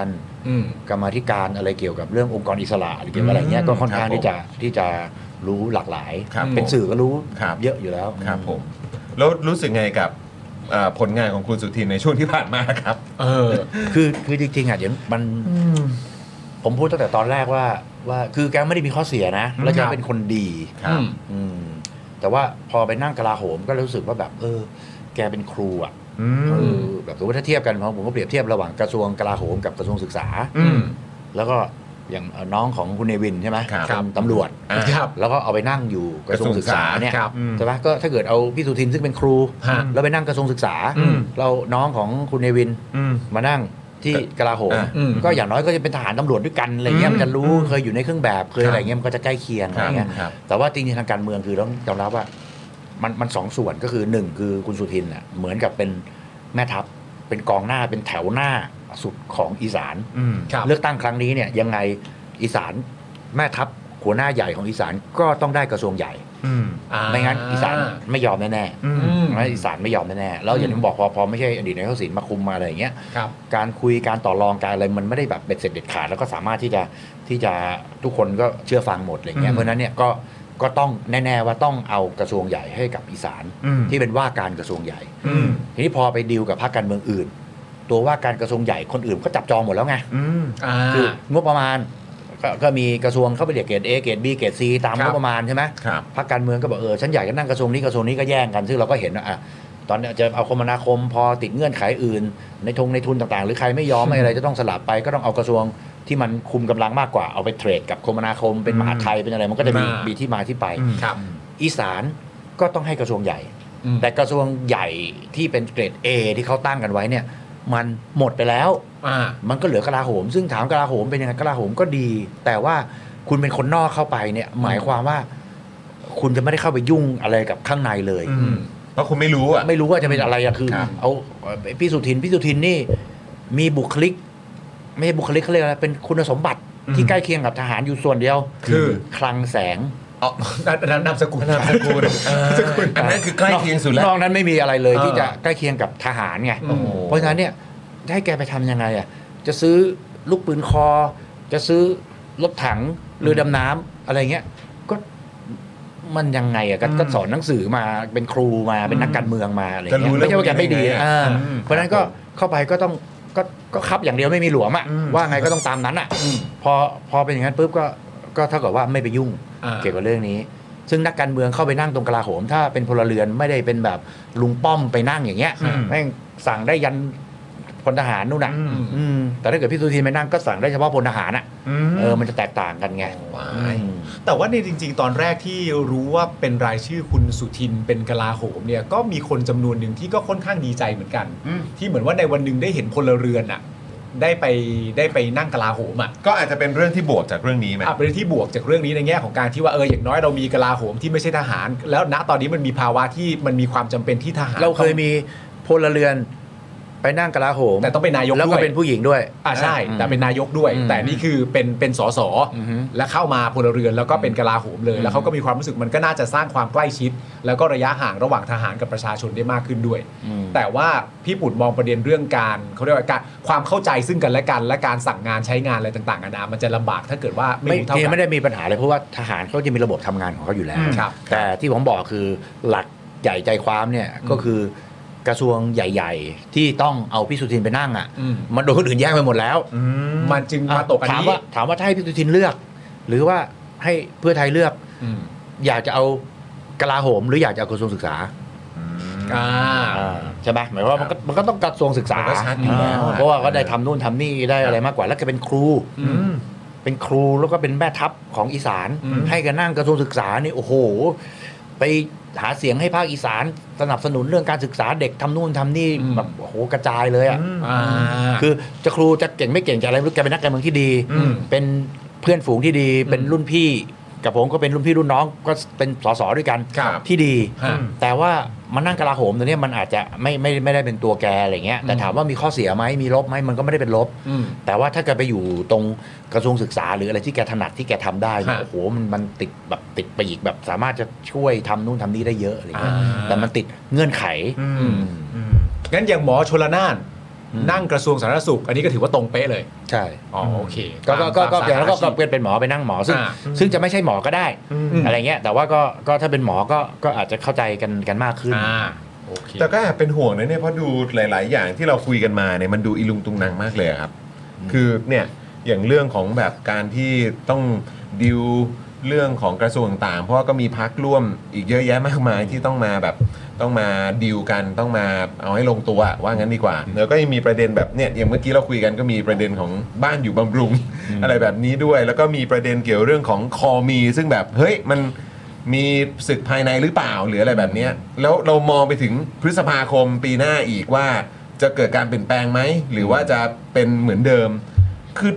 กรรมาธิการอะไรเกี่ยวกับเรื่ององค์กรอิสระหรือเกี่ยวกับอะไรเงี้ยก็ค่อนข้างที่จะที่จะรู้หลากหลายเป็นสื่อก็รู้เยอะอยู่แล้วครับผมแล้วรู้สึกไงกับผลงานของคุณสุทินในช่วงที่ผ่านมาครับเออคือคือจริงๆอ่ะเดี๋ยวมันผมพูดตั้งแต่ตอนแรกว่าว่าคือแกไม่ได้มีข้อเสียนะแล้วแกเป็นคนดีครับแต่ว่าพอไปนั่งกลาโหมก็รู้สึกว่าแบบเออแกเป็นครูอ่ะแบบสมมติถ้าเทียบกันผมก็เปรียบเทียบระหว่างกระทรวงกลาโหมกับกระทรวงศึกษาแล้วก็อย่างน้องของคุณเนวินใช่ไหมตำรวจแล้วก็เอาไปนั่งอยู่กระทรวงศึกษาเนี่ยใช่ไหมก็ถ้าเกิดเอาพี่สุทินซึ่งเป็นครูแล้วไปนั่งกระทรวงศึกษาเราน้องของคุณเนวินมานั่งที่กลาโหมก็อย่างน้อยก็จะเป็นทหารตำรวจด้วยกันอะไรเงี้ยมันจะรู้เคยอยู่ในเครื่องแบบเคยอะไรเงี้ยมันก็จะใกล้เคียงอะไรเงี้ยแต่ว่าจริงๆทางการเมืองคือต้องยอมรับว่ามันมันสองส่วนก็คือหนึ่งคือคุณสุทินอ่ะเหมือนกับเป็นแม่ทัพเป็นกองหน้าเป็นแถวหน้าสุดของอีสานเลือกตั้งครั้งนี้เนี่ยยังไงอีสานแม่ทัพหัวหน้าใหญ่ของอีสานก็ต้องได้กระทรวงใหญ่ไม่งั้นอีสานไม่ยอมแน่ๆไม่อีสานไม่ยอมแน่ๆแล้วอย่างที่บอกพอพอไม่ใช่อดีตนายกทักษิณมาคุมมาอะไรอย่างเงี้ยการคุยการต่อรองการอะไรมันไม่ได้แบบเบ็ดเสร็จเด็ดขาดแล้วก็สามารถที่จะที่จะทุกคนก็เชื่อฟังหมดอะไรเงี้ยเพราะนั้นเนี่ยก็ก็ต้องแน่ๆว่าต้องเอากระทรวงใหญ่ให้กับอีสานที่เป็นว่าการกระทรวงใหญ่ทีนี้พอไปดีลกับพรรคการเมืองอื่นตัวว่าการกระทรวงใหญ่คนอื่นก็จับจองหมดแล้วไงคืองบประมาณก็มีกระทรวงเข้าไปเรียกเกรด A เกรด B เกรด C ตามงบประมาณใช่ไหมพรรคการเมืองก็บอกเออฉันอยากจะนั่งกระทรวงนี้กระทรวงนี้ก็แย่งกันซึ่งเราก็เห็นว่าตอนนี้จะเอาคมนาคมพอติดเงื่อนไขอื่นในทงในทุนต่างๆหรือใครไม่ยอมไม่อะไรจะต้องสลับไปก็ต้องเอากระทรวงที่มันคุมกำลังมากกว่าเอาไปเทรดกับคมนาคมเป็นมหาดไทยเป็นอะไรมันก็จะมีมีที่มาที่ไปอีสานก็ต้องให้กระทรวงใหญ่แต่กระทรวงใหญ่ที่เป็นเกรด A ที่เขาตั้งกันไว้เนี่ยมันหมดไปแล้วมันก็เหลือกลาโหมซึ่งถามกลาโหมเป็นยังไงกลาโหมก็ดีแต่ว่าคุณเป็นคนนอกเข้าไปเนี่ยหมายความว่าคุณจะไม่ได้เข้าไปยุ่งอะไรกับข้างในเลยเพราะคุณไม่รู้อ่ะไม่รู้ว่าจะเป็นอะไรอะคือเอาพี่สุทินพี่สุทินนี่มีบุคลิกไม่ใช่บุคลิกเขาเรียกอะไรเป็นคุณสมบัติที่ใกล้เคียงกับทหารอยู่ส่วนเดียวคือคลังแสงอ๋อนามสกุลนามสกุลอันนั้นคือใกล้เคียงสุดแล้วนอกนั้นไม่มีอะไรเลยที่จะใกล้เคียงกับทหารไงเพราะฉะนั้นเนี่ยให้แกไปทำยังไงอ่ะจะซื้อลูกปืนคอจะซื้อรถถังเรือดำน้ำอะไรเงี้ยก็มันยังไงอ่ะก็สอนหนังสือมาเป็นครูมาเป็นนักการเมืองมาอะไรเงี้ยไม่ใช่ว่าแกไม่ดีเพราะฉะนั้นก็เข้าไปก็ต้องก็ก็คับอย่างเดียวไม่มีหลวมอ่ะว่าไงก็ต้องตามนั้นอ่ะพอพอเป็นอย่างนั้นปุ๊บก็ก็เท่ากับว่าไม่ไปยุ่งเกี่ยวกับเรื่องนี้ซึ่งนักการเมืองเข้าไปนั่งตรงกลาโหมถ้าเป็นพลเรือนไม่ได้เป็นแบบลุงป้อมไปนั่งอย่างเงี้ยแม่งสั่งได้ยันพลทหารนู่นน่ะแต่ถ้าเกิดพี่สุทินไปนั่งก็สั่งได้เฉพาะพลทหารอ่ะเออมันจะแตกต่างกันไงแต่ว่าในจริงๆตอนแรกที่รู้ว่าเป็นรายชื่อคุณสุทินเป็นกลาโหมเนี่ยก็มีคนจำนวนหนึ่งที่ก็ค่อนข้างดีใจเหมือนกันที่เหมือนว่าในวันหนึ่งได้เห็นพลเรือนอ่ะได้ไปได้ไปนั่งกลาโหมอ่ะก็อาจจะเป็นเรื่องที่บวกจากเรื่องนี้ไหมเป็นเรื่องที่บวกจากเรื่องนี้ในแง่ของการที่ว่าเอออย่างน้อยเรามีกลาโหมที่ไม่ใช่ทหารแล้วณตอนนี้มันมีภาวะที่มันมีความจำเป็นที่ทหารเราเคยมีพลเรือนไปนั่งกลาโหมแต่ต้องเป็นนายกแล้วก็เป็นผู้หญิงด้วยอ่าใช่แต่เป็นนายกด้วยแต่นี่คือเป็นเป็นสสและเข้ามาพลเรือนแล้วก็เป็นกลาโหมเลยแล้วเขาก็มีความรู้สึกมันก็น่าจะสร้างความใกล้ชิดแล้วก็ระยะห่างระหว่างทหารกับประชาชนได้มากขึ้นด้วยแต่ว่าพี่ปุ่นมองประเด็นเรื่องการเขาเรียกว่าการความเข้าใจซึ่งกันและกันและการสั่งงานใช้งานอะไรต่างๆนานามันจะลำบากถ้าเกิดว่าไม่รู้เท่ากันไม่ได้มีปัญหาเลยเพราะว่าทหารเขาจะมีระบบทำงานของเขาอยู่แล้วแต่ที่ผมบอกคือหลักใหญ่ใจความเนี่ยก็คือกระทรวงใหญ่ๆที่ต้องเอาพี่สุทินไปนั่งอ่ะมันโดนคนอื่นแย่งไปหมดแล้วมันจึงมาตกอันนี้ถามว่าถามว่าถ้าให้พี่สุทินเลือกหรือว่าให้เพื่อไทยเลือกอยากจะเอากลาโหมหรืออยากจะเอากระทรวงศึกษาใช่ไหมหมายว่ามันก็มันก็ต้องกระทรวงศึกษาเพราะว่าก็ได้ทำนู่นทำนี่ได้อะไรมากกว่าแล้วก็เป็นครูเป็นครูแล้วก็เป็นแม่ทัพของอีสานให้กันนั่งกระทรวงศึกษานี่โอ้โหไปหาเสียงให้ภาคอีสานสนับสนุนเรื่องการศึกษาเด็กทำนู่นทำนี่แบบโอ้โหกระจายเลยอ่ะคือจะครูจะเก่งไม่เก่งจะอะไรไม่รู้แกเป็นนักการเมืองที่ดีเป็นเพื่อนฝูงที่ดีเป็นรุ่นพี่กับผมก็เป็นรุ่นพี่รุ่นน้องก็เป็นสสด้วยกันที่ดีแต่ว่ามันนั่งกลาโหมตัวนี้มันอาจจะไม่ไม่ไม่ได้เป็นตัวแกอะไรเงี้ยแต่ถามว่ามีข้อเสียไหมมีลบไหมมันก็ไม่ได้เป็นลบแต่ว่าถ้าแกไปอยู่ตรงกระทรวงศึกษาหรืออะไรที่แกถนัดที่แกทำได้โอ้โหมันมันติดแบบติดไปอีกแบบสามารถจะช่วยทำนู่นทำนี่ได้เยอะอะไรเงี้ยแต่มันติดเงื่อนไขงั้นอย่างหมอชลนานนั่งกระทรวงสาธารณสุขอันนี้ก็ถือว่าตรงเป๊ะเลยใช่อ๋อโอเคก็ก็ก็อย่างแล้วก็เป็นหมอไปนั่งหมอซึ่งซึ่งจะไม่ใช่หมอก็ได้อะไรเงี้ยแต่ว่าก็ก็ถ้าเป็นหมอก็ก็อาจจะเข้าใจกันกันมากขึ้นแต่ก็แอบเป็นห่วงนะเนี่ยเพราะดูหลายๆอย่างที่เราคุยกันมาเนี่ยมันดูอีลุงตุงนังมากเลยครับคือเนี่ยอย่างเรื่องของแบบการที่ต้องดิวเรื่องของกระทรวงต่างๆเพราะว่าก็มีพรรคร่วมอีกเยอะแยะมากมายที่ต้องมาแบบต้องมาดิวกันต้องมาเอาให้ลงตัวว่างั้นดีกว่าแล้วก็ยังมีประเด็นแบบเนี่ยอย่างเมื่อกี้เราคุยกันก็มีประเด็นของบ้านอยู่บำรุง อะไรแบบนี้ด้วยแล้วก็มีประเด็นเกี่ยวเรื่องของคอมีซึ่งแบบเฮ้ยมันมีศึกภายในหรือเปล่าหรืออะไรแบบนี้แล้วเรามองไปถึงพฤษภาคมปีหน้าอีกว่าจะเกิดการเปลี่ยนแปลงไหมหรือว่าจะเป็นเหมือนเดิมคือ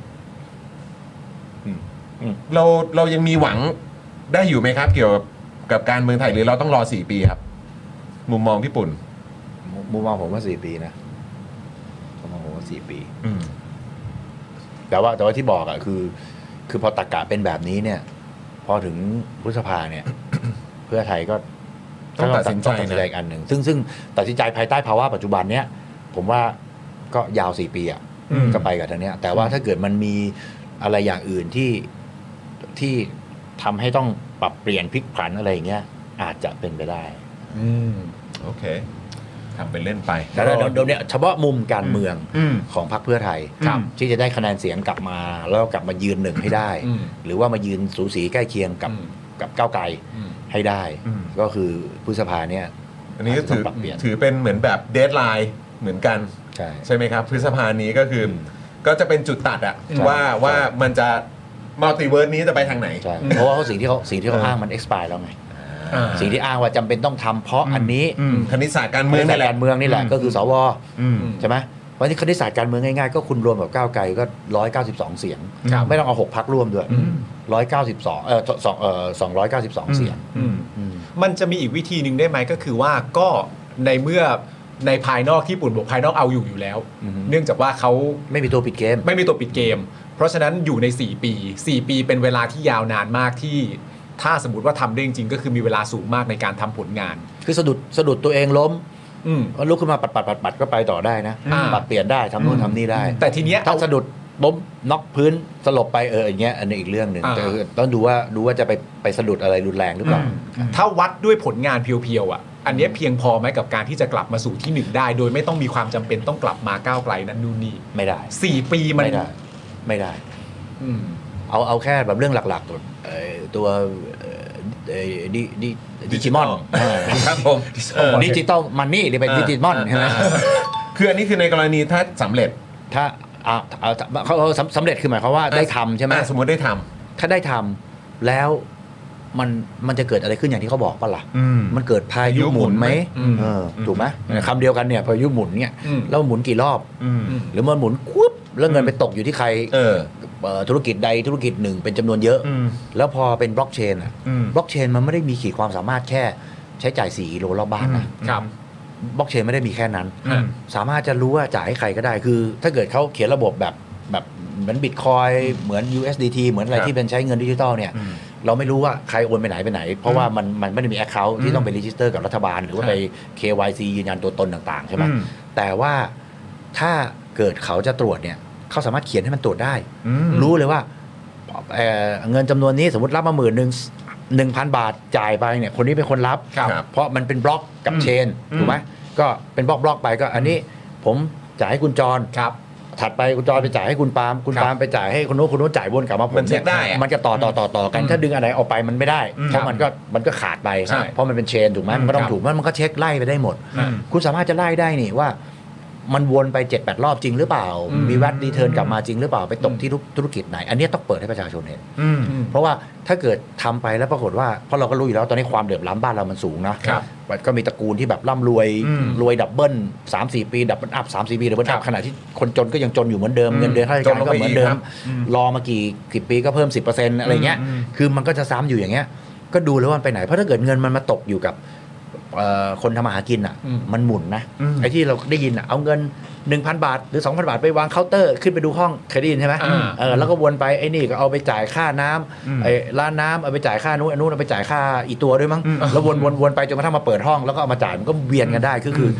เราเรายังมีหวังได้อยู่ไหมครับเกี่ยวกับกับการเมืองไทยหรือเราต้องรอสี่ปีครับมุมมองพี่ปุ่นมุมมองผมว่าสี่ปีนะมุมมองผมว่าสี่ปีแต่ว่าแต่ว่าที่บอกอะคือคือพอตรรกะเป็นแบบนี้เนี่ยพอถึงพฤษภาเนี่ย เพื่อไทยก็ต้องตัดสินใจอีกอันหนึ่งซึ่งซึ่งตัดสินใจภายใต้ภาวะปัจจุบันเนี้ยผมว่าก็ยาวสี่ปีอะก็ไปกับทางเนี้ยแต่ว่าถ้าเกิดมันมีอะไรอย่างอื่นที่ที่ทำให้ต้องปรับเปลี่ยนพลิกผันอะไรอย่างเงี้ยอาจจะเป็นไปได้อืมโอเคทำเป็นเล่นไปแต่เดี๋ยวเนี่ยเฉพาะมุมการเมืองของพรรคเพื่อไทยที่จะได้คะแนนเสียงกลับมาแล้วกลับมายืนหนึ่งให้ได้หรือว่ามายืนสูสีใกล้เคียงกับกับก้าวไกลให้ได้ก็คือพฤษภาเนี่ยอันนี้ก็ถือถือเป็นเหมือนแบบเดดไลน์เหมือนกันใช่ใช่ไหมครับพฤษภานี้ก็คือก็จะเป็นจุดตัดอะว่าว่ามันจะมัลติเวิร์สนี้จะไปทางไหนเพราะว่าเขาสิ่งที่เขาสิ่งที่เขาอ้างมัน expire แล้วไงสิ่งที่อ้างว่าจำเป็นต้องทำเพราะอันนี้คณิตศาสตร์การเมืองนี่แหละการเมืองนี่แหละก็คือสวใช่ไหมเพราะที่คณิตศาสตร์การเมืองง่ายๆก็คุณรวมกับก้าวไกลก็หนึ่งร้อยเก้าสิบสองเสียงไม่ต้องเอาหกพรรคร่วมด้วยหนึ่งร้อยเก้าสิบสองเอ่อสองเอ่อสองร้อยเก้าสิบสองเสียงมันจะมีอีกวิธีนึงได้ไหมก็คือว่าก็ในเมื่อในภายนอกที่ปุ่นบอกภายนอกเอาอยู่อยู่แล้วเนื่องจากว่าเขาไม่มีตัวปิดเกมไม่มีตัวปิดเกมเพราะฉะนั้นอยู่ในสี่ปีสี่ปีเป็นเวลาที่ยาวนานมากที่ถ้าสมมติว่าทำได้จริงๆก็คือมีเวลาสูงมากในการทำผลงานคือสะดุดสะดุดตัวเองล้มก็ลุกขึ้นมาปัดปัดปัดปัดก็ไปต่อได้นะปัดเปลี่ยนได้ทำโน่นทำนี่ได้แต่ทีเนี้ยถ้าสะดุดล้มน็อกพื้นสลบไปเอออย่างเงี้ยอันนี้อีกเรื่องหนึ่งแต่ต้องดูว่าดูว่าจะไปไปสะดุดอะไรรุนแรงหรือเปล่าถ้าวัดด้วยผลงานเพียวๆอ่ะอันนี้เพียงพอไหมกับการที่จะกลับมาสู่ที่หนึ่งได้โดยไม่ต้องมีความจำเป็นต้องกลับมาก้าวไกลนั้นนู่นนี่ไม่ได้สี่ปีมันไม่ได้ไม่ได้เอาเอาแค่แบบเรื่องหลักๆตัวตัวดิดิดิจิมอนครับผมดิจิตอลมันนี่หรือเป็นดิจิมอนใช่ไหมคืออันนี้คือในกรณีถ้าสำเร็จถ้าเอาเขาสำเร็จคือหมายความว่าได้ทำใช่ไหมสมมติได้ทำถ้าได้ทำแล้วมันมันจะเกิดอะไรขึ้นอย่างที่เขาบอกป่ะล่ะมันเกิดพายุหมุนไหมถูกไหมคำเดียวกันเนี่ยพายุหมุนเนี่ยแล้วหมุนกี่รอบหรือมันหมุนคุบแล้วเงินไปตกอยู่ที่ใครธุรกิจใดธุรกิจหนึ่งเป็นจำนวนเยอะแล้วพอเป็นบล็อกเชนบล็อกเชนมันไม่ได้มีขีดความสามารถแค่ใช้จ่ายสี่กิโลรอบบ้านนะครับบล็อกเชนไม่ได้มีแค่นั้นสามารถจะรู้ว่าจ่ายให้ใครก็ได้คือถ้าเกิดเขาเขียนระบบแบบแบบเหมือนบิตคอยเหมือน ยู เอส ดี ที เหมือนอะไรที่เป็นใช้เงินดิจิตอลเนี่ยเราไม่รู้ว่าใครโอนไปไหนไปไหนเพราะว่ามันมันไม่ได้มี account ที่ต้องไปรีจิสเตอร์กับรัฐบาลหรือว่าไป เค วาย ซี ยืนยันตัวตนต่างๆใช่ไหมแต่ว่าถ้าเกิดเขาจะตรวจเนี่ยเขาสามารถเขียนให้มันตรวจได้รู้เลยว่า เ, เงินจำนวนนี้สมมติรับมาหมื่นหนึ่งหนึ่งพันบาทจ่ายไปเนี่ยคนนี้เป็นคนรับเพราะมันเป็นบล็อกกับเชนถูกไหมก็เป็นบล็อกบล็อกไปก็อันนี้ผมจ่ายให้คุณจรถัดไปคุณจรไปจ่ายให้คุณปาล์มคุณปาล์มไปจ่ายให้คนโน้นคนโน้นจ่ายวนกลับมาผมเนี่ยมันจะต่อต่อต่อต่อกันถ้าดึงอะไรออกไปมันไม่ได้เพราะมันก็มันก็ขาดไปเพราะมันเป็นเชนถูกไหมมันก็ต้องถูกมันก็เช็คไล่ไปได้หมดคุณสามารถจะไล่ได้นี่ว่ามันวนไป เจ็ดแปด รอบจริงหรือเปล่ามีแวตรีเทิร์นกลับมาจริงหรือเปล่าไปตกที่ธุรกิจไหนอันนี้ต้องเปิดให้ประชาชนเห็นเพราะว่าถ้าเกิดทำไปแล้วปรากฏว่าเพราะเราก็รู้อยู่แล้วตอนนี้ความเดือดร้อนบ้านเรามันสูงนะก็มีตระกูลที่แบบร่ำรวยรวยดับเบิล สามสี่ ปีดับเบิลอัพ สามสี่ ปีดับเบิลอัพขณะที่คนจนก็ยังจนอยู่เหมือนเดิมเงินเดือนข้าราชการก็เหมือนเดิมรอมากี่กี่ปีก็เพิ่ม สิบเปอร์เซ็นต์ อะไรเงี้ยคือมันก็จะซ้ำอยู่อย่างเงี้ยก็ดูแล้วมันไปไหนเพราะถ้าเกิดเงินมันมาตกอยู่กับคนทำมาหากินอ่ะมันหมุนนะไอ้ที่เราได้ยินอ่ะเอาเงิน หนึ่งพัน บาทหรือ สองพัน บาทไปวางเคาน์เตอร์ขึ้นไปดูห้องเคยได้ยินใช่ไหมเออแล้วก็วนไปไอ้นี่ก็เอาไปจ่ายค่าน้ำไอ้ร้านน้ำเอาไปจ่ายค่านู้นอันนู้นเอาไปจ่ายค่าอีตัวด้วยมั้งแล้ววนวนวนไปจนกระทั่งมาเปิดห้องแล้วก็เอามาจ่ายมันก็เวียนกันได้คือคือคื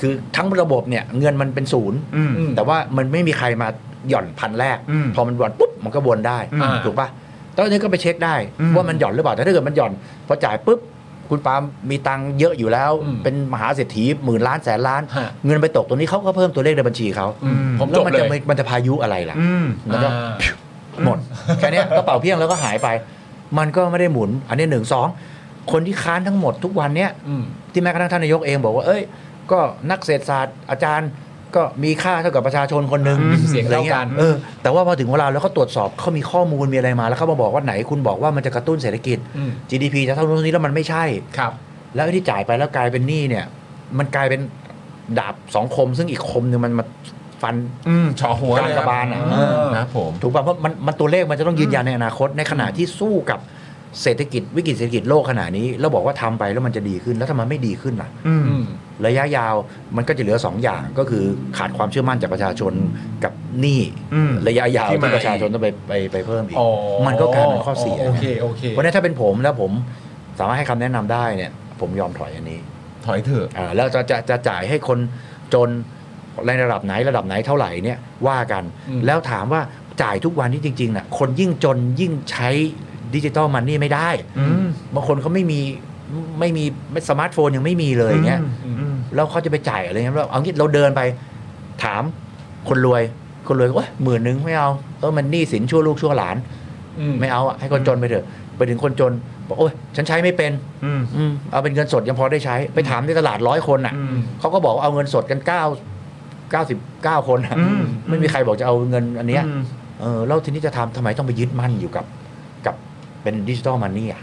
คือทั้งระบบเนี่ยเงินมันเป็นศูนย์แต่ว่ามันไม่มีใครมาหย่อนพันแรกพอมันวนปุ๊บมันก็วนได้ถูกป่ะตอนนี้ก็ไปเช็คได้ว่ามันหย่อนหรือเปล่าแต่ถ้าเกิดมันหย่อนพอจ่ายปุ๊บคุณปาล์มมีตังค์เยอะอยู่แล้วเป็นมหาเศรษฐีหมื่นล้านแสนล้านเงินไปตกตรงนี้เขาก็เพิ่มตัวเลขในบัญชีเขาผมแล้วมันจะมันจะพายุอะไรล่ะมันก็หมดแค่นี้กระเป๋าเพียงแล้วก็หายไปมันก็ไม่ได้หมุนอันนี้หนึ่งสองคนที่ค้านทั้งหมดทุกวันเนี้ยที่แม้กระทั่งท่านนายกเองบอกว่าเอ้ยก็นักเศรษฐศาสตร์อาจารย์ก็มีค่าเท่ากับประชาชนคนหนึ่งเสียงเท่ากันเออแต่ว่าพอถึงเวลาแล้วเขาตรวจสอบเขามีข้อมูลมีอะไรมาแล้วเขามาบอกว่าไหนคุณบอกว่ามันจะกระตุ้นเศรษฐกิจ จี ดี พี จะเท่านี้แล้วมันไม่ใช่ครับแล้วที่จ่ายไปแล้วกลายเป็นหนี้เนี่ยมันกลายเป็นดาบสองคมซึ่งอีกคมนึงมันมาฟันเฉาะหัวกลางกระบาลอ่ะนะผมถูกป่ะเพราะมันมันตัวเลขมันจะต้องยืนยันในอนาคตในขณะที่สู้กับเศรษฐกิจวิกฤตเศรษฐกิจโลกขนาดนี้แล้วบอกว่าทำไปแล้วมันจะดีขึ้นแล้วถ้ามันไม่ดีขึ้นล่ะระยะยาวมันก็จะเหลือสองอย่างก็คือขาดความเชื่อมั่นจากประชาชนกับหนี้ระยะยาวที่ประชาชนต้องไปไปไปเพิ่มอีกมันก็กลายเป็นข้อเสียโอเคโอเคเพราะฉะนั้นถ้าเป็นผมแล้วผมสามารถให้คำแนะนำได้เนี่ยผมยอมถอยอันนี้ถอยเถอะอ่าแล้วจะจะจะจ่ายให้คนจนในระดับไหนระดับไหนเท่าไหร่เนี่ยว่ากันแล้วถามว่าจ่ายทุกวันที่จริงๆน่ะคนยิ่งจนยิ่งใช้ดิจิตอลมันนี่ไม่ได้บางคนเขาไม่มีไม่มีสมาร์ทโฟนยังไม่มีเลยอย่างเงี้ยแล้วเขาจะไปจ่ายอะไรเงี้ยเราเอางี้เราเดินไปถามคนรวยคนรวยโอ๊ยหมื่นนึงไม่เอาเออมันหนี้สินชั่วลูกชั่วหลานไม่เอาอ่ะให้คนจนไปเถอะไปถึงคนจนบอกโอ๊ยฉันใช้ไม่เป็นเอาเป็นเงินสดยังพอได้ใช้ไปถามในตลาดร้อยคนอ่ะเขาก็บอกว่าเอาเงินสดกันเก้าเก้าสิบเก้าคนไม่มีใครบอกจะเอาเงินอันเนี้ยเออแล้วทีนี้จะทำทำไมต้องไปยึดมั่นอยู่กับกับเป็นดิจิตอลมันนี่อ่ะ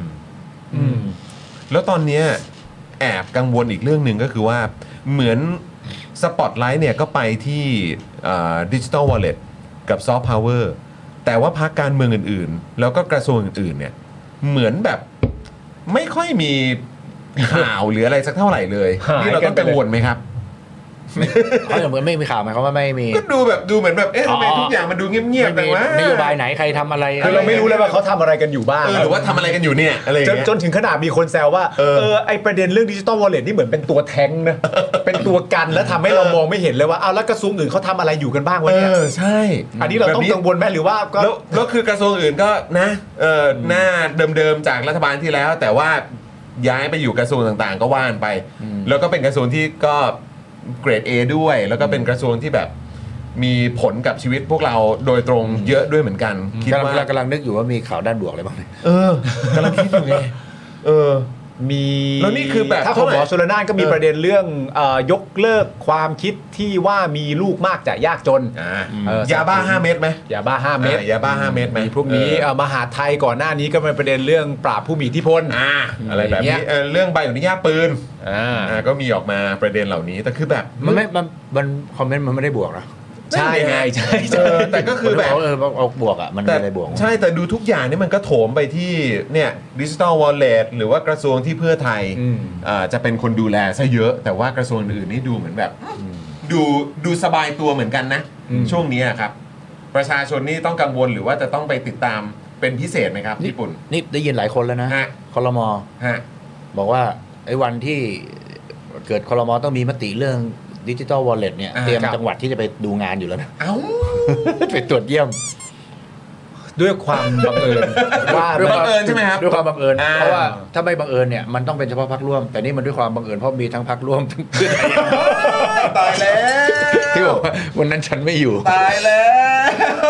แล้วตอนนี้แอบกังวลอีกเรื่องหนึ่งก็คือว่าเหมือนสปอตไลท์เนี่ยก็ไปที่ดิจิตอลวอลเล็ตกับซอฟต์พาวเวอร์แต่ว่าพรรคการเมืองอื่นๆแล้วก็กระทรวงอื่นๆเนี่ยเหมือนแบบไม่ค่อยมีข่าวหรืออะไรสักเท่าไหร่เลยนี่เราต้องกังวลไหมครับเขาอย่างเหมือนไม่มีข่าวไหมเขาว่าไม่มีก็ดูแบบดูเหมือนแบบเอ๊ะทำไมทุกอย่างมันดูเงียบๆแต่ว่านโยบายไหนใครทำอะไรคือเราไม่รู้เลยว่าเขาทำอะไรกันอยู่บ้างหรือว่าทำอะไรกันอยู่เนี่ยอะไรอย่างเงี้ยจนถึงขนาดมีคนแซวว่าเออไอประเด็นเรื่องดิจิตอลวอลเล็ตนี่เหมือนเป็นตัวแท้งนะเป็นตัวกันแล้วทำให้เรามองไม่เห็นเลยว่าอ้าวแล้วกระทรวงอื่นเขาทำอะไรอยู่กันบ้างวะเนี่ยเออใช่อันนี้เราต้องกังวลไหมหรือว่าก็แล้วคือกระทรวงอื่นก็นะเออหน้าเดิมๆจากรัฐบาลที่แล้วแต่ว่าย้ายไปอยู่กระทรวงต่างๆก็ว่านไปแล้วก็เป็นกระทรวงที่ก็เกรด A ด้วยแล้วก็เป็นกระทรวงที่แบบมีผลกับชีวิตพวกเราโดยตรงเยอะด้วยเหมือนกันคิดว่ากำลังนึกอยู่ว่ามีข่าวด้านบวกอะไรบ้างเออกำลังคิดอยู่ไงเออมีแล้วนี่คือแบบถ้าของหมอชลน่านก็มีประเด็นเรื่องยกเลิกความคิดที่ว่ามีลูกมากจะยากจนยาบ้าห้าเม็ดไหมยาบ้าห้าเม็ดยาบ้าห้าเม็ดไหมพวกนี้มหาไทยก่อนหน้านี้ก็เป็นประเด็นเรื่องปราบผู้มีอิทธิพลอะไรแบบนี้เรื่องใบอนุญาตปืนก็มีออกมาประเด็นเหล่านี้แต่คือแบบมันไม่มันคอมเมนต์มันไม่ได้บวกหรอใช่ไงใช่แต่ก็คือแบบเออเอาบวกอ่ะมันไม่ได้บวกใช่แต่ดูทุกอย่างนี่มันก็โถมไปที่เนี่ยดิจิทัลวอลเล็ตหรือว่ากระทรวงที่เพื่อไทยจะเป็นคนดูแลซะเยอะแต่ว่ากระทรวงอื่นนี่ดูเหมือนแบบดูดูสบายตัวเหมือนกันนะช่วงนี้ครับประชาชนนี่ต้องกังวลหรือว่าจะต้องไปติดตามเป็นพิเศษไหมครับญี่ปุ่นนี่ได้ยินหลายคนแล้วนะครม.บอกว่าไอ้วันที่เกิดครม.ต้องมีมติเรื่องดิจิตอลวอลเล็ตเนี่ยเตรียมจังหวัดที่จะไปดูงานอยู่แล้วนะเอ้าไปตรวจเยี่ยมด้วยความบังเอิญว่าบังเอิญใช่ไหมครับด้วยความบังเอิญเพราะว่าถ้าไม่บังเอิญเนี่ยมันต้องเป็นเฉพาะพรรคร่วมแต่นี่มันด้วยความบังเอิญเพราะมีทั้งพรรคร่วมทั้งเพื่อไทยตายแล้วที่บอกวันนั้นฉันไม่อยู่ตายแล้ว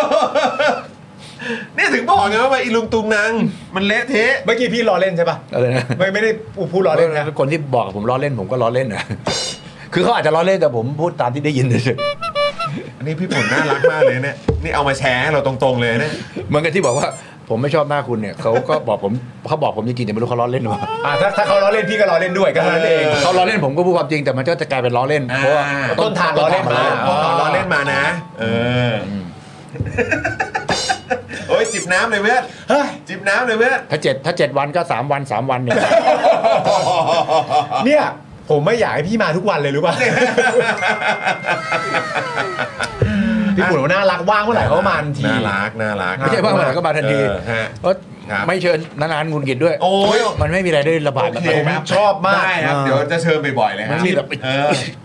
นี่ถึงบอกไงว่าอีลุงตุงนางมันเละเทะเมื่อกี้พี่ล้อเล่นใช่ป่ะอะไรนะไม่ไม่ได้พูดล้อเล่นนะคนที่บอกผมล้อเล่นผมก็ล้อเล่นนะคือเขาอาจจะล้อเล่นแต่ผมพูดตามที่ได้ยินเฉยๆอันนี้พี่ผลน่ารักมากเลยเนี่ยนี่เอามาแชร์ให้เราตรงๆเลยเนี่ยเหมือนกันที่บอกว่าผมไม่ชอบหน้าคุณเนี่ยเขาก็บอกผมเขาบอกผมจริงๆแต่ไม่รู้เขาล้อเล่นหรือเปล่าอ่าถ้าถ้าเขาล้อเล่นพี่ก็ล้อเล่นด้วยก็เท่านั้นเองเขาล้อเล่นผมก็พูดความจริงแต่มันก็จะกลายเป็นล้อเล่นเพราะว่าต้นทางล้อเล่นมาต้นทางล้อเล่นมานะเออโอ้ยจิบน้ำเลยเพื่อนเฮ้ยจิบน้ำเลยเพื่อนถ้าเจ็ดถ้าเจ็ดวันก็สามวันสามวันเนี่ยเนี่ยผมไม่อยากให้พี่มาทุกวันเลยรู้ป่ะพี่ปุ่นว่าน่ารักว่างเมื่อไหร่เขามาทันทีน่ารักน่ารักไม่ใช่ว่างเมื่อไหร่ก็มาทันทีเพราะไม่เชิญนานๆงุนกินด้วยโอ้ยมันไม่มีอะไรได้ระบาดแบบผมชอบมากได้ครับเดี๋ยวจะเชิญบ่อยๆเลยฮะมันมีแบบ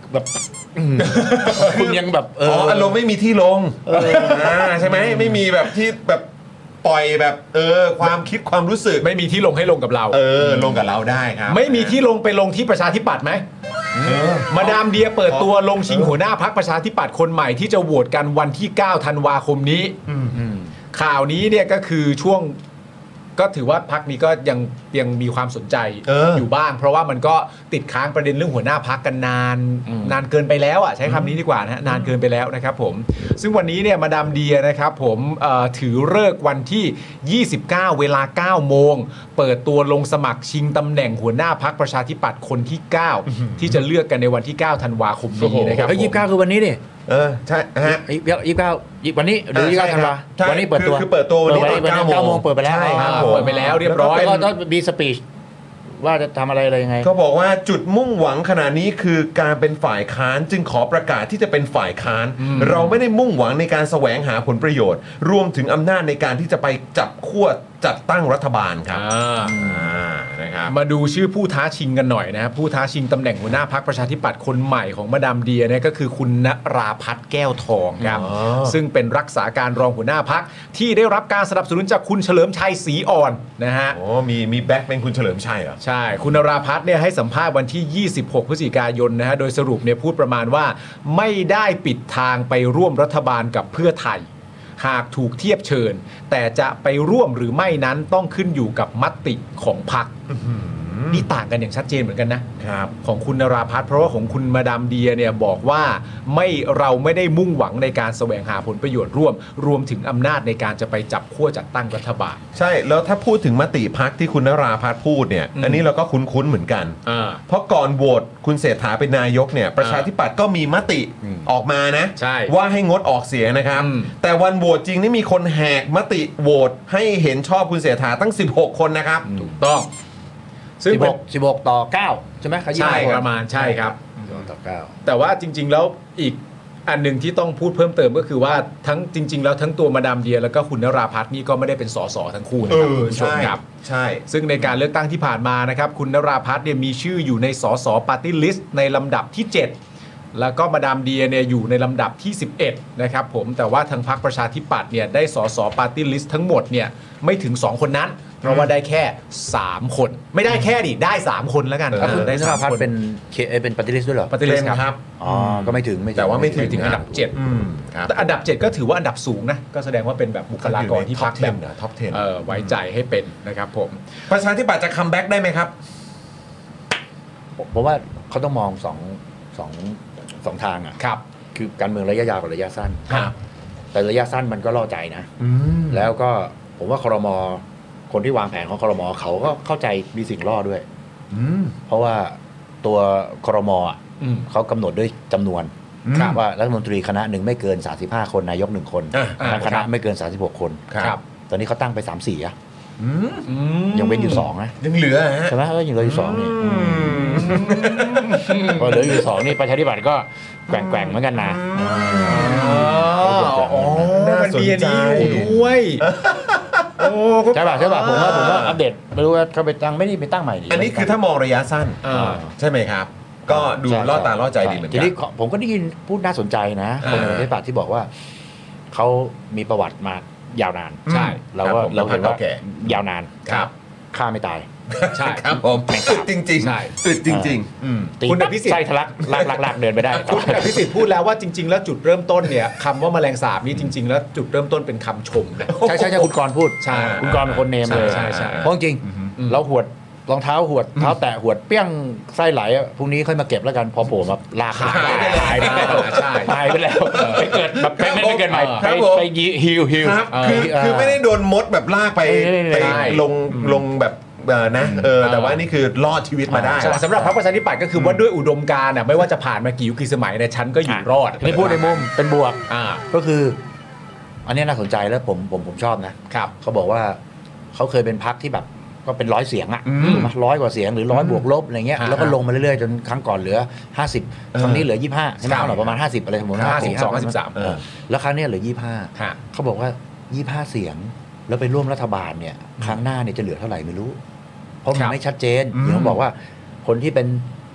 แบบคุณยังแบบเออ๋อออารมณ์ไม่มีที่ลงอ่าใช่ไหมไม่มีแบบที่แบบปล่อยแบบเออความคิดความรู้สึกไม่มีที่ลงให้ลงกับเราเออลงกับเราได้ครับไม่มีที่ลงไปลงที่ประชาธิปัตย์ไหมมาดามเดียเปิดตัวลงชิงหัวหน้าพรรคประชาธิปัตย์คนใหม่ที่จะโหวตกันวันที่เก้าธันวาคมนี้ข่าวนี้เนี่ยก็คือช่วงก็ถือว่าพรรคนี้ก็ยังยังมีความสนใจเออออยู่บ้าง เพราะว่ามันก็ติดค้างประเด็นเรื่องหัวหน้าพรรคกันนานนานเกินไปแล้วอ่ะใช้คำนี้ดีกว่านะฮะนานเกินไปแล้วนะครับผมซึ่งวันนี้เนี่ยมาดามเดียนะครับผมเอ่อถือฤกษ์วันที่ยี่สิบเก้าเวลาเก้าโมงเปิดตัวลงสมัครชิงตำแหน่งหัวหน้าพรรคประชาธิปัตย์คนที่เก้าที่จะเลือกกันในวันที่เก้าธันวาคมนี้นะครับเฮ้ยยี่สิบเก้าคือวันนี้ดิเออใช่ฮะยี่สิบเก้าวันนี้หรือยี่สิบเก้าธันวาใช่วันนี้เปิดตัวคือคือเปิดตัววันนี้ตอนเปิดเก้าเก้าโมโมงงเปิดไปแล้วใช่ครับผมเปิดไปแล้วเรียบร้อยแล้วก็ต้องมีสปีชว่าจะทำอะไรอะไรยังไงเขาบอกว่าจุดมุ่งหวังขณะนี้คือการเป็นฝ่ายค้านจึงขอประกาศที่จะเป็นฝ่ายค้าน เราไม่ได้มุ่งหวังในการแสวงหาผลประโยชน์ รวมถึงอำนาจในการที่จะไปจับขั้วจัดตั้งรัฐบาลครับอ่าอ่านะครับมาดูชื่อผู้ท้าชิงกันหน่อยนะครับผู้ท้าชิงตำแหน่งหัวหน้าพรรคประชาธิปัตย์คนใหม่ของมาดามเดียเนี่ยก็คือคุณณราพัฒน์แก้วทองครับอ๋อซึ่งเป็นรักษาการรองหัวหน้าพรรคที่ได้รับการสนับสนุนจากคุณเฉลิมชัยศรีอ่อนนะฮะโอ้มีมีแบ็คเป็นคุณเฉลิมชัยเหรอใช่ คุณนราพัฒน์เนี่ยให้สัมภาษณ์วันที่ ยี่สิบหก พฤศจิกายนนะฮะ โดยสรุปเนี่ยพูดประมาณว่าไม่ได้ปิดทางไปร่วมรัฐบาลกับเพื่อไทย หากถูกเทียบเชิญ แต่จะไปร่วมหรือไม่นั้นต้องขึ้นอยู่กับมติของพรรคนี่ต่างกันอย่างชัดเจนเหมือนกันนะครับ ของคุณนราพัฒน์เพราะว่าของคุณมาดามเดียเนี่ยบอกว่าไม่เราไม่ได้มุ่งหวังในการแสวงหาผลประโยชน์ร่วม รวมถึงอำนาจในการจะไปจับขั้วจัดตั้งรัฐบาลใช่แล้วถ้าพูดถึงมติพักที่คุณนราพัฒน์พูดเนี่ยอืมอันนี้เราก็คุ้นๆเหมือนกันอ่าเพราะก่อนโหวตคุณเศรษฐาเป็นนายกเนี่ยประชาธิปัตย์ก็มีมติออกมานะใช่ว่าให้งดออกเสียงนะครับอืมแต่วันโหวตจริงนี่มีคนแหกมติโหวตให้เห็นชอบคุณเศรษฐาตั้งสิบหกคนนะครับถูกต้องซึ่งสิบเป็หนก สิบหกต่อเก้าใช่ไหมเขาใช่ยี่สิบประมาณใช่ครับสิบหกต่อเก้าแต่ว่าจริง ๆ แล้วอีกอันหนึ่งที่ต้องพูดเพิ่มเติมก็คือว่าทั้งจริง ๆ แล้วทั้งตัวมาดามเดียแล้วก็คุณนราพัฒน์นี่ก็ไม่ได้เป็นสสทั้งคู่นะครับคุณผู้ชมครับใช่ซึ่งในการเลือกตั้งที่ผ่านมานะครับคุณนราพัฒน์เนี่ยมีชื่ออยู่ในสสปาร์ตี้ลิสต์ในลำดับที่ เจ็ด แล้วก็มาดามเดียเนี่ยอยู่ในลำดับที่ สิบเอ็ด นะครับผมแต่ว่าทางพรรคประชาธิปัตย์เนี่ยได้สสปาร์ตี้ลิสต์ทั้งหมดเนี่ยไม่ถึงสองคนนั้น เพราะว่าได้แค่สามคนไม่ได้แค่ดิได้สามคนแล้วกันแล้วคุณได้นสาราม พัฒคนน์เป็นเคเอ่อเป็นปฏิริษีด้วยเหรอปาร์ตี้ลิสต์ครับอ๋อก็ไม่ถึงไม่ถึงแต่ว่าไม่ถึไปถึงอันดับเจ็ดอืมครับแต่อันดับเจ็ดก็ถือว่าอันดับสูงนะก็แสดงว่าเป็นแบบบุคลากรที่พรรคแบบท็อปสิบเอ่อไว้ใจให้เป็นนะครับผมประชาธิปัตย์จะคัมแบ็กได้ไหมครับเพราะว่าเขาต้องมองสองสองสองทางอ่ะครับคือการเมืองระยะยาวกับระยะสั้นครับแต่ระยะสั้นมันก็ล่อใจนะ แล้วก็ผมว่าครมคนที่วางแผนของครมเขาก็เข้าใจมีสิ่งล่อด้วย เพราะว่าตัวครมอ่ะอืมเขากำหนดด้วยจำนวนครับว่ารัฐมนตรีคณะหนึ่งไม่เกินสามสิบห้าคนนายกหนึ่งคนอ่าทั้งคณะครับไม่เกินสามสิบหกคนครับตอนนี้เขาตั้งไปสามสี่อะอืมอืมยังเว้นอยู่สองนะยังเหลือฮะใช่ไหมก็ยังเหลืออยู่สองนี่พอเหลืออยู่สองนี่ประชาธิปัตย์ก็แกว่งๆเหมือนกันนะอ๋อมันมีอันนี้อยู่ด้วยโอ้ก็ใช่ป่ะใช่ป่ะผมว่าผมว่าอัปเดตไม่รู้ว่าเขาไปตั้งไม่ได้ไปตั้งใหม่ดิอันนี้คือถ้ามองระยะสั้นอ่าใช่ไหมครับ ก็ดูใช่ล่อตาล่อใจดีเหมือนทีกันนี้ผมก็ได้ยินพูดน่าสนใจนะคนในประชาธิปัตย์ที่บอกว่าเขามีประวัติมายาวนานใช่เราก็ครับผมเราเห็นว่าเก่ยาวนานครับฆ่าไม่ตายใช่ครับผมอึดจริงใช่ๆอึดจริงๆอืมตีคุณอภิสิทธิ์ไส้ทะลักลากลากลากเดินไปได้คุณอภิสิทธิ์พูดแล้วว่าจริง ๆ แล้วจุดเริ่มต้นเนี่ยคำว่าแมลงสาบนี่จริง ๆ แล้วจุดเริ่มต้นเป็นคำชมนะใช่ใช่ใช่คุณกรณ์พูดใช่คุณกรณ์เป็นคนเนมเลยใช่ใช่ใช่เพราะจริงๆเราหวดรองเท้าหวดเท้าแตะหวดเปี้ยงไส้ไหลอะพรุ่งนี้ค่อยมาเก็บแล้วกันพอโผล่มาลากหายไปแล้วตายไปแล้วใช่ตายไปแล้วไปเกิดแบบไม่ไม่เกิดใหม่คไปรับผมไปฮิวฮิวครับคือคือไม่ได้โดนมดแบบลากไปไม่ได้ไปไม่ได้ลงลงแบบเอ่อนะเออแต่ว่านี่คือรอดชีวิตมาได้ใช่สำหรับพรรคประชาธิปัตย์ก็คือว่าด้วยอุดมการณ์น่ะไม่ว่าจะผ่านมากี่ยุคกี่สมัยเนี่ยฉันก็อยู่รอดนี่พูดในมุมเป็นบวกอ่าก็คือ อันนี้น่าสนใจแล้วผมผมผมชอบนะครับ เขาบอกว่าเขาเคยเป็นพรรคที่แบบก็เป็นร้อยเสียงอะอืมถูกไหมร้อยกว่าเสียงหรือร้อยบวกลบอะไรเงี้ยอ่าแล้วก็ลงมาเรื่อยๆจนครั้งก่อนเหลือห้าสิบครั้งนี้เหลือยี่สิบห้าใช่ไหมครับเอาหน่อยประมาณห้าสิบอะไรสมมติห้าสิบสองห้าสิบสามเออแล้วครั้งเนี้ยเหลือยี่สิบห้าฮะเขาบอกว่ายี่สิบห้าเสียง แล้วไปร่วมรัฐบาลเนี่ย ครั้งหน้าเนี่ยจะเหลือเท่าไหร่ไม่รู้ เพราะมันไม่ชัดเจนอย่างเขาบอกว่าคนที่เป็น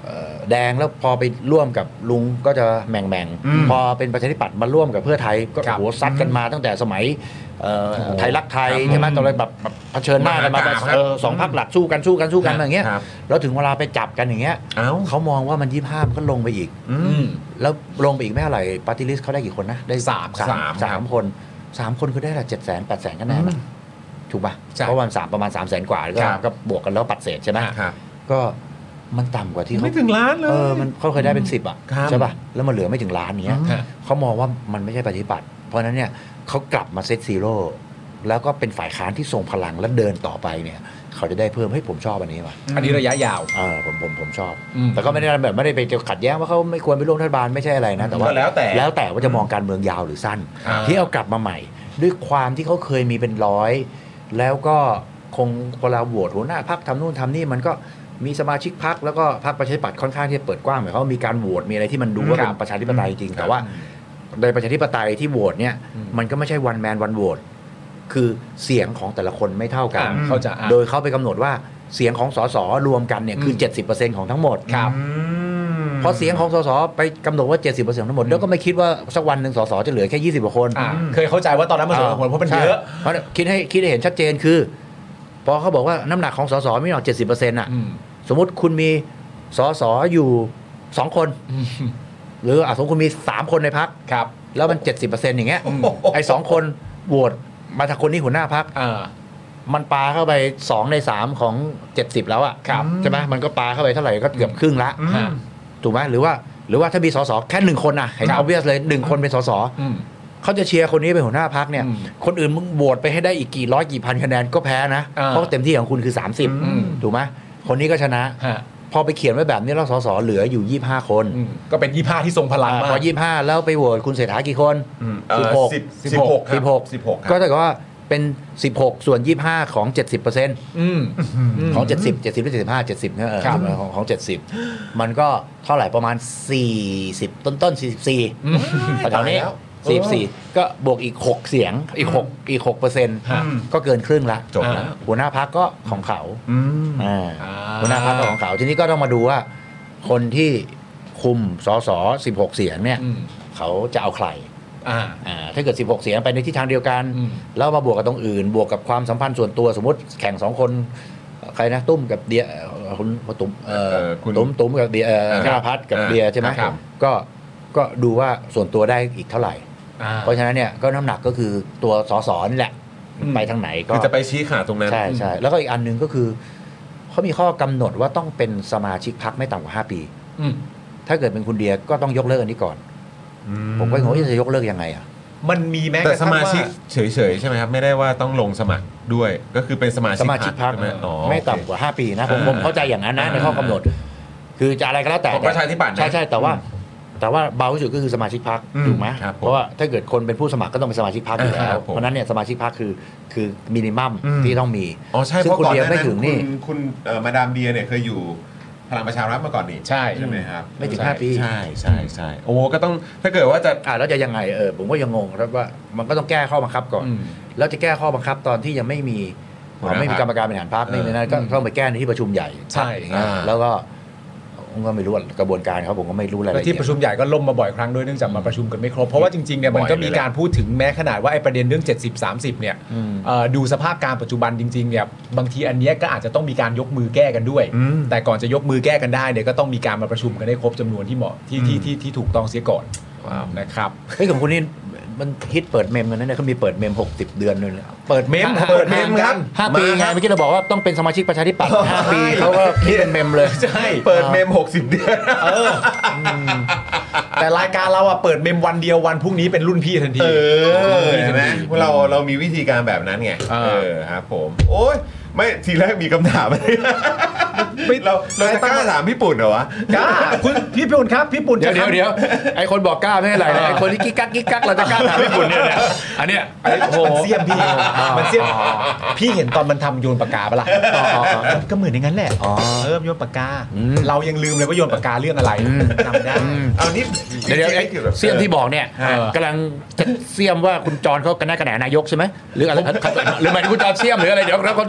แดงแล้วพอไปร่วมกับลุงก็จะแหม่งแม่งพอเป็นประชาธิปัตย์มาร่วมกับเพื่อไทยก็โหซัดกันมาตั้งแต่สมัยไทยรักไทยใช่ไหมตอนแรกแบบเผชิญหน้ากันมาสองพรรคหลักสู้กันสู้กันสู้กันอย่างเงี้ยแล้วถึงเวลาไปจับกันอย่างเงี้ยเขามองว่ามันยี่สิบห้ามันก็ลงไปอีกแล้วลงไปอีกไม่เท่าไหร่ปาร์ตี้ลิสต์เขาได้กี่คนนะได้สามสามสามคนสามคนคือได้ละเจ็ดแสนแปดแสนคะแนนถูกป่ะเพราะวันสามประมาณสามแสนกว่าก็บวกกันแล้วปัดเศษใช่ไหมก็มันต่ำกว่าที่เขาไม่ถึงล้านเลยเออมันเขาเคยได้เป็นสิบอ่ะใช่ป่ะแล้วมันเหลือไม่ถึงล้านเนี้ยเขามองว่ามันไม่ใช่ปฏิบัติเพราะนั้นเนี่ยเขากลับมาเซตซีโร่แล้วก็เป็นฝ่ายค้านที่ทรงพลังและเดินต่อไปเนี่ยเขาจะได้เพิ่มให้ผมชอบอันนี้ว่ะอันนี้ระยะยาวเออผมผมผมชอบแต่ก็ไม่ได้แบบไม่ได้ไปขัดแย้งว่าเขาไม่ควรไปร่วมรัฐบาลไม่ใช่อะไรนะแต่ว่าแล้วแต่แล้วแต่ว่าจะมองการเมืองยาวหรือสั้นที่เอากลับมาใหม่ด้วยความที่เขาเคยมีเป็นร้อยแล้วก็คงเวลาโหวตหัวหน้าพรรคทำนู่นทำนี่มันก็มีสมาชิกพรรคแล้วก็พรรคประชาธิปัตย์ค่อนข้างที่จะเปิดกว้างหมายความว่ามีการโหวตมีอะไรที่มันดูว่าเป็นประชาธิปไตยจริงแต่ว่าโดยประชาธิปไตยที่โหวตเนี่ยมันก็ไม่ใช่วันแมนวันโหวตคือเสียงของแต่ละคนไม่เท่ากันเขาจะโดยเขาไปกำหนดว่าเสียงของสสรวมกันเนี่ยคือ เจ็ดสิบเปอร์เซ็นต์ ของทั้งหมดครับพอเสียงของสสไปกำหนดว่า เจ็ดสิบเปอร์เซ็นต์ ทั้งหมดแล้วก็ไม่คิดว่าสักวันหนึ่งสสจะเหลือแค่ยี่สิบกว่าคนเคยเข้าใจว่าตอนนั้นมันสมเหตุผลเพราะมันเยอะเพราะคิดให้คิดให้เห็นชัดเจนคือพอเขาบอกว่าน้ำหนักของสสไม่หรอก เจ็ดสิบเปอร์เซ็นต์ อ่ะสมมุติคุณมีสสอยู่สองคนหรืออ่ะสมมุติคุณมีสามคนในพรรคครับแล้วมัน เจ็ดสิบเปอร์เซ็นต์ อย่างเงี้ยไอ้สองคนโหวตมาถ้าคนนี้หัวหน้าพรรคมันปาเข้าไปสองในสามของเจ็ดสิบแล้วอ่ะใช่ไหมมันก็ปาเข้าไปเท่าไหร่ก็เกือบครึ่งละถูกไหมหรือว่าหรือว่าถ้ามีสสแค่หนึ่งคนนะเห็น obvious เลยหนึ่งคนเป็นสสเขาจะเชียร์คนนี้เป็นหัวหน้าพรรคเนี่ยคนอื่นมึงโหวตไปให้ได้อีกกี่ร้อยกี่พันคะแนนก็แพ้นะเพราะเต็มที่ของคุณคือสามสิบถูกไหมคนนี้ก็ชนะพอไปเขียนไว้แบบนี้แล้วสสเหลืออยู่ยี่สิบห้าคนก็เป็นยี่สิบห้าที่ทรงพลังมากพอยี่สิบห้าแล้วไปโหวตคุณเศรษฐากี่คนสิบหกสิบหก สิบหก สิบหกก็เท่ากับว่าเป็นสิบหกส่วนยี่สิบห้าของ เจ็ดสิบเปอร์เซ็นต์ อืมของเจ็ดสิบ เจ็ดสิบหรือเจ็ดสิบห้า เจ็ดสิบเนี่ยเออของของเจ็ดสิบมันก็เท่าไหร่ประมาณสี่สิบต้นๆสี่สิบสี่แถวนี้สี่สิบสี่ก็บวกอีกหกเสียงอีกหกอีกหกเปอร์เซ็นต์ก็เกินครึ่งละจบแล้วหัวหน้าพรรคก็ของเขาอ่าหัวหน้าพรรคก็ของเขาทีนี้ก็ต้องมาดูว่าคนที่คุมสสสิบหกเสียงเนี่ยเขาจะเอาใครอ่าถ้าเกิดสิบหกเสียงไปในทิศทางเดียวกันแล้วมาบวกกับตรงอื่นบวกกับความสัมพันธ์ส่วนตัวสมมติแข่งสองคนใครนะตุ้มกับเดียคุณตุ้มเอ่อตุ้มตุ้มกับเดียธนภัทรกับเดียใช่ไหมก็ก็ดูว่าส่วนตัวได้อีกเท่าไหร่เพราะฉะนั้นเนี่ยก็น้ำหนักก็คือตัวสสนี่แหละไปทางไหนก็คือจะไปชี้ขาดตรงนั้นใช่ใช่แล้วก็อีกอันนึงก็คือเขามีข้อกำหนดว่าต้องเป็นสมาชิกพรรคไม่ต่ำกว่าห้าปีถ้าเกิดเป็นคุณเดียก็ต้องยกเลิกอันนี้ก่อนผมก็งงว่าจะยกเลิกยังไงอ่ะมันมีแม้แต่สมาชิกเฉยๆใช่ไหมครับไม่ได้ว่าต้องลงสมัครด้วยก็คือเป็นสมาชิกสมาชิกพรรคไม่ต่ำกว่าห้าปีนะผมผมเข้าใจอย่างนั้นนะในข้อกำหนดคือจะอะไรก็แล้วแต่ประชาธิปัตย์ใช่ใช่แต่ว่าแต่ว่าเบาที่สุดก็คือสมาชิกพรรคถูกไหมเพราะว่าถ้าเกิดคนเป็นผู้สมัครก็ต้องเป็นสมาชิกพรรคอยู่แล้วเพราะนั้นเนี่ยสมาชิกพรรคคือคือมินิมัมที่ต้องมีอ๋อใช่เพราะก่อนหน้านั้นคุณมาดามเดียเนี่ยเคยอยู่พลังประชารัฐมาก่อนนี่ใช่ใช่ไหมครับไม่ถึงห้าปีใช่ใช่ใช่โอ้ก็ต้องถ้าเกิดว่าจะอ่าแล้วจะยังไงเออผมก็ยังงงครับว่ามันก็ต้องแก้ข้อบังคับก่อนแล้วจะแก้ข้อบังคับตอนที่ยังไม่มีไม่มีกรรมการบริหารพรรคไม่มีนั่นก็ต้องไปแก้ในที่ประชุมใหญ่ใช่แล้วก็ผมก็ไม่รู้กระบวนการเขาผมก็ไม่รู้อะไรที่ประชุมใหญ่ก็ล่มมาบ่อยครั้งด้วยเนื่องจากมาประชุมกันไม่ครบเพราะว่าจริงๆเนี่ยมันก็มีการพูดถึงแม้ขนาดว่าไอ้ประเด็นเรื่องเจ็ดสิบ สามสิบเนี่ยดูสภาพการปัจจุบันจริงๆเนี่ยบางทีอันนี้ก็อาจจะต้องมีการยกมือแก้กันด้วยแต่ก่อนจะยกมือแก้กันได้เนี่ยก็ต้องมีการมาประชุมกันให้ครบจำนวนที่เหมาะที่ที่ที่ที่ถูกต้องเสียก่อนนะครับเฮ้ยของคุณนี่มันฮิตเปิดเมมกันนะเนี่ยเขามีเปิดเมมหกสิบเดือนเลยเปิดเมมเปิดเมมครับห้าปีไงเมื่อกี้เราบอกว่าต้องเป็นสมาชิกประชาธิปัตย์ห้าปีเขาก็คิดเป็นเมมเลยใช่เปิดเมมหกสิบเดือนเออแต่รายการเราอะเปิดเมมวันเดียววันพรุ่งนี้เป็นรุ่นพี่ทันทีเออเห็นไหมเราเรามีวิธีการแบบนั้นไงเออครับผมโอ้ยไม่ทีแรกมีคำถามอะไรเราเราจะกล้าถามพี่ปุ่นเหรอวะกล้าคุณพี่ปุ่นครับพี่ปุ่นเดี๋ยวเดี๋ยวเดี๋ยวไอคนบอกกล้าไม่อะไรไอคนที่กิ๊กกักกิ๊กกักเราจะกล้าถามพี่ปุ่นเนี่ยอันเนี้ยมันเสี้ยมพี่มันเสี้ยมพี่เห็นตอนมันทำโยนปากกาปะล่ะก็เหมือนอย่างนั้นแหละเออโยนปากกาเรายังลืมเลยว่าโยนปากกาเรื่องอะไรจำได้เอานี่เดี๋ยวเดี๋ยวเสี้ยมที่บอกเนี่ยกำลังจะเสี้ยมว่าคุณจรเขากระแนกกระแหนนายกใช่ไหมหรืออะไรหรือหมายถึงคุณจรเสี้ยมหรืออะไรเดี๋ยวแล้วก็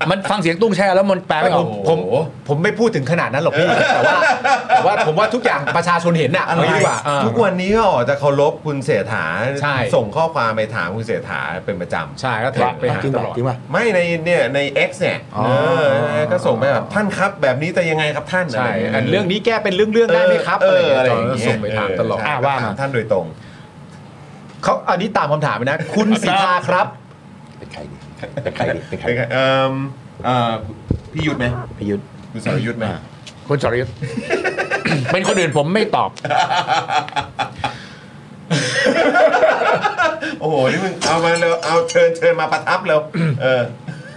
มันฟังเสียงตุ้งแช่แล้วมันแปลไม่ออกผมผมไม่พูดถึงขนาดนั้นหรอกพี่แต่ว่าแต่ว่าผมว่าทุกอย่างประชาชนเห็นน่ะเอางี้ดีกว่าทุกวันนี้ก็ออกจะเคารพคุณเสถาใช่ส่งข้อความไปถามคุณเสถาเป็นประจำใช่ก็แท็กไปหาจริงตป่ะลอดจริงป่ะไม่ในเนี่ยใน X เนี่ยอ๋อเออก็ส่งไปแบบท่านครับแบบนี้แต่ยังไงครับท่านใช่ะไย่าอันเรื่องนี้แก้เป็นเรื่องเรื่องๆได้ไหมครับเออะไรออย่างอะไรเงี้ยอย่างเงี้ยส่งไปถามตลอดเอ่ะว่ามาท่านโดยตรงเขาอันนี้ตามคำถามนะคุณสิทธาครับเป็นใครดีเป็นใครดีเป็นใครเป็นไงเอ่อเอ่อพี่ยุทธไหมพิยุทธ์คุณสรยุทธไหมอ่าคุณสรยุทธ์ เป็นคนอื่นผมไม่ตอบโอ้โหนี่มึงเอามาเร็วเอาเชิญเชิญมาประทับเร็วเออ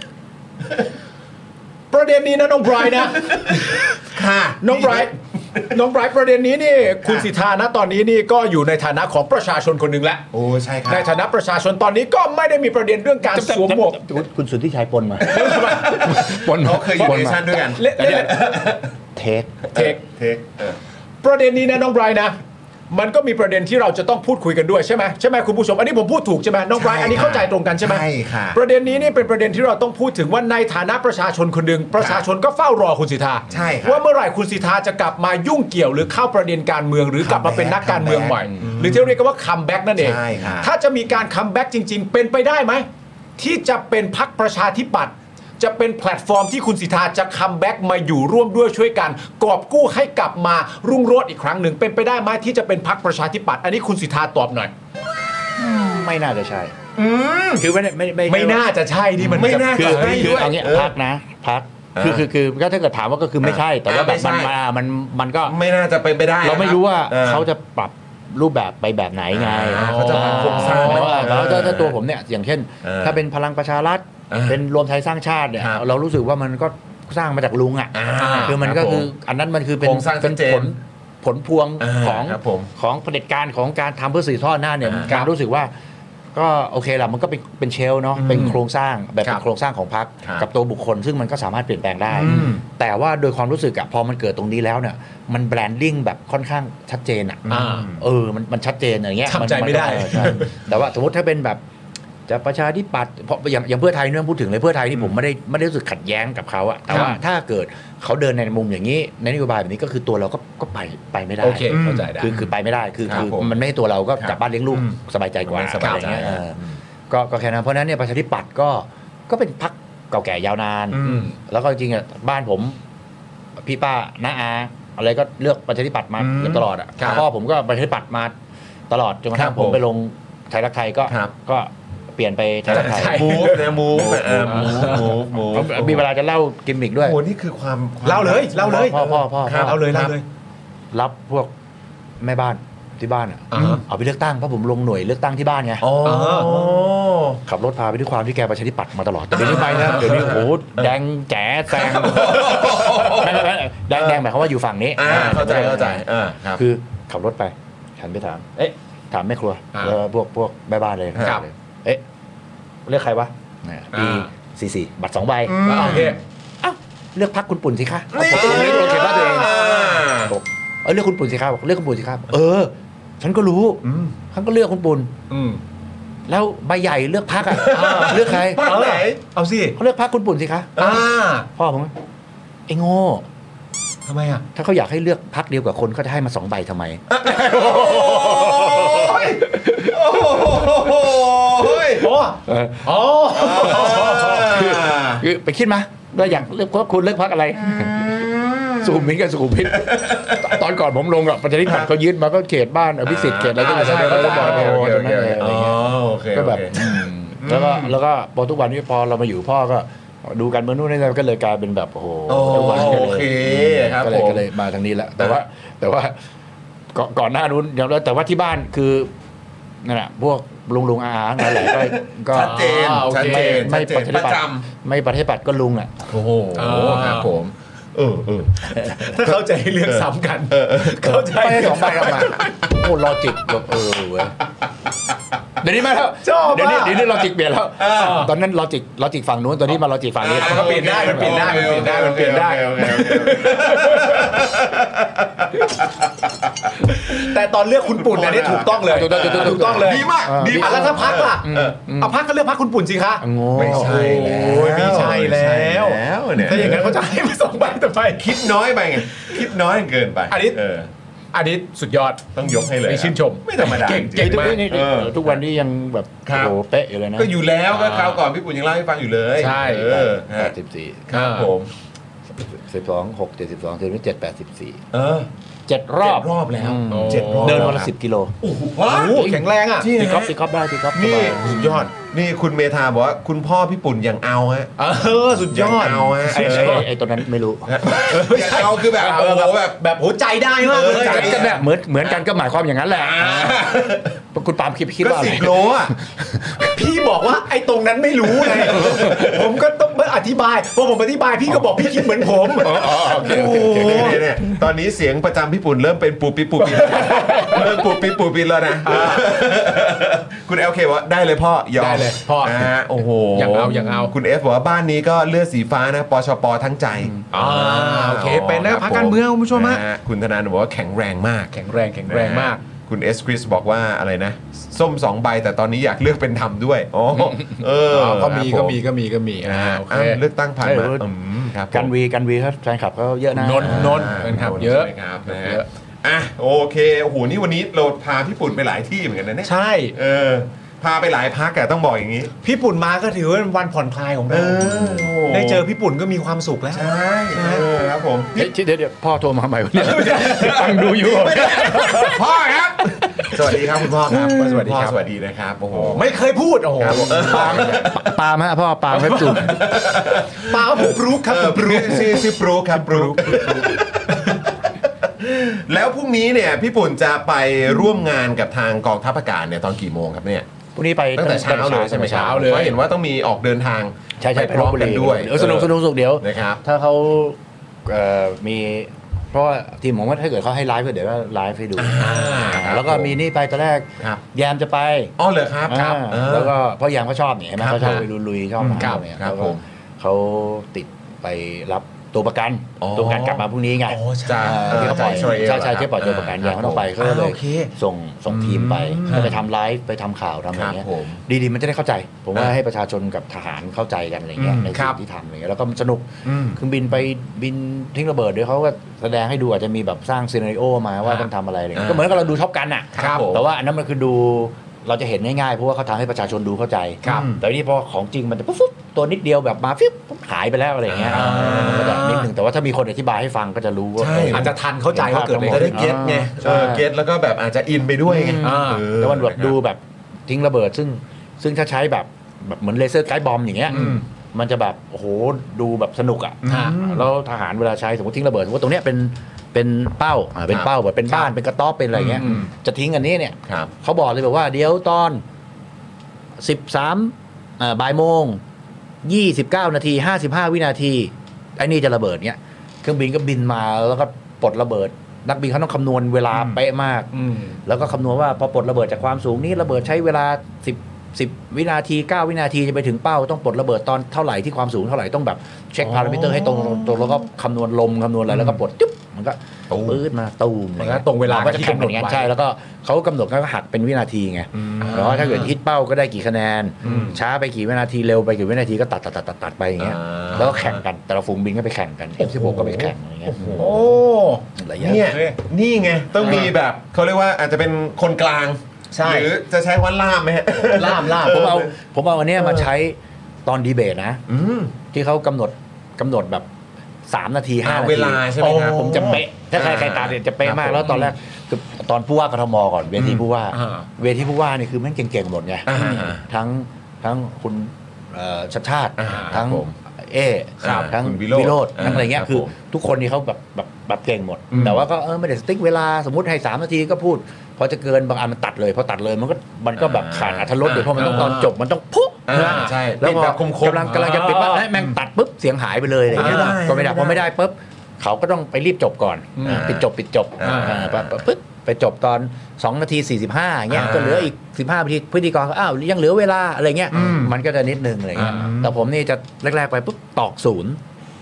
ประเด็นนี้นะน้องไบรท์นะค่ะน้องไบรท์น้องไบรท์ประเด็นนี้นี่คุณสิทธานะตอนนี้นี่ก็อยู่ในฐานะของประชาชนคนหนึ่งแล้วโอ้ใช่ครับในฐานะประชาชนตอนนี้ก็ไม่ได้มีประเด็นเรื่องการสวมหมวกคุณสุทธิชัยปนมาปนเขาเคยอยู่ปในมาชั้นด้วยกันเละเละเทคเทคเทคเออประเด็นนี้นะน้องไบรท์นะมันก็มีประเด็นที่เราจะต้องพูดคุยกันด้วยใช่ไหมใช่ไหมคุณผู้ชมอันนี้ผมพูดถูกใช่ไหมน้องไบรท์อันนี้เข้าใจตรงกันใช่ไหมใช่ค่ะประเด็นนี้นี่เป็นประเด็นที่เราต้องพูดถึงว่าในฐานะประชาชนคนหนึ่งประชาชนก็เฝ้ารอคุณสิทธาใช่ครับว่าเมื่อไหร่คุณสิทธาจะกลับมายุ่งเกี่ยวหรือเข้าประเด็นการเมืองหรือกลับมาเป็นนักการเมืองใหม่หรือที่เรียกกันว่าคัมแบ็กนั่นเองใช่ครับถ้าจะมีการคัมแบ็กจริง ๆ เป็นไปได้ไหมที่จะเป็นพรรคประชาธิปัตย์จะเป็นแพลตฟอร์มที่คุณสิทธาจะคัมแบ็กมาอยู่ร่วมด้วยช่วยกันกอบกู้ให้กลับมารุ่งโรจน์อีกครั้งหนึ่งเป็นไปได้ไหมที่จะเป็นพรรคประชาธิปัตย์อันนี้คุณสิทธาตอบหน่อยไม่น่าจะใช่คือไม่ได้ไม่ไม่ไม่น่าจะใช่นี่มันไม่น่าคือจะคือให้คือด้วยเอางี้เออพักนะพักเออคือคือคือก็ถ้าเกิดถามว่าก็คือไม่ใช่ แต่ว่าอ่าแบบไม่มันใช่มามันมันก็ไม่น่าจะเป็นไปได้เราไม่รู้ว่าออเขาจะปรับรูปแบบไปแบบไหนไงอ่าเขาจะปรับโครงสร้างเพราะว่าเออแล้วถ้าถ้าตัวผมเนี่ยอย่างเช่นเออถ้าเป็นพลังประชารัฐเออเป็นรวมไทยสร้างชาติเนี่ยครับเรารู้สึกว่ามันก็สร้างมาจากลุงอ่ะอ่าคือมันก็ครับผมคืออันนั้นมันคือเป็นโครงสร้างเป็นชัดเจนผลผลพวงอ่าของครับผมของเผด็จการของการทำเพื่อสืบทอดอำนาจเนี่ยอ่าการรู้สึกว่า ก็โอเคแหละมันก็เป็นเป็นเชลเนาะเป็นโครงสร้างแบบครัเป็บนโครงสร้างของพรรคครับกับตัวบุคคล ซึ่งมันก็สามารถเปลี่ยนแปลงได้อืมแต่ว่าโดยความรู้สึกอะพอมันเกิดตรงนี้แล้วเนี่ยมันแบรนดิ้งแบบค่อนข้างชัดเจนอะอ่าเออมันมันชัดเจนอย่างเงี้ยทำใจไม่ได้นก็เออใช่แต่ว่าสมมติถ้าเป็นแบบจะประชาธิปัตย์เพราะอย่างอย่างเพื่อไทยเนี่ยพูดถึงเลยเพื่อไทยที่ผมไม่ได้ไม่ได้รู้สึกขัดแย้งกับเขาอะแต่ว่าถ้าเกิดเขาเดินในมุมอย่างนี้ในนโยบายแบบนี้ก็คือตัวเราก็ก็ไปไปไม่ได้โอเคเข้าใจได้คือคือไปไม่ได้คือครับคือผมมันไม่ให้ตัวเราก็ครับกลับบ้านเลี้ยงลูกอืมสบายใจกว่าสบายใจอะไรเงี้ยเออก็ก็แค่นั้นเพราะฉะนั้นเนี่ยประชาธิปัตย์ก็ก็เป็นพรรคเก่าแก่ยาวนานอืมแล้วก็จริงๆอ่ะบ้านผมพี่ป้าน้าอาอะไรก็เลือกประชาธิปัตย์มาอืมเกือบตลอดอ่ะครับพ่อผมก็ประชาธิปัตย์มาตลอดจนกระทั่ครังบผมผมไปลงไทยรักไทยก็ครับก็เปลี่ยนไปไทยรักไทยใช่มูฟเนี่ยมูฟเออมูฟมูฟมูฟมีเวลาจะเล่ากิมมิกด้วยโอ้โหนี่คือความความเล่าเลยเล่าเลยพ่อพ่อพ่อครับเอาเลยเล่าเลยรับพวกแม่บ้านที่บ้านอ่ะอ่าฮะเอาไปเลือกตั้งเพราะผมลงหน่วยเลือกตั้งที่บ้านไงอ๋อขับรถพาไปด้วยความที่แกประชาธิปัตย์มาตลอดแต่เดี๋ยวนี้ไปนะเดี๋ยวนี้โอ้โหแดงแจ๋แซงไม่ไม่ไม่แดงแดงหมายความว่าอยู่ฝั่งนี้อ่าเข้าใจเข้าใจอ่าครับคือขับรถไปหันไปถาม เอ๊ะถามแม่ครัวอ่าแล้วพวกพวกแม่บ้านเลยครับเอ๊ะเลือกใครวะเนี่ยปีอ่าสี่สี่บัตรสองใบโอเคเอ้าเลือกพักคุณปุ่นสิคะนี่ผมไม่ได้โอเคบ้านตัวเองบอกเออเลือกคุณปุ่นสิครับบอกเลือกคุณปุ่นสิครับเออ ฉันก็รู้ฉันก็เลือกคุณปุ่นอืมแล้วใบใหญ่เลือกพักอ่ะเลือกใครพรรคไหนเอาสิเขาเลือกพักคุณปุ่นสิคะอ่าพ่อผมว่าไอ้โง่ทำไมอ่ะถ้าเขาอยากให้เลือกพักเดียวกับคนเขาจะให้มาสองใบทำไมโอ้โหเฮ้ยโอ้อ๋อคือคือไปคิดมาว่าอยากเลือกว่าคุณเลือกพักอะไรสุขุมวิทกับสุขุมวิทตอนก่อนผมลงอ่ะประชาธิปัตย์เขายึดมาก็เขตบ้านอภิสิทธิ์เขตอะไรก็ใช่แล้วก็บอกโอโอ้เคตรโอง เคนั้นเลยอะไรเงี้ยโอเคก็แบบโอเคอืมแล้วก็แล้วก็พอทุกวันนี้พอเรามาอยู่พ่อก็ดูกันเมื่อนู่นนี่นั่นก็เลยกลายเป็นแบบโอ้โหโอ้ทุกวันก็โอเลยเคครับก็เลยผมก็เลยมาทางนี้แหละแต่ว่าแต่ว่าก่อนก่อนหน้านู้นเดี๋ยวแล้วแต่ว่าที่บ้านคือนั่นแหละพวกลุงลุงอาอาหลายๆก็ก็ชัดเจนอ่าโอเคชัดเจนไม่ชัดเจนประชาธิปัตย์ประจไม่ประชาธิปัตย์ก็ลุงอ่ะำโอ้โหอ่าครับผมเออเออถ้าเข้าใจเรื่องซ้ำกัน เข้าใจไม่ได้สองใบออกมาโอ้ลอจิกแบบเออเว้ยเดี๋ยวนี้มาแล้วชอบเดี๋ยวนี้อะเดี๋ยวนี้ลอจิกเปลี่ยนแล้วตอนนั้นลอจิกลอจิกฝั่งนู้นตอนนี้มาลอจิกฝั่งนี้มันก็เปลี่ยนได้มันเปลี่ยนได้มันเปลี่ยนได้มันเปลี่ยนได้โอเคโอเคโอเคแแต่ตอนเลือกคุณปุ่นอันนี้ถูกต้องเลยถูกต้องถูกต้องเลยดีมากดีอ่ะแล้วถ้าพักล่ะเอาพักก็เลือกพักคุณปุ่นสิคะไม่ใช่แล้วไม่ใช่แล้วแล้วเนี่ยถ้าอย่างนั้นเขาจะให้มาสองใบต่อไปคิดน้อยไปไงคิดน้อยเกินไปอันนี้เอออันนี้สุดยอดต้องยกให้เลยไม่ชื่นชมไม่ธรรมดาเก่งจริงทุกมากวันนี้เออทุกวันนี้ยังแบบครัโอ้บโหเป๊ะอยู่เลยนะก็อยู่แล้วก็คราวก่อนพี่ปุ่นยังเล่าให้ฟังอยู่เลยใช่เออแปฮะดสิบสี่ครับผมสิบสองหกเจ็ดสิบสองเจ็ดเจ็ดแปดสิบสี่เออเจ็ดรเจ็อดบรอบแล้วอืมเจ็ดรอบเดินวันแล้ละวสิบกิโลโอ้โหโอ้โหแข็งแรงอ่ะจริงตีกอล์ฟฮะตีกอล์ฟได้ตีกอล์ฟสนี่บายสุดยอดนี่คุณเมธาบอกว่าคุณพ่อพี่ปุ่นยังเอาฮะเออสุดยอดยังเอาฮะไอ้ไอ้ไอ้ไอ้ตัวนั้นไม่รู้ยังเอาคือแบบโอ้โหแบบแบบหัวใจได้มากเลยเออใจก็แบบเหมือนเหมือนกันก็หมายความอย่างนั้นแหละคุณปาล์มคิดคิดก็ว่าอะไรสิบโลอ่ะพี่บอกว่าไอ้ตรงนั้นไม่รู้ไงผมก็ต้องมาอธิบายพอผมอธิบายพี่ก็บอกพี่คิดเหมือนผมโอเคโอเคโอเคเนี่ยเนี่ยตอนนี้เสียงประจำพี่ปุ่นเริ่มเป็นปูปิปูปิเริ่มปูปิปูปิแล้วนะคุณเอลเคบอกว่าได้เลยพ่อยอมได้เลยพ่อนะฮะโอ้โหอย่างเอาอย่างเอาคุณเอฟบอกว่าบ้านนี้ก็เลือดสีฟ้านะปชปทั้งใจอ่าโอเคเป็นนะพักการเมืองคุณผู้ชมฮะนะฮะคุณธนาบอกว่าแข็งแรงมากแข็งแรงแข็งแรงมากคุณเอสคริสบอกว่าอะไรนะ ส้มสองใบแต่ตอนนี้อยากเลือกเป็นธรรมด้วยอ๋อเออก็มีครับก็ผมีก็มีก็มีนะอ่าฮะโอเคอ่ะเลือกตั้งผ่านมาใช่อืมครับผมกันวีกันวีครับแฟนคลับเขาเยอะนะนนท์นนท์เป็นครับเยอะใช่ไหมครับนะฮะเยอะอ่ะโอเคโอ้โหนี่วันนี้เราพาพี่ปุ่นไปหลายที่เหมือนกันนะเนี่ยใช่เออพาไปหลายพักอะต้องบอกอย่างนี้พี่ปุ่นมาก็ถือว่าเป็นวันผ่อนคลายของเอเราอโอ้โหได้เจอพี่ปุ่นก็มีความสุขแล้วใช่เออครับผมเฮ้ยเดี๋ยวเดี๋ยวพ่อโทรมาใหม่วันนี้ฟังดูอยู่พ่อครับ สวัสดีครับคุณพ่อครับสวัสดีครับพ่อสวัสดีนะครับโอ้โหไม่เคยพูดโอ้โหครับผมปาล์มปาล์มฮะพ่อปาล์มเพชรจุดป้าผมปรุกครับเอผอมปรุกชื่อชื่อปรูครับปรูแล้วพรุ่งนี้เนี่ยพี่ปุ่นจะไปร่วมงานกับทางกองทัพอากาศเนี่ยตอนกี่โมงครับเนี่ยพรุ่งนี้ไปตั้งแต่เช้าเลยใช่ไหมเช้าเลยเพราะเห็นว่าต้องมีออกเดินทางใช่ใช่ไปพร้อมกันด้วยเออสนุกสนุกสนุกเดี๋ยวนะครับถ้าเขาเอ่อมีเพราะว่าทีมผมว่าถ้าเกิดเขาให้ไลฟ์ก็เดี๋ยวก็ไลฟ์ให้ดูครับแล้วก็มีนี่ไปตอนแรกครับแยมจะไปอ๋อเหรอครับครับอ่าแล้วก็เพราะแยมเขาชอบเนี่ยเห็นไหมครับเขาชอบไปลุยๆชอบมาครับเนี่ยครับแล้วก็ผมเขาติดไปรับตัวประกันอ๋อตัวประกันกลับมาพรุ่งนี้ไงอ๋อใช่เออที่เขาปล่อยอิสราเอลใช่ใช่เหรอครับที่ปล่อยตัวประกันอ่าแยมเขาต้องไปครับก็เลยโอเคส่งส่งทีมไปอืมให้ไปทำไลฟ์ไปทำข่าวทำอะไรเงี้ยครับผมดีๆมันจะได้เข้าใจ ผมว่าอ่าให้ประชาชนกับทหารเข้าใจกันอะไรเงี้ยอืมในครัสิ่บงที่ทำอะไรเงี้ยแล้วก็สนุกอืมเครื่องบินไปบินทิ้งระเบิดด้วยเขาก็แสดงให้ดูอาจจะมีแบบสร้างซีนาริโอมาว่าต้องทำอะไรอะไรเงี้ยอ่าก็เหมือนกับเราดูท็อปกันอ่ะครับผมแต่ว่าอันนั้นมันคือดูเราจะเห็นง่ายๆเพราะว่าเขาทำให้ประชาชนดูเข้าใจครับแต่นี่พอของจริงมันจะปุ๊บปุ๊บตัวนิดเดียวแบบมาฟิ๊บปุ๊บหายไปแล้วอะไรเงี้ยอ่ามันก็จะนิดหนึ่งแต่ว่าถ้ามีคนอธิบายให้ฟังก็จะรู้ว่าใช่เอออาจจะทันเข้าใจว่าเกิดอะไรจะได้ขึ้นเก็ตไงใช่เออเก็ตแล้วก็แบบอาจจะอินไปด้วยไงอ่าเออแล้วมันแบบะครับดูแบบทิ้งระเบิดซึ่งซึ่งถ้าใช้แบบแบบเหมือนเลเซอร์ไกด์บอมอย่างเงี้ยอืมมันจะแบบโอ้โหดูแบบสนุกอ่ะอืมแล้วทหารเวลาใช้สมมติทิ้งระเบิดสมมติตรงเนี้ยเป็นเป็นเป้าอ่าเป็นเป้าแบบเป็นบ้านเป็นกระต๊อบเป็นอะไรเงี้ยอืมจะทิ้งอันนี้เนี่ยครับเขาบอกเลยแบบว่าเดี๋ยวตอนสิบสามอ่าบ่ายโมงยี่สิบเก้านาทีห้าสิบห้าวินาทีไอ้นี่จะระเบิดเงี้ยเครื่องบินก็บินมาแล้วก็ปลดระเบิด นักบินเขาต้องคำนวณเวลาเป๊ะมากอืมแล้วก็คำนวณว่าพอปลดระเบิดจากความสูงนี้ระเบิดใช้เวลาสิบ สิบวินาทีเก้าวินาทีจะไปถึงเป้าต้องปลดระเบิดตอนเท่าไหร่ที่ความสูงเท่าไหร่ต้องแบบเช็คพารามิเตอร์ให้ตรงตรงแล้วก็คำนวณลมคำนวณอะไรแล้วก็ปลดจุ๊บมันก็ปื๊ดมาตูมมันก็ตรงเวลาก็จะแข่งกันอย่างที่กำหนดไว้ใช่แล้วก็เขากำหนดก็หักเป็นวินาทีไงแล้วถ้าเกิดฮิตเป้าก็ได้กี่คะแนน ช้าไปกี่วินาทีเร็วไปกี่วินาทีก็ตัดตัดตัดตัดตัดไปอย่างเงี้ยแล้วก็แข่งกันแต่ละฝูงบินก็ไปแข่งกัน เอฟ สิบหก ก็ไปแข่งอะไรเงี้ยโอ้หลายอย่างเนี่ยนี่ไงต้องมีแบบเขาเรียกว่าอาจจะเป็นคนกลางใช่หรือจะใช้วันล่ามไหมฮะล่ามล่ามผมเอาผมเอาอันเนี้ยมาใช้ตอนดีเบตนะอืมที่เขากำหนดกำหนดแบบสามนาทีห้าอ่านาทีเวลาใช่ไหมครับผมจะเป๊ะถ้าใครอ่าใครตาเนี่ยจะเป๊ะมาครักบแล้วตอนแรกคือตอนผู้ว่ากทมก่อนเวทีผู้ว่าอ่าเวทีผู้ว่านี่คือแม่งเก่งๆหมดไงอ่าทั้งทั้งคุณเอ่อชัดชาติอ่าทั้งครับผมเอครับทั้งคุณวิวิโรโรจน์จน์ทั้งอะไรเงี้ยครับคือผมทุกคนนี่เขาแบบแบบแบบเก่งหมดอืมแต่ว่าก็เออไม่ได้สติ๊กเวลาสมมติให้สามนาทีก็พูดพอจะเกินบางอันมันตัดเลยพอตัดเลยมันก็มันก็แบบขาดอรรถรสเลยเพราะมันต้องตอนจบมันต้องปุ๊บอ่านะใช่แล้วพอปิดแบบคมๆกำลังกำลังจะปิดว่าแม่งตัดปุ๊บเสียงหายไปเลยอะไรเงี้ยไม่ได้ก็ไม่ได้ไม่ได้พอไม่ได้ปุ๊บเขาก็ต้องไปรีบจบก่อนอ่าปิดจบปิดจบอ่าอ่าปั๊บปั๊บปุ๊บไปจบตอนสองนาทีสี่สิบห้าเงี้ยอ่าก็เหลืออีกสิบห้านาทีพิธีกรก็อ้าวยังเหลือเวลาอะไรเงี้ยอืมมันก็จะนิดนึงอะไรเงี้ยอ่าแต่ผมนี่จะแรกๆไปปุ๊บตอกศูนย์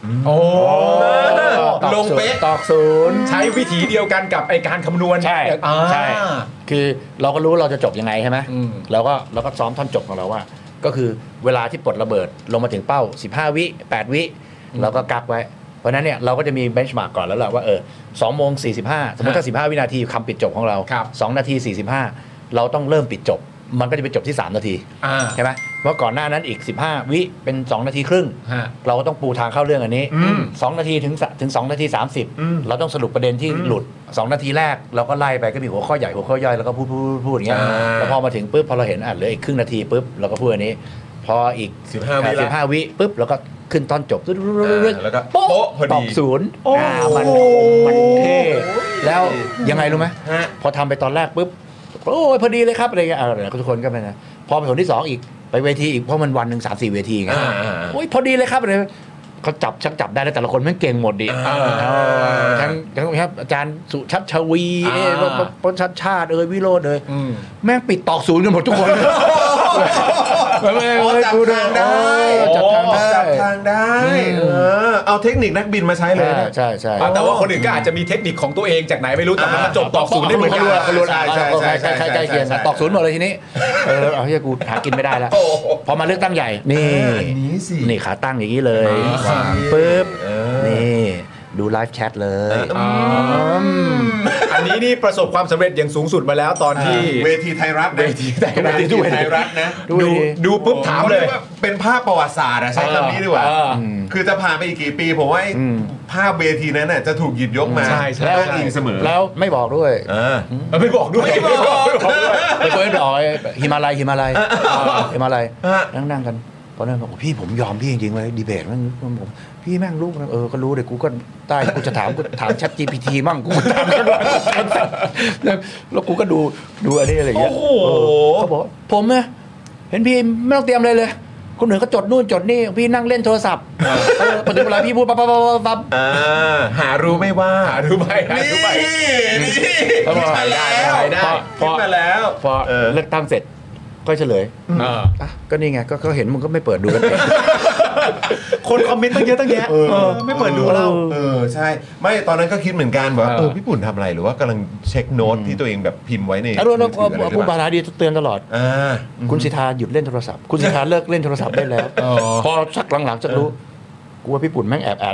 โอ้ลงเป๊ะตอกศูนย์ใช้วิธีเดียวกันกับไอการคำนวณใช่อ่าใช่คือเราก็รู้เราจะจบยังไงใช่ไหมอืมเราก็เราก็ซ้อมท่อนจบของเราว่า ก็คือเวลาที่ปลดระเบิดลงมาถึงเป้าสิบห้าวิแปดวิเราก็กักไว้เพราะนั้นเนี่ยเราก็จะมีเบนช์มาร์กก่อนแล้วแหละว่าเออสองโมงสี่สิบห้าสมมติถ้าสิบห้าวินาทีคำปิดจบของเราสองนาทีสี่สิบห้าเราต้องเริ่มปิดจบมันก็จะไปจบที่สามนาทีอ่าใช่ไหมเพราะก่อนหน้านั้นอีกสิบห้าวิเป็นสองนาทีครึ่งฮะเราก็ต้องปูทางเข้าเรื่องอันนี้อืมสองนาทีถึงถึงสองนาทีสามสิบอืมเราต้องสรุปประเด็นที่หลุดสองนาทีแรกเราก็ไล่ไปก็มีหัวข้อใหญ่หัวข้อย่อยแล้วก็พูดพูดพูดพูดอย่างเงี้ยอ่าแล้วพอมาถึงปุ๊บพอเราเห็นอ่ะเหลืออีกครึ่งนาทีปุ๊บเราก็พูดอันนี้ พออีกสิบห้าวิละสิบห้าวิปุ๊บเราก็ขึ้นตอนจบแล้วก็โป๊ะพอตดีอบศูนย์อ่ามันมันเท่แล้วยังไงรู้ไหมฮะพอทำไปตอนแรกปุ๊บโอ้ยพอดีเลยครับอะไรเงี้ยอ่าแล้วทุกคนก็ไปนะพอไปผลที่สองอีกไปเวทีอีกเพราะมันวันหนึ่งสามสี่เวทีไงอ่าอ่าโอ้ยพอดีเลยครับอะไรเขาจับชักจับได้แล้วแต่ละคนแม่งเก่งหมดดิอ่าเออทั้งทั้งครับอาจารย์สุชัชวีอ่าเอ้ยปชัดชาติเอ้ยวิโรจน์เอ้ยอืมแม่งปิดตอกศูนย์กันหมดทุกคนไม่ไม่อ๋อไม่จับกูทางได้จับทางได้จับทางได้เออเอาเทคนิคนักบินมาใช้เลยใช่นะใช่ใช่อ่าแต่ว่าคนอื่นก็อาจจะมีเทคนิคของตัวเองจากไหนไม่รู้แต่มันมาจบตอกศูนย์ได้เหมือนกันเขารู้ใช่ใช่ใช่ใช่ใช่ใกล้เคียงกันตอกศูนย์หมดเลยทีนี้เออเอาเฮียกูหากินไม่ได้แล้วโอ้โหพอมาเลือกตั้งใหญ่นี่อันนี้สินี่ขาตั้งอย่างนี้เลยอ่าปึ๊บเออนี่ดูไลฟ์แชทเลยอ่าอันนี้นี่ประสบความสำเร็จอย่างสูงสุดมาแล้วตอนที่เวทีไทยรัฐนะเวทีไทยรัฐเวทีไทยรัฐนะดูดูปุ๊บถามเลยขรีกว่เป็นภาพประวัติศาสตร์อะใช้คำนี้ดีกว่าเออคือจะผ่านไปอีกกี่ปีผมว่าไอ้อืมภาพเวทีนั้นน่ะจะถูกหยิบยกมาใช่ใช่อ้างอิงเสมอแล้วไม่บอกด้วยเออไม่บอกด้วยไม่บอกไปคุยไปออกฮิมาลัยฮิมาลัยฮิมาลัยฮะนั่งนั่งกันตอนนั้นบอกพี่ผมยอมพี่จริงๆเลยดีเบตมันผมพี่แม่งรู้นะเออก็รู้เดี๋ยวกูก็ได้กูจะถามกูถาม Chat จี พี ที มั่งกูถามกันว่าแล้วกูก็ดูดูอันนี้อะไรอย่างเงี้ยโอ้โหเออเขาบอกผมเนี่ยเห็นพี่ไม่ต้องเตรียมอะไรเลยคนอื่นก็จดนู่นจดนี่พี่นั่งเล่นโทรศัพท์เออปฏิบัติพี่พูดปั๊บปั๊บปั๊บปั๊บอ่าหารู้ไม่ว่าหารู้ไหมหารู้ไหมนี่นี่แล้วพอคิดมาแล้วได้คิดมาแล้วพอเออเลือกตั้งเสร็จก็เฉลยเอออ่ะก็นี่ไงก็ก็เห็นมึงก็ไม่เปิดดูกันเองคนคอมเมนต์ตั้งเยอะตั้งแยะเออเออไม่เปิดดูเราเออใช่ ไม่ตอนนั้นก็คิดเหมือนกันว่าเออเออพี่ปุ่นทำอะไรหรือว่ากำลังเช็คโน้ตที่ตัวเองแบบพิมพ์ไว้ในแล้วแล้วมือถืออะไรหรือผู้เปบาล่าราดีเตือนตลอดอ่าคุณสิทธาหยุดเล่นโทรศัพท์ คุณสิทธาเลิกเล่นโทรศัพท์ได้แล้วอ๋อพอสักหลังๆจะรู้กูว่าพี่ปุ่นแม่งแอบอ่าน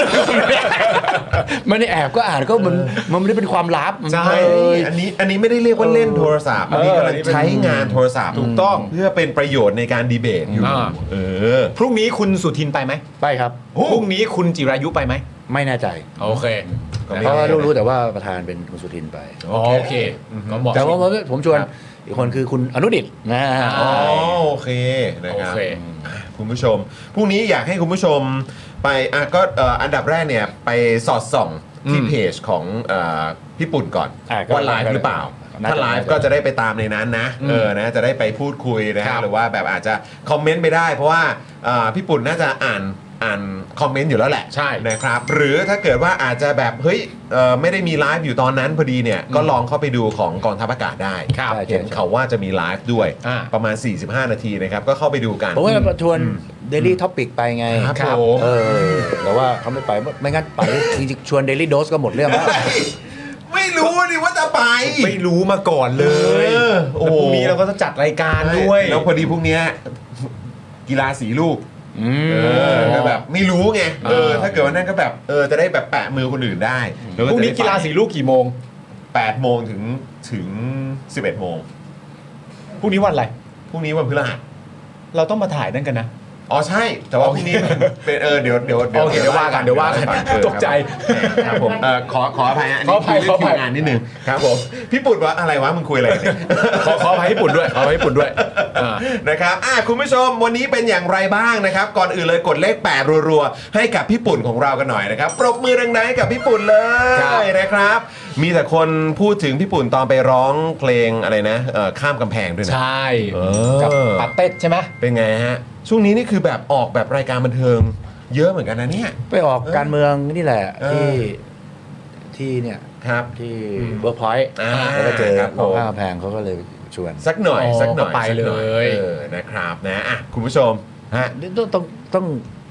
ไม่ได้แอบก็อ่านก็มันมันไม่ได้เป็นความลับใช่ไม่อันนี้อันนี้ไม่ได้เรียกว่าเล่นโทรศัพท์อันนี้กำลังใช้งานโทรศัพท์ถูกต้องเพื่อเป็นประโยชน์ในการดีเบตอยู่อ่าเออพรุ่งนี้คุณสุทินไปไหมไปครับพรุ่งนี้คุณจิรายุไปไหมไม่แน่ใจโอเคก็ไม่เพราะว่ารู้รู้แต่ว่าประธานเป็นคุณสุทินไปโอเคก็บอกแต่ว่าผมผมชวนอีกคนคือคุณอนุดิตนะอ๋อโอเคนะโอครับเคคุณผู้ชมพรุ่งนี้อยากให้คุณผู้ชมไปอ่ะก็เอ่ออันดับแรกเนี่ยไปสอดส่องที่อืมเพจของเอ่อพี่ปุ่นก่อนอ่ะก็ว่าไลฟ์หรือเปล่าน่าจะถ้าไลฟ์ก็จะได้ไปตามในนั้นนะอืมเออนะจะได้ไปพูดคุยนะครัฮะบหรือว่าแบบอาจจะคอมเมนต์ไปได้ เพราะว่าเอ่อพี่ปุ่นน่าจะอ่านอ่านคอมเมนต์อยู่แล้วแหละใช่นะครับหรือถ้าเกิดว่าอาจจะแบบเฮ้ยเอ่อไม่ได้มีไลฟ์อยู่ตอนนั้นพอดีเนี่ยก็ลองเข้าไปดูของกองทัพอากาศได้ครับเห็นเขาว่าจะมีไลฟ์ด้วยอ่าประมาณ สี่สิบห้า นาทีนะครับก็เข้าไปดูกันผมว่าชวนเดลี่ท็อปิกไปไงครับผมเออแต่ว่าเขาไม่ไปไม่งั้นไปจริงๆชวนเดลี่โดสก็หมดเรื่องแล้วไม่รู้นี่ว่าจะไปไม่รู้มาก่อนเลยเออโอ้แล้วโหพรุ่งนี้เราก็จะจัดรายการด้วยแล้วพอดีพรุ่งเนี้ยกีฬาสีลูกอืมเออก็แบบไม่รู้ไงเออเออถ้าเกิดว่านั่นก็แบบเออจะได้แบบแปะมือคนอื่นได้แวพรุ่งนี้จะได้กีฬาสีลูกกี่โมงแปดโมงถึงถึงสิบเอ็ดโมงพรุ่งนี้วันอะไรพรุ่งนี้วันพฤหัสเราต้องมาถ่ายนั่นกันนะอ๋อใช่ แต่ว่าพรุ่งนี้เป็นเป็นเออเดี๋ยวเดี๋ยวโอเคเดี๋ยวว่ากันเดี๋ยวว่ากันเออตกใจครับผมเออขอขออภัยฮะอันขอนี้อภัยคุยขออภัยทีมงานนิดนึงครับผมพี่ปุ่นว่าอะไรวะมึงคุยอะไรเนี่ยขอขออภัยญี่ปุ่นด้วยขออภัยญี่ปุ่นด้วยอ่านะครับอ่ะคุณผู้ชมวันนี้เป็นอย่างไรบ้างนะครับ ก่อนอื่นเลยกดเลขแปดรัวๆให้กับพี่ปุ่นของเรากันหน่อยนะครับปรบมือดังๆให้กับพี่ปุ่นเลยนะครับ มีแต่คนพูดถึงพี่ปุ่นตอนไปร้องเพลงอะไรนะเอ่อข้ามกำแพงด้วยนะใช่เออกับปาเต้ใช่ไหมเป็นไงฮะช่วงนี้นี่คือแบบออกแบบรายการบันเทิงเยอะเหมือนกันนะเนี่ยไปออกการเมืองนี่แหละเออที่ที่เนี่ยครับที่อืมเวิร์กพอยต์อ่าแล้วก็เจอครับผมน้องข้าวแพงเขาก็เลยชวนสักหน่อยอ๋อสักหน่อยก็ไปสักหน่อเลยเออนะครับนะอ่ะคุณผู้ชมฮะต้องต้องต้อง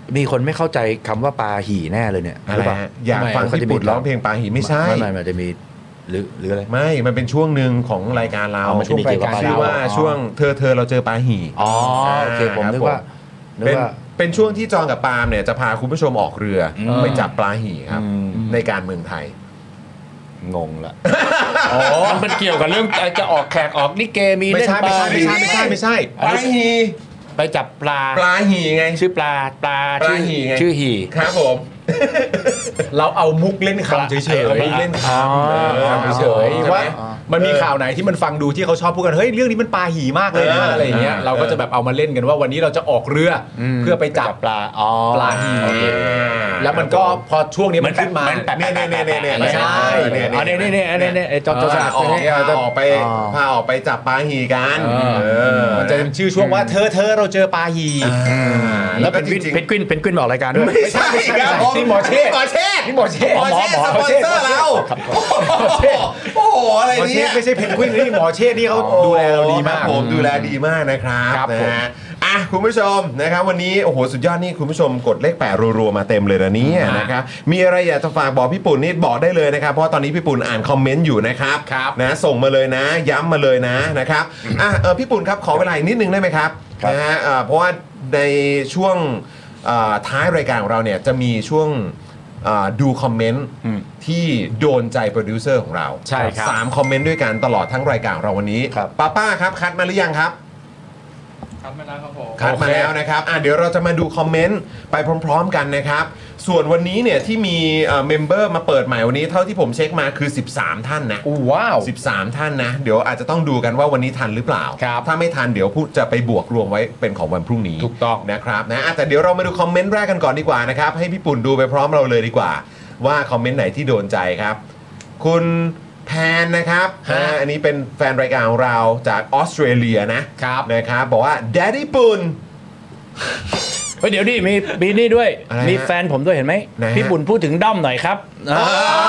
มีคนไม่เข้าใจคำว่าปาหี่แน่เลยเนี่ยอะไรฮะอยากฟังพี่ปุ่นร้องเพลงปาหี่ไม่ใช่ไม่ไม่มันจะมีหรือหรืออะไรไม่มันเป็นช่วงหนึ่งของรายการเราอ๋อมันจะมีเกี่ยวกับปลาชื่อว่าช่วงเธอเธอเราเจอปาหี่อ๋อโอเคผมนึกว่านึกเป็นว่าเป็นช่วงที่จองกับปาล์มเนี่ยจะพาคุณผู้ชมออกเรืออมไปจับปลาหี่ครับอืมในการเมืองไทยงงละอ๋อมันเป็นเกี่ยวกับเรื่องจะออกแขกออกลิเกมีไม่เล่นใช่ปไม่ลาใช่ไม่ใช่ไม่ใช่ไม่ใช่ปลาหี่ไปจับปลาปลาหี่ไงชื่อปลาปลาปลาชื่อหี่ไงชื่อหี่ครับผมเราเอามุกเล่นคำเฉยๆเอามุกเล่นคำเออเฉยใช่ไหมๆว่ามันมีข่าวไหนที่มันฟังดูที่เขาชอบพูดกันเฮ้ยเรื่องนี้มันปาหี่มากเลยเอนะออะไรอย่างเงี้ยเออเราก็จะแบบเอามาเล่นกันว่าวันนี้เราจะออกเรืออมเพื่อไปจับปลาอ๋อปลาหี่โอเคแล้วมันก็พอช่วงนี้มันขึ้นมาแปะเนี่ยเนี่ยเนี่ยเนี่ยเนี่ยไม่ใช่เนี่ยอ๋อเนี่ยเนี่ยเนี่ยเนี่ยเนี่ยไอ้จอจอพาสลัดออกเนี่ยพาออกไปอ๋อพาออกไปจับปลาหี่กันเออเออมันจะเป็นชื่อช่วงว่าเธอเธอเราเจอปลาหี่อ่าแล้แล้ว วเพก็นจกวินริงเพนกวินเพนกวินบอกรายการด้วยๆไม่ใช่ครับผมนี่หมอเชษฐ์หมอเชษฐ์นี่หมอเชษฐ์หมอเชษฐ์สปอนเซอร์เราโอ้โหอะไรหมอเชเนี่ษยฐ์ไม่ใช่เพนกวินนี่หมอเชษฐ์นี่เขาดูแลเราดีมากครับผมดูแลดีมากนะครับครับนะผมฮะอ่ะคุณผู้ชมนะครับวันนี้โอ้โหสุดยอดนี่คุณผู้ชมกดเลขแปดรัวๆมาเต็มเลยนะเนี่ยนะครับมีอะไรอยากจะฝากบอกพี่ปุ่นนี่บอกได้เลยนะครับเพราะตอนนี้พี่ปุ่นอ่านคอมเมนต์อยู่นะครับครับนะส่งมาเลยนะ ย้ำมาเลยนะนะครับอ่ะเออพี่ปุ่นครับขอเวลาอีกนิดนึงได้ไหมครับครับนะฮะเอ่อเพราะว่าในช่วงเอ่อท้ายรายการของเราเนี่ยจะมีช่วงเอ่อดูคอมเมนต์อืมที่โดนใจโปรดิวเซอร์ของเราใช่ครับสามคอมเมนต์ด้วยกันตลอดทั้งรายการของเราวันนี้ครับป้าป้าครับคัดมาหรือยังครับครับไม่แล้วครับผมคัดมาแล้วนะครับอ่ะเดี๋ยวเราจะมาดูคอมเมนต์ไปพร้อมๆกันนะครับ ส่วนวันนี้เนี่ยที่มีเมมเบอร์มาเปิดใหม่วันนี้เท่าที่ผมเช็คมาคือสิบสามท่านนะอู้ว้าวสิบสามท่านนะ เดี๋ยวอาจจะต้องดูกันว่าวันนี้ทันหรือเปล่าครับถ้าไม่ทันเดี๋ยวพูดจะไปบวกรวมไว้เป็นของวันพรุ่งนี้ถูกต้องนะครับนะอ่ะแต่เดี๋ยวเรามาดูคอมเมนต์แรกกันก่อนดีกว่านะครับให้พี่ปุ่นดูไปพร้อมเราเลยดีกว่า ว่าคอมเมนต์ไหนที่โดนใจครับ คุณแพนนะครับฮะอ่าอันนี้เป็นแฟนรายการของเราจากออสเตรเลียนะครับ นะครับบอกว่า Daddy ปุ่นเฮ้ยเดี๋ยวดิมีมีนี่ด้วยอะไรฮะมีแฟนผมด้วยเห็นไหมไหนฮะพี่บุญพูดถึงด้อมหน่อยครับอ่า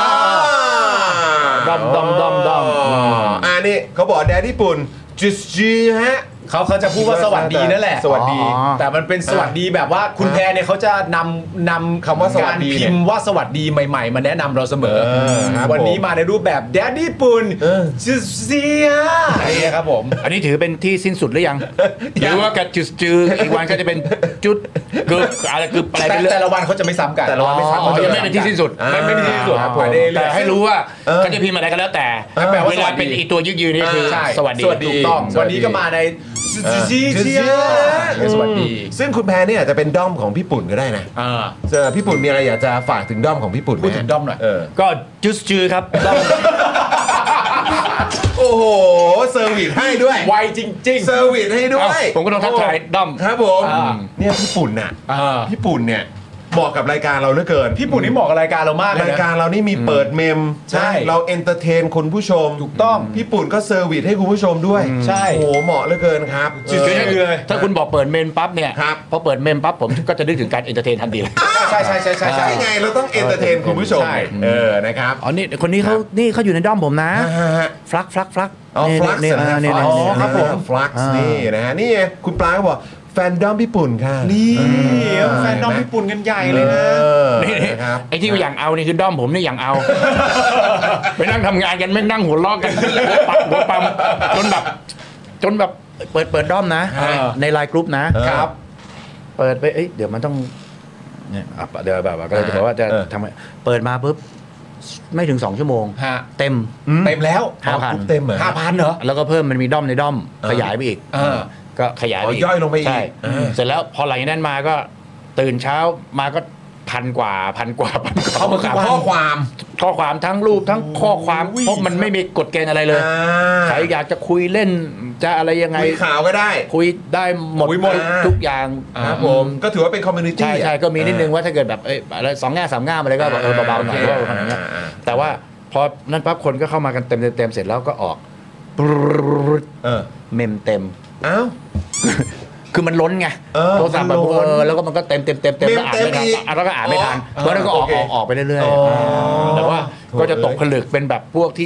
ด้อมด้อมด้อมด้อมอ่านี่เขาบอก Daddy ปุ่นจุสจีฮะเขาเขาจะพูดว่าสวัสดีนั่นแหละสวัสดีอ๋อแต่มันเป็นสวัสดีแบบว่าคุณแพรเนี่ยเขาจะนำนำคำว่าสวัสดีการเนี่ยพิมพ์ว่าสวัสดีใหม่ ๆ มาแนะนำเราเสมอเออครับวันนี้ผมมาในรูปแบบ Daddy ปุ่นเออจุดเสียอะไรเงี้ยครับผมอันนี้ถือเป็นที่สิ้นสุดหรือยังหรือว่ากับจุดจืออีกวันก็จะเป็นจุดกึบอะไรกึบอะไรแต่ไปเรื่อยแต่ละวันเขาจะไม่ซ้ำกันแต่ละวันไม่ซ้ำอ๋อยังไม่เป็นที่สิ้นสุดอ่าไม่ไม่มีที่สุดครับไปได้เรื่อยๆแต่ให้รู้ว่าเออเขาจะพิมพ์อะไรก็แล้วแต่แปลว่าเวสลาวัสดีเป็นอีตัวยึกยืนนี่คือใช่สวัสดีสวัสดีถูกต้องสวัสดีวันนี้ก็มาในจุดเสียจุดเสียสวัสดีซึ่งคุณแพรเนี่ยอาจจะเป็นด้อมของพี่ปุ่นก็ได้นะอ่าเจอพี่ปุ่นมีอะไรอยากจะฝากถึงด้อมของพี่ปุ่นไหพูดถึงด้อมหน่อยเออก็จุดจือครับด้อมโอ้โหเซอร์วิสให้ด้วยไวจริงเซอร์วิสให้ด้วยเอ้าผมก็ต้องทักทายด้อมครับผมอ่าเนี่ยพี่ปุ่นน่ะๆอ่าพี่ปุ่นเนี่ยเหมาะกับรายการเราเหลือเกินพี่ปุ่นนี่เหมาะกับรายการเรามากเลยรายนะการเรานี่มีเปิดเมมใช่นะเราเอนเตอร์เทนคุณผู้ชมถูกต้องพี่ปุ่นก็เซอร์วิสให้คุณผู้ชมด้วยใช่โอ้โหเหมาะเหลือเกินครับจุดเออๆเลยถ้าคุณบอกเปิดเมนปั๊บเนี่ยครับพอเปิดเมนปั๊บผมก็จะนึกถึงการเอนเตอร์เทนทันทีเลยใช่ใช่ใช่ใช่ใช่ใช่ไงเราต้องเอนเตอร์เทนคุณผู้ชมใช่เออนะครับอ๋อนี่คนนี้เขานี่เขาอยู่ในด้อมผมนะฮะฮะฟลักฟลักฟลักอ๋อฟลักซ์นี่นะฮะนี่ฟลันี่กซ์นี่ครับผมฟลักซ์อ่านี่นี่นะฮะนี่ไงคุณปลาก็บอกแฟนด้อมพี่ปุ่นค่ะนี่เออแฟนน้องพี่ปุ่นกันใหญ่เลยนะเออนี่นะครับไอ้ที่อย่างเอานี่คือด้อมผมนี่อย่างเอา ไปนั่งทำงานกันไม่นั่งหัวเราะกันหัวปักหัวปั๊มจนแบบ จนแบบเปิดเปิดด้อมนะอ่าในไลน์กรุ๊ปนะเออครับเปิดไปเอ้ยเดี๋ยวมันต้องเนี่ยอ่ะเดี๋ยวแบบว่าก็เลยจะบอกว่าจะเออทำไงเปิดมาปุ๊บไม่ถึงสองชั่วโมงฮะเต็มเต็มแล้วห้าพันกรุ๊ปเต็มเหรอห้าพันเหรอแล้วก็เพิ่มมันมีด้อมในด้อมเออขยายไปอีกเออก็ขยายไปอ๋ออีกย่อยลงไปอีกใช่เออเสร็จแล้วพอหลังจากนั้นมาก็ตื่นเช้ามาก็พันกว่าพันกว่าพันกว่าเขาคือข้อความข้อความทั้งรูปทั้งข้อความอุ้ยเพราะมันไม่มีกฎเกณฑ์อะไรเลยอ่าใครอยากจะคุยเล่นจะอะไรยังไงคุยข่าวก็ได้คุยได้หมดคุยหมดทุกทุกอย่างครับผมก็ถือว่าเป็นคอมมูนิตี้ใช่ใช่ก็มีนิดนึงว่าถ้าเกิดแบบเอ้ยอะไรสองแง่สามง่ามอะไรก็แบบเออเบาๆหน่อยว่าอะไรเงี้ยแต่ว่าพอนั่นปั๊บคนก็เข้ามากันเต็มเต็มๆเสร็จแล้วก็ออกปรึ๊ดเออเมมเต็มอ้าวคือมันล้นไงเออโทรศัพท์แบบมันล้นเออแล้วก็มันก็เต็มเต็มเต็มเต็มเมมแล้วอ่านไม่ทันเต็มอีกอ่ะแล้วก็อ่านไม่ทันอ๋อเพราะนั้นก็ออกโอเคออกออกไปเรื่อยอ๋อๆแต่ว่าโถก็จะตกผลึกเป็นแบบพวกที่แบบ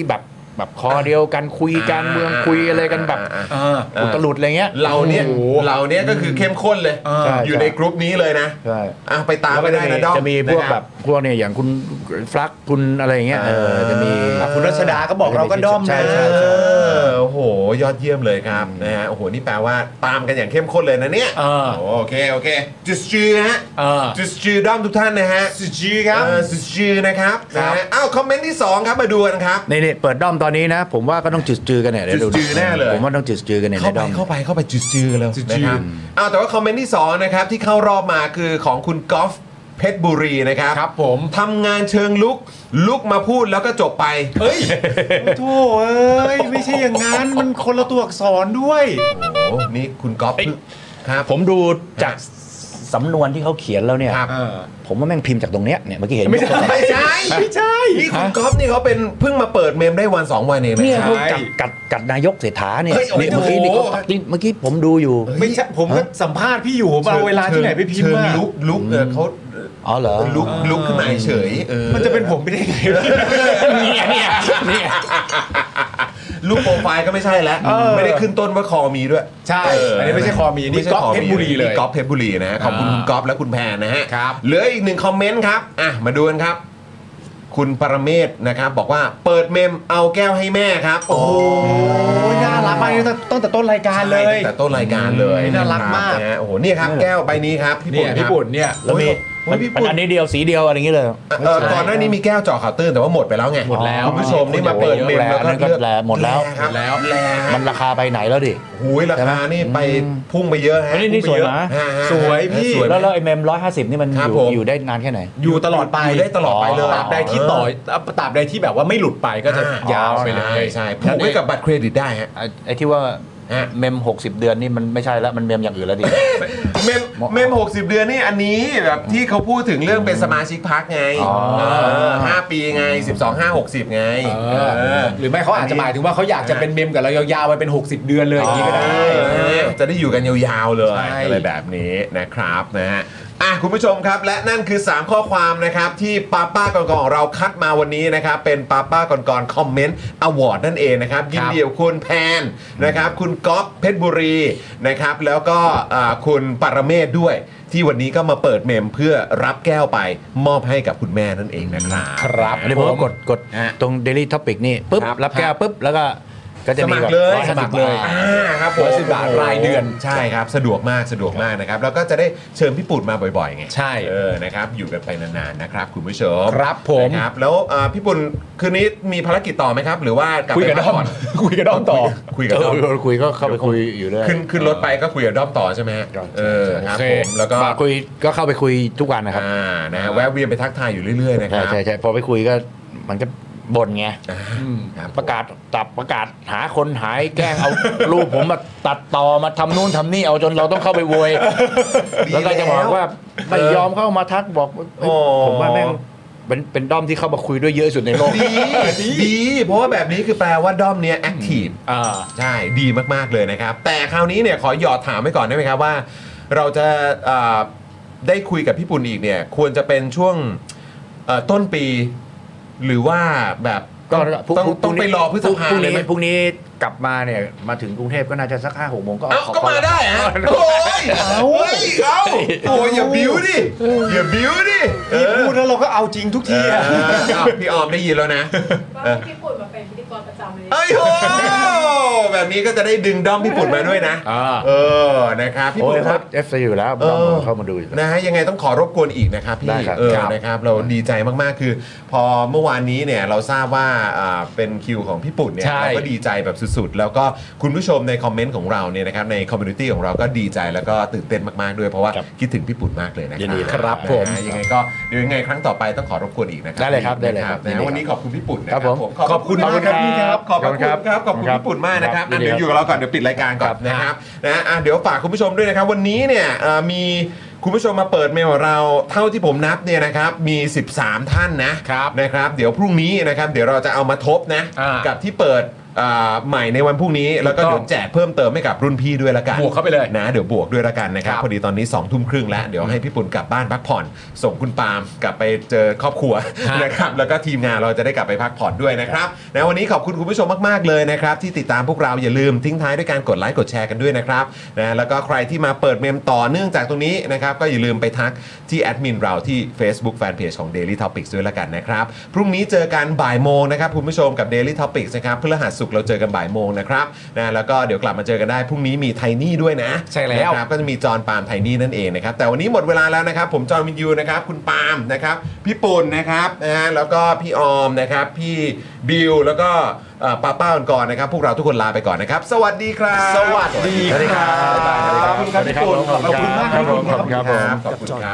แบบคอเดียวกันคุยการเมืองคุยอะไรกันแบบอุตลุดอะไรเงี้ยเราเนี่ยเราเนี่ยก็คือเข้มข้นเลยอยู่ในกรุ๊ปนี้เลยนะใช่ไปตามไปได้นะด้อมจะมีพวกแบบพวกเนี่ยอย่างคุณฟลักคุณอะไรอย่างเงี้ยเออจะมีคุณรัชดาก็บอกเราก็ด้อมนะโอ้โหยอดเยี่ยมเลยครับนะฮะโอ้โหนี่แปลว่าตามกันอย่างเข้มข้นเลยนะเนี่ยโอเคโอเคจุดจือฮะจุดจือด้อมทุกท่านนะฮะจุดจือครับจุดจือนะครับนะฮะอ้าวคอมเมนต์ที่สองครับมาดูกันครับนี่ๆเปิดด้อมตอนนี้นะผมว่าก็ต้องจุดจือกันเนี่ยจุดจือแน่เลยผมว่าต้องจุดจือกันเนี่ยในด้อมเข้าไปเข้าไปจุดจือแล้วนะครับอ้าวแต่ว่าคอมเมนต์ที่สองนะครับที่เข้ารอบมาคือของคุณกอล์ฟเพชรบุรีนะครับครับผมทำงานเชิงลุกลุกมาพูดแล้วก็จบไปเฮ้ยโธ่เอ้ยไม่ใช่อย่างนั้นมันคนละตัวอักษรด้วยโอ้นี่คุณก๊อฟครับผมดูจากสำนวนที่เขาเขียนแล้วเนี่ยผมว่าแม่งพิมพ์จากตรงเนี้ยเนี่ยเมื่อกี้เห็นไม่ใช่ไม่ใช่ไม่ใช่นี่คุณก๊อฟนี่เขาเป็นเพิ่งมาเปิดเมมได้วันสองวันเองเนี่ยเขากัดกัดกัดนายกเศรษฐาเนี่ยเมื่อกี้นี่เมื่อกี้ผมดูอยู่ไม่ใช่ผมก็สัมภาษณ์พี่อยู่ผมเอาเวลาที่ไหนไปพิมพ์มาลุกลุกเขาอ๋อเหรอลุกลุกขึ้นมาเฉยมันจะเป็นผมไม่ได้ไงเนี่ยเนี่ยเนี่ยรูปโปรไฟล์ก็ไม่ใช่แล้วไม่ได้ขึ้นต้นว่าคอมีด้วยใช่อันนี้ไม่ใช่คอมีนี่ก๊อฟเพชรบุรีเลยก๊อฟเพชรบุรีนะฮะขอบคุณคุณก๊อฟและคุณแพนนะฮะเหลืออีกหนึ่งคอมเมนต์ครับอ่ะมาดูกันครับคุณปรเมศนะครับบอกว่าเปิดเมมเอาแก้วให้แม่ครับโอ้โหน่ารักมากตั้งแต่ต้นรายการเลยตั้งแต่ต้นรายการเลยน่ารักมากโอ้โหนี่ครับแก้วใบนี้ครับพี่ปุ่นพี่ปุ่นเนี่ยแล้วมีมันอันนี้เดียวสีเดียวอะไรอย่างเงี้ยเลยก่อนหน้านี้มีแก้วเจาะข่าวตื้นแต่ว่าหมดไปแล้วไงหมดแล้วคุณผู้ชมนี่มาเปิดเมมแล้วก็เลือกหมดแล้วแล้วมันราคาไปไหนแล้วดิหูยราคานี่ไปพุ่งไปเยอะฮะนี่สวยนะสวยพี่แล้วแล้วไอ้เมมร้อยห้าสิบนี่มันอยู่ได้นานแค่ไหนอยู่ตลอดไปได้ตลอดไปเลยตราบใดที่ต่อตราบใดที่แบบว่าไม่หลุดไปก็จะยาวไปเลยใช่ผูกไว้กับบัตรเครดิตได้ฮะไอ้ที่ว่าเมมหกสิบเดือนนี่มันไม่ใช่แล้วมันเมมอย่างอื่นแล้วดิเมมเมมหกสิบเดือนนี่อันนี้แบบที่เขาพูดถึงเรื่องเป็นสมาชิกพรรคไงห้าปีไงสิบสอง ห้า หกสิบไงหรือไม่เขาอาจจะหมายถึงว่าเขาอยากจะเป็นเมมกับเรายาวๆไปเป็นหกสิบเดือนเลยอย่างนี้ก็ได้จะได้อยู่กันยาวๆเลยอะไรแบบนี้นะครับนะฮะอ่ะคุณผู้ชมครับและนั่นคือสามข้อความนะครับที่ป้าป้าก่อนๆของเราคัดมาวันนี้นะครับเป็นป้าป้าก่อนๆคอมเมนต์อวอร์ดนั่นเองนะครับยินดีกับคุณแพนนะครับคุณก๊อฟเพชรบุรีนะครับแล้วก็คุณปรเมศด้วยที่วันนี้ก็มาเปิดเมมเพื่อรับแก้วไปมอบให้กับคุณแม่นั่นเองนะครับครับอันนี้ผมก็กดกดตรง Daily Topic นี่ปุ๊บรับแก้วปุ๊บแล้วก็ก็จะมีแบบสมัครเลยอ่าครับผมสิบบาทรายเดือนใช่ครับสะดวกมากสะดวกมากนะครับแล้วก็จะได้เชิญพี่ปุ่นมาบ่อยๆไงใช่เออนะครับอยู่กันไปนานๆนะครับคุณผู้ชมครับผมนะครับแล้วพี่ปุ่นคืนนี้มีภารกิจต่อไหมครับหรือว่าคุยกับด้อมคุยกับด้อมต่อคุยกับด้อมคุยก็เข้าไปคุยอยู่เลยขึ้นขึ้นรถไปก็คุยกับด้อมต่อใช่ไหมเออครับผมแล้วก็คุยก็เข้าไปคุยทุกวันนะครับอ่านะแวะเวียนไปทักทายอยู่เรื่อยๆนะครับใช่ใช่พอไปคุยก็มันก็บ่นไงประกาศตับประกาศหาคนหายแกล้งเอารูปผมมาตัดต่อมาทำนู่นทำนี่เอาจนเราต้องเข้าไปโวยแล้วก็จะบอกว่าไม่ยอมเข้ามาทักบอกผมว่าแม่งเป็นเป็นด้อมที่เข้ามาคุยด้วยเยอะสุดในโลกดีดีเพราะว่าแบบนี้คือแปลว่าด้อมเนี้ยแอคทีฟใช่ดีมากๆเลยนะครับแต่คราวนี้เนี่ยขอหยอดถามไว้ก่อนได้ไหมครับว่าเราจะได้คุยกับพี่ปุ่นอีกเนี่ยควรจะเป็นช่วงต้นปีหรือว่าแบบต้องต้องไปรอพฤษภาเลยไหมพรุ่งนี้กลับมาเนี่ยมาถึงกรุงเทพก็น่าจะสักห้าหกโมงก็เอาก็มาได้ฮะโอ้ยเอาเอาโอ้ยอย่าบิ้วดิอย่าบิ้วดิพี่พูดแล้วเราก็เอาจริงทุกทีอ่ะพี่ออมได้ยินแล้วนะว่าพี่ปุ่นมาเป็นพิธีกรประจำเลยเอ้ยโหแบบนี้ก็จะได้ดึงด้อมพี่ปุ่นมาด้วยนะเออนะครับพี่ปุ่นครับเอฟซีอยู่แล้วด้อมเข้ามาดูนะฮะยังไงต้องขอรบกวนอีกนะครับพี่เออนะครับเราดีใจมากๆคือพอเมื่อวานนี้เนี่ยเราทราบว่าเป็นคิวของพี่ปุ่นเนี่ยเราก็ดีใจแบบสุดๆแล้วก็คุณผู้ชมในคอมเมนต์ของเราเนี่ยนะครับในคอมมูนิตี้ของเราก็ดีใจแล้วก็ตื่นเต้นมากๆด้วยเพราะว่าคิดถึงพี่ปุ่นมากเลยนะครับผมยังไงก็เดี๋ยวยังไงครั้งต่อไปต้องขอรบกวนอีกนะครับได้เลยครับได้เลยครับวันนี้ขอบคุณพี่ปุ่นนะครับผมขอบคุณมากครับพี่ครับขอบคุณครับขอบคุณพี่ปุ่นมากนะครับเดี๋ยวอยู่กับเราก่อนเดี๋ยวปิดรายการก่อนนะครับนะเดี๋ยวฝากคุณผู้ชมด้วยนะครับวันนี้เนี่ยมีคุณผู้ชมมาเปิดเมลของเราเท่าที่ผมนับเนี่ยนะครับมีสิบสามท่านนะครับนะครับเดี๋ยวพรุ่งนี้นะครับเดี๋ยวเราจะเอามาทบนะกับที่เปิดใหม่ในวันพรุ่งนี้แล้วก็เดี๋ยวแจกเพิ่มเติมให้กับรุ่นพี่ด้วยละกันบวกเข้าไปเลยนะเดี๋ยวบวกด้วยละกันนะครับพอดีตอนนี้สองทุ่มครึ่งแล้วเดี๋ยวให้พี่ปุ่นกลับบ้านพักผ่อนส่งคุณปาล์มกลับไปเจอครอบครัวนะครับแล้วก็ทีมงานเราจะได้กลับไปพักผ่อนด้วยนะครับนะวันนี้ขอบคุณคุณผู้ชมมากๆเลยนะครับที่ติดตามพวกเราอย่าลืมทิ้งท้ายด้วยการกดไลค์กดแชร์กันด้วยนะครับนะแล้วก็ใครที่มาเปิดเมมต่อเนื่องจากตรงนี้นะครับก็อย่าลืมไปทักที่แอดมินเราที่ Facebook Fanpage ของ Daily Topics ด้วยละกันนะครับพรุ่งนี้เจอกันบ่ายโมงนะครับคุณผู้ชมกับ Daily Topics นะครับพฤหัสศุกร์เราเจอกันบ่ายโมงนะครับนะแล้วก็เดี๋ยวกลับมาเจอกันได้พรุ่งนี้มีไทนี่ด้วยนะใช่แล้วนะครับก็จะมีจอห์นปาล์มไทนี่นั่นเองนะครับแต่วันนี้หมดเวลาแล้วนะครับผมจอห์นวินยูนะครับคุณปาล์มนะครับพี่ปุ่นนะครับนะฮะแล้วก็พี่ออมนะครับพี่บิวแล้วก็ป้าป้าก่อนนะครับพวกเราทุกคนลาไปก่อนนะครับสวัสดีครับสวัสดีครับขอบคุณครับพี่ปุ่นขอบคุณมากครับผมขอบคุณครับขอบคุณครับ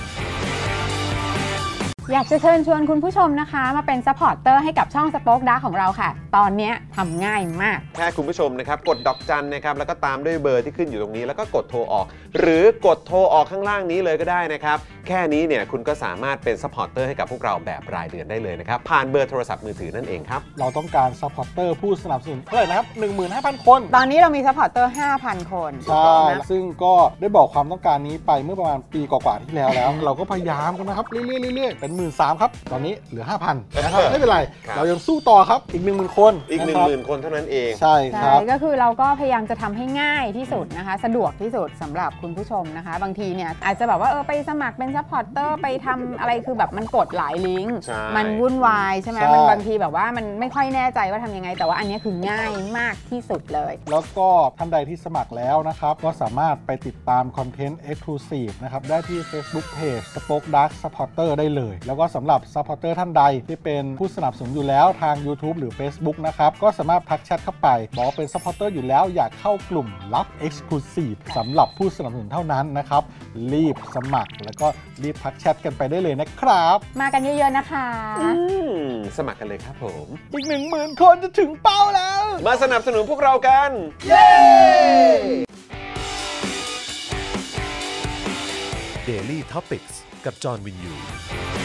อยากจะเชิญชวนคุณผู้ชมนะคะมาเป็นซัพพอร์ตเตอร์ให้กับช่องสป็อคดาร์กของเราค่ะตอนนี้ทำง่ายมากแค่คุณผู้ชมนะครับกดดอกจันนะครับแล้วก็ตามด้วยเบอร์ที่ขึ้นอยู่ตรงนี้แล้วก็กดโทรออกหรือกดโทรออกข้างล่างนี้เลยก็ได้นะครับแค่นี้เนี่ยคุณก็สามารถเป็นซัพพอร์ตเตอร์ให้กับพวกเราแบบรายเดือนได้เลยนะครับผ่านเบอร์โทรศัพท์มือถือนั่นเองครับเราต้องการซัพพอร์ตเตอร์ผู้สนับสนุนเท่าไหร่นะครับ หนึ่งหมื่นห้าพัน คนตอนนี้เรามีซัพพอร์ตเตอร์ ห้าพัน คนใช่ซึ่งก็ได้บอกความต้องการนี้ไปเมื่อประมาณปีกว่าๆที่แล้วแล้ว เราก็พยายามกันนะครับเรื่อยๆๆเป็น หนึ่งหมื่นสามพัน ครับตอนนี้เหลือ ห้าพัน นะครับไม่เป็นไรเรายังสู้ต่อครับอีก หนึ่งหมื่น คนอีก หนึ่งหมื่น คนเท่านั้นเองใช่ครับก็คือเราก็พยายามจะทำให้ง่ายที่สุดนะคะสะดวกที่สุดสำหรับคุณผู้ชมนะคะบางทีเนี่ยอาจจะแบบว่าเออไปสมัครเป็นซัพพอร์ตเตอร์ไปทำอะไรคือแบบมันกดหลายลิงก์มันวุ่นวายใช่ไหมมันบางทีแบบว่ามันไม่ค่อยแน่ใจว่าทำยังไงแต่ว่าอันนี้คือง่ายมากที่สุดเลยแล้วก็ท่านใดที่สมัครแล้วนะครับก็สามารถไปติดตามคอนเทนต์ Exclusive นะครับได้ที่ Facebook Page Spoke Dark Supporter ได้เลยแล้วก็สำหรับ Supporter ท่านใดที่เป็นผู้สนับสนุนอยู่แล้วทาง YouTube หรือ Facebook นะครับก็สามารถทักแชทเข้าไปบอกว่าเป็น Supporter อยู่แล้วอยากเข้ากลุ่มลับ Exclusive สำหรับผู้สนับสนุนเท่านั้นนะครับรีบสมัครแล้วก็รีบทักแชทกันไปได้เลยนะครับมากันเยอะๆนะคะสมัครกันเลยครับผมอีก หนึ่งหมื่น คนจะถึงเป้าแล้วมาสนับสนุนพวกเรากันเย้ Daily Topics กับจอห์นวินยู